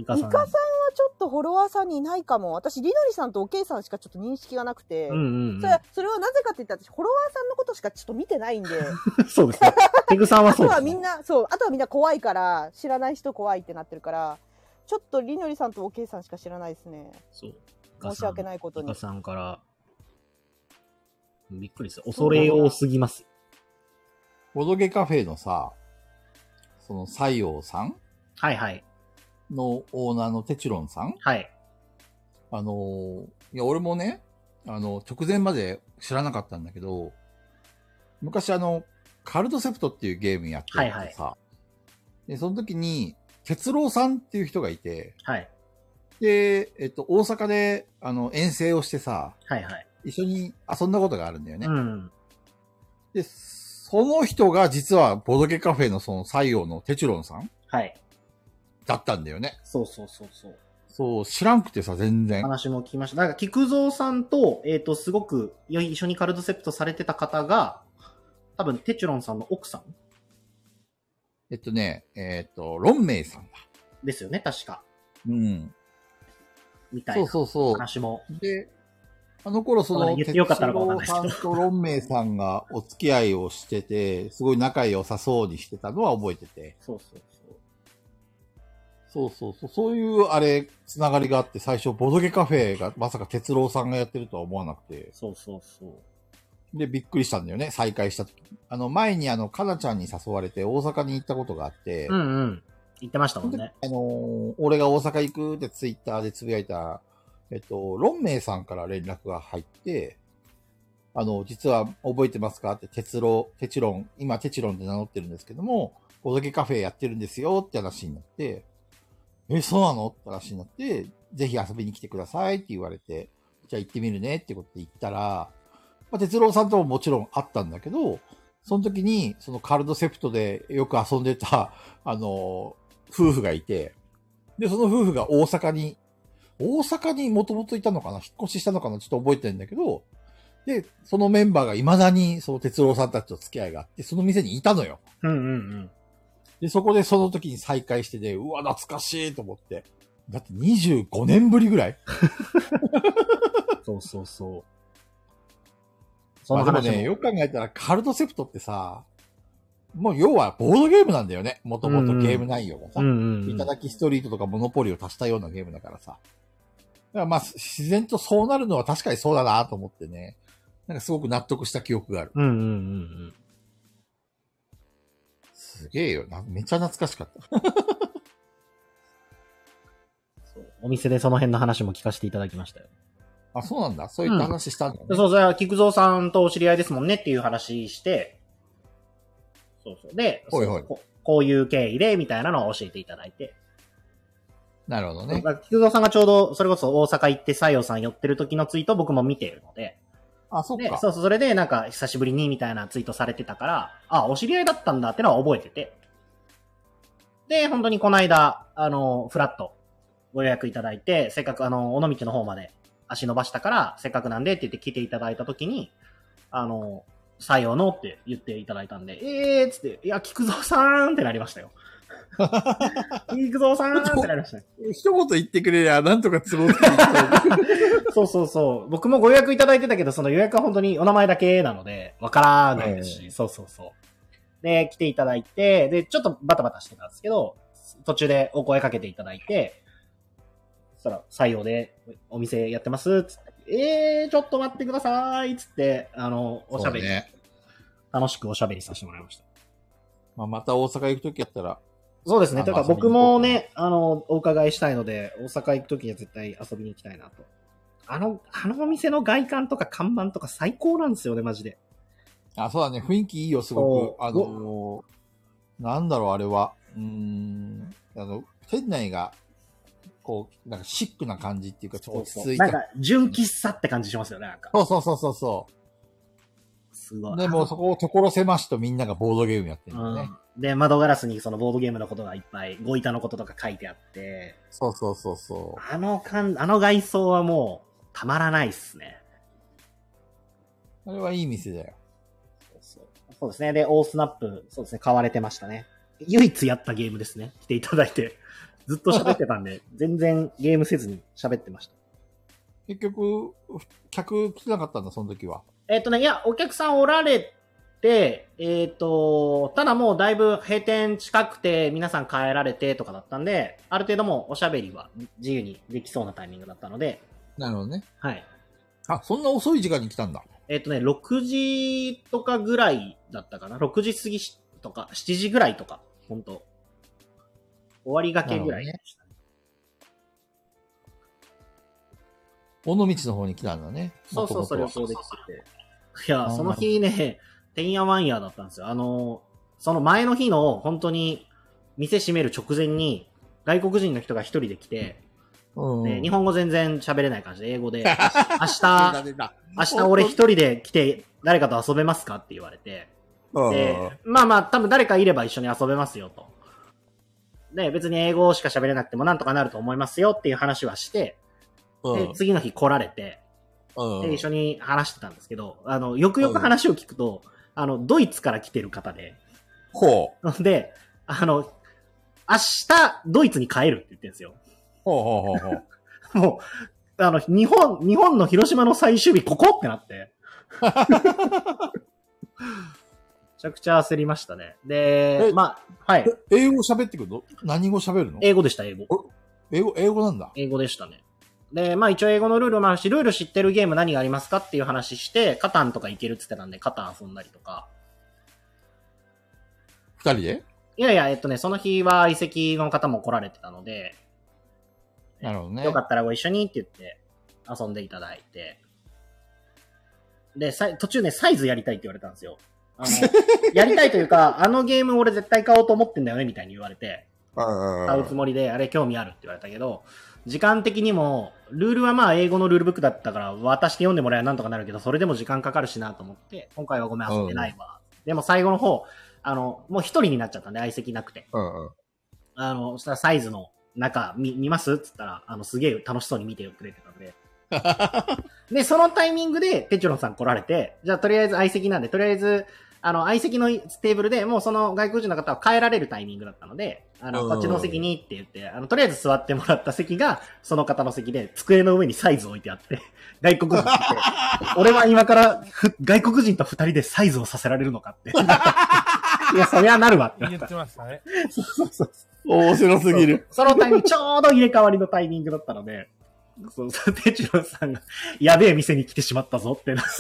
イカさん。 イカさんはちょっとフォロワーさんにいないかも。私、りのりさんとおけいさんしかちょっと認識がなくて。 うんうん、うん。 それ、それはなぜかって言ったら私、フォロワーさんのことしかちょっと見てないんで。 そうですね。ペグさんはそうです、ね。 あとはみんな、そう、あとはみんな怖いから、知らない人怖いってなってるから、ちょっとりのりさんとおけいさんしか知らないですね。 そう。 申し訳ないことに。 イカさんから、びっくりです。恐れ多すぎます。 ボドゲカフェのさ、その西洋さんはいはい。 のオーナーのテチロンさんはい。 あのー、いや、俺もね、あの、直前まで知らなかったんだけど、昔あの、カルドセプトっていうゲームやっててさ、はいはい、で、その時に、哲郎さんっていう人がいて、 はい。 で、えっと、大阪で、あの、遠征をしてさ、 はいはい。 一緒に遊んだことがあるんだよね。 うん。 で、その人が実はボドゲカフェのその西洋のテチロンさんはい。 だったんだよね。 そうそうそうそう。 そう、知らんくてさ、全然。 話も聞きました。だから、菊蔵さんと、えっ、ー、と、すごく一緒にカルドセプトされてた方が、多分、テチロンさんの奥さんえっとね、えっ、ー、と、ロンメイさんだ。 ですよね、確か。 うん。 みたいな。 そうそうそう。 話も。 で、あの頃その、 言ってよかったのかわかんないさんとロンメイさんがお付き合いをしてて、すごい仲良さそうにしてたのは覚えてて。 そうそうそう。 そうそうそう。そういう、あれ、つながりがあって、最初、ボドゲカフェが、まさか哲郎さんがやってるとは思わなくて。 そうそうそう。 で、びっくりしたんだよね、再会した時。あの、前にあの、かなちゃんに誘われて大阪に行ったことがあって。 うんうん。行ってましたもんね。 あのー、俺が大阪行くってツイッターでつぶやいた、えっと、ロンメイさんから連絡が入って、あの、実は覚えてますかって、哲郎、テチロン、今テチロンで名乗ってるんですけども、ボドゲカフェやってるんですよって話になって、え、そうなのって話になって、ぜひ遊びに来てくださいって言われて、じゃあ行ってみるねってことで行ったら、まあ、哲郎さんとももちろん会ったんだけど、その時に、そのカルドセプトでよく遊んでた、あの、夫婦がいて、で、その夫婦が大阪に、大阪にもともといたのかな、引っ越ししたのかな、ちょっと覚えてるんだけど、で、そのメンバーが未だに、その哲郎さんたちと付き合いがあって、その店にいたのよ。 うんうんうん。 で、そこでその時に再会してね、うわ、懐かしいと思って。だってにじゅうごねんぶりぐらいそうそうそう。 そのでもね、よく考えたらカルドセプトってさ、もう要はボードゲームなんだよね。もともとゲーム内容がさ。 うんうんうん、 いただきストリートとかモノポリを足したようなゲームだからさ。だからまあ、自然とそうなるのは確かにそうだなと思ってね。なんかすごく納得した記憶がある。 うんうんうんうん。 すげえよな。めっちゃ懐かしかった。 そうお店でその辺の話も聞かせていただきましたよ。 あ、そうなんだ。そういった話したんだね。 うん、そうそう、菊蔵さんとお知り合いですもんねっていう話して、そうそう。で、 ほいほいこ, こういう経緯で、みたいなのを教えていただいて。 なるほどね。 菊蔵さんがちょうど、それこそ大阪行って西洋さん寄ってる時のツイートを僕も見ているので。 あ、そっか。 そうそう、それでなんか久しぶりにみたいなツイートされてたから、あ、お知り合いだったんだってのは覚えてて。で、本当にこの間、あの、フラットご予約いただいて、せっかくあの、尾道の方まで足伸ばしたから、せっかくなんでって言って来ていただいた時に、あの、西洋のって言っていただいたんで、えーっつって、いや、菊蔵さんってなりましたよ。菊蔵さんってなりましたね。 一言言ってくれりゃ、なんとか都合つけてそうそうそう。僕もご予約いただいてたけど、その予約は本当にお名前だけなので、わからないですし、そうそうそう。で、来ていただいて、で、ちょっとバタバタしてたんですけど、途中でお声かけていただいて、そしたら、採用でお店やってますつって、えー、ちょっと待ってくださいつって、あの、おしゃべり、ね、楽しくおしゃべりさせてもらいました。 まあ、また大阪行くときやったら、 そうですね。だから僕もね、あの、お伺いしたいので、大阪行くときには絶対遊びに行きたいなと。あの、あのお店の外観とか看板とか最高なんですよね、マジで。 あ、そうだね。雰囲気いいよ、すごく。あのー、なんだろう、あれは。うーん。あの、店内が、こう、なんかシックな感じっていうか、ちょっと落ち着いた。 なんか、純喫茶って感じしますよね、なんか。 そうそうそうそうそう。 すごい。 でもそこを所狭しとみんながボードゲームやってるんだよね、 うん。で、窓ガラスにそのボードゲームのことがいっぱい、ゴイタのこととか書いてあって。 そうそうそうそう。 あのかん、あの外装はもう、たまらないっすね。 あれはいい店だよ。 そうそう。そうですね。で、オースナップ、そうですね、買われてましたね。唯一やったゲームですね。来ていただいて。 ずっと喋ってたんで、全然ゲームせずに喋ってました。 結局、客来てなかったんだ、その時は。 えっとね、いや、お客さんおられて、えっと、ただもうだいぶ閉店近くて皆さん帰られてとかだったんで、ある程度もうおしゃべりは自由にできそうなタイミングだったので、 なるほどね。 はい。 あ、そんな遅い時間に来たんだ。 えっとね、ろくじとかぐらいだったかな。ろくじ過ぎとか、しちじぐらいとか、ほんと。終わりがけぐらいでしたね。 尾道の方に来たんだね。 そうそうそう、旅元々は行できてて。いや、その日ね、てんやわんやだったんですよ。あの、その前の日の、本当に、店閉める直前に、外国人の人が一人で来て、 うん、 で日本語全然喋れない感じで、英語で、明出日、 た出た明日俺一人で来て、誰かと遊べますかって言われて、で、まあまあ、多分誰かいれば一緒に遊べますよと。で、別に英語しか喋れなくてもなんとかなると思いますよっていう話はして、で、次の日来られて、 うん、 で、一緒に話してたんですけど、あの、よくよく話を聞くと、あの、ドイツから来てる方で、 ほう。 で、あの、明日、ドイツに帰るって言ってるんですよ。 ほうほうほうほう。 もう、あの、日本、日本の広島の最終日、ここってなって。めちゃくちゃ焦りましたね。で、まあ、はい。 英語喋ってくるの？何語喋るの？ 英語でした、英語。 英語、英語なんだ。 英語でしたね。で、まあ一応英語のルールもあるし、ルール知ってるゲーム何がありますかっていう話して、カタンとかいけるって言ってたんで、カタン遊んだりとか。 二人で？ いやいや、えっとね、その日は相席の方も来られてたので、 なるほどね。 よかったらご一緒にって言って遊んでいただいて。で、さ途中ね、サイズやりたいって言われたんですよ。あの、やりたいというか、あのゲーム俺絶対買おうと思ってんだよね、みたいに言われて、買うつもりで、あれ興味あるって言われたけど、時間的にも、ルールはまあ英語のルールブックだったから渡して読んでもらえばなんとかなるけど、それでも時間かかるしなと思って、今回はごめん遊んでないわ。でも最後の方、あの、もう一人になっちゃったんで、相席なくて。 うんうん、 あの、そしたらサイズの中見、見ますっつったら、あの、すげえ楽しそうに見てくれてたんで。で、そのタイミングで、テチロンさん来られて、じゃあとりあえず相席なんで、とりあえず、あの、相席のテーブルでもうその外国人の方は帰られるタイミングだったので、あの、こっちの席にって言って、あの、とりあえず座ってもらった席が、その方の席で、机の上にサイズ置いてあって、外国人って、俺は今から外国人と二人でサイズをさせられるのかって。いや、そりゃなるわってなった。 言ってましたね。 そうそうそう。 面白すぎる。 そのタイミング、ちょうど入れ替わりのタイミングだったので、そうそう、テチロンさんが、やべえ店に来てしまったぞってなって。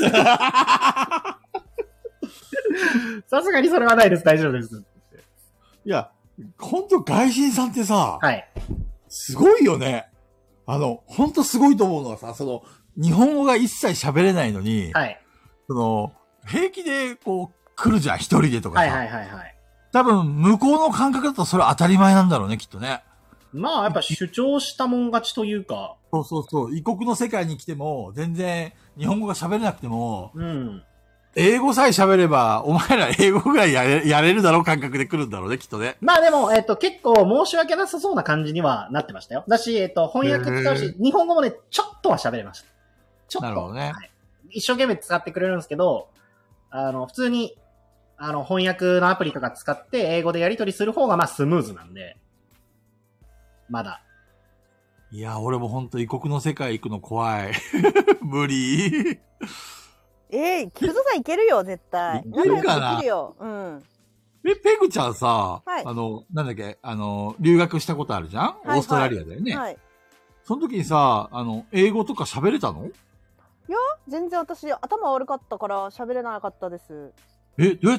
さすがにそれはないです、大丈夫です。 いや、ほんと外人さんってさ、 はい。 すごいよね。あの、ほんとすごいと思うのはさ、その、日本語が一切喋れないのに、 はい。 その、平気でこう、来るじゃん、一人でとかさ。 はいはいはいはい。 多分、向こうの感覚だとそれ当たり前なんだろうね、きっとね。 まあ、やっぱ主張したもん勝ちというか。 そうそうそう。異国の世界に来ても、全然、日本語が喋れなくても、 うん。 英語さえ喋れば、お前ら英語ぐらいやれやれるだろう感覚で来るんだろうね、きっとね。 まあでも、えっと、結構申し訳なさそうな感じにはなってましたよ。だし、えっと、翻訳使うし、日本語もね、ちょっとは喋れました。ちょっと。 なるほどね。 はい。一生懸命使ってくれるんですけど、あの、普通に、あの、翻訳のアプリとか使って英語でやり取りする方がまあスムーズなんで、まだ。 いや、俺もほんと異国の世界行くの怖い。無理。 えー、菊蔵さんいけるよ、絶対。 いけるかな仲良くできるよ。うん。 え、ペグちゃんさ、 はいあの、なんだっけ、あの、留学したことあるじゃん、 はいはいオーストラリアだよね。 はい。 その時にさ、あの、英語とか喋れたの？ 全然私、頭悪かったから喋れなかったです。 え、どうやって、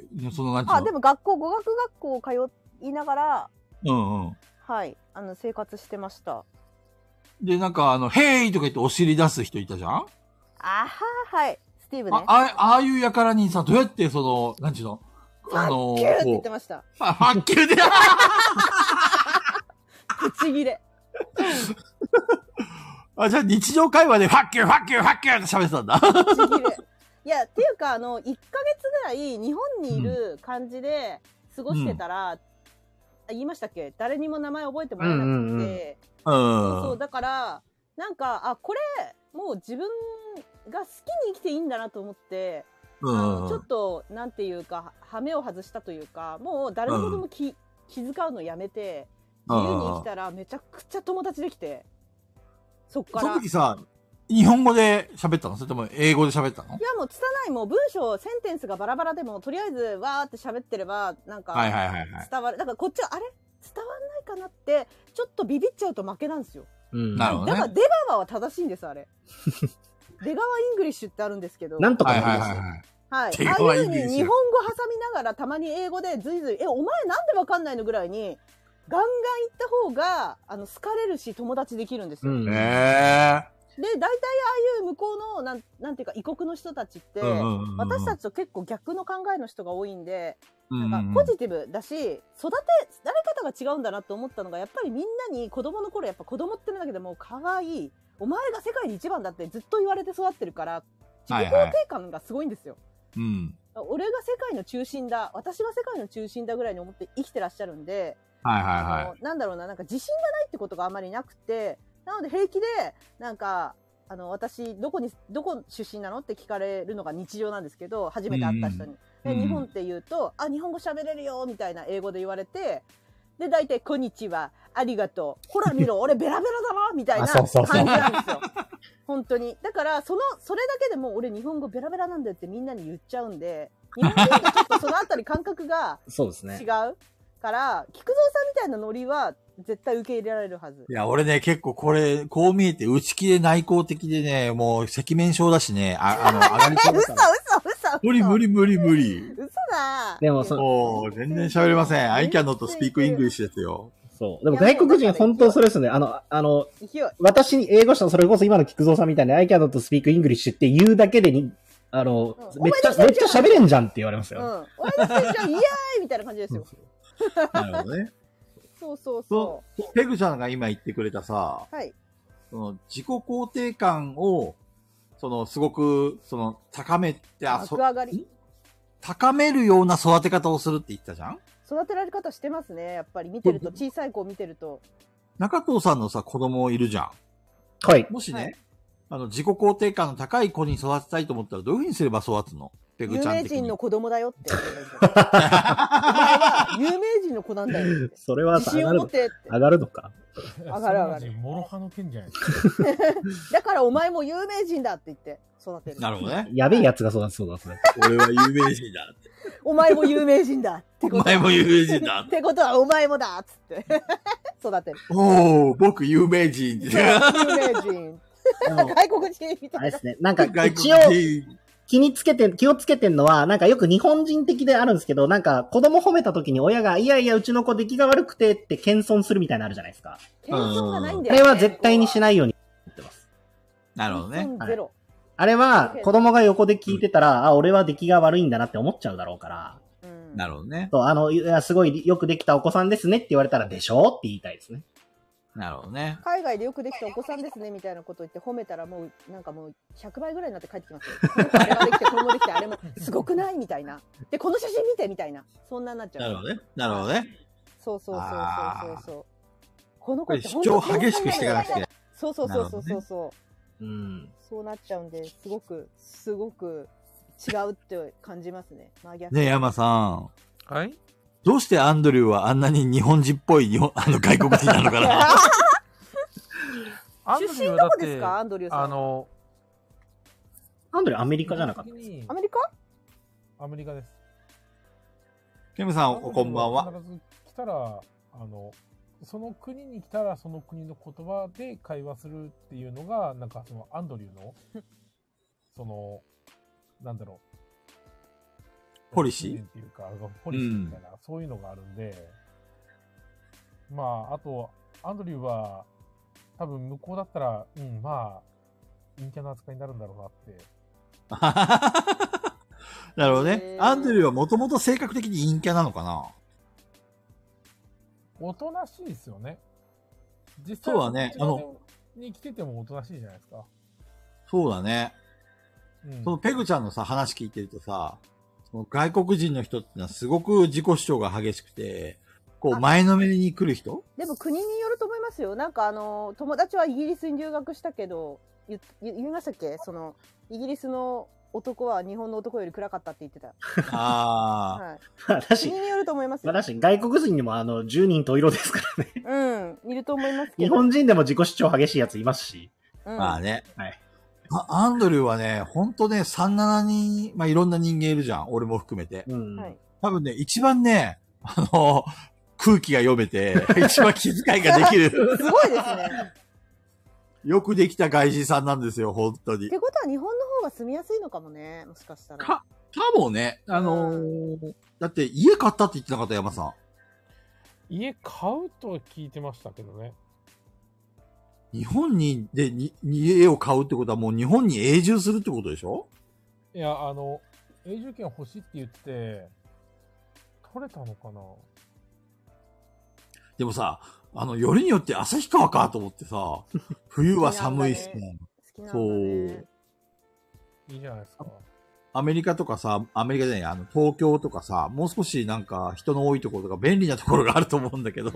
その、なんていうの？ あ、でも学校、語学学校通いながら、 うんうん。 はい、あの、生活してました。 で、なんか、あの、ヘイとか言ってお尻出す人いたじゃん？ あははい。スティーブね。 あ、あああいうやからにさ、どうやってその、なんちゅうの？あの、 キューって言ってました。 あ、ファッキューでぶち切れ。 あ、じゃあ日常会話でファッキュー、ファッキュー、ファッキューって喋ってたんだ。 ぶち切れ。いや、っていうか、あの、いっかげつぐらい日本にいる感じで過ごしてたら、うん、言いましたっけ？誰にも名前覚えてもらえなくて。うんうんうん、そうそう、だから、なんか、あ、これ、もう自分が好きに生きていいんだなと思って、うん、あのちょっと、なんていうか、羽目を外したというか、もう誰のこともき、うん、気遣うのやめて、 自由に生きたらめちゃくちゃ友達できて、そっから。 その時さ、日本語で喋ったの？それとも英語で喋ったの？ いやもう拙い、もう文章、センテンスがバラバラでも、とりあえずわーって喋ってれば、なんか、 はいはいはいはい。 伝わる。だからこっちは、あれ伝わんないかなって、ちょっとビビっちゃうと負けなんですよ。 うん。 なるほどね。 だから出川は正しいんです、あれ。出川イングリッシュってあるんですけど。 なんとかなりますよ。 はいはいはいはい。 はい。 出ああいうふう川イングリッシュに日本語挟みながらたまに英語でずいずい、え、お前なんでわかんないのぐらいに、ガンガン言った方が、あの、好かれるし友達できるんですよ。 うんへえ。 で、大体ああいう向こうの、なん、なんていうか異国の人たちって、 うんうんうんうん私たちと結構逆の考えの人が多いんで、 うんうんなんかポジティブだし、育てられ方が違うんだなと思ったのが、やっぱりみんなに子供の頃、やっぱ子供ってのだけでもう可愛い、お前が世界で一番だってずっと言われて育ってるから、自己肯定感がすごいんですよ。 うん。 俺が世界の中心だ、私が世界の中心だぐらいに思って生きてらっしゃるんで、 はいはいあはのなんだろうな、なんか自信がないってことがあんまりなくて、なので平気で、なんか、あの、私、どこに、どこ出身なのって聞かれるのが日常なんですけど、初めて会った人に。で、 うん日本って言うと、あ、日本語喋れるよ、みたいな英語で言われて、で、大体、こんにちは、ありがとう、ほら見ろ、俺ベラベラだろみたいなあそうそうそう感じなんですよ。本当に。だから、その、それだけでも俺日本語ベラベラなんだよってみんなに言っちゃうんで、日本人とちょっとそのあたり感覚がそうです違ね。 うから、菊蔵さんみたいなノリは絶対受け入れられるはずい。い。や、俺ね、結構これ、こう見えて内気で内向的でね、もう赤面症だしね、あ、あの、上がりえ、嘘そうだから。 嘘嘘無理無理無理無理。 嘘だ。 でもそもう、全然喋れません。I cannot speak English ですよ。 そう。でも外国人本当それですね。あの、あの、 勢い。 私に英語したのそれこそ今の菊蔵さんみたいに I cannot speak English って言うだけでに、あの、 うんめっちゃ、 お前できてんじゃんめっちゃ喋れんじゃんって言われますよ。 うん。お前の成長イエーイみたいな感じですよ。 なるほどね。 そうそうそそペグちゃんが今言ってくれたさ、 う。はい。 その自己肯定感を、その、すごく、その、高めて、あ、そ爆上がり。 高めるような育て方をするって言ったじゃん？ 育てられ方してますね。やっぱり見てると、小さい子を見てると。 中藤さんのさ、子供いるじゃん。 はい。 もしね、 はいあの、自己肯定感の高い子に育てたいと思ったらどういうふうにすれば育つの？ペグ有ちゃん的に。 名人の子供だよって言えばいいんじゃない。お前は有名人の子なんだよって。 それは自さ、上がるの信を持ってって。 上がるのか。 上がる上がるそんな人モロハの件じゃないですか。 だからお前も有名人だって言って育てる。 なるほどね。 やべえやつが育つそうだ、それ。 俺は有名人だって。 お前も有名人だってことは。 お前も有名人だっ。てことはお前もだっつって育てる。 おー、僕有名人って。 有名人。 でも外国人みたいなあれです。ね。なんか、 外国一応、 人。 気につけて、気をつけてんのは、なんかよく日本人的であるんですけど、なんか子供褒めた時に親が、いやいや、うちの子出来が悪くてって謙遜するみたいなのあるじゃないですか。 謙遜がないんあだよ、ね。 れは絶対にしないように思ってます。 なるほどね。 謙遜ゼロ。 あれは、子供が横で聞いてたら、あ、俺は出来が悪いんだなって思っちゃうだろうから。 うんなるほどね。 そう、あの、いや、すごいよくできたお子さんですねって言われたら、でしょって言いたいですね。 なるほどね。 海外でよくできたお子さんですねみたいなこと言って褒めたらもうなんかもうひゃくばいぐらいになって帰ってきますよ。あれができてこれもできてあれもすごくないみたいな。でこの写真見てみたいな。そんなになっちゃう。 なるほどね。なるほどね。 そうそうそうそうそうそう。この子ってこれ主張激しくしていかなくて。 そうそうそうそうそうそう。 うん。 そうなっちゃうんですごくすごく違うって感じますね。真逆。 ねえ、山さん。 はいどうしてアンドリューはあんなに日本人っぽい日本、あの外国人なのかなアンド出身どリューはだってこですかアンドリューさん。 あの、 アンドリューアメリカじゃなかった。 アメリカ？ アメリカです。 ケムさん、こんばんは。 必ず来たら、あの、その国に来たらその国の言葉で会話するっていうのが、なんかそのアンドリューの、その、なんだろう。 ポリシーっていうか、ポリシーみたいな、うん、そういうのがあるんで、まあ、あと、アンドリューは、多分向こうだったら、うん、まあ、陰キャの扱いになるんだろうなって。 なるほどね。アンドリューはもともと性格的に陰キャなのかな？ おとなしいですよね。実際そうだね。あの、 に来ててもおとなしいじゃないですか。 そうだね。 うん、 そのペグちゃんのさ、話聞いてるとさ、その外国人の人ってのはすごく自己主張が激しくて、こう前のめりに来る人？ でも国によると思いますよ。なんかあの、友達はイギリスに留学したけど、言、言いましたっけ？その、イギリスの男は日本の男より暗かったって言ってた。 あはい。 私、 国によると思いますよ。 私、外国人にもあの、じゅうにん十色ですからね。 うん。いると思いますけど。 日本人でも自己主張激しいやついますし。 うん、 まあね。 はい。 あアンドリューはね、ほんとね、さん、ななにん、まあいろんな人間いるじゃん。俺も含めて。 うん。 はい。 多分ね、一番ね、あの、空気が読めて、一番気遣いができる。 すごいですね。 よくできた外人さんなんですよ、本当にっ。てことは日本の方が住みやすいのかもね。もしかしたら。 か、かもね。あのーだって家買ったって言ってなかった、山さん。 家買うとは聞いてましたけどね。 日本に、で、に、家を買うってことはもう日本に永住するってことでしょ？ いや、あの、永住権欲しいって言ってて、取れたのかな。 でもさ、あの、よりによって旭川かと思ってさ、冬は寒いしね。 好きなんだそね。 う。 いいじゃないですか。 アメリカとかさ、アメリカじゃない、あの、東京とかさ、もう少しなんか人の多いところとか便利なところがあると思うんだけど、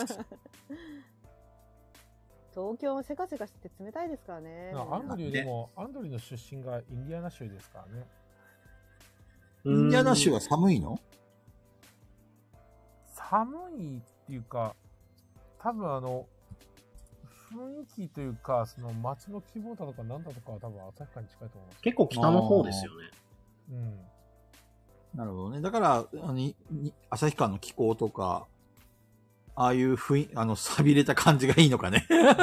東京はせかせかしてて冷たいですからね。 なアンドリューでも、アンドリューの出身がインディアナ州ですからね。 インディアナ州は寒いの？ 寒いっていうか、多分あの、雰囲気というか、その街の規模だとかなんだとかは多分旭川に近いと思います。 結構北の方ですよね。 うん。 なるほどね。だから、あのにに旭川の気候とか、ああいう雰囲、あの、錆びれた感じがいいのかね。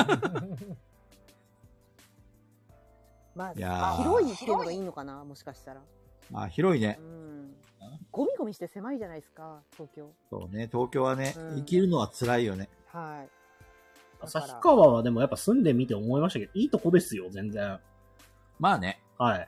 まいやあ、 ー広いっていうのがいいのかな、もしかしたら。 まあ、広いねう。ん。ゴミゴミして狭いじゃないですか、東京。 そうね。東京はね、 うん生きるのは辛いよね。 はい。だから旭川はでもやっぱ住んでみて思いましたけど、いいとこですよ、全然。 まあね。 はい。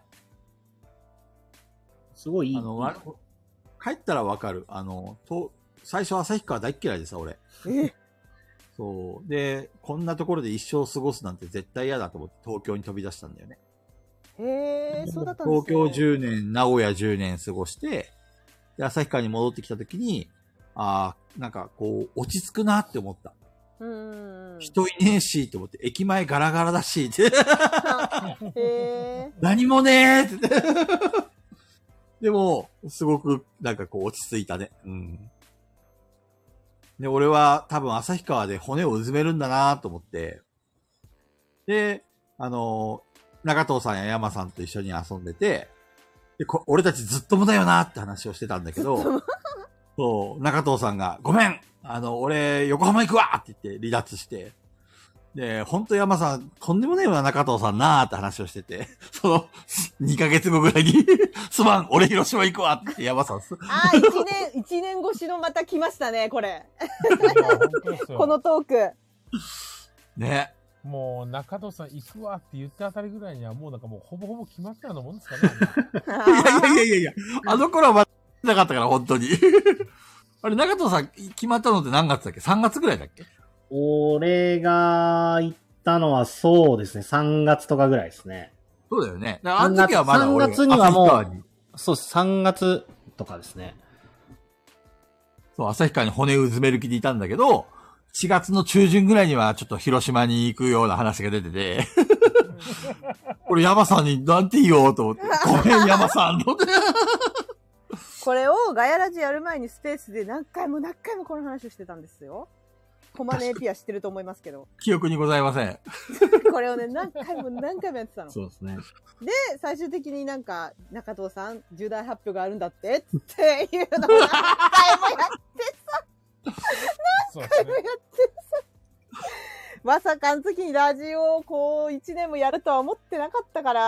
すごいいい。 あの、わ帰ったらわかる。あの、と、最初旭川大っ嫌いでさ、俺。 えそう。で、こんなところで一生過ごすなんて絶対嫌だと思って東京に飛び出したんだよね。 へえ、そうだったんですね。 東京じゅうねん、名古屋じゅうねん過ごして、で、旭川に戻ってきた時に、ああ、なんかこう、落ち着くなって思った。 うんうん。 人いねえし、と思って、駅前ガラガラだし、ってへえ。 何もねえって。でも、すごく、なんかこう、落ち着いたね。うん。で、俺は多分旭川で骨をうずめるんだなと思って、で、あの、中藤さんや山さんと一緒に遊んでて、で、こ俺たちずっともだよなって話をしてたんだけど、そう、中藤さんが、ごめんあの、俺、横浜行くわって言って離脱して、で、ほんと山さん、とんでもねえよな、中藤さんなーって話をしてて、その、にかげつごぐらいに、すまん、俺広島行くわって山さんす、 あー、一年、一年越しのまた来ましたね、これ。 いや本当ですよこのトーク。 ね。 もう中藤さん行くわって言ってあたりぐらいにはもうなんかもうほぼほぼ決まったようなもんですかね。 いやいやいやいやいや、あの頃はまだなかったから、本当に。あれ、中藤さん、決まったのって何月だっけ ?さん 月ぐらいだっけ？ 俺が行ったのはそうですね、さんがつとかぐらいですね。 そうだよね。だからあの時はまだ俺さんがつにはもう旭川にそうです、さんがつとかですね。 そう、旭川に骨をうずめる気でいたんだけど、しがつの中旬ぐらいにはちょっと広島に行くような話が出てて、これ山さんになんて言おうと思って、ごめん山さんと思って。 これをガヤラジやる前にスペースで何回も何回もこの話をしてたんですよ。コマネーピア知ってると思いますけど。 記憶にございません。 これをね、何回も何回もやってたの。 そうですね。 で、最終的になんか、中藤さん、重大発表があるんだってっていうのを何回もやってさ、何回もやってさ。まさかあの時にラジオをこう一年もやるとは思ってなかったから、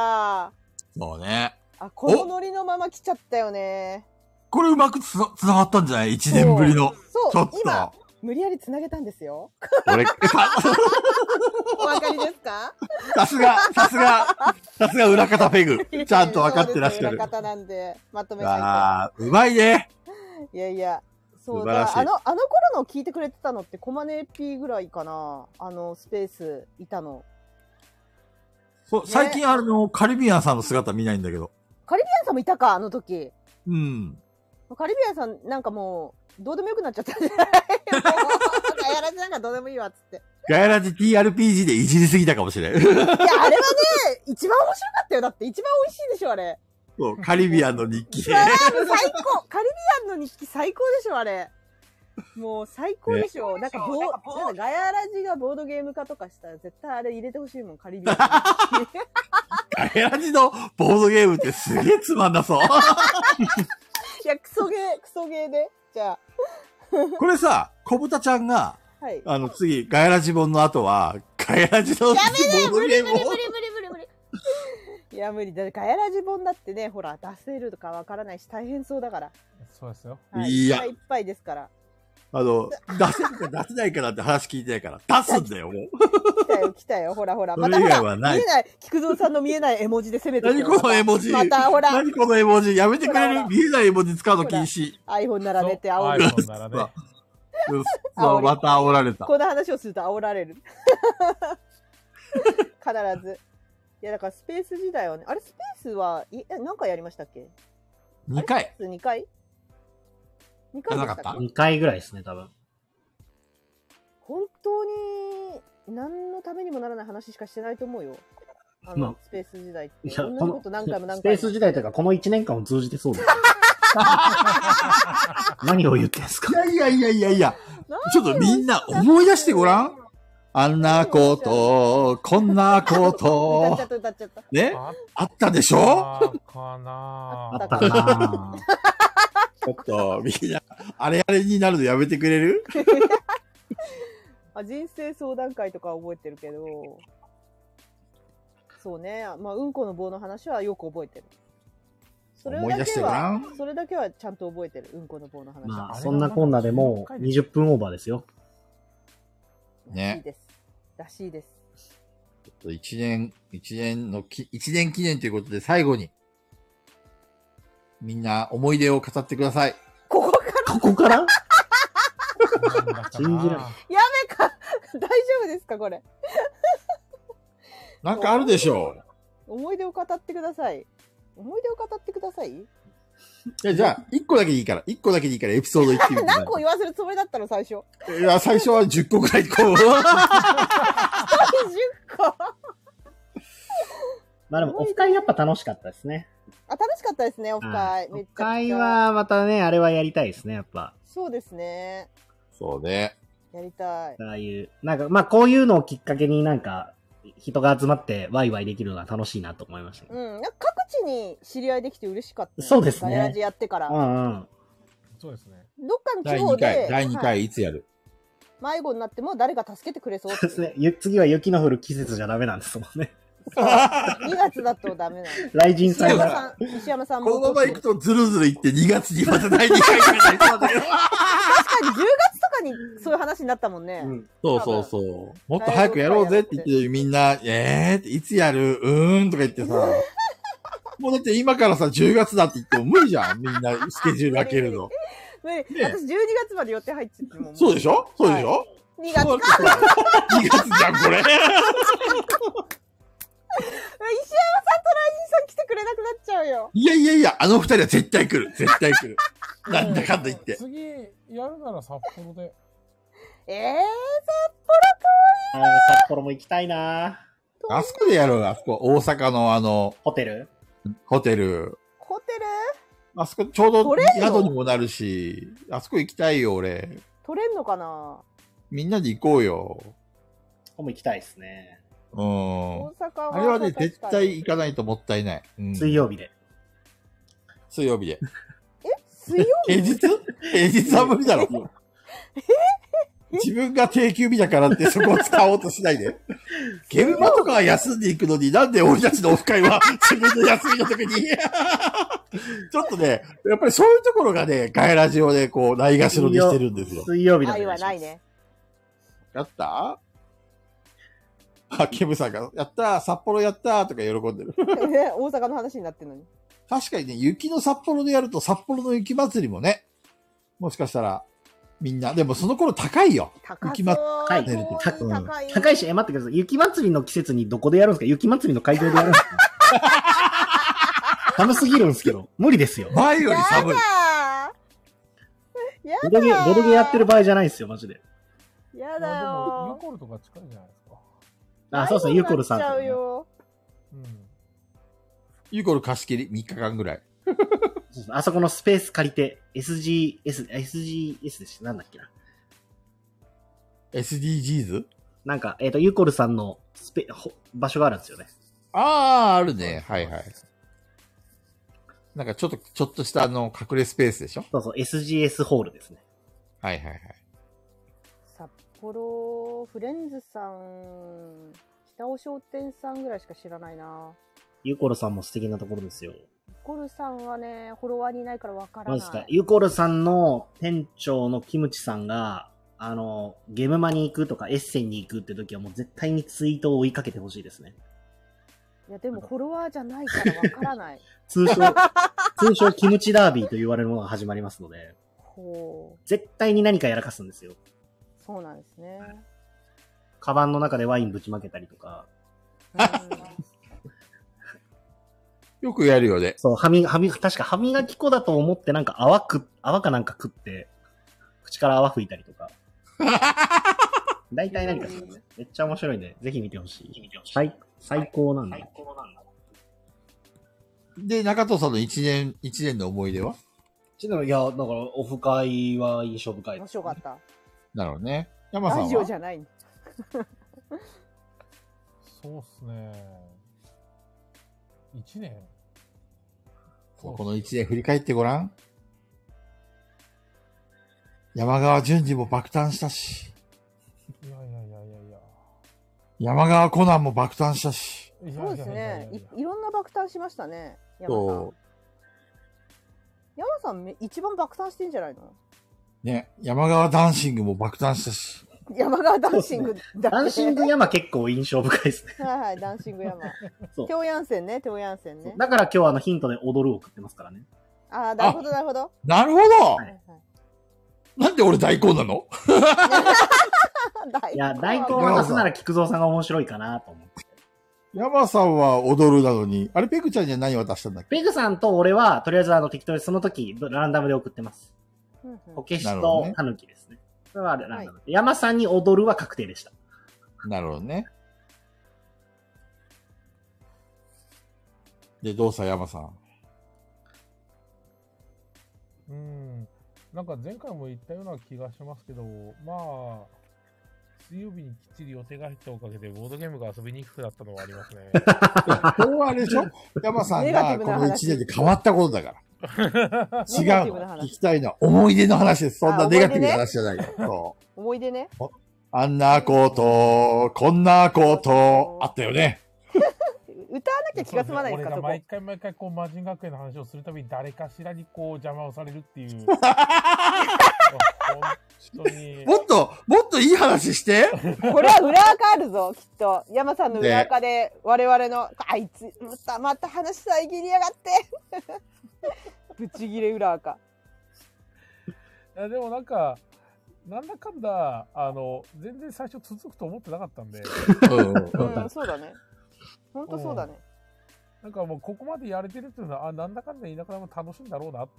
そうね。 あ、このノリのまま来ちゃったよね。 これうまくつな、つながったんじゃない一年ぶりの。 そう、 ちょっと今、無理やり繋げたんですよ。 俺、さ、 お分かりですか？ さすが、さすが、さすが裏方ペグ。ちゃんと分かってらっしゃる。 そうです裏方なんで、まとめないああ、うまいね。 と。いやいや、そう素晴らしいだ。あの、あの頃の聞いてくれてたのってコマネ P ぐらいかな。あの、スペースいたの。 そう、最近あの、カリビアンさんの姿見ないんだけど。 カリビアンさんもいたか、あの時。 うん。 カリビアンさんなんかもう、どうでもよくなっちゃったんじゃないもうやらずなんかどうでもいいわっつって。 ガヤラジ ティーアールピージー でいじりすぎたかもしれん。 いや、あれはね、一番面白かったよ。だって一番美味しいでしょ、あれ。 そう、カリビアンの日記で。 あーもう最高カリビアンの日記最高でしょ、あれ。もう最高でしょ。なんかボー、なんかガヤラジがボードゲーム化とかしたら絶対あれ入れてほしいもん、カリビアンの日記。 ガヤラジのボードゲームってすげえつまんなそう。 いや、クソゲー、クソゲーで。じゃあ。 これさ、小豚ちゃんが、 はい。 あの次、ガヤラジ本の後は、ガヤラジのボやめねード無理ゲームを無理無理無理無理無理。いや、無理。だってガヤラジ本だってね、ほら、出せるとかわからないし、大変そうだから。 そうですよ。 はい。 いやいっぱいですから。 あの、出せるか出せないかなんて話聞いてないから、出すんだよ、もう。 来たよ、来たよ。ほらほら。 それ以またほら、 外はない見えない、菊蔵さんの見えない絵文字で攻めてきたよ何この絵文字また、またほら、 何この絵文字やめてくれるほらほら見えない絵文字使うの禁止。 iPhone 並べて煽そうる。 iPhone ならね。 うんそう、また煽られた。 こんな話をすると煽られる。必ず。いや、だからスペース時代はね、あれスペースは、いえ、何回やりましたっけ？ にかい。 あれスペースにかい ?に 回でしたっやらなかったけ？ にかいぐらいですね、多分。 本当に、何のためにもならない話しかしてないと思うよ。あの、 まあスペース時代って。 いや、 同じこのこと何回も何スペ回も。 ース時代というか、このいちねんかんを通じてそうです。何を言ってんすか。 いやいやいやいやいや、ちょっとみんな思い出してごらん。あんなこと、こんなこ歌っちゃとっ、た歌っちゃった。 ね、 ああったでしょったかなあったかな。 ちょっと、みんな、あれあれになるのやめてくれる？ あ、人生相談会とか覚えてるけど、そうね、まあ、うんこの棒の話はよく覚えてる。それ思い出してだけはごらん、 それだけはちゃんと覚えてる。うんこの棒の話は。 まあ、そんなこんなでもうにじゅっぷんオーバーですよ。 ねらしいです。らしいです。 ちょっと一年、一年のき、一年記念ということで最後に、みんな思い出を語ってください。 ここからここからなんだかな信じられないやめか大丈夫ですかこれ。 なんかあるでしょ思い出を語ってください。思い出を語ってください。 う。えじゃあ、一個だけでいいから、一個だけでいいからエピソード言ってみて。 何個言わせるつもりだったの最初。 いや、最初はじゅっこぐらいこう。 じゅっこ。 まあでも、オフ会やっぱ楽しかったですね。 あ、楽しかったですね、オフ会。 オフめっちゃくちゃ会はまたね、あれはやりたいですね、やっぱ。 そうですね。 そうね。 やりたい。 ああいう、なんか、まあこういうのをきっかけになんか、人が集まってワイワイできるのは楽しいなと思いましたね。 うん。なんか各地に知り合いできて嬉しかった、 そうですねガヤラジやってから。 うんうん。 そうですね。 どっかのだい地方にかい、 で、 だいにかはいいいつやる？ 迷子になっても誰か助けてくれそうってそうですね。ゆ次は雪の降る季節じゃダメなんですもんね。 にがつだとダメなの。 雷神石さんが。 山さん、石山さんも。 このまま行くとズルズル行ってにがつにまただいにかいぐらいになりそうだけど。 確かにじゅうがつとかにそういう話になったもんね。 うん。 そうそうそう。もっと早くやろうぜって言ってるみんな、えーっていつやるうーんとか言ってさ。もうだって今からさ、じゅうがつだって言っても無理じゃん。みんなスケジュール開けるの。 無理ね私じゅうにがつまで予定入っちゃってるもん。 そうでしょそうでしょ、 にがつか。 そうだってさにがつじゃん、これ。 石山さんとライジンさん来てくれなくなっちゃうよ。 いやいやいや、あの二人は絶対来る。絶対来る。なんだかんだ言って。 次、やるなら札幌で。 えー、 あー札幌も行きたいなあそこでやろうよ、あそこ。大阪のあの、 ホテルホテル。 ホテルあそこちょうど取れんの宿にもなるし、あそこ行きたいよ、俺。 取れんのかな。 みんなで行こうよ。 ここも行きたいですね。 うん大。阪は。 あれはね、 確かに絶対行かないともったいない。うん、 水曜日で。 水曜日で。 水曜平日平日は無理だろ。自分が定休日だからってそこを使おうとしないで。現場とかは休んでいくのに、なんで俺たちのオフ会は自分の休みの時に。ちょっとね、やっぱりそういうところがね、ガイラジオでこう、ないがしろにしてるんですよ。 水曜日でお愛願します。 はいないね。 やったあ、ケムさんが、やったー札幌やったーとか喜んでる。 ね大阪の話になってるのに。 確かにね、雪の札幌でやると札幌の雪祭りもね、もしかしたら、みんな、でもその頃高いよ。 高そう。 雪まはい遠い高い。 高いし、え、待ってください。雪祭りの季節にどこでやるんですか？雪祭りの会場でやるんですか？寒すぎるんですけど。無理ですよ。 前より寒い。 やボドゲ、ボドゲやってる場合じゃないですよ、マジで。 やだまあでも、ユよ。 コルとか近いじゃないですか。 あ、そうですね、ユーコルさん迷子とかね。 になっちゃうよ。 うん。 ユーコル貸し切りみっかかんぐらい。 あそこのスペース借りて、エスジーエス、エスジーエス でした。なんだっけな。 エスディージーズ? なんか、えっ、ー、と、ユーコルさんのスペ、場所があるんですよね。 ああ、あるね。はいはい。なんかちょっと、ちょっとしたあの、隠れスペースでしょ？ そうそう、エスジーエス ホールですね。 はいはいはい。 札幌、フレンズさん、北尾商店さんぐらいしか知らないな。 ユーコルさんも素敵なところですよ。 ユーコルさんはね、フォロワーにいないからわからない。 そうですか。ユーコルさんの店長のキムチさんが、あの、ゲームマに行くとかエッセンに行くって時はもう絶対にツイートを追いかけてほしいですね。 いや、でもフォロワーじゃないからわからない。 通称、通称キムチダービーと言われるものが始まりますので、 ほう。 絶対に何かやらかすんですよ。 そうなんですね。 カバンの中でワインぶちまけたりとか。 よくやるよね。 そう、歯み、歯み、確か歯磨き粉だと思ってなんか泡く、泡かなんか食って、口から泡吹いたりとか。大体何かするんです。めっちゃ面白いんで、ぜひ見てほしい。最、最高なんだ。最高なんだ。 で、中藤さんの一年、一年の思い出は？ ちなみに、いや、だから、オフ会は印象深いです、ね。 面白かった。 なるほどね。山さんは？ ラジオじゃない。 そうっすね。一年。 この一年振り返ってごらん。山川淳二も爆誕したし。 いやいやいやいやいや。 山川コナンも爆誕したし。 そうですね。い、いろんな爆誕しましたね。山さん。山さん一番爆誕してんじゃないの？ ね。山川ダンシングも爆誕したし。 山川ダンシングだ、ね。 ダンシング山結構印象深いですね。 はいはい、ダンシング山。そう。テオヤンセンね、テオヤンセンね。 だから今日はあのヒントで踊るを送ってますからね。 ああ、なるほどなるほど。 なるほど、はいはい、なんで俺大根なの？ いや、大根渡すなら菊蔵さんが面白いかなと思って。 山さんは踊るなのに、あれペグちゃんには何渡したんだっけ？ ペグさんと俺は、とりあえずあの適当にその時、ランダムで送ってます。こけしとタヌキですね。それはランダムで、はい。山さんに踊るは確定でした。 なるほどね。で、どうさ、山さん。 うん。なんか前回も言ったような気がしますけど、まあ、水曜日にきっちり予定が入ったおかげで、ボードゲームが遊びにくくなったのはありますね。 これはあれでしょ？山さんがこのいちねんで変わったことだから。違うの。聞きたいのは思い出の話です。そんなネガティブな話じゃないよ。そう。 思い出ね。 あんなこと、こんなこと、あったよね。 歌わなきゃ気が済まないですか、 そこ。俺が毎回毎回こう、魔人学園の話をするたびに誰かしらにこう、邪魔をされるっていう。本当に。 もっと、もっといい話して。 これは裏垢あるぞ、きっと。山さんの裏垢で、我々の、あいつ、また、また話遮りやがって。ぶち切れ裏垢。 いや、でもなんか、なんだかんだ、あの、全然最初続くと思ってなかったんで。 うん、そうだね。ほんとそうだね、 うん。なんかもうここまでやれてるっていうのは、あ、なんだかんだ田舎でも楽しいんだろうなって。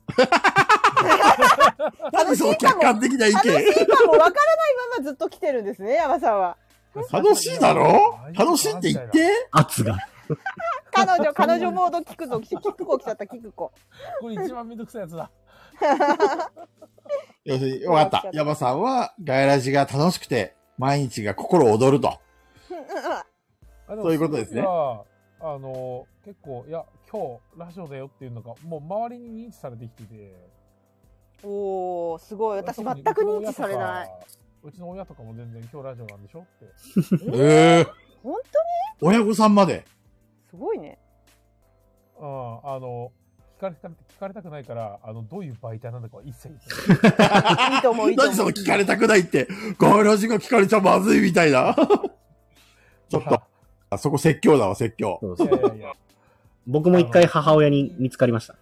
楽しいかも、客観的な意見。楽しいかもわからないままずっと来てるんですね、山さんは。 楽しいだろ？楽しいって言って。 圧が。 彼女、彼女モード聞くぞ、キクコ来ちゃった、キクコ。 これ一番めんどくさいやつだ。 よし、わかった。山さんは、ガヤラジが楽しくて、毎日が心躍ると。そういうことですね。 あの、結構、いや、今日、ラジオだよっていうのが、もう周りに認知されてきてて。 おー、すごい。私、全く認知されない。 うちの親とかも全然、今日ラジオなんでしょって。 ええー。 本当に？ 親御さんまで。 すごいね。 うん、あの、聞かれた、聞かれたくないから、あの、どういう媒体なんだかは一切言ってない。いいと思う、いいと思う。 何その聞かれたくないって、ガヤラジが聞かれちゃまずいみたいな。ちょっと。あそこ説教だわ、説教。 そうそう。いやいやいや僕も一回母親に見つかりました。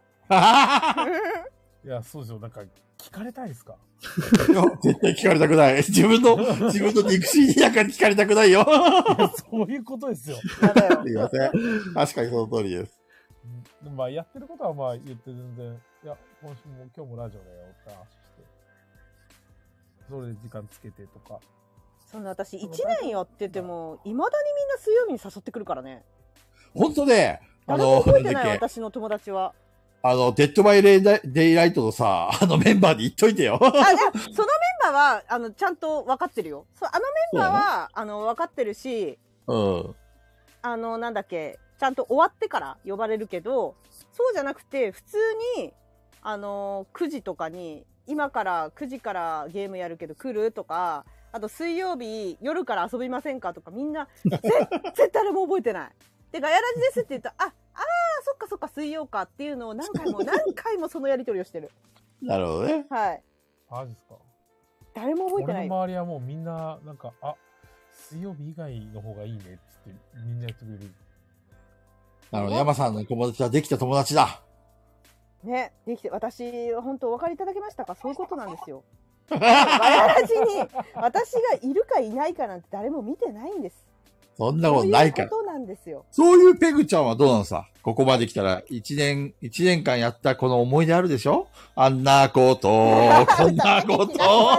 いや、そうですよ。なんか、聞かれたいですか？ いや、絶対聞かれたくない。自分の、自分の憎しみなんかに聞かれたくないよ。 そういうことですよ。 すいません。確かにその通りです。 まあ、やってることはまあ言って全然、いや、今週も今日もラジオだよって話して、それで時間つけてとか。 そんな私いちねんやってても、いまだにみんな水曜日に誘ってくるからね。 ほんとね、 あ誰もの、 覚えてない、 なんだっけ私の友達は。 あの、デッドバイレイダデイライトのさ、あのメンバーに言っといてよ。 あ、いや、そのメンバーは、あの、ちゃんと分かってるよ。そう、あのメンバーは、あの、分かってるし、 うん。 あの、なんだっけ、ちゃんと終わってから呼ばれるけど、そうじゃなくて、普通に、あの、くじとかに、今からくじからゲームやるけど来るとか、あと水曜日夜から遊びませんかとか、みんな、ぜ絶対誰も覚えてない。で、ガヤラジですって言うと、あ、あー、そっかそっか、水曜かっていうのを何回も何回もそのやり取りをしてる。 なるほどね。 はい。 マジですか。 誰も覚えてないよ。 俺の周りはもうみんな、なんか、あ、水曜日以外の方がいいねっつってみんな言ってくれる。 なるほど。山さんの友達はできた友達だ。 ね、できて、私、本当お分かりいただけましたか？そういうことなんですよ。ガヤラジに私がいるかいないかなんて誰も見てないんです。 そんなことないから。 そういうことなんですよ。 そういうペグちゃんはどうなのさ。ここまで来たら、一年、一年間やったこの思い出あるでしょ？あんなこと、こんなこと。 気が済ま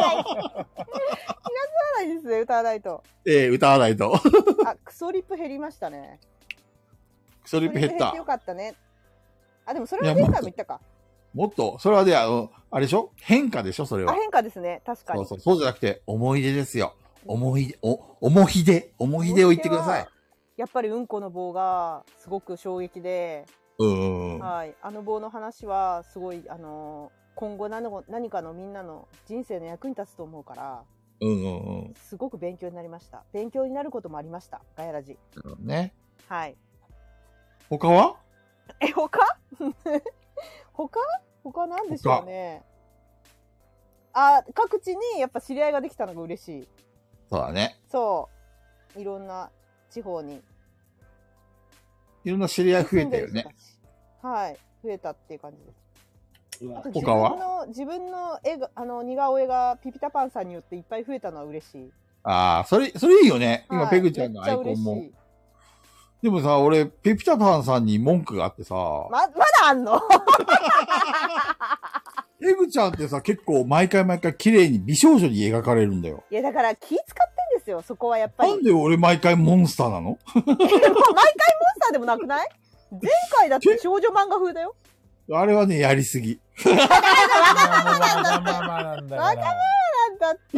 ないですね、歌わないと。 ええ歌わないと。 あ、クソリップ減りましたね。 クソリップ減ったクソリップ減ってよ。かったね。あ、でもそれは前回も言ったか。 もっと、それはね、あの、あれでしょ？変化でしょそれあ、 は。 変化ですね。確かに。 そうそう。そうじゃなくて、思い出ですよ。思い出、お、思い出、思い出を言ってください。 やっぱりうんこの棒がすごく衝撃で、 うんうんうん。 はい、あの棒の話はすごい、あのー今後何の何かのみんなの人生の役に立つと思うから、 うんうんうん。 すごく勉強になりました。勉強になることもありました。ガヤラジ。 なるほどね。 はい。 他はえ、他他他なんでしょうね。あ、各地にやっぱ知り合いができたのが嬉しい。 そうだね。 そう。いろんな地方に。 いろんな知り合い増えたよね。 はい。増えたっていう感じです。 うわあと自他は分の、自分の絵が、あの、似顔絵がピピタパンさんによっていっぱい増えたのは嬉しい。 ああ、それ、それいいよね。今、 はいペグちゃんのアイコンもめっちゃ嬉し。いでもさ、俺、ペピタパンさんに文句があってさ、 ま、まだあんのペグちゃんってさ、結構毎回毎回綺麗に美少女に描かれるんだよ。 いや、だから気使ってんですよ、そこはやっぱり。 なんで俺毎回モンスターなのもう毎回モンスターでもなくない？前回だって少女漫画風だよ。 あれはね、やりすぎ。 わがままなんだから。 わがままなんだって。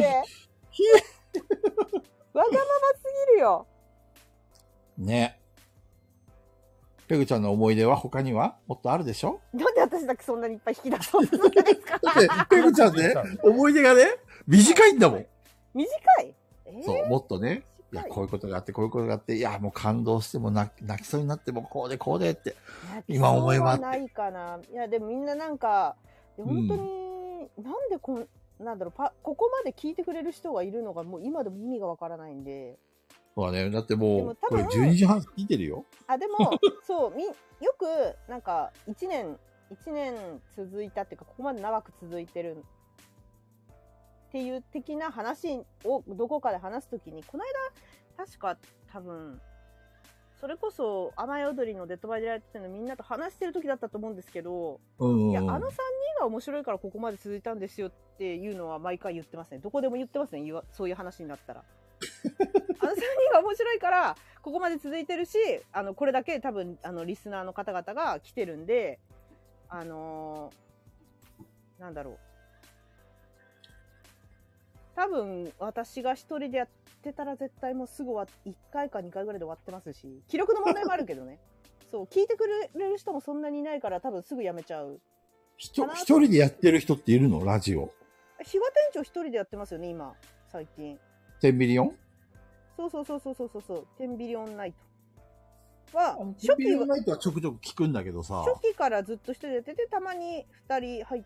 わがまますぎるよ。 ね。ペグちゃんの思い出は他にはもっとあるでしょ？ なんで私だけそんなにいっぱい引き出そうとするんですか？ だって、ペグちゃんね、思い出がね、短いんだもん。 短い？えー、 そう、もっとね、いや、 短いこういうことがあって、こういうことがあって、いや、もう感動しても泣き泣きそうになっても、こうで、こうでって。今思えばそうはないかな。いや、でもみんななんか、本当に、なんでこん、なんだろう、パ、ここまで聞いてくれる人がいるのが、もう今でも意味がわからないんで。 そうだね。だってでもう、 も多分これじゅうにじはん聞いてるよ。 あ、でも、そう、み、よく、なんか、一年、一年続いたっていうか、ここまで長く続いてるっていう的な話をどこかで話すときに、この間、確か多分、それこそ、雨踊りのデッドバイデイライトっていうのみんなと話してる時だったと思うんですけど、 うんうん。 いや、あのさんにんが面白いからここまで続いたんですよっていうのは毎回言ってますね。どこでも言ってますね。言わそういう話になったら。あのさんにんが面白いからここまで続いてるし、あの、これだけ多分、あの、リスナーの方々が来てるんで、あのー、なんだろう。多分、私が一人でやってたら絶対もうすぐ終わっ、いっかいかにかいぐらいで終わってますし、記録の問題もあるけどね。そう、聞いてくれる人もそんなにいないから多分すぐやめちゃう。 ひと一人でやってる人っているのラジオ。 比嘉店長一人でやってますよね、今、最近。 テンビリオンそうそうそうそうそうそうそう、テンビリオンナイトは、 テンビリオン初期は、 ナイトはちょくちょく聞くんだけどさ。 初期からずっと一人でやってて、たまに二人入って、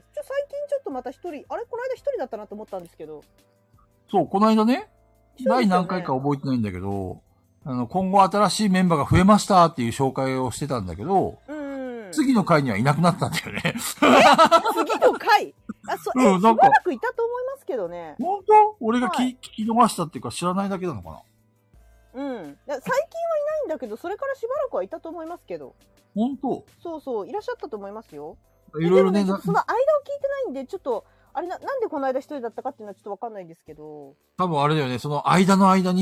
ちょ、最近ちょっとまた一人、あれこの間一人だったなと思ったんですけど。 そう、この間ね、 一人ですよね第何回か覚えてないんだけど、あの、今後新しいメンバーが増えましたっていう紹介をしてたんだけど、 うんうん。 次の回にはいなくなったんだよね。 次の回あ、そ、え、 うんなんかしばらくいたと思いますけどね。 本当俺がき、 はい聞き逃したっていうか知らないだけなのかなうん。いや最近はいないんだけど、それからしばらくはいたと思いますけど。 本当そうそう、いらっしゃったと思いますよ。 いろいろね、なでもその間を聞いてないんで、ちょっと、あれな、なんでこの間一人だったかっていうのはちょっとわかんないんですけど。 多分あれだよね、その間の間に、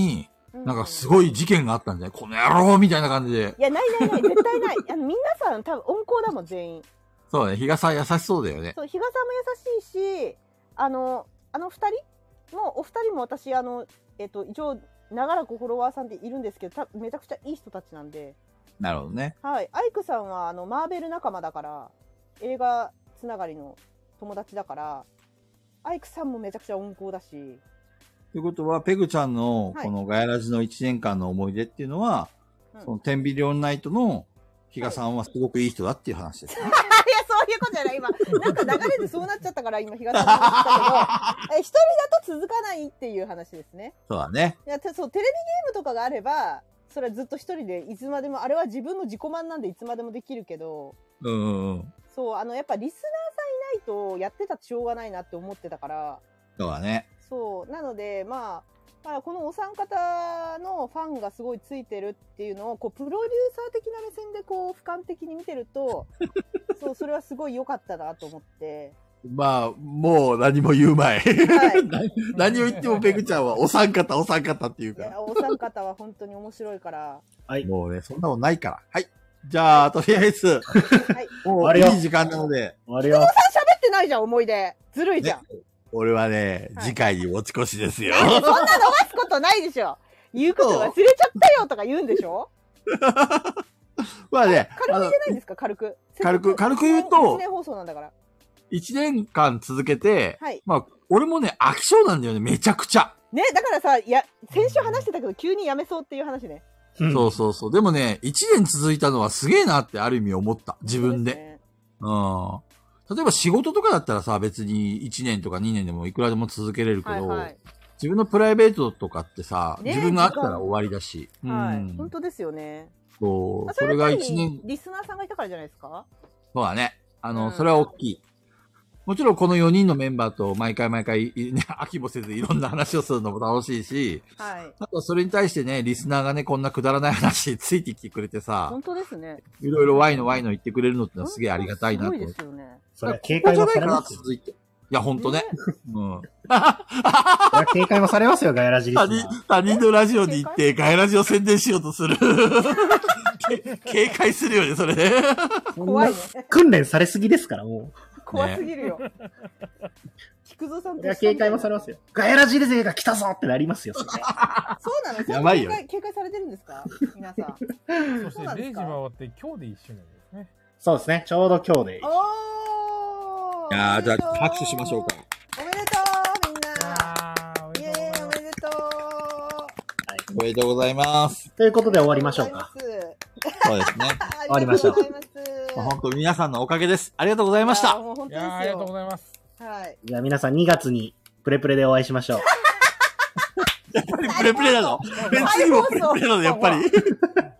なんかすごい事件があったんじゃないこの野郎みたいな感じで。 いや、ないないない、絶対ない。あの、皆さん多分温厚だもん、全員。 そうね、比嘉さん優しそうだよね。 そう、比嘉さんも優しいし、あの、あの二人も、お二人も私、あの、えっと、一応、長らくフォロワーさんでいるんですけど、ためちゃくちゃいい人たちなんで。 なるほどね。 はい。アイクさんは、あの、マーベル仲間だから、映画つながりの友達だから、アイクさんもめちゃくちゃ温厚だし。 ということは、ペグちゃんのはいこのガヤラジのいちねんかんの思い出っていうのは、 うんそのテンビリオンナイトの比嘉さんはすごくいい人だっていう話ですね。 いや、そういうことじゃない。今、なんか流れでそうなっちゃったから、今、比嘉さんに言ったけど、え一人だと続かないっていう話ですね。 そうだね。 いや、てそう、テレビゲームとかがあれば、それはずっと一人でいつまでも、あれは自分の自己満なんでいつまでもできるけど、 うんうんうん。 そう、あの、やっぱリスナーさんいないとやってたってしょうがないなって思ってたから、 そうだね。 そう、なので、まあ、まあ、このお三方のファンがすごいついてるっていうのを、こう、プロデューサー的な目線でこう、俯瞰的に見てると、そう、それはすごい良かったなと思って。 まあ、もう何も言うまい。 はい何何を言ってもペグちゃんはお三方お三方って言うから。 いや、お三方は本当に面白いから。 はい。 もうね、そんなもんないから。はい。じゃあ、とりあえず、 はい。 もうあれよいい時間なので、 終わるよ。 喋ってないじゃん、思い出。ずるいじゃん。 俺はね、 はい次回に持ち越しですよ。 そんな逃すことないでしょ。言うこと忘れちゃったよとか言うんでしょ。 まあね、 軽くあのじゃないんですか、軽く。 軽く軽く言うといちねん放送なんだから。 一年間続けて、 はい。 まあ、俺もね、飽き性なんだよね、めちゃくちゃ。 ね、だからさ、いや、先週話してたけど、急にやめそうっていう話ね。 うんそうそうそう。でもね、一年続いたのはすげえなってある意味思った。自分で。 そうすね。 うん。例えば仕事とかだったらさ、別にいちねんとかにねんでもいくらでも続けれるけど、 はいはい。 自分のプライベートとかってさ、 ね自分があったら終わりだし。 はい。 うん本当ですよね。 そう。 あそれがやっぱり一年、 リスナーさんがいたからじゃないですか。 そうだね。あの、 うんそれは大きい。もちろんこのよにんのメンバーと毎回毎回、ね、飽きもせずいろんな話をするのも楽しいし、 はい。 あとそれに対してね、リスナーがね、こんなくだらない話についてきてくれてさ、 本当ですね。 いろいろワイのワイの言ってくれるのってのはすげえありがたいなと。 すごいですよね。 それは警戒もされますよ。 続いて。いや、ほんとね。うん。 それは警戒もされますよ、ガヤラジリスナ他人ー。、 他人のラジオに行って、ガイラジを宣伝しようとする。け警戒するよね、それね。 そん怖いなね。 訓練されすぎですから、もう。 怖すぎるよ。菊蔵さんとそれは警戒もされますよ。ガヤラジ勢が来たぞってなりますよ、それ。 そうなの？ やばいよ警戒警戒されてるんですか皆さん。 そしてれいじ回って今日でいっしゅうねんですね。 そうですね、ちょうど今日で。 おー。 いやー、じゃあおめでとう拍手しましょうか。 おめでとうみんな。 あー、 イエーイおめでとう。 おめでとうございます。 ということで終わりましょうか。 ありがとうございそうですね。 ます。 終わりましょうありがとうございますまあ本当皆さんのおかげです。ありがとうございましいやた。 もう本当ですいやー、ありがとうごよ。 ざいます。 はい。 じゃあ皆さんにがつにプレプレでお会いしましょう。 やっぱりプレプレなの次もプレプレなの、やっぱり。 再放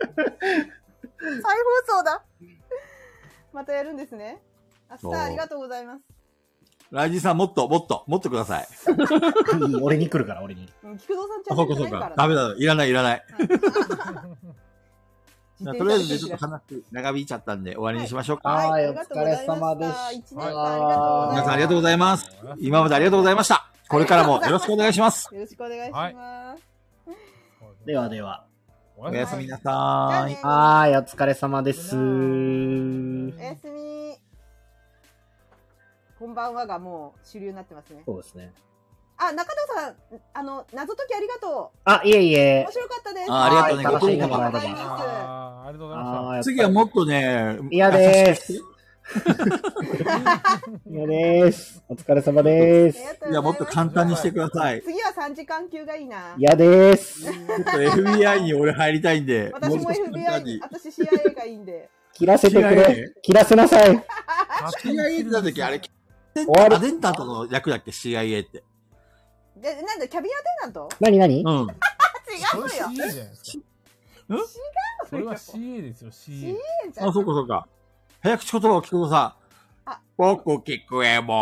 送だ。またやるんですね。 そう明日ありがとうございます。 ライジンさんもっと、もっと、もっとください。 いい俺に来るから、俺に。 うん菊蔵さんちゃあ、そうかそうかんとじゃないから。。 ダメだ。いらないいらない。じゃあとりあえずちょっとは話長引いちゃったんで終わりにしましょうか。 はいありがとうございましたお疲れ様でした一年間ありがとうございます。 皆さんありがとうございます。今までありがとうございました。これからもよろしくお願いします。 よろしくお願いします。 ではでは。 おやすみなじゃさーいあね。 はーい、お疲れ様です。 おやすみ。こんばんはがもう主流になってますね。 そうですね。 あ、中藤さん、あの、謎解きありがとあ、いえいうえ面。白かったです。 あありがとうねはいご苦労様楽しんでもらえたありがとうございますあー、ありがとうございまあー次はもっとね、 嫌です。嫌です。お疲れ様です。 いや、もっと簡単にしてください。 次はさんじかん級がいいな。 嫌です。 ちょっと エフビーアイ に俺入りたいんで、 私もう少し簡エフビーアイ単に。 私 シーアイエー がいいんで。 切らせてくれ。切らせなさい。 す。 シーアイエー ってなんだっけあれ、 終わるアデンタントの役だっけ シーアイエー って。 で、なんだ、キャビンアテンダントなになにうん。 違それうシーエー じよ。 ゃないですか。 んそれは シーエー ですよ、シーエー。 じゃんあ、そうかそうか。早口言葉を聞くとさあ、 僕聞くえもん。